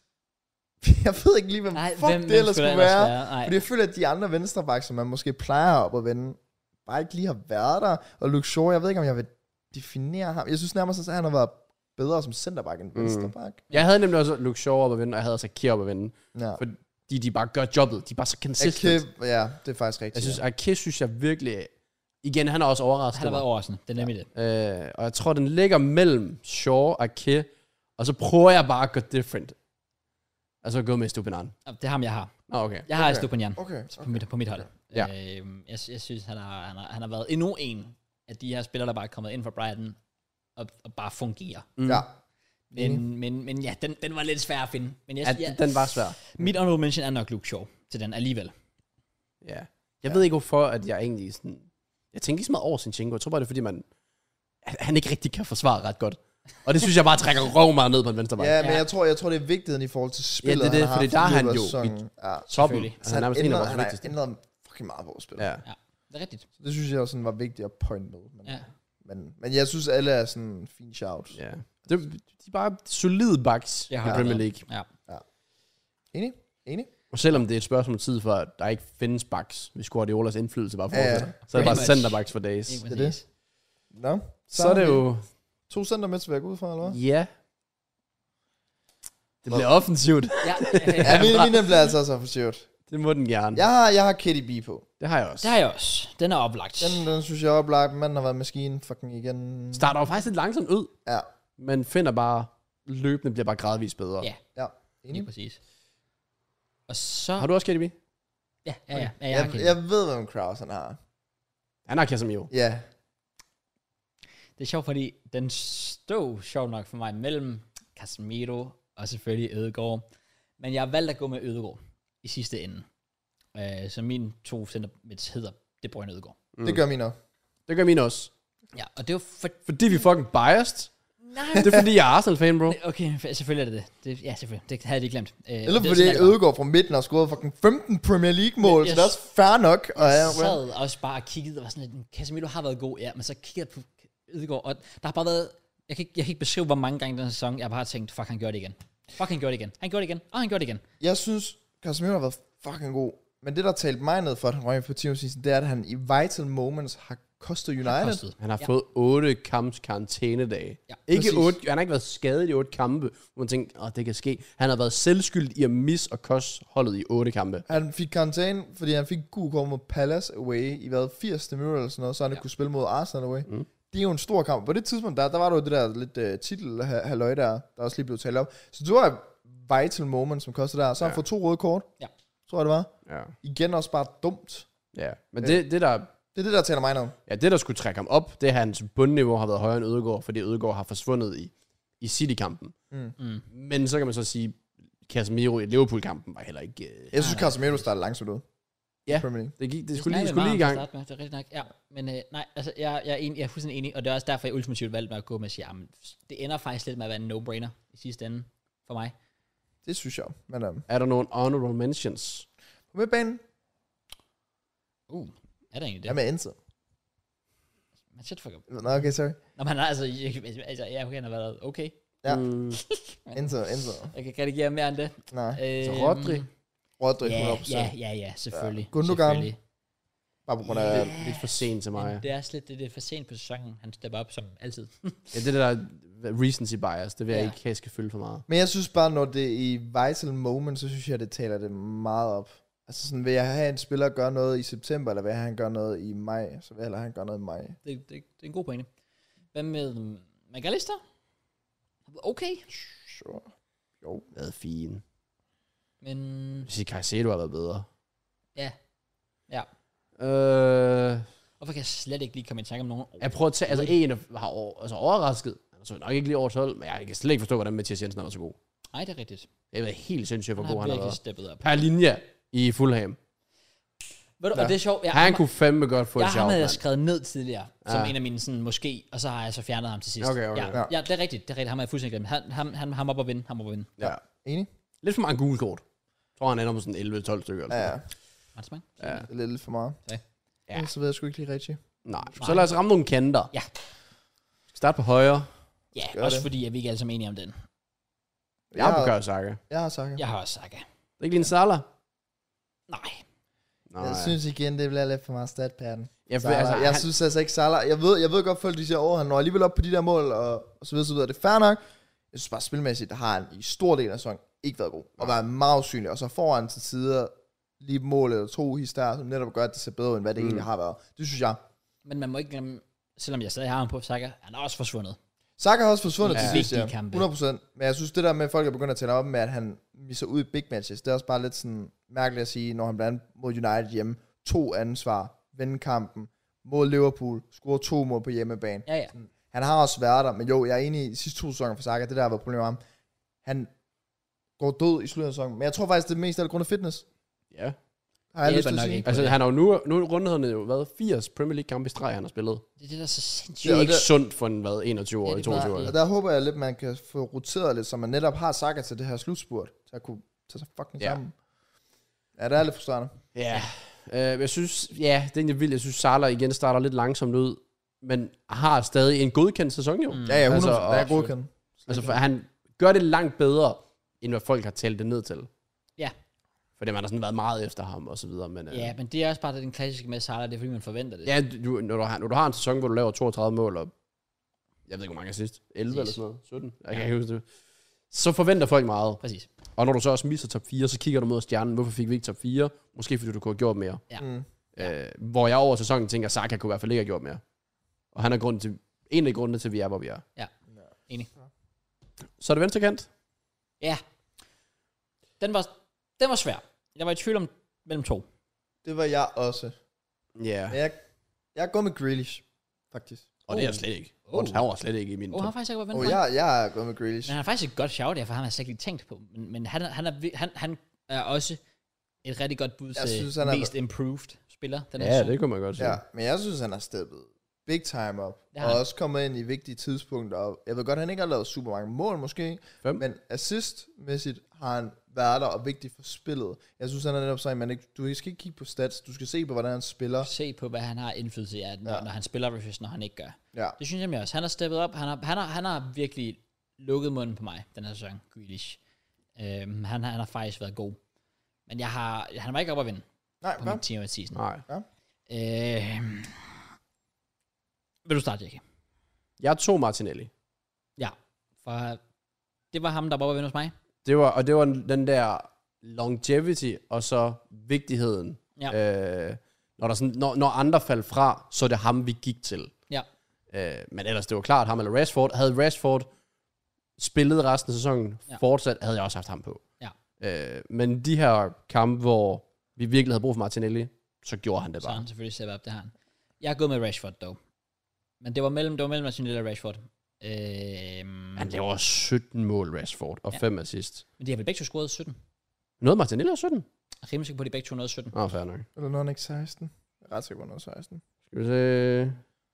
jeg ved ikke lige, hvem Nej, fuck hvem, det hvem ellers skulle skulle det ellers være, være? Nej. fordi jeg føler, at de andre venstrebacks, som man måske plejer op at vende, bare ikke lige har været der, og Luke Shaw, jeg ved ikke, om jeg vil definere ham, jeg synes nærmest, at han har været bedre som centerback end venstreback. Jeg havde nemlig også Luke Shaw op at vinde, og jeg havde også Kier op at vinde. Ja. For de, de bare gør jobbet. De er bare så consistent. Ake, ja, det er faktisk rigtigt. Jeg synes, Ake synes jeg virkelig... Igen, han er også overrasket. Han har været overraskende, det er nemlig det. Øh, og jeg tror, den ligger mellem Shaw og Ake, og så prøver jeg bare at gå different. Altså at gå med Stupinan. Det er ham, jeg har. Oh, okay. Jeg har Okay. Stupinan Okay, på, okay. mit, på mit hold. Ja. Øh, jeg, jeg synes, han har, han, har, han har været endnu en af de her spillere, der bare er kommet ind for Brighton og, og bare fungerer. Mm. Ja. Men, men, men ja, den, den var lidt svær at finde. Men jeg, Ja, ja, den var svær. mit honorable mention er nok Luke Shaw til den alligevel. Ja. Jeg ved ikke, hvorfor at jeg egentlig sådan... Jeg tænker ikke så meget over Zinchenko. Jeg tror bare, det er, fordi man... at han ikke rigtig kan forsvare ret godt. Og det synes jeg bare trækker røv meget ned på en venstre vej. Ja, men Ja. jeg tror, jeg tror, det er vigtigheden i forhold til spillet. Ja, det er det, han har fordi haft der er i han løbet af jo sæsonen. Ja. Toppen. Selvfølgelig. Altså, han er nærmest en af ændret, vores han har vigtigste. ændret fucking meget på spillet. Ja. Det er rigtigt. Så det synes jeg også sådan var vigtigt at point med. Men, Ja. men, men jeg synes, alle er sådan en fin shout. Ja. Det, de er bare solide backs Jeg i har Premier det. League. Ja. Enig? Enig? Og selvom det er et spørgsmål om tid for, at der ikke findes backs, hvis Guardiolas indflydelse bare Ja, ja. fortsætter, så er det bare Pretty much. centerbacks for days. Ikke Det er det. præcis. Nå. Så er det har vi jo... To center med til at gå ud fra, eller hvad? Ja. Det bliver offensivt. Ja, Ja, mine, mine bliver altså også offensivt. Det må den gerne. Jeg har, jeg har K D B på. Det har jeg også. det har jeg også. Den er oplagt. Den, den synes jeg er oplagt. Manden har været maskine fucking igen. Starter jo faktisk lidt langsomt ud, Ja. men finder bare... Løbende bliver bare gradvist bedre. Ja. Ja. Lige Enig? præcis. Og så... Har du også K D B? Ja, ja, ja. ja jeg, Jeg, jeg, jeg ved, hvem Kraus han har. Han har Casemiro. Ja. Det er sjovt, fordi den stod sjovt nok for mig mellem Casemiro og selvfølgelig Ødegaard. Men jeg har valgt at gå med Ødegaard i sidste ende. Uh, så mine to centermids hedder De Bruyne Ødegaard. Mm. Det gør mine også. Det gør min også. Ja, og det var for... Fordi vi er fucking biased. Nej, Det er fordi, jeg er Arsenal-fan, bro. okay, selvfølgelig er det det. det ja, selvfølgelig. Det havde jeg lige glemt. Uh, Eller fordi Ødegaard fra midten har scoret fucking femten Premier League-mål, Jeg- så det er også fair nok. Og Jeg ja, sad også bare og kiggede, og var sådan lidt, Casemiro har været god, ja, men så kiggede jeg på Ødegaard, og der har bare været, jeg kan, ikke, jeg kan ikke beskrive, hvor mange gange den sæson, jeg bare har tænkt, fuck, han gør det igen. Fuck, han gør det igen. Han gør det igen, og han gør det igen. jeg synes, Casemiro har været fucking god. Men det, der talte mig ned for, at han røg på Team Season, det er, at han i vital moments har kostet United. Kostet. Han har Ja. fået otte kamps karantænedage. Ja, Ikke præcis. otte, han har ikke været skadet i otte kampe, hvor man tænker, åh, det kan ske. Han har været selvskyldt i at misse og koste holdet i otte kampe. Han fik karantæne, fordi han fik god kort mod Palace away i hvad, firs minutter eller sådan noget, så han ja. kunne spille mod Arsenal away. Mm. Det er jo en stor kamp. På det tidspunkt, der, der var der jo det der lidt uh, titel halløj der, der også lige blev talt op. Så det var vital moment, som kostede der. Så har Ja. han fået to røde kort. Ja. Tror jeg, det var. Ja. Igen også bare dumt. Ja. Men det, det, der, Det er det, der taler mig ned. ja, det, der skulle trække ham op, det er, hans bundniveau har været højere end Ødegaard, fordi Ødegaard har forsvundet i, i City-kampen. Mm. Mm. Men så kan man så sige, Casemiro i Liverpool-kampen var heller ikke... øh, Jeg synes, Casemiro starter langsomt ud. Ja. I Premier League. Det, gik, det Det skulle lige, snakkede skulle vi lige i meget om gang. til at starte med, det er rigtigt nok. Ja, men øh, nej, altså, jeg, jeg, er enig, jeg er fuldstændig enig, og det er også derfor, jeg ultimativt valgte med at gå med at sige, jamen, det ender faktisk lidt med at være en no-brainer i sidste ende for mig. Det synes jeg. Men um, Er der nogle honorable mentions? på midtbanen, Uh, er der egentlig jeg det? er med Enzo. Men shit, fuck up. Nå, okay, sorry. Nå, men han har altså, jeg, altså, jeg okay, han har været okay. Ja. Mm, Enzo, Enzo. Jeg kan ikke redigere mere end det. Nej. så Øhm, Rodri. Rodri, Ja, hundrede procent. ja, ja, ja, selvfølgelig. Ja. Gundogan. Selvfølgelig. Bare på grund af... Lidt for sent til mig. Men det er også lidt det, det er for sent på sæsonen. Han stepper op som altid. Ja, det der recency bias, det vil jeg Ja. ikke have, skal fylde for meget. Men jeg synes bare, når det er i vital moment, så synes jeg, det taler det meget op. Altså sådan, vil jeg have en spiller gøre noget i september, eller vil jeg have han gøre noget i maj, så vil jeg hellere have han gøre noget i maj. Det, det, det er en god pointe. Hvad med um, McAllister? Okay. Sure. Jo. Været fint. Men Jeg siger, Caicedo har været bedre. ja. Ja. Øh, Hvorfor kan jeg slet ikke lige komme i tanke om nogen? jeg prøver at tage, altså en, der har over, altså overrasket. Altså nok ikke lige over tolv, men jeg kan slet ikke forstå, hvordan Mathias Jensen er så god. Nej, det er rigtigt. Det er helt sindssygt, hvor Han god har han har virkelig været. steppet op. Per linje i Fulham. Ved du, Ja. og det er sjovt. Jeg, Han kunne fandme godt få jeg et har ham shout, havde jeg mand. skrevet ned tidligere, som Ja. en af mine sådan, måske, og så har jeg så fjernet ham til sidst. Okay, okay. Ja, ja, det er rigtigt. Det er rigtigt. Ham har jeg fuldstændig glemt. Han, han, han, ham op og vinde. Ham op og vinde. Ja. Enig? Lidt for mange gule kort. Jeg tror, han ender på sådan elleve tolv stykker. Eller Ja, sådan ja. Var det så mange? noget. Ja. Det er lidt for meget. Ja. Ja. Så ved jeg sgu ikke lige rigtigt. Nej. Så lad os ramme nogle kanter. Ja. Start på højre. Ja, Gør også det. fordi, at vi ikke er alle sammen enige om den. Jeg har på Gør Saka. Jeg har sagt. Jeg har også Saka. Det er ikke lige en Salah? Nej. Nej. Jeg synes igen, det bliver lidt for meget statpatten. jeg, Salah. altså, Jeg han, synes altså ikke Salah. Jeg ved, jeg ved godt, folk de siger, åh, han når alligevel op på de der mål, og, og så videre, så videre. Det er fair nok. Jeg synes bare spilmæssigt, der har han i stor del af sæsonen ikke været god. Og været meget usynlig. Og så får han til tider lige mål eller to hister, som netop gør, at det ser bedre, end hvad det mm. egentlig har været. Det synes jeg. Men man må ikke glemme, selvom jeg stadig har ham på Saka, han er også forsvundet. Saka har også forsvundet ja. til sidst, ja. Kampe. hundrede procent. Men jeg synes, det der med, at folk er begyndt at tælle op med, at han misser ud i big matches, det er også bare lidt sådan mærkeligt at sige, når han blandt andet mod United hjemme, to ansvar, vende kampen, mod Liverpool, score to mål på hjemmebane. Ja, ja. Han har også været der, men jo, jeg er enig i de sidste to sæsoner for Saka, det der har været problemet med ham. Han går død i slutningen af sæsonen, men jeg tror faktisk, det er mest af det grund af fitness. Ja. Har jeg Det lyst til hjælper at nok sige. ikke. Altså, han har jo nu, nu rundet han jo, hvad, firs Premier League kampe i streg, han har spillet. Det er det, der er så sindssygt. Det er og ikke det- sundt for en, hvad, enogtyve år, Ja, det er toogtyve år. bare- Og der håber jeg lidt, man kan få roteret lidt, så man netop har Saka til det her slutspurt, til at kunne tage sig fucking Ja. sammen. Ja, det er lidt frustrerende. Ja, øh, jeg synes, ja, det er egentlig vildt. Jeg synes, Salah igen starter lidt langsomt ud, men har stadig en godkendt sæson jo. Mm. Ja, ja, hundrede Altså, altså, der er og- godkendt. Altså, for han gør det langt bedre, end hvad folk har talt det ned til. Ja. Fordi man har sådan været meget efter ham og så videre. Men, Ja, øh, men det er også bare den klassiske med Salah, det er fordi, man forventer det. ja, du, når, du har, når du har en sæson, hvor du laver toogtredive mål, og jeg ved ikke, hvor mange er sidst, elleve Præcis. eller sådan noget, sytten, jeg kan Ja. ikke huske det. Så forventer folk meget. Præcis. Og når du så også misser top fire, så kigger du mod stjernen, hvorfor fik vi ikke top fire? Måske fordi du kunne have gjort mere. Ja. Mm. Øh, hvor jeg over sæsonen tænker, at Saka kunne i hvert fald ikke have gjort mere. Og han er grunden til, en af grundene til, at vi er, hvor vi er. Enig. Så er det venstrekant. Ja. Den var, den var svær. Jeg var i tvivl om mellem to. Det var jeg også. Ja. Men jeg, jeg går med Grealish, faktisk. Og det er jeg Oh. slet ikke. Oh. Oh. Han var slet ikke i min Åh, oh, han top. har faktisk ikke været Og vendt. jeg, jeg er gået med Grealish. Men han er faktisk et godt shout, for han har jeg slet ikke lige tænkt på. Men, men han, er- han, er, vi- han, han er også et rigtig godt bud Jeg til synes, han er- mest improved spiller. Den Ja, det kunne man godt sige. Ja, men jeg synes, han har steppet big time op. Det har Og han. også kommet ind i vigtige tidspunkter. Og jeg ved godt, han ikke har lavet super mange mål måske. Fem. Men assist-mæssigt har han været der og vigtig for spillet. Jeg synes, han er netop sådan, man ikke, du skal ikke kigge på stats. Du skal se på, hvordan han spiller. Se på, hvad han har indflydelse af, når, Ja. når han spiller versus, når han ikke gør. Ja. Det synes jeg mere også. Han har steppet op. Han har, han har, han har virkelig lukket munden på mig, den her sæson, Grealish. Øhm, han, har- han har faktisk været god. Men jeg har, han var ikke op at vinde Nej, på hvad? min team of season. Nej. Øhm, vil du starte, Jackie? Jeg tog Martinelli. Ja. For det var ham, der var oppe at vinde hos mig. Det var, og det var den der longevity, og så vigtigheden. Ja. Øh, når, der sådan, når, når andre faldt fra, så er det ham, vi gik til. Ja. Øh, men ellers, det var klart, ham eller Rashford. Havde Rashford spillet resten af sæsonen, Ja. ja. fortsat, havde jeg også haft ham på. Ja. Øh, men de her kampe, hvor vi virkelig havde brug for Martinelli, så gjorde han det Så bare. han selvfølgelig steppet op, det har han. Jeg er gået med Rashford, dog. Men det var mellem, det var mellem Martinelli og Rashford. Øhm, Han laver sytten mål, Rashford, og Ja. fem assist. men de har vel begge to scoret sytten. Noget Martinelli og sytten? Jeg er rimelig sikker på, at de begge to nåede sytten. Åh, oh, fair nok. Eller når han ikke seksten. Jeg er ret sikker på, når seksten. Skal vi se...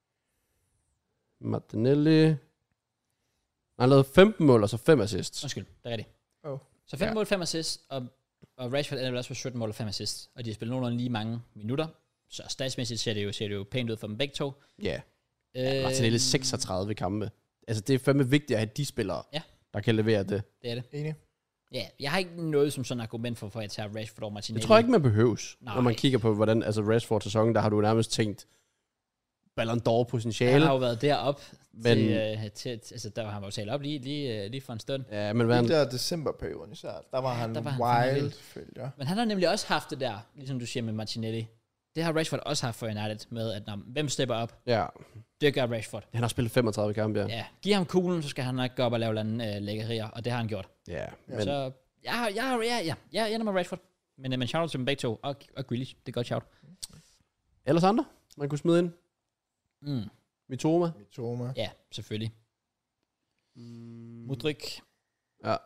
Martinelli... Han har lavet femten mål, og så fem assists. Undskyld, det er rigtigt. Oh. Så fem Ja. mål, fem assist, og, og Rashford ender vel også på sytten mål og fem assist. Og de har spillet nogenlunde lige mange minutter. Så statsmæssigt ser det jo, ser det jo pænt ud for dem begge to. Ja. Øh, Martinelli seksogtredive kampe. Altså, det er fandme vigtigt at have de spillere, Ja. der kan levere det. Det er det. Enig. Ja, jeg har ikke noget som sådan argument for, for at tage Rashford over Martinelli. Det tror jeg ikke, man behøves. Nej. Når man kigger på, hvordan altså Rashford-sæsonen, der har du nærmest tænkt Ballon d'Or Han potentiale. har jo været derop Men- til, øh, til, altså der var han jo talt op lige, lige, øh, lige for en stund. Ja, men hvad Den han, der decemberperioden især, der var han der var han wild, fandme følger. Men han har nemlig også haft det der, ligesom du siger med Martinelli. Det har Rashford også haft for United med, at når, hvem stepper op, ja, det gør Rashford. han har spillet femogtredive kampe, ja. Ja, giv ham kuglen, så skal han nok gå op og lave nogle øh, lækkerier, og det har han gjort. Ja, Men, men så jeg har, jeg har, ja, ja, jeg ender med Rashford. Men, øh, men shout out til dem begge to, og, og Grealish, det er godt shout. ellers andre, man kunne smide ind. Mm. Mitoma. Mitoma. Ja, selvfølgelig. Mm. Mudryk. Ja.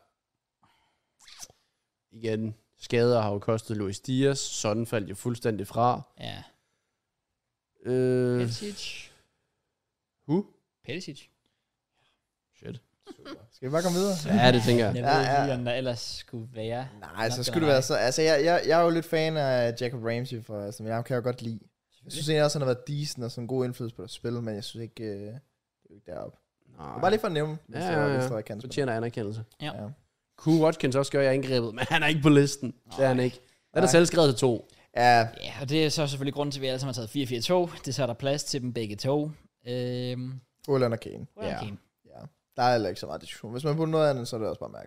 Igen, skader har jo kostet Luis Diaz. Sådan faldt jo fuldstændig fra. Ja. Øh, Perisic. Who? Perisic. Shit. Skal vi bare komme videre? Ja, det tænker jeg. Jeg Ja, ved ja. ikke, om der ellers skulle være. Nej, så Nok skulle den det er være så... Altså, jeg, jeg, jeg er jo lidt fan af Jacob Ramsey, for altså, jeg kan jo godt lide. Jeg synes egentlig også, han har været decent og sådan en god indflydelse på det spil, men jeg synes ikke, øh, det er jo ikke deroppe. Nej. Bare lige for at nævne, hvis Ja, det var ja, ja. venstre kant. Fortjener anerkendelse. Ja. Ja. Kunne Watkins også gøre i angrebet, men han er ikke på listen. Det er han ikke. Den er Nej. selv skrevet til to. Ja, Ja, og det er så selvfølgelig grunden til, at vi alle sammen har taget fire fire to. Det så er der plads til dem begge to. Øhm, Holland og Kane. ja. Ja. Okay. Ja. Der er heller ikke så meget diskussion. Hvis man putter noget andet, så er det også bare mærkeligt.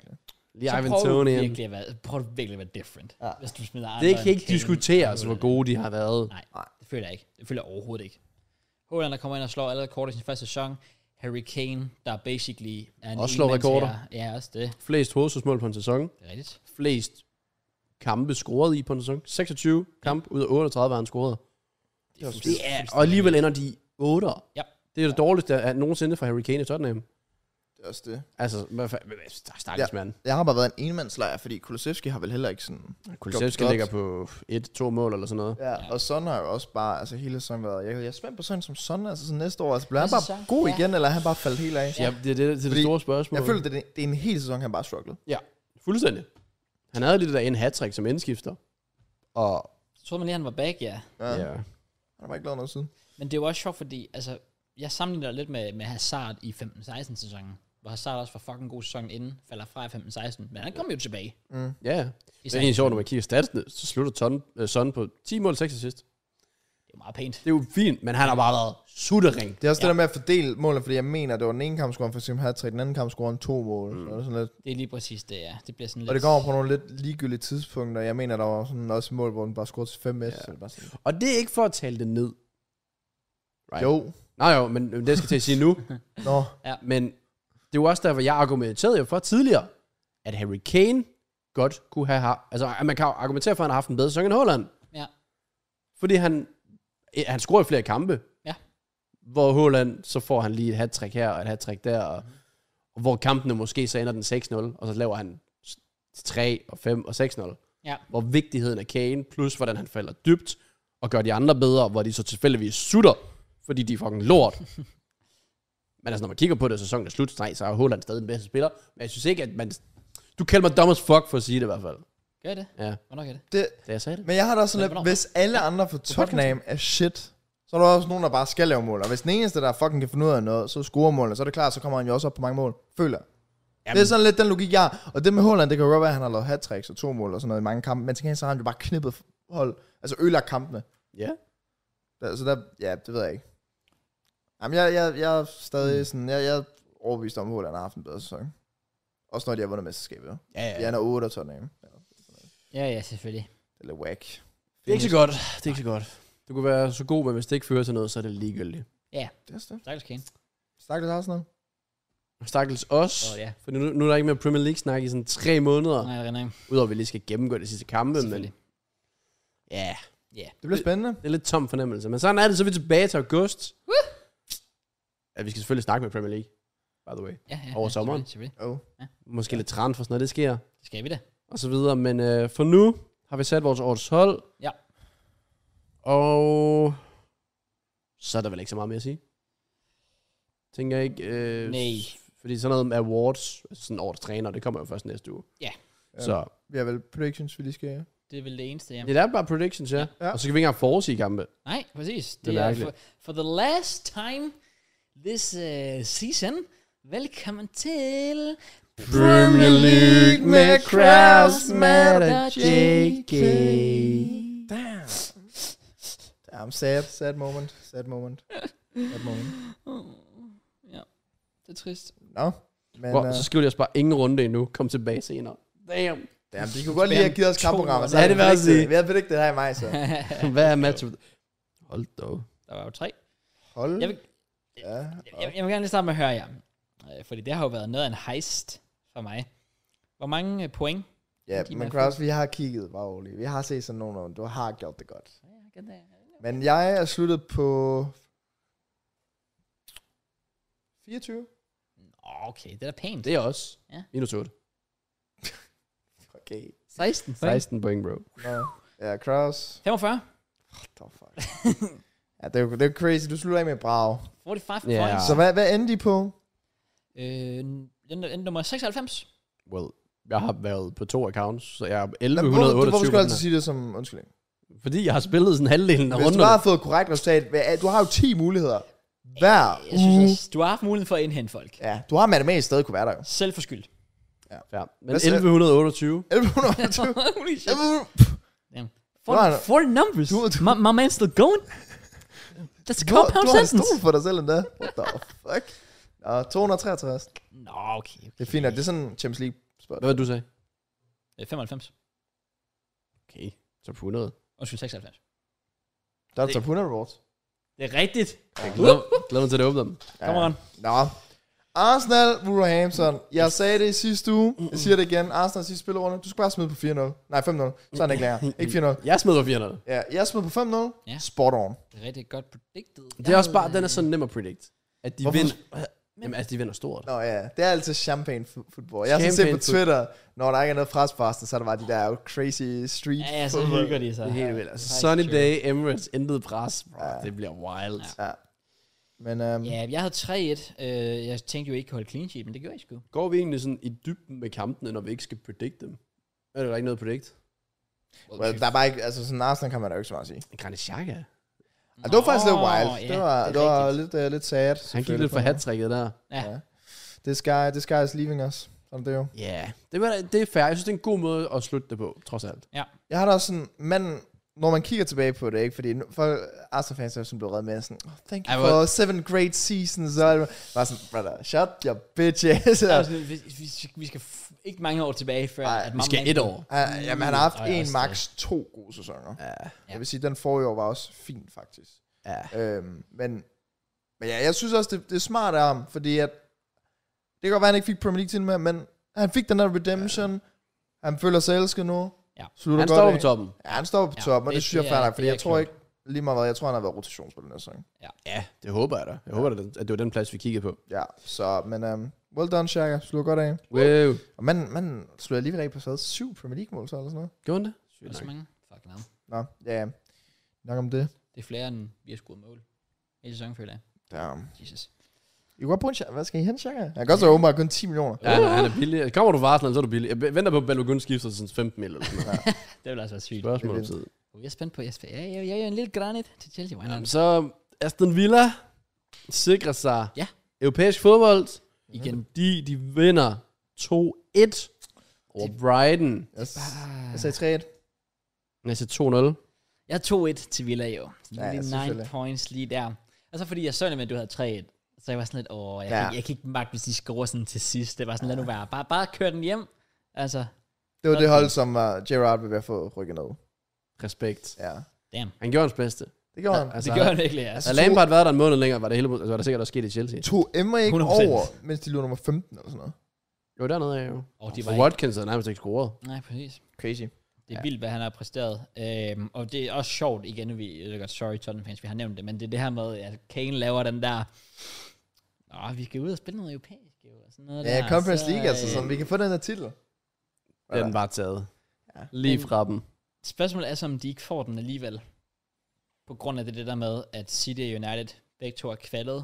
Lige så Ivan prøv Toney. virkelig at være, prøv virkelig at være different. Ja. Hvis du smider Det andre kan ikke end Kane diskuteres, og hvor Haaland. gode de har været. Nej, det føler jeg ikke. Det føler jeg overhovedet ikke. Haaland, der kommer ind og slår allerede kort i sin første sæson. Harry Kane, der basically er en Også slår enmandsherre. rekorder. Ja, også det. Flest hovedstødsmål på en sæson. Det er rigtigt. Flest kampe scoret i på en sæson. seksogtyve kampe ud af otteogtredive har han scoret. Det er, Det er, og alligevel ender de otter. Ja. Det er det dårligste af nogensinde for Harry Kane i Tottenham. Det er også det. Altså, hvad fa- stakkels ja. mand. Jeg har bare været en enmandslejr, fordi Kulusevski har vel heller ikke sådan... Kulusevski godt. ligger på et, to mål eller sådan noget. Ja, ja. Og Son har jo også bare, altså hele sæsonen været... Jeg, jeg er spændt på sådan som Son, altså sådan næste år. Altså bliver han Næste bare sæson? god Ja. igen, eller er han bare faldet helt af? Ja, det er det, det, er det Fordi store spørgsmål. Jeg føler, det er, det er en hel sæson, han bare strugglede. Ja, fuldstændig. Han havde lige det der en hat-trick som indskifter. Og Så troede man lige, han var back, ja. Ja. ja. ja. Han har bare ikke lavet noget siden. Men det er jo også sjovt, fordi altså, jeg sammenligner lidt med, med Hazard i femten seksten sæsonen. Hvor Hazard også var fucking god sæson inden, falder fra i femten seksten. Men han kom jo tilbage. Mm. Ja, ja. I Det er seksten. egentlig sjovt, når man kigger statsene, så slutter Son, øh, Son på ti mål, seks assist. Det er jo meget pænt. Det er jo fint, men han har bare været suttering. Det er også Ja. det der med at fordele målene, fordi jeg mener, det var den ene kamp scoren for eksempel hat-trick, den anden kamp scoren to mål. Mm. Og, sådan lidt. Det er lige præcis det, ja. Det bliver sådan lidt... Og det kommer på nogle lidt ligegyldige tidspunkter. Jeg mener, der var sådan også mål, hvor den bare scorede til fem S. Ja. Ja. Bare sådan. Og det er ikke for at tale det ned. Right. Jo. Nej jo, men det skal jeg til at sige nu. Nå. Men det er jo også derfor, jeg argumenterede jo for tidligere, at Harry Kane godt kunne have haft... Altså, at man kan argumentere for, at han har haft en bedre sæson end Haaland. Ja. Fordi han, eh, han scorer i flere kampe. Ja. Hvor Haaland, så får han lige et hat-trick her og et hat-trick der. Og, og hvor kampene måske så ender den seks nul, og så laver han tre og fem og seks nul. Ja. Hvor vigtigheden af Kane, plus hvordan han falder dybt, og gør de andre bedre, hvor de så tilfældigvis sutter, fordi de er fucking lort. Men altså, når man kigger på det, sæsonen er slut, nej, så er Haaland stadig den bedste spiller. Men jeg synes ikke, at man... Du kalder mig dumb as fuck for at sige det i hvert fald. Gør jeg det? Ja, Hvornår gør jeg det? Det, da jeg sagde det. men jeg har da også sådan Men lidt, hvornår? hvis alle andre for Tottenham er shit, så er der også nogen, der bare skal lave mål. Og hvis den eneste, der fucking kan finde ud af noget, så scorer målene, så er det klart, så kommer han jo også op på mange mål. Føler jeg. Jamen, Det er sådan lidt den logik, jeg har. Og det med Haaland, det kan jo godt være, at han har lavet hat-tricks og to mål og sådan noget i mange kampe, men til gengæld så har han jo bare knippet hold, altså ødelagt kampene. ja. Der, så der, ja, det ved jeg ikke. Jamen, jeg, jeg, jeg er stadig sådan, jeg, jeg er overbevist om, at Haaland har haft en bedre sæson. Også når de har vundet mesterskabet. Ja. Ja, ja. De er otte og Tottenham. Ja, Ja, ja, selvfølgelig. det er lidt whack. Det er ikke så godt. Det er ikke så godt. Du kunne være så god, men hvis det ikke fører til noget, så er det ligegyldigt. Ja, Det er det. stakkels Kane. Stakkels Arsenal. Stakkels os. Åh, ja. For nu, nu er der ikke mere Premier League-snak i sådan tre måneder. Nej, det er ikke. Udover at vi lige skal gennemgå de sidste kampe, men Selvfølgelig. ja, Ja. Det bliver spændende. det er lidt tom fornemmelse. Men sådan er det, så er vi tilbage til august. Ja, vi skal selvfølgelig snakke med Premier League, by the way. Ja, ja. Over ja, sommeren. selvfølgelig, selvfølgelig. Oh. Måske lidt transfer, når det sker. Det skal vi da. Og så videre. Men øh, for nu har vi sat vores årets hold. Ja. Og så er der vel ikke så meget mere at sige. Tænker jeg ikke. Øh, Nej. Fordi sådan noget med awards, altså sådan årets træner, det kommer jo først næste uge. Ja. Så Vi har vel predictions, vi lige skal... Det er vel det eneste, ja. ja, det er bare predictions, ja. Ja. Og så kan vi ikke engang forudsige kampe. Nej, præcis. Det er Det er mærkeligt. for, for the last time this uh, season. Velkommen til Premier League med Kraus, Matt og J K. Damn. Damn, sad, sad moment. Sad moment. Sad moment. Ja, det er trist. Nå. No. Men, Wow, uh, så skriver de også bare ingen runde endnu. Kom tilbage senere. Damn. damn, de kunne godt lige have givet os kampprogrammer. Ja, det vil jeg sige. Vi havde predicted det her i maj, så. Hvad er match? Hold da. Der var jo tre. Hold. Jeg vil, Ja. jeg, jeg, jeg vil gerne lige starte med at høre jer. Øh, Fordi det har jo været noget af en heist for mig. Hvor mange øh, point? Ja, Giv men mig Kraus, vi har kigget, bare roligt. Vi har set sådan nogle, du har gjort det godt. Ja, Men jeg er sluttet på fireogtyve. Okay, det er da pænt. Det er også. Ja. Minus otte. Okay. seksten point. seksten point, bro. Nå. Ja, Kraus. femogfyrre. What the fuck? ja, det er, jo, det er jo crazy. Du slutter af med Brav. femogfyrre Ja. points. Så hvad, hvad endte de på? Øh, den, den nummer seksoghalvfems. Well, jeg har været på to accounts, så jeg er Hvorfor, elleve hvorfor otteogtyve. skal du altid sige det som undskyldning? Fordi jeg har spillet sådan halvdelen af Hvis du runderne. bare har fået korrekt resultat, hvad- du har jo ti muligheder hver Jeg synes uge. også, du har haft muligheden for at indhente folk. Ja, du har matematisk stadig kunne være der jo. Selv for skyld. Ja, men Hvad siger- elleve otteogtyve. elleve otteogtyve. Holy shit. elleve- For, Nu har han- for numbers. Du- du- my, my man's still going. That's a Du, compound du har en sentence. stol for dig selv endda. What the fuck? Nå, to hundrede og treogtres. Nå, okay. okay. Det er fint, at det er sådan Champions League spot. Hvad var det, du sagde? Øh, femoghalvfems. Okay, top hundrede. Undskyld, seksoghalvfems. Der er Det- top hundrede rewards. Det er rigtigt. Jeg glæder, glæder mig til at åbne dem. Come on. Nå. Arsenal, Wolverhampton. Jeg sagde det i sidste uge. Jeg siger det igen. Arsenal sidste spillerunde. Du skal bare smide på fire nul. Nej, fem nul. Så er den ikke længere. Ikke fire nul. Jeg smed på fire nul. Ja, jeg smed på fem nul. Ja. Spot on. Det er rigtig godt predicted. Det er også bare, den er så nem at predict. At de Hvorfor? vinder. Jamen, altså, de vinder stort. Nå ja, det er altid champagne fu- football. Jeg har så set Champagne på Twitter, når der ikke er noget pres på Arsenal, så er der bare de der crazy street Ja, ja, så fodbold. hygger de sig. Det er helt vildt. Altså, Det er Sunny faktisk Day, Emirates, intet pres. Bro, Ja. det bliver wild. Ja. Ja. Men um, Ja, jeg havde tre et. Øh, jeg tænkte jo ikke at holde clean sheet, men det gjorde jeg sgu. Går vi egentlig sådan i dybden med kampene, når vi ikke skal predict dem? Er der ikke noget at predict? well, der er bare ikke, altså sådan Arsenal kan man da jo ikke så meget sige. Granit Xhaka. Ja, det var faktisk lidt Nå, wild. ja, det var, det det er var rigtigt. lidt, uh, lidt sad. Han gik lidt for hat-tricket der. Ja. Ja. This guy, this guy is leaving us. Sådan det er jo. Ja, yeah. det, var, det er fair. Jeg synes, det er en god måde at slutte det på, trods alt. Jeg har da også sådan, men når man kigger tilbage på det, ikke? Fordi nu- folk, Arsenal-fans er sådan blevet reddet med sådan, oh, thank you I for will- seven great seasons. Og alt. Bare sådan, brother, shut your bitch ass. Altså, vi, vi, vi skal f- ikke mange år tilbage, før... Ej, at Vi Mamma skal ikke- et år. Uh, jamen, han har haft Og jeg en, også max to gode sæsoner. Ja. Jeg vil sige, den forrige år var også fin, faktisk. Ja. Øhm, men, men ja, jeg synes også, det, det er smart af ham, fordi at, det kan godt være, at han ikke fik Premier League til med, men han fik den der redemption. Ja. Han føler sig elsket nu. Ja. Slutter Han godt står af. på toppen. Ja, han står på Ja, toppen, og det, det- synes jeg det er fair er- nok, fordi det er jeg tror klogt. ikke, lige meget hvad, jeg tror, han har været rotationsspiller næste sæson. Ja, det håber jeg da. Jeg håber da, at det var den plads, vi kiggede på. Ja, så, men um, well done, Xhaka. Slutter godt af. Wow. Og man, man slutter alligevel af på så syv Premier League-mål, så eller sådan noget. Gjorde han det? Er der så mange? Fuck no. Nå, ja, ja. Nok om det. Det er flere, end vi har scoret mål. I sæsonen, føler jeg. Damn. Jesus. I kan godt bruge en Xhaka. Hvad skal I hente, Xhaka? Han kan godt så åbenbart kun ti millioner. Ja, han er, han er billig. Kommer du fra Arsenal, så er du billig. Jeg venter på, at Balogun skifter til sådan femten mil eller sådan noget. Det vil altså være sygt. Spørgsmål om Det er tid. Jeg er spændt på Jesper. Ja, jeg, jeg er en lille granit til Chelsea. Why Jamen, not? så Aston Villa sikrer sig Ja. europæisk fodbold, Igen. fordi de vinder to et over Brighton. Jeg, Bare- jeg sagde tre et. Jeg siger to nul. Jeg er to et til Villa i år. Så Ja, ja, lige selvfølgelig. nine points lige der. Og så fordi jeg så det med, at du havde tre et. Så jeg var sådan lidt, åh, jeg, Ja. ja. kan, jeg kan ikke magte, hvis de scorer sådan til sidst. Det var sådan, lad nu være. Bare, bare kør den hjem. Altså, Det var det hold, som uh, Gerrard vil være få rykket ned. Respekt. Ja, damn. Han gjorde hans bedste. det gjorde han. Altså, Det gør han virkelig, ja. altså, Havde Lampard været der en måned længere, var det hele, altså, var der sikkert også sket i Chelsea. To Emre ikke hundrede procent. over, mens de lå nummer femten eller sådan noget. Jo, dernede er jo. Og de var Og ikke, Watkins havde nærmest ikke scoret. nej, præcis. Crazy. Det er Ja. vildt, hvad han har præsteret. Øhm, og det er også sjovt, igen, vi, jeg er godt, sorry Tottenham fans, vi har nævnt det, men det er det her med, at Kane laver den der, åh, vi skal ud og spille noget europæisk, jo, og sådan noget Ja, der. Conference Så, League, altså, øh, sådan, vi kan få den her titel. Det er den bare taget. Ja. Lige Men- fra dem. Spørgsmålet er så, om de ikke får den alligevel. På grund af det, det der med, at City og United begge to er kvalet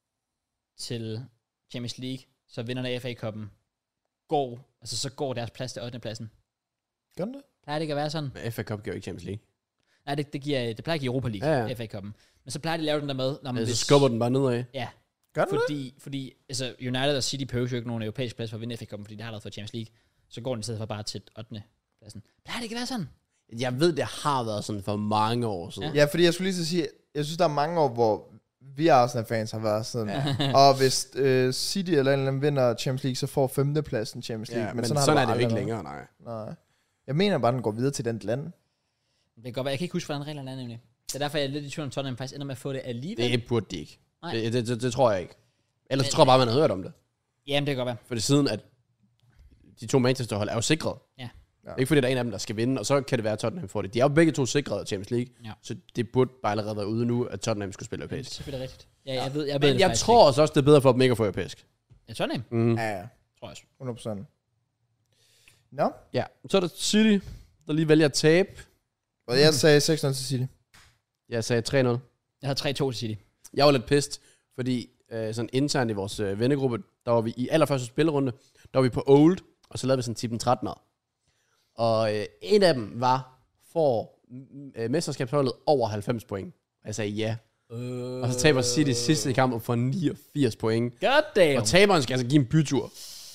til Champions League, så vinderne af F A-koppen går, altså så går deres plads til ottende pladsen. Gør den det? Plejer det ikke at være sådan? Men F A Cup gør ikke Champions League. Nej, det, det, giver, det plejer ikke i Europa League, Ja, ja, ja. ja. F A-koppen. Men så plejer de at lave den der med, når man Altså, så skubber den bare nedad. Ja, Gør den det? fordi, fordi altså United og City behøver jo ikke nogen europæisk plads for at vinde F A-koppen, fordi de har allerede fået Champions League. Så går den i stedet for bare til ottende pladsen. Plejer det ikke at være sådan? Jeg ved, det har været sådan for mange år siden. Ja, fordi jeg skulle lige så sige, jeg synes, der er mange år, hvor vi Arsenal-fans har været sådan, ja. og hvis øh, City eller en eller anden vinder Champions League, så får femtepladsen Champions League. Ja, men, men sådan, sådan, har sådan er det jo bare ikke aldrig længere, nej. været. Nej. Jeg mener bare, den går videre til den land. Det kan godt være, jeg kan ikke huske, hvordan reglerne er nemlig. Det er derfor, jeg er lidt i tvivl om Tottenham faktisk ender med at få det alligevel. Det burde de ikke. Nej. Det, det, det, det tror jeg ikke. Ellers Men- tror jeg bare, man har hørt om det. Jamen, det kan godt være. For det siden, at de to Manchester-hold er jo sikret. Ja. Ja. Ikke fordi der er en af dem, der skal vinde, og så kan det være, at Tottenham får det. De er jo begge to sikret af Champions League, Ja. så det burde bare allerede være ude nu, at Tottenham skulle spille Det er europæisk. selvfølgelig rigtigt. Ja, jeg ved, jeg ved Men det jeg faktisk tror også, det er bedre for dem ikke at få europæisk. ikke. Ja, Tottenham, Mm. Ja, ja. tror jeg også. hundrede procent. Nå, Ja, så er der City, der lige vælger at tabe. og jeg sagde seks nul til City. Jeg sagde tre nul. Jeg havde tre to til City. Jeg var lidt pissed, fordi øh, sådan internt i vores øh, vennegruppe, der var vi i allerførste spillerunde, der var vi på Old, og så lavede vi sådan tippen trettener. Og øh, en af dem var for øh, mesterskabsholdet over halvfems point. Og jeg sagde ja. Uh, Og så taber City sidste kamp og får niogfirs point. God damn. Og taberen skal altså give en bytur.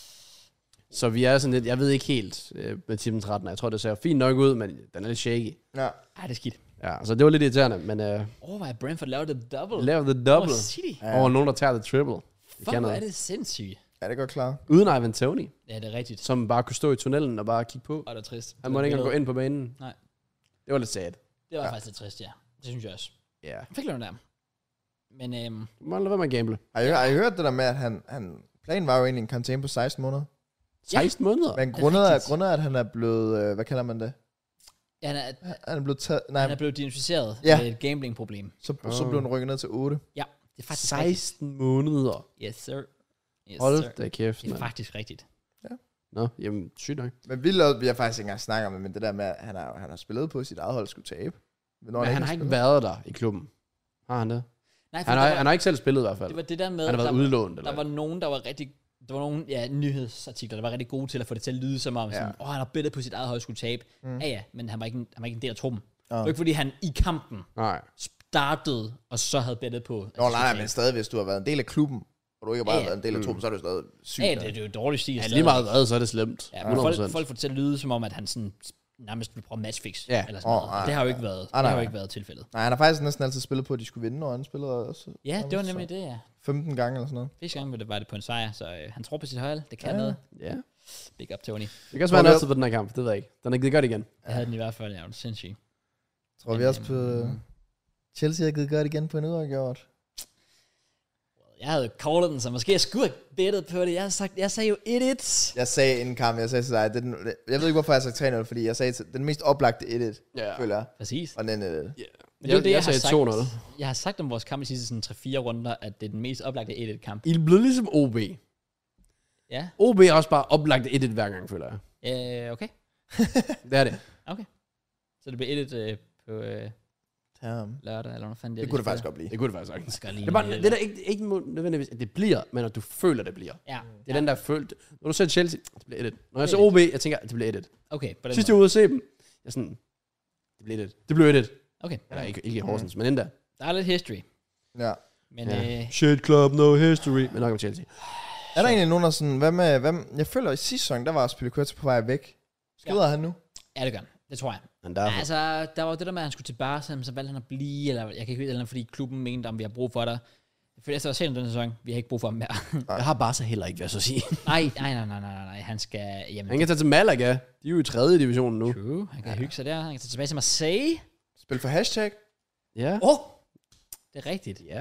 Så vi er sådan lidt, jeg ved ikke helt øh, med tippen tretten. Jeg tror, det ser fint nok ud, men den er lidt shaky. Ja. Ej, det er skidt. Ja, så det var lidt irriterende, men øh, Overvej, at Brentford laver det double. lav the double Over City. Ja. over nogen, der tager the triple. Det Fuck, kan hvor noget. er det sindssygt. Ja, det er godt klar. Uden Ivan Toney, Ja, det er rigtigt. som bare kunne stå i tunnelen og bare kigge på. Og det er trist. Han måtte ikke engang gå ind på banen. Nej. Det var lidt sad. Det var Ja. faktisk lidt trist, ja. Det synes jeg også. Ja. Yeah. Fik løn der. Men øhm, Du må lade være med at gamble. Har I, har I hørt det der med, at han, han planen var jo egentlig en karantæne på seksten måneder? seksten måneder? Men er grundet af, rigtigt. grundet af, at han er blevet, øh, hvad kalder man det? ja, han, er, Han er blevet taget, nej, han er blevet diagnosticeret Ja. med et gambling-problem. så, så blev han rykket ned til otte. Ja, det er faktisk rigtigt. seksten måneder. Yes, sir. Yes, Hold sir. da kæft, Det er mand. faktisk rigtigt. Nå, jamen, sygt nok. Men vi, lavede, vi har faktisk ikke engang snakket om det, men det der med, at han har, han har spillet på, at sit eget hold skulle tabe. Hvornår Men han har ikke været der i klubben. Har han det? Nej, for Han der har, var, han har ikke selv spillet i hvert fald. det var det der med, Han har været der, udlånt, der eller var nogen, der var rigtig... Der var nogle ja, nyhedsartikler, der var rigtig gode til at få det til at lyde som om, Ja. sådan, åh, han har bedre på sit eget hold skulle tabe. Mm. Mm. Ja, ja, men han var, ikke en, han var ikke en del af truppen. Nå. Det var ikke, fordi han i kampen Nej. startede, og så havde bettet på... at Nå, han nej, nej, skulle men stadig, hvis du har været en del af klubben, og du ikke har bare Ja, ja. været en del af Mm. truppen, så er det jo stadig sygt. tabe. Ja, det, det er jo dårligt stil. Ja, stadig. lige meget hvad, så er det slemt. Ja, men hundrede folk, procent. folk får det til at lyde som om, at han sådan nærmest ville prøve matchfix. Ja. Eller sådan noget. Åh, nej, det har jo ikke været, nej, det har jo nej. ikke været tilfældet. Nej, han har faktisk næsten altid spillet på, at de skulle vinde, og han spillede også Ja, det var nemlig det, ja. femten gange eller sådan noget. Første gang var det, var det på en sejr, så øh, han tror på sit hold. Det kan Ja. noget. Ja. Big up, Tony. Det kan også være, han altid på den her kamp. Det ved jeg ikke. Den er givet godt igen. Jeg havde den i hvert fald, ja, det var sindssygt. Tror vi Men, også på... øhm, Chelsea har givet godt igen på en uafgjort. Jeg havde callet den, så måske jeg skulle have bettet på det. Jeg, havde sagt, jeg sagde jo et-et. Jeg sagde inden kampen, jeg sagde til dig, det er den, jeg ved ikke, hvorfor jeg sagde tre nul, fordi jeg sagde til, den mest oplagte et-et, Ja. føler jeg. Præcis. Og den øh, Men det er Jeg, jo det, jeg, jeg har sagde sagt. to nul. Jeg har sagt om vores kamp i sidste sådan tre-fire runder, at det er den mest oplagte et-et-kamp. I er blevet ligesom O B. Ja, O B er også bare oplagt et-et hver gang, føler jeg. øh, okay. Det er det. Så det bliver et-et øh, på øh, Damn. lørdag, eller hvad fanden det er. Det kunne det faktisk godt blive. Det kunne det faktisk sagtens. Skal lige Det er, bare, det er der ikke, ikke må- nødvendigvis, at det bliver, men at du føler, det bliver. Ja, Det er den, der er følt. Når du ser Chelsea, det bliver et-et. Når jeg ser O B, jeg tænker, det bliver et-et. okay. På den Sidst jeg var måde. ude at se dem, jeg er sådan, det bliver et-et. Det blev et-et. Okay, Eller ikke, ikke i Horsens, men endda. der er lidt history. Ja. Men Ja. øh, Shit club, no history. Men nok om Chelsea. Er der egentlig nogen, der sådan, hvad med, hvad, jeg føler i sidste sæson, der var Spilicueta på vej væk. Skrider ja. han nu? ja, det gør han. Det tror jeg. Men derfor. Altså, der var det der med, at han skulle til Barca, så valgte han at blive, eller jeg kan ikke vide, eller fordi klubben mente, om vi har brug for dig. For efter at se den sæson, vi har ikke brug for ham mere. Jeg har bare så heller ikke, hvad jeg så sige. nej, nej, nej, nej, nej, nej, han skal, jamen, Han kan tage til Malaga. De er jo i tredje division nu. true, han kan ja. hygge sig der, han kan tage tilbage til Marseille. Spil for hashtag? Ja. Åh, oh, det er rigtigt. Ja.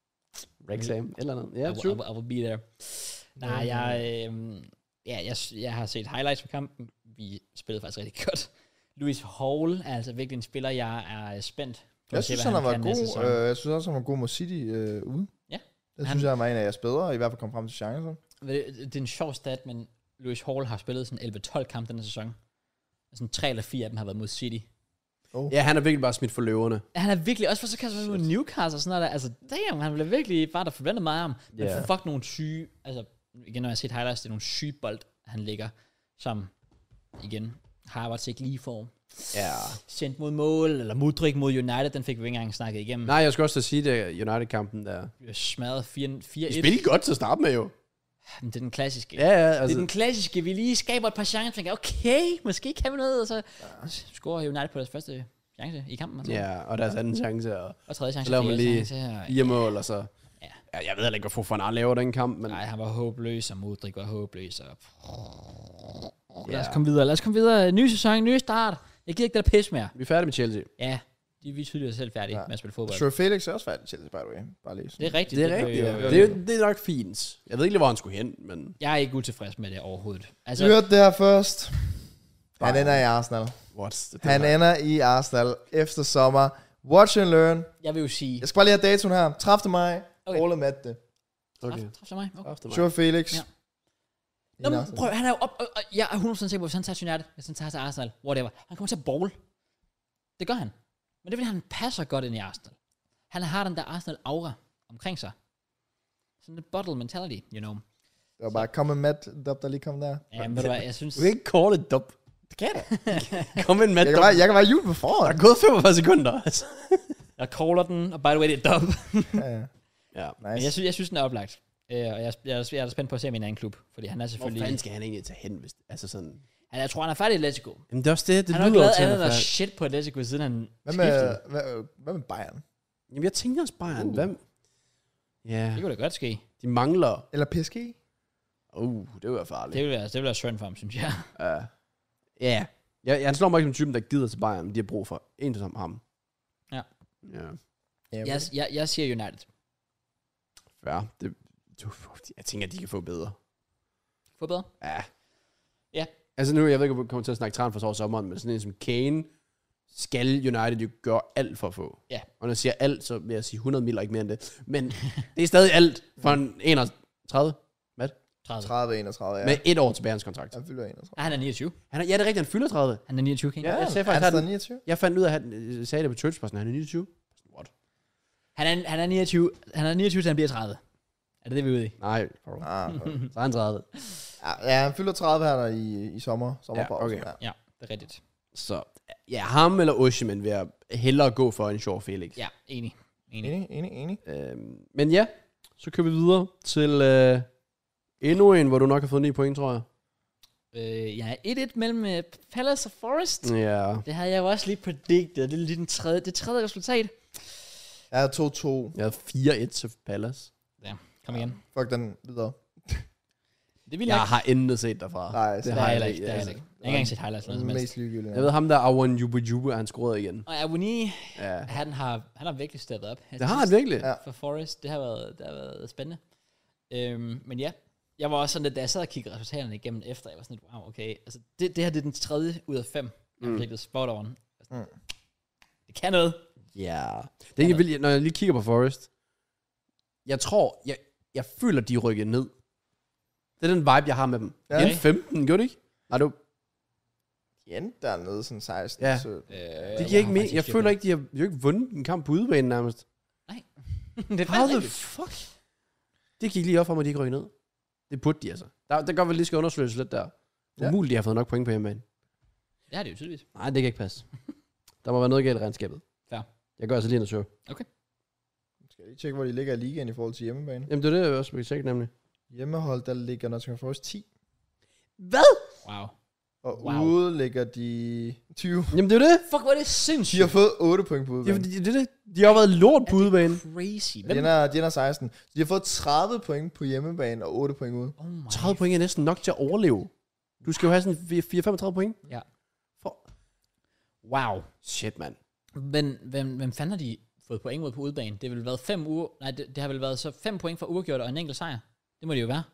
Rexham eller noget. I, Ja, will, I, true. will, I will be there. Nej, jeg, øh, ja, jeg, jeg har set highlights fra kampen. Vi spillede faktisk rigtig godt. Louis Hall er altså virkelig en spiller, jeg er spændt på Jeg at se, synes, hvad han har kan været næste god. sæson. Øh, jeg synes også, han var god mod City øh, ude. Ja. Det Han- synes jeg, han var en af jeres bedre, i hvert fald kom frem til chancen. Det, det er en sjov stat, men Louis Hall har spillet sådan elleve tolv kampe denne sæson. Sådan tre eller fire af dem har været mod City. Oh. Ja, han er virkelig bare smidt for løverne. Han er virkelig, også for så kan han mod Newcastle og sådan noget der. Altså, damn, han blev virkelig bare, der forventede meget af ham. Men Ja. fuck nogle syge, altså, igen, når jeg har set highlights, det er nogle syge bold, han ligger, som, igen, Harvards ikke lige får Ja. sendt mod mål, eller Mudryk mod United, den fik vi ikke engang snakket igennem. Nej, jeg skal også sige det United-kampen der. Vi har smadret fire et. De spillede godt til at starte med jo. Men det er den klassiske. Ja, ja, Det er altså. den klassiske, vi lige skaber et par chancer, tænker, okay, måske kan vi noget, og så ja. scorer United på deres første chance i kampen. Og, så. Ja, og deres anden chance, og og tredje chance, så laver man fjerde lige chance, og, fire mål, og så... Ja. Ja, jeg ved heller ikke, hvorfor Fofana laver den kamp, men... nej, han var håbløs, og Modric var håbløs, og... Ja. Lad os komme videre, lad os komme videre. Ny sæson, ny start. Jeg gider ikke det der pis mere. Vi er færdige med Chelsea. Ja, de vi tydeligvis selv færdige Ja. med at spille fodbold. Joe Felix er også færdig til Chelsea, by the way. Bare lige Det sådan. er rigtigt. Det er blev rigtigt, jo- ja. Det er, det er nok fint. Jeg ved ikke lige, hvor han skulle hen, men... Jeg er ikke utilfreds med det overhovedet. Du Altså, hørte det her først. Han Bare- ender i Arsenal. What? Det Han ender i Arsenal efter sommer. Watch and learn. jeg vil jo sige... Jeg skal bare lige have datoen her. tredivte maj. Okay. All med det. Okay. Træf, træf så mig. Okay. After mig. Joe Felix. Ja. Ja. Nå, men prøv, han er jo op, og, og jeg er hundrede procent sikker på, hvis han tager til United, hvis han tager til Arsenal, whatever, han kommer til at ball. Det gør han. Men det er fordi, han passer godt ind i Arsenal. Han har den der Arsenal-aura omkring sig. Sådan en bottle mentality, you know. Det var bare komme med Dub, der lige kom der. Ja, men ved du hvad, jeg synes... Du kan ikke call it dub. Det kan jeg Kom ind med Jeg kan dub. bare, jeg kan bare jule på Der forhånd. er gået femogfyrre sekunder, altså. Jeg caller den, og by the way, det er dub. Ja, ja. Ja. Men Nice. jeg synes, jeg synes, den er oplagt. Øh, og jeg, jeg, er- jeg er spændt på at se min anden klub, fordi han er Hvor selvfølgelig... fanden skal han egentlig tage hen, hvis... Altså sådan... Han, jeg tror, han er færdig i Atletico. Jamen det er også det, det Han har jo lyder lavet til, andet at end han shit på Atletico, siden han Hvad skiftede. med, hvad, hvad med Bayern? Jamen jeg tænker også bare, Uh. hvem... Ja, Det kunne da godt ske. de mangler... Eller P S G? Uh, det vil være farligt. Det vil være, det vil være synd for ham, synes jeg. Ja. Uh, yeah. Jeg, han slår mig ikke som typen, der gider til Bayern, men de har brug for en som ham. Ja. Ja. Jeg, jeg, jeg siger United. Ja, det, du, jeg tænker, at de kan få bedre. Få bedre? Ja. Ja. Altså nu, jeg ved ikke, om vi kommer til at snakke transfers over sommeren, men sådan en som Kane, skal United jo gøre alt for at få. Ja. Og når jeg siger alt, så vil jeg sige hundrede mil og ikke mere end det. Men det er stadig alt for en enogtredive. Hvad? tredive. tredive enogtredive, ja. Med et år tilbage hans kontrakt. Han fylder enogtredive. Ja, han er niogtyve. Han er, ja, det er rigtigt, han fylder tredive. Han er niogtyve, King. Ja, jeg sagde han faktisk, er at niogtyve. jeg fandt ud af, at han sagde det på Twitch, han er niogtyve. What? Han er, han er niogtyve, han er niogtyve, til han bliver tredive. Er det det, vi er ude i? Nej, Ah, okay. så er han tredive. Ja, ja, han fylder tredive her der i, i sommer. Sommerpausen, Ja, okay. Ja, det er rigtigt. Så ja, ham eller Osimhen vil jeg hellere gå for en Shaw Felix. Ja, enig. Enig. Enig, enig, enig. Øhm, men ja, så kører vi videre til øh, endnu en, hvor du nok har fået ni point, tror jeg. Øh, jeg er et-et mellem uh, Palace og Forest. Mm. Ja. Det havde jeg jo også lige predicted. Det er lige den tredje, det tredje resultat. Jeg er to to. Jeg havde fire et til Palace. Ja, kom igen. Fuck den videre. Det vil Jeg jeg har intet set derfra. Nej, ikke. Det har jeg heller ikke. Det har jeg heller ikke. Jeg har ikke engang set highlights eller noget som helst. Mest ligegyldigt. Jeg ved ham der, Awan Jubu Jubu, han scorede igen. Og Awuni, Ja. han har, han har virkelig steppet op. Det har han virkelig. Ja. For Forest. Det har været, det har været spændende. Øhm, men ja, jeg var også sådan lidt, da jeg sad og kiggede resultaterne igennem efter, jeg var sådan lidt, wow, okay. Altså, det, det her det er den tredje ud af fem, jeg har fik spot on. Mm. Det kan noget. Ja. Det er ikke vildt, når jeg lige kigger på Forest. Jeg tror, jeg, jeg føler, de er rykket ned. Det er den vibe, jeg har med dem. Ja. Ja. femten, gjorde det ikke? Nej, du... Igen dernede, sådan seksten. Ja. sytten. Øh, Det giver ikke mere. Jeg føler ikke, de har, de har ikke vundet en kamp på udebane nærmest. Nej. det er How faktisk the rigtigt. fuck? Det gik lige op for mig, at de ikke rykker ned. Det burde de altså. Der, der går vel lige skal undersøges lidt der. Ja. Umuligt, de har fået nok point på hjemmebane. Det har det jo tydeligvis. Nej, det kan ikke passe. Der må være noget galt i regnskabet. Fair. Jeg gør altså lige en søge. Skal jeg lige tjekke, hvor de ligger i ligaen i forhold til hjemmebane? Jamen, det er det, jeg også vil tjekke nemlig. Hjemmehold, der ligger Nottingham Forest ti. Hvad? Wow. Og Wow. ude ligger de tyve. Jamen, det er det. Fuck, hvor er det De sindssygt. har fået otte point på Ja, udebane. det, det, det. De har jo været lort på udebane. Crazy. De Hvem? ender, de ender seksten. Så de har fået tredive point på hjemmebane og otte point ude. Oh my. tredive point er næsten nok til at overleve. Du skal jo have sådan fire til femogtredive point. Ja. For... Wow. Shit, mand. Men hvem, hvem fanden har de fået point mod på udebane? Det har vel været fem uger. Nej, det, det har vel været så fem point for uafgjort og en enkelt sejr. Det må det jo være.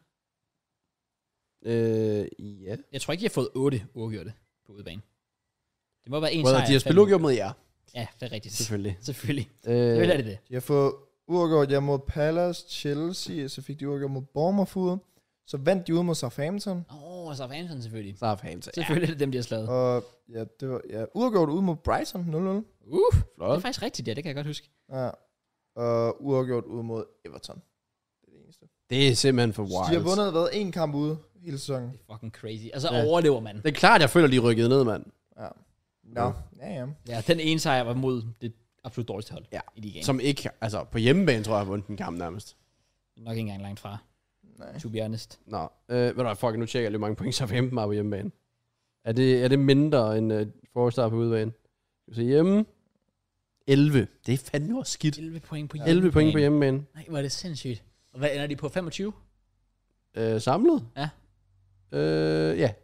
Øh, ja. Jeg tror ikke, de har fået otte uafgjorte på udebane. Det må være en Well, sejr. de har og fem spillet uafgjort mod jer. Ja, det er rigtigt. Selvfølgelig. Selvfølgelig. Øh, Selvfølgelig er det det. De har fået uafgjort hjemme mod Palace, Chelsea, så fik de uafgjort mod Bournemouth ude. Så vandt de ude mod Southampton. Åh, oh, Southampton selvfølgelig. så er Southampton. Ja, Selvfølgelig er det dem, de har slaget. Og ja, det var ja, uafgjort ude mod Brighton nul nul. Uh, det er flot. faktisk rigtigt, ja. Det kan jeg godt huske. Ja. Og uafgjort ude mod Everton. Det er det eneste. Det er simpelthen for Så wild. de har vundet været en kamp ude hele sæsonen. Det er fucking crazy. Og så Ja. overlever man. Det er klart, jeg føler, de er rykket ned, mand. Ja. Nå, ja, ja. Ja, den ene sejr var mod det absolut dårligste hold Ja. i ligaen. Som ikke, altså på hjemmebane, tror jeg, har vundet en kamp nærmest. Nok ikke engang langt fra, Nej. to be honest. Nå, øh, ved du hvad, fuck, nu tjekker jeg lige, hvor mange point Southampton har på hjemmebane. Er det, er det mindre end uh, Forest har på udebane? Skal vi se hjemme? elleve. Det er fandme også skidt. elleve point på hjemmebane. elleve point på hjemmebane. Nej, hvor er det sindssygt. Og hvad ender de på? femogtyve? Øh, samlet? Ja. Øh, ja.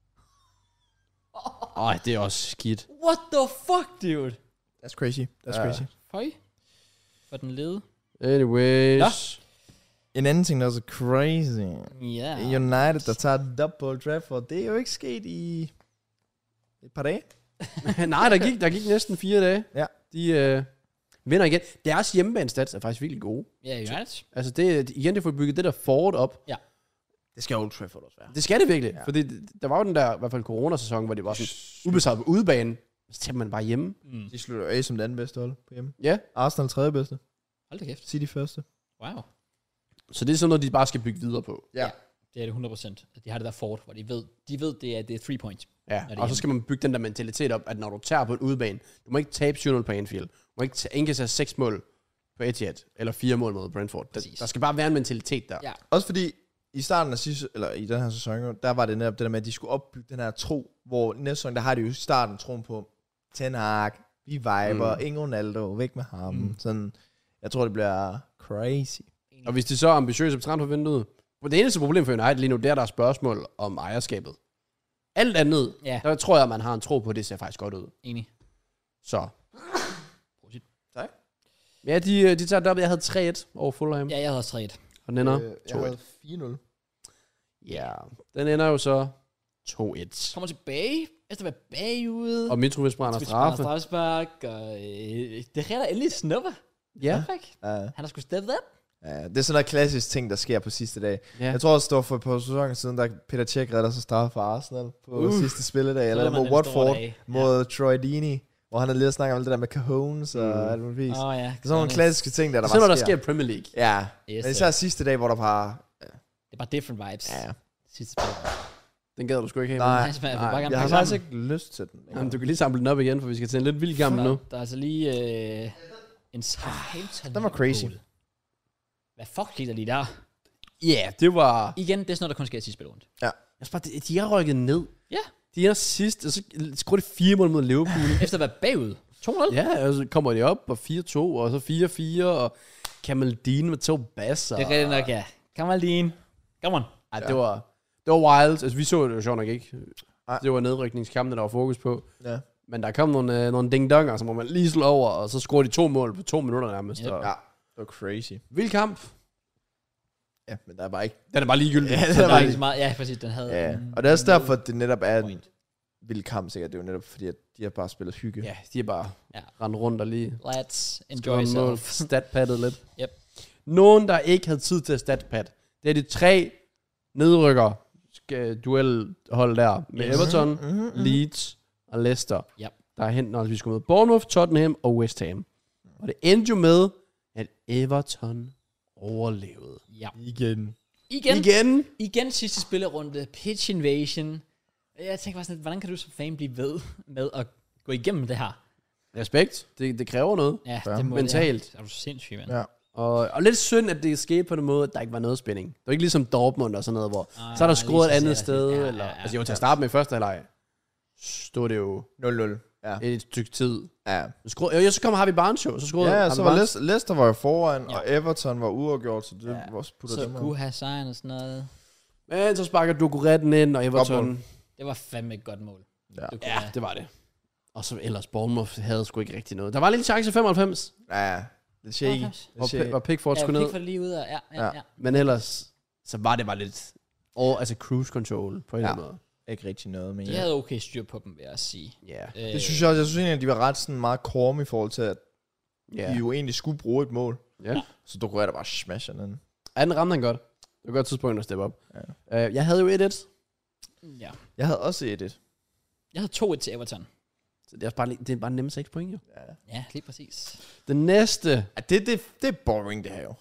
Ej, det er også skidt. What the fuck, dude? That's crazy. That's Ja. crazy. Føj. For den lede. Anyways. En anden ting, der er så crazy. Ja. United, der tager double Trafford. Det er jo ikke sket i et par dage. Nej, der gik, der gik næsten fire dage. Ja. De øh, vinder igen. Deres hjemmebane-stats er faktisk virkelig gode. Ja, United. Altså, det, igen, det får bygget det der forward op. Det skal Old Trafford også være. Det skal det virkelig. Ja. Ja. Fordi der var jo den der, i hvert fald coronasæson, hvor det var sådan ubesejret på udebane. Så tager man bare hjemme. Mm. De slutter af som den anden bedste hold på hjemme. Ja. Arsenal tredje bedste. Hold da kæft. City første. Wow. Så det er sådan noget, de bare skal bygge videre på. Ja. Det er det hundrede procent. De har det der fort, hvor de ved, de ved det er, det er three points. Ja, det og så skal man bygge den der mentalitet op, at når du tager på en udebane, du må ikke tabe syv nul på Anfield. Du må ikke ta- indkassere seks mål på Etihad, eller fire mål mod Brentford. Der, Præcis. der skal bare være en mentalitet der. Ja. Også fordi i starten af sidste, eller i den her sæson, der var det netop det der med, at de skulle opbygge den her tro, hvor næste sæson, der har de jo i starten troen på, Ten Hag, vi viber, mm. ingen Ronaldo, væk med ham. Mm. Sådan, jeg tror, det bliver crazy. Og hvis de så er ambitiøse på transfervinduet, det eneste problem for United lige nu, det er der er spørgsmål om ejerskabet. Alt andet, Ja. der tror jeg, at man har en tro på, at det ser faktisk godt ud. Enig. Så. Tak. Ja, de, de tager op. Jeg havde tre et over Fulham. Ja, jeg havde også tre et. Og den ender Øh, jeg havde fire nul. Ja, den ender jo så to et. Kommer tilbage, efter at være bagud. Og Mitrovic brænder straffe. Straffespark, og øh, det redder endelig snupper. Ja. Ja. Han har sgu steppet op. Ja, det er sådan noget klassisk ting, der sker på sidste dag. Ja. Jeg tror også, det var for et par sæsoner siden, der Peter Cech redder sig straffe for Arsenal på Uh. sidste spilledag, eller Så var mod man den store Watford, dag. mod Troy Deeney, hvor han havde lige snakket om det der med cajones og Mm. alt muligt vis. Åh oh, ja. Det er sådan nogle klassiske ting, der, der Sådan bare noget, der sker. sker i Premier League. Ja, Yes, men især sidste dag, hvor der bare... Det er bare different vibes. Ja, Sidste spil. Den gad du sgu ikke have. nej, Jeg vil bare gerne jeg har pakke faktisk sammen. ikke lyst til den. Jamen, du kan lige samle den op igen, for vi skal til en lidt vild kamp nu. Der er altså lige øh, en Southampton. Den var crazy. Hvad fuck skete der lige der? Ja, yeah, det var... Igen, det er sådan noget, der kun sker i sidste spil rundt. Jeg bare, de, de er rykket ned. Ja. De er sidst, og så skruer de fire mål mod Liverpool. Efter at være bagud. to nul. Ja, og så kommer de op på fire to, og så fire fire, og Kamaldeen med to basser. Det er rigtigt nok, ja. Kamaldeen. Come on. Ej, det var, det var wild. Altså, vi så det jo sjovt nok ikke. Ej. Det var nedrykningskampen, der var fokus på. Ja. Men der kom nogle, øh, nogle ding-donger, så må man lige slå over, og så scorede de to mål på to minutter nærmest. Yep. Og Ja, det var crazy. vild kamp. Ja, men der er bare ikke... Den er bare ligegyldig. Ja, det Så er der er bare ikke så meget. Ja, præcis, den havde... Ja, en- og det er også derfor, at det netop er en point. vild kamp, sikkert. Det er jo netop fordi, at de har bare spillet hygge. Ja, de er bare Ja. rendt rundt og lige Let's enjoy skrevet mål, yourself. statpaddet lidt. Yep. Nogen, der ikke havde tid til at statpad, det er de tre nedrykker duelhold der med Yes. Everton, Mm-hmm. Leeds og Leicester. Yep. Der er hen, når vi skulle møde Bournemouth, Tottenham og West Ham. Og det endte jo med, at Everton overlevede. Ja. Igen. Igen. Igen. Igen sidste spillerunde. Pitch invasion. Jeg tænker bare sådan lidt, hvordan kan du som fan blive ved med at gå igennem det her? Respekt. Det, det kræver noget. Ja, Ja. det må Mentalt. Det er, er du sindssyg, mand. Ja. Og, og lidt synd, at det skete på den måde, at der ikke var noget spænding. Det var ikke ligesom Dortmund og sådan noget, hvor Ah, så er der lige skruet et så andet ser sted. det. Ja, eller, ja, ja. altså jo, til at starte med i første halvleg, stod det jo nul nul. Ja. et stykke tid. Ja. Skru, jo, så kom Harvey Barnes jo. Så skruede Ja, Harvey så var Barnes. Leicester, Leicester var jo foran, Ja. og Everton var uafgjort, så det Ja. var også puttet Så dem kunne op. have sejren og sådan noget. Men så sparker Doucouré den ind, og Godt Everton... mål. Det var fandme et godt mål. Ja. Du kunne Ja, have- det var det. Og så ellers Bournemouth havde sgu ikke rigtig noget. Der var en lille chance i femoghalvfems, Ja, det er shaky. femoghalvfems. Det er hvor, shaky. P- hvor Pickford Ja, skulle ned. Pickford lige ud af, ja, ja, Ja. ja. Men ellers, så var det bare lidt... Og, altså cruise control på en Ja. eller anden måde. Ikke rigtig noget, men De ja. havde okay styr på dem, vil jeg sige. Ja. Øh, Det synes jeg også. Jeg synes egentlig, at de var ret sådan meget korme i forhold til, at Ja. de jo egentlig skulle bruge et mål. Ja. Så du kunne da bare smashe den. Ja, den ramte han godt. Det var et godt tidspunkt at steppe op. Ja. Uh, jeg havde jo et et. Ja. Jeg havde også et et. Jeg havde to et til Everton. Så det er bare, det er bare nemme seks point, jo. Ja. Ja, lige præcis. Den næste... Ja, det, det, det er boring, det her jo.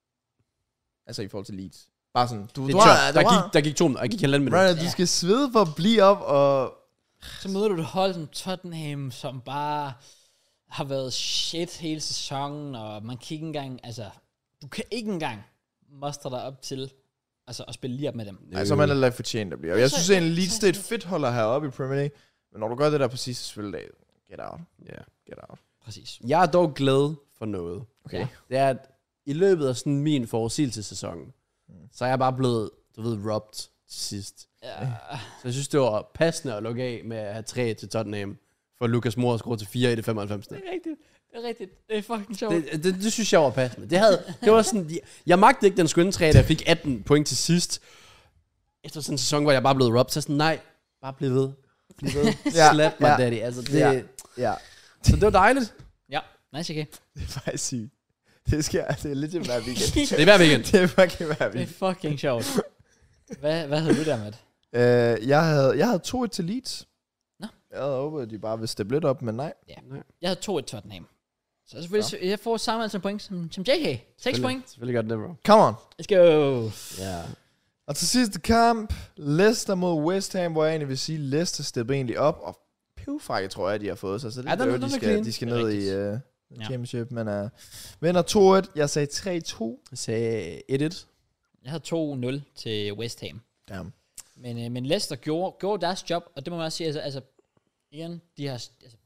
Altså i forhold til Leeds. Bare sådan, du, Det du er har, tørt. Der du har, gik, der gik to minutter. Der gik halvanden minut. Right, du skal svede for at blive op, og Så møder du et hold som Tottenham, som bare har været shit hele sæsonen, og man kan ikke engang, altså, du kan ikke engang mostre dig op til, altså, at spille lige op med dem. nej, så er man heller ikke fortjent at blive. Og jeg Så- synes egentlig, Leeds så- det er et fedt hold at have oppe i Premier League. Men når du gør det der på sidste spilledag, get out. Ja. Get out. Præcis. Jeg er dog glad for noget. Okay. Ja. Det er, at i løbet af sådan min forudsigelsessæson, Mm. så er jeg bare blevet, du ved, robbed til sidst. Ja, Så jeg synes, det var passende at lukke af med at have tre til Tottenham, for Lukas Moura scorede til fire i det femoghalvfems. det er rigtigt. Det er rigtigt. Det er fucking sjovt. Det, det, det, synes jeg var passende. Det, havde, det var sådan, jeg, jeg magtede ikke den skønne træ, da jeg fik atten point til sidst. Efter sådan en sæson, hvor jeg bare blev robbed, så sådan, nej, bare bliv ved. Bliv ved. Ja, Slap mig, ja. daddy. Altså, det, Ja. Ja, Så det var dejligt. Ja, nice, okay. det er faktisk sygt. Det sker, det er lidt til hver weekend. Det er hver weekend. Det er fucking hver Det er weekend. fucking sjovt. Hvad, hvad havde du der med? Øh, jeg havde, jeg havde to et til Leeds. Nå. Jeg havde håbet, at de bare ville steppe lidt op, men nej. Jeg havde to et Tottenham. Så selvfølgelig, ja. jeg får samme antal point som, som J K. seks point. Selvfølgelig godt det, bro. Come on. Let's go. Ja. Og til sidste kamp, Leicester mod West Ham, hvor jeg egentlig vil sige, Leicester steppede egentlig op, og pivfrække tror jeg, de har fået sig. Så det Ja, er den- jo, den de er skal, clean. de skal Det er ned rigtigt. i uh, Ja. championship, men uh, vinder to et. Jeg sagde tre to. Jeg sagde et et. Jeg havde to nul til West Ham. Damn. Men, øh, men Leicester gjorde, gjorde deres job, og det må man også sige, altså, altså igen, de har altså,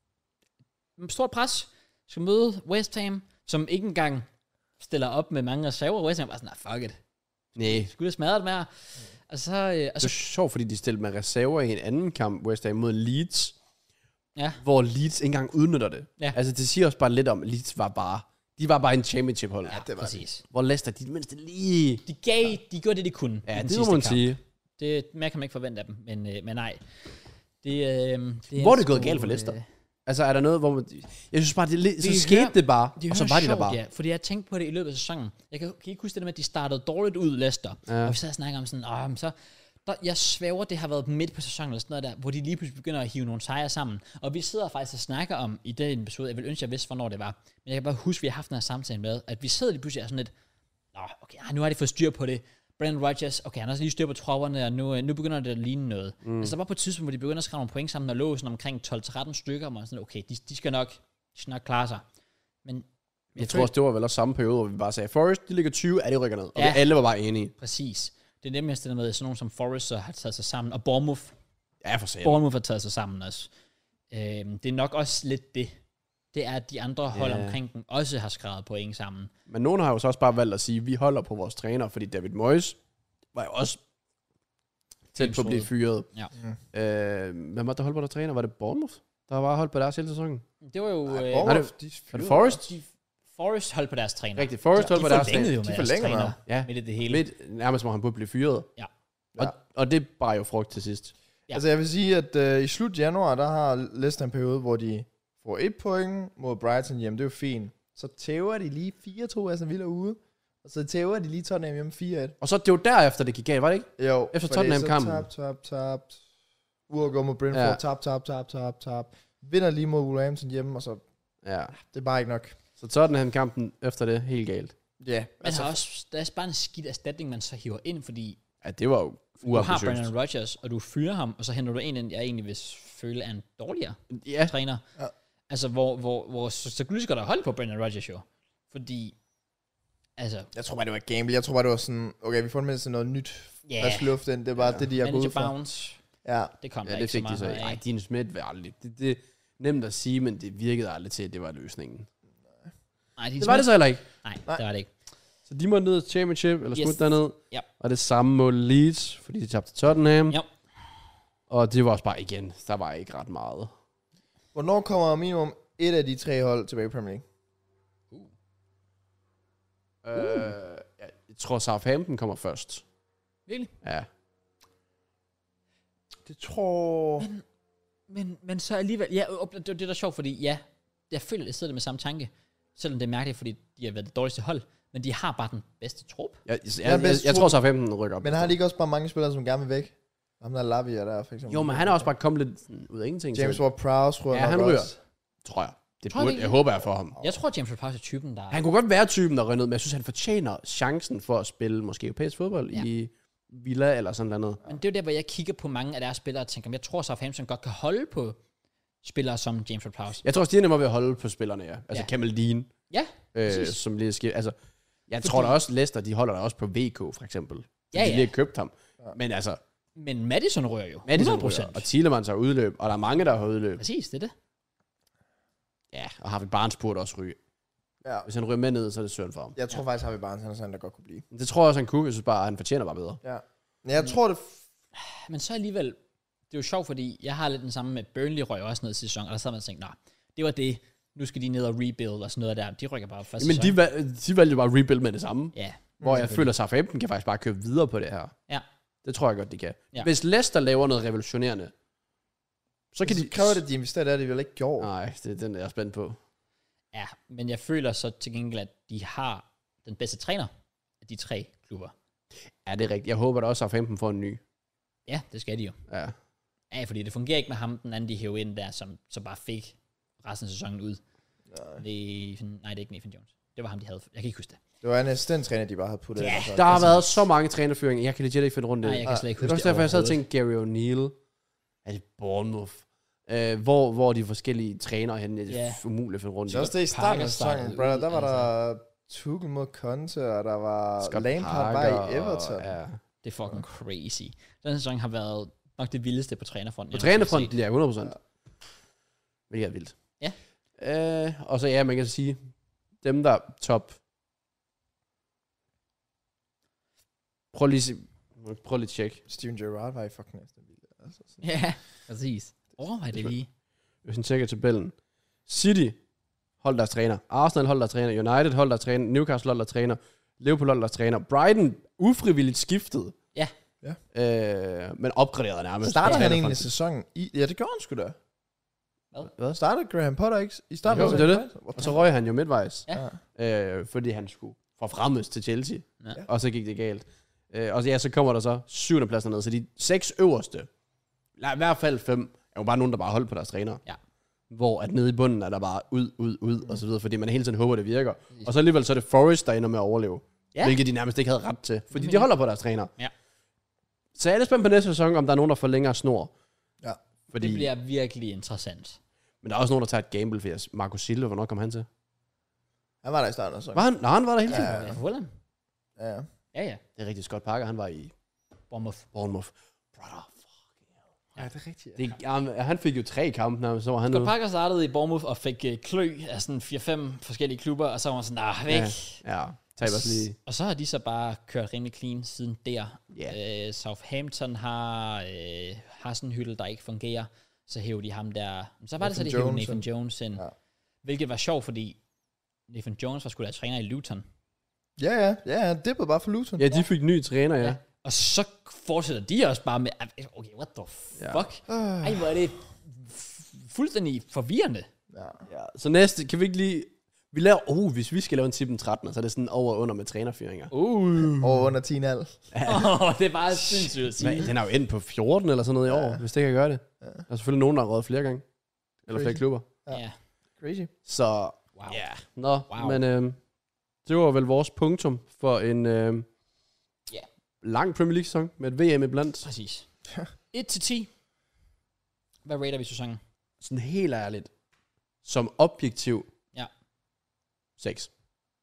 stort pres, skal møde West Ham, som ikke engang stiller op med mange reserver. West Ham var sådan, nah, fuck it. Nej. Skulle det smadre det mere? Og så... Øh, og Det er så sjovt, fordi de stillede med reserver i en anden kamp, West Ham mod Leeds, ja, hvor Leeds ikke engang udnytter det. Ja. Altså, det siger også bare lidt om, at Leeds var bare... De var bare en championship-hold. ja, det var præcis. Hvor Leicester, de mindste lige... De gav, de gjorde det, de kunne. Ja, i den det må sidste man kamp. sige. Det mere kan man ikke forvente af dem, men, øh, men nej. Det, øh, det Hvor er det gået sgu, galt for Leicester? øh, Altså, er der noget, hvor man... Jeg synes bare, det er lidt... Så Det skete hører- det bare, Det og så hører var de der sjovt, bare. Ja, fordi jeg tænkte på det i løbet af sæsonen. Jeg kan, kan ikke huske det der med, at de startede dårligt ud, Leicester. Ja. Og vi sad og snakkede om sådan, åh, men så... Der, jeg svæver, det har været midt på sæsonen eller sådan noget der, hvor de lige pludselig begynder at hive nogle sejre sammen. Og vi sidder faktisk og snakker om i den episode, jeg vil ønske, jeg vidste, hvornår det var. Men jeg kan bare huske, at vi har haft den her samtale med, at vi sidder lige pludselig og er sådan lidt, nå, okay, ah, nu har de fået styr på det. Brendan Rodgers, okay, han har også lige styr på tropperne, og nu, nu begynder det at ligne noget. Mm. Altså der var på et tidspunkt, hvor de begynder at skrive nogle point sammen, og lå sådan omkring tolv til tretten stykker, og man sådan, okay, de, de, skal nok, de skal nok klare sig. Men Jeg tror også, det var vel også samme periode, hvor vi bare sagde, Forest, de ligger tyve, er de rykker ned. Og Ja. vi alle var bare enige. præcis. Det er nemlig det med, sådan nogen som Forrest så har taget sig sammen, og Bournemouth, Ja, for satan. Bournemouth har taget sig sammen også. Øhm, det er nok også lidt det. Det er, at de andre hold Ja. omkring den også har skrevet point sammen. Men nogen har jo så også bare valgt at sige, at vi holder på vores træner, fordi David Moyes var jo også tæt på at blive fyret. Ja. Øh, hvem var der holdt på der træner? Var det Bournemouth, der var holdt på deres hele sæsonen? Det var jo... Nej, øh, Bournemouth, er de Var det Forest? de, Forrest holdt på deres træner. Rigtigt, Forest holdt de på deres forlængede træner. jo De med deres forlænger træner. ham. Ja. Midt i det hele. Lidt nærmest, hvor han burde blive fyret. Ja. Og, og det bar jo frugt til sidst. Ja. Altså jeg vil sige, at øh, i slut januar, der har Leicester en periode, hvor de får et point mod Brighton hjemme. Det er jo fint. Så tæver de lige fire to, altså Villa ude. Og så tæver de lige Tottenham hjemme fire et. Og så det var derefter, det gik galt, var det ikke? Jo. Efter fordi Tottenham-kampen. Så tab, tab, tab. Uafgjort mod Brentford. Ja. Ja. Tab, tab, tab, tab, tab. Vinder lige mod Wolverhampton hjemme, og så... Ja. Det er bare ikke nok. Så Tottenham-kampen efter det, helt galt. Ja. Yeah, Men altså, også, der er bare en skidt erstatning, man så hiver ind, fordi Ja, det var jo du har uambitiøst. Brendan Rodgers, og du fyrer ham, og så henter du en ind, jeg egentlig vil føle er en dårligere Ja, træner. Ja. Altså, hvor, hvor, hvor så, så kunne du godt have holdt på Brendan Rodgers jo. Fordi, altså, Jeg tror bare, det var gamble. Jeg tror bare, det var sådan... Okay, vi får med sådan noget nyt. ja, Yeah. Frisk luft ind. Det er bare Ja. yeah. det, de har manager gået for. bounce, Ja. det kom ja der det ikke fik så de så meget ikke. af. Ej, Dean Smith var aldrig. Det, det er nemt at sige, men det virkede aldrig til, at det var løsningen. Nej, de Det var det så heller ikke. Nej, Nej. det var det ikke. Så de må ned til Championship, eller Yes. smutte derned. Ja. Og det samme mod Leeds, fordi de tabte til Tottenham. Ja. Og det var også bare igen, der var ikke ret meget. Hvornår kommer minimum et af de tre hold tilbage i Premier League? Uh. Øh, jeg tror Southampton kommer først. Virkelig? Ja. Det tror... Men, men så alligevel, ja, op- det, det er da sjovt, fordi ja, jeg føler, at jeg sidder med samme tanke, selvom det er mærkeligt, fordi de har været det dårligste hold, men de har bare den bedste trup. Jeg, jeg, Ja, jeg, jeg, bedst jeg to- tror Southampton rykker op. Men har de ikke også bare mange spillere, som gerne vil væk? Ham der Lavia der, for eksempel. Jo, men han er også bare kommet lidt sådan ud af ingenting. James så, Ward-Prowse ryger Ja, nok han ryger. også. tror jeg. Det Tror du burde, ikke? jeg håber jeg for ham. Jeg tror, James Ward-Prowse er typen, der... Han kunne godt være typen, der ryger ned, men jeg synes, han fortjener chancen for at spille måske europæisk fodbold Ja. ja. i Villa eller sådan noget. Men det er jo der, hvor jeg kigger på mange af deres spillere og tænker, jeg tror, Southampton godt kan holde på spillere som James Ward-Prowse. Jeg tror også, de er nemmere ved at holde på spillerne, ja. Altså Ja. ja. Kamaldin, Ja, øh, præcis. som lige skiver. Altså, jeg Fordi- tror da også, Leicester, de holder der også på V K, for eksempel. Ja, Ja, de ja. lige har købt ham. Men altså, Men Madison rører jo. Madison hundrede procent. ryger, og Thielemans har udløb, og der er mange, der har udløb. Præcis, det er det. Ja, og Harvey Barnes burde også ryge. Ja. Hvis han ryger med ned, så er det synd for ham. Jeg tror faktisk, Harvey Barnes, han er sådan, der godt kunne blive. Det tror jeg også, han kunne. Jeg synes bare, at han fortjener bare bedre. Ja. Men jeg tror, det... Men så alligevel, det er jo sjovt, fordi jeg har lidt den samme med Burnley røg også ned i sæson, og der sad man og tænkte, nej, det var det, nu skal de ned og rebuild og sådan noget der. De rykker bare første Men sæson. de, valg, de valgte jo bare at rebuild med det samme. Ja, Hvor jeg føler, at Southampton kan faktisk bare køre videre på det her. ja. Det tror jeg godt, de kan. Ja. Ja. Hvis Leicester laver noget revolutionerende, så kan Så de... kræver det, at de investerer der, de vel ikke gjort. Nej, det, den er jeg spændt på. Ja, men jeg føler så til gengæld, at de har den bedste træner af de tre klubber. Ja, det er rigtigt. Jeg håber da også, at Southampton får en ny. Ja, det skal de jo. Ja. Ja, fordi det fungerer ikke med ham, den anden de hævde ind der, som så bare fik resten af sæsonen ud. Nej. Det, nej, det er ikke Nathan Jones. Det var ham, de havde. Jeg kan ikke huske det. Det var en assistenttræner, de bare havde puttet Ja, ind. og så- Der har været så mange trænerføringer. Jeg kan legit ikke finde rundt i Nej, det. jeg kan slet ikke Det er huske også derfor, jeg sad og overhovedet. tænkte, Gary O'Neill. Er det Bournemouth? Øh, hvor, hvor de forskellige trænere henne, det er Ja. umuligt at finde rundt i. Det er også det i starten af Parker sæsonen, startede brother. ud, Der var der Tuchel mod Conte, og der var Scott Lampard Parker var i Everton. Og, ja. Det er fucking crazy. Den sæson har været nok det vildeste på trænerfronten. På jeg nogensinde har trænerfronten, ja, hundrede procent. Hvilket er vildt. Ja. Øh, og så ja, man kan sige, dem der er top Prøv lige, se- prøv lige at tjekke. Steven Gerrard var i fucking Aston Villa. Altså, sådan. Ja, præcis. Overvej det lige. Hvis man tjekker tabellen. City, hold deres træner. Arsenal, hold deres træner. United, hold deres træner. Newcastle, hold deres træner. Liverpool, hold deres træner. Brighton, ufrivilligt skiftet. Ja. Ja. Øh, men opgraderet nærmest. Starter han Træner egentlig fra- sæsonen i... Ja, det gjorde han sgu da. Hvad? Hvad? Startede Graham Potter ikke i starten? Jo, af det er det. sæsonen? Og så røg han jo midtvejs. Ja. Øh, fordi han skulle forfremmes til Chelsea. Ja. Og så gik det galt. Øh, og så, ja, så kommer der så syvende pladsen ned. Så de seks øverste, eller i hvert fald fem, er jo bare nogen, der bare holdt på deres træner. Ja. Hvor at nede i bunden er der bare ud, ud, ud, mm. og så videre, fordi man hele tiden håber, det virker. Mm. Og så alligevel så er det Forest, der ender med at overleve. Ja. Hvilket de nærmest ikke havde ret til, fordi de holder på deres træner. Ja. Så jeg er lidt spændt på næste sæson, om der er nogen, der får længere snor. Ja. Fordi, Det bliver virkelig interessant. men der er også nogen, der tager et gamble, for Marco Silva, hvornår kom han til? Han var der i starten af sæsonen. Var han? Nej, han var der hele tiden. Ja, Ja, Fulham. Ja, ja. Ja, ja. Det er rigtigt. Scott Parker, han var i Bournemouth. Bournemouth. Brother, Ja, det er rigtigt. det, ja, han fik jo tre kampe, nærmest, så var han Scott ude. Parker startede i Bournemouth og fik øh, klø af sådan fire fem forskellige klubber, og så var man sådan, nah, væk. Ja, ja. Taber os lige. Og så har de så bare kørt rimelig clean siden der. Ja. Øh, Southampton har øh, Hasenhüttl, der ikke fungerer. Så hæver de ham der. Så var det så, de hævde Nathan Jones ind. Ja. Hvilket var sjovt, fordi Nathan Jones var sgu da træner i Luton. Ja, ja. Ja, han dippede bare for Luton. Ja, de fik ny træner, ja. Ja. Og så fortsætter de også bare med, okay, what the fuck? Ja. Ej, hvor er det f- fuldstændig forvirrende. Ja. ja. Så næste, kan vi ikke lige... Vi laver... Oh, hvis vi skal lave en tippen tretten, så er det sådan over og under med trænerfyringer. Uh. Og under ti komma fem. Oh, det er bare sindssygt at sige. Men den er jo endt på fjorten eller sådan noget i år, Ja. hvis det kan gøre det. Ja. Der er selvfølgelig nogen, der har røget flere gange. Eller flere Crazy. klubber. Ja. Ja. Crazy. Så Wow. ja, nå, Wow. men øh, det var vel vores punktum for en øh, Ja. lang Premier League-sæson med et V M iblandt. Præcis. et til ti. Hvad rater vi sæsonen? Sådan helt ærligt, som objektiv, Ja. seks.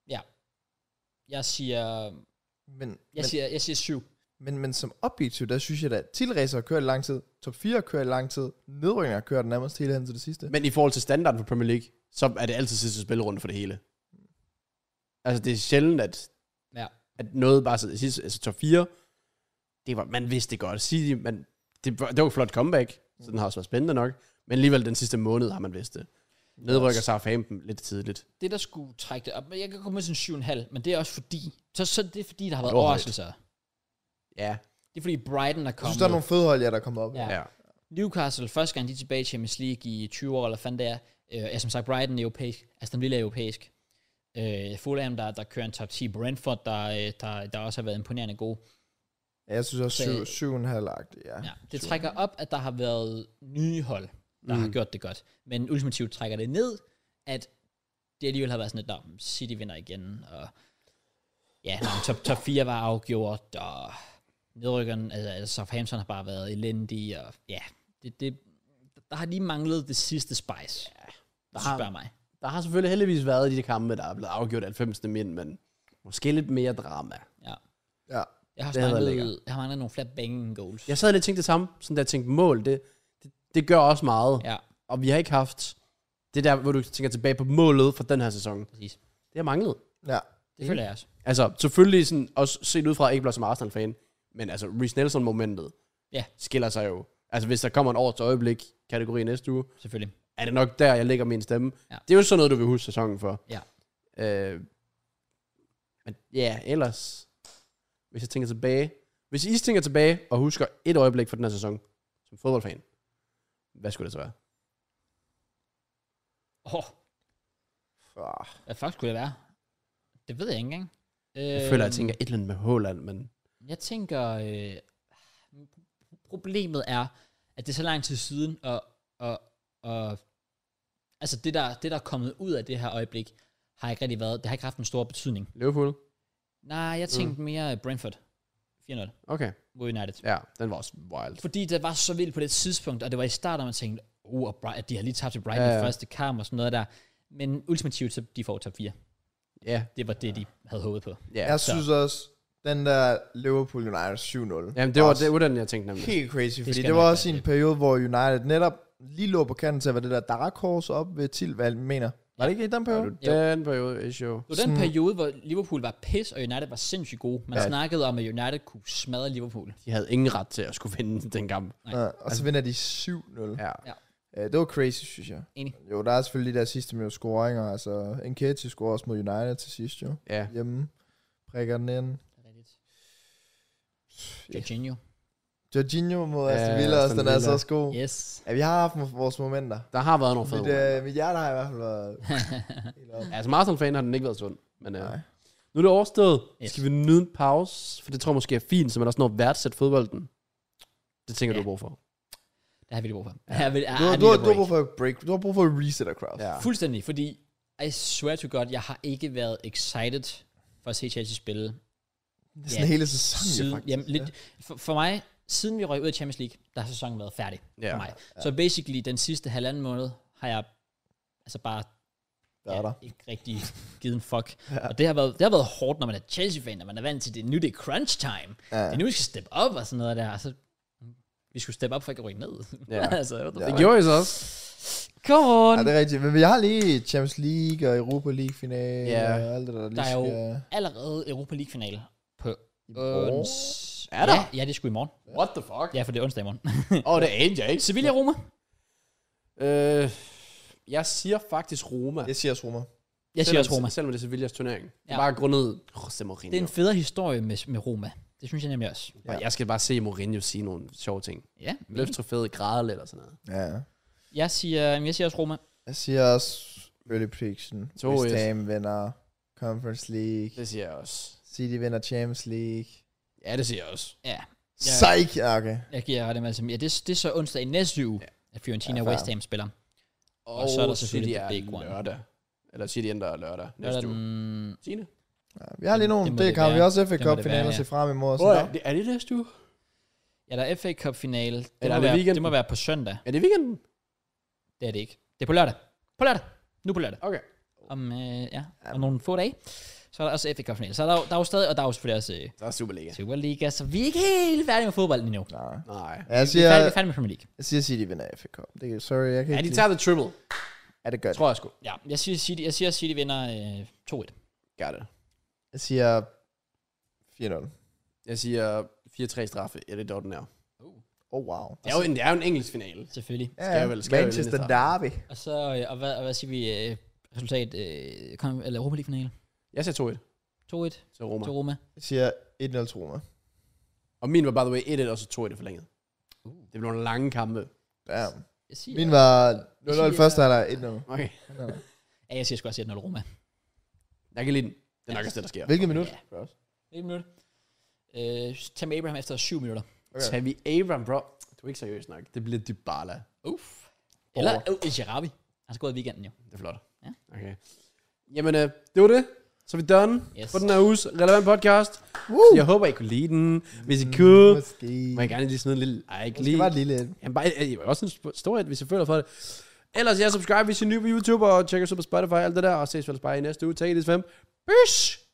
Jeg siger, Men, jeg men, siger, jeg siger syv. men, men som objektiv, der synes jeg da, at tilracer har kørt i lang tid, top fire har kørt i lang tid, nedrykninger har kørt nærmest hele hen til det sidste. Men i forhold til standarden for Premier League, så er det altid sidste spillerunde for det hele. Altså, det er sjældent, at, Ja. at noget bare så, sidste, altså top fire, det var, man vidste det godt. Sige, men det, var- det var et flot comeback, så den har også været spændende nok. Men alligevel den sidste måned har man vidst det. Nedrykker Southampton lidt tidligt. Det, der skulle trække det op, men jeg kan komme med sådan syv komma fem, men det er også fordi, så, så det er fordi, der har været Det var højt. overraskelser. Ja. Det er fordi Brighton er Jeg kommet. synes, der er nogle fodhold, ja, der kommer op. Ja. Ja. Newcastle, første gang de er tilbage i Champions League i tyve år, eller fandt det er. Øh, ja, som sagt, Brighton er europæisk. Aston Villa er europæisk. Øh, Fulham, der, der kører en top ti. Brentford, der, øh, der, der også har været imponerende god. Ja, jeg synes også Så- syv, syv og en halv agtigt, ja. Ja, det trækker op, at der har været nye hold, der mm. har gjort det godt. Men ultimativt trækker det ned, at det alligevel har været sådan, at nå, City vinder igen, og ja, nå, top, top fire var afgjort, og nedrykkeren, altså, altså Southampton har bare været elendig, og ja, det, det, der har lige manglet det sidste spice, ja, der har- spørger mig. Der har selvfølgelig heldigvis været i de kampe, der er blevet afgjort halvfems min, men måske lidt mere drama. Ja. Ja. Jeg har, Det havde også været manglet, jeg har manglet nogle flere banging goals. Jeg sad lidt og tænkte det samme, sådan der jeg tænkte mål, det, det, det gør også meget. Ja, Og vi har ikke haft det der, hvor du tænker tilbage på målet for den her sæson. præcis. Det har manglet. Ja. Det føler jeg også. Altså, selvfølgelig sådan, også set ud fra, ikke blot som Arsenal-fan, men altså, Reece Nelson-momentet Ja. skiller sig jo. Altså, hvis der kommer en årets øjeblik kategori næste uge, Selvfølgelig. er det nok der, jeg lægger min stemme. Ja. Det er jo sådan noget, du vil huske sæsonen for. Ja. Øh, men ja, ellers, hvis jeg tænker tilbage, hvis I tænker tilbage og husker et øjeblik for den her sæson, som fodboldfan, hvad skulle det så være? Åh, oh, Ah, hvad fuck skulle det være? Det ved jeg ikke engang. Jeg Øhm, føler, jeg tænker et eller andet med Haaland, men Jeg tænker, øh, problemet er, at det er så lang tid siden, og, og, og altså det der, det, der er kommet ud af det her øjeblik, har ikke rigtig været, det har ikke haft en stor betydning. Liverpool? Nej, jeg tænkte mm. mere Brentford. fire nul Okay. mod United. Ja, den var også wild. Fordi det var så vildt på det tidspunkt, og det var i starten, man tænkte, oh, og Bright, at de har lige tabt til Brighton Ja, ja, ja. i første kamp og sådan noget der. Men ultimativt, så de får top fire. Ja, Det var det, de havde håbet på. ja. jeg synes også, den der Liverpool United syv nul. Jamen, det var, også det var den, jeg tænkte nemlig. helt crazy, fordi skal det nok var også være i en det. periode, hvor United netop lige lå på kanten til at være det der dark horse op ved til, hvad jeg mener. Var det ikke i den periode? Den periode, is jo. Det var den periode, hvor Liverpool var piss, og United var sindssygt gode. Man Ja. snakkede om, at United kunne smadre Liverpool. De havde ingen ret til at skulle vinde den kamp. Nej. Ja, og så vinder de syv nul. Ja. Ja. Ja, det var crazy, synes jeg. Enig. Jo, der er selvfølgelig de der sidste minut scoringer. Altså, Nketiah scorer også mod United til sidst, jo. Ja. Hjemme. Prikker den ind. Det er rigtigt. Jorginho. Jorginho mod Ja, Aston Villa, Aston den er Villa. så god. Yes. Ja, vi har haft vores momenter. Der har været nogle fede Mit, momenter. øh, mit hjerte har i hvert fald været helt op. Ja, som Arsenal-fan har den ikke været sund. Men øh, Nej. nu er det overstået. Yes. Skal vi nyde en pause? For det tror jeg måske er fint, så man også når at værdsætte fodbolden. Det tænker Ja. du har brug for. Det har vi det brug for. Ja. Vil, Du, har- du, har- du har brug for et break. Du har brug for et reset, Kraus. Ja. Fuldstændig, fordi I swear to God, jeg har ikke været excited for at se Chelsea spille. Det er sådan Ja, hele sæsonen, Siden, faktisk. jamen, lidt, for, for mig, siden vi røg ud af Champions League, der har sæsonen været færdig Ja. for mig. Så basically, den sidste halvanden måned, har jeg altså bare Der er ja, der. ikke rigtig givet en fuck. Ja. Og det har, været, det har været hårdt, når man er Chelsea-fan, når man er vant til det. Nu det er crunch time. Ja. Det er nu, vi skal steppe op og sådan noget der. Altså, vi skulle steppe op for ikke at rykke ned. Ja. altså, what the Ja. fuck? Det gjorde I så også. Come on! Ja, det er rigtigt. Men vi har lige Champions League og Europa League finale Ja. og alt det der, der lige Der er jo skal... allerede Europa League-finale på morgen? ons... Er der? Ja, ja, det er sgu i morgen. What the fuck? Ja, for det er onsdag i morgen. Åh, oh, det aner jeg ikke. Sevilla Roma. Øh, jeg siger faktisk Roma. Jeg siger også Roma. Jeg siger også Roma. Selvom det er Sevillas turnering. Det er Ja. bare grundet José Mourinho. Det er en federe historie med, med Roma. Det synes jeg nemlig også. Ja. Jeg skal bare se Mourinho sige nogle sjove ting. Ja. Løft trofæet, græde lidt og sådan noget. Ja. Jeg siger, jeg siger også Roma. Jeg siger også early prediction. to West et. Ham vinder Conference League. Det siger jeg også. City vinder Champions League. Ja, det siger jeg også. Ja. Psych! Ja, okay. Jeg giver det med, altså, ja, det, det er så onsdag i næste uge, Ja. at Fiorentina Ja, og West fair. Ham spiller. Og, Og så er der selvfølgelig City the big er one. lørdag. Eller City ændrer lørdag. Lørdag Næste uge. den... Signe? Ja, vi har lige Det nogle. må Det, det kan vi være. også F A Det må Cup det finale være, at ja. se frem imod. og Hvor sådan er det, er det næste uge? Ja, der er F A Cup finale. Det, Eller må er det være, weekenden? det må være på søndag. Er det weekenden? Det er det ikke. Det er på lørdag. På lørdag. Nu på lørdag. Okay. Om, øh, ja, om nogle få dage. Så er der også F A Cup finale. Så er der, der er jo stadig, og der er jo selvfølgelig også øh, Der er Superliga. Superliga, så vi er ikke helt færdige med fodbold endnu. Nej. Nej. Jeg Vi er færdige, vi siger, er færdige med Premier League. jeg siger City vinder F A Cup. Det er, sorry, jeg kan Ja, ikke de tager the triple. lide- Ja, det gør det. Tror jeg sgu. Ja, jeg siger City, jeg siger City vinder øh, to et. Gør det. Jeg siger fire nul. Jeg siger fire tre straffe. Ja, det er ordinær. Oh, wow. Det er jo en, det er jo en engelsk finale. Selvfølgelig. Ja, Skal jeg vel- skal jeg vel Manchester vinde Derby. Og så, øh, og hvad, og hvad siger vi, øh, resultat, øh, kom, eller Europa League finale? Jeg siger to et to et til Roma. til Roma. Jeg siger et nul til Roma. Og min var by the way et et, og så to et forlænget. Uh. Det blev nogle lange kampe. Damn. Jeg siger, Min var nul nul siger- første halvleg, et nul. Okay. ja, jeg siger sgu også et nul Roma. Jeg kan lide den. Det er nok også det, der sker. Hvilket minut? Ja. Et minut. Øh, tag med Abraham efter syv minutter. Okay. Tager vi Abraham, bro. Du er ikke seriøs nok. Det bliver Dybala. Uff. Eller uh, El Sharabi. Han har gået i weekenden jo. Det er flot. Ja. Okay. Jamen, øh, det var det. Så er vi done Yes. for den her uges relevant podcast. Woo! Så jeg håber, I kunne lide den. Hvis I kunne, Måske. må jeg gerne lige smide en lille like. Måske Lige. bare et lille. Jamen, bare, jeg vil også en stor et, hvis I føler for det. Ellers, ja, subscribe, hvis I er ny på YouTube, og tjek os ud på Spotify og alt det der, og ses vel bare i næste uge. Tag det fem. Peace!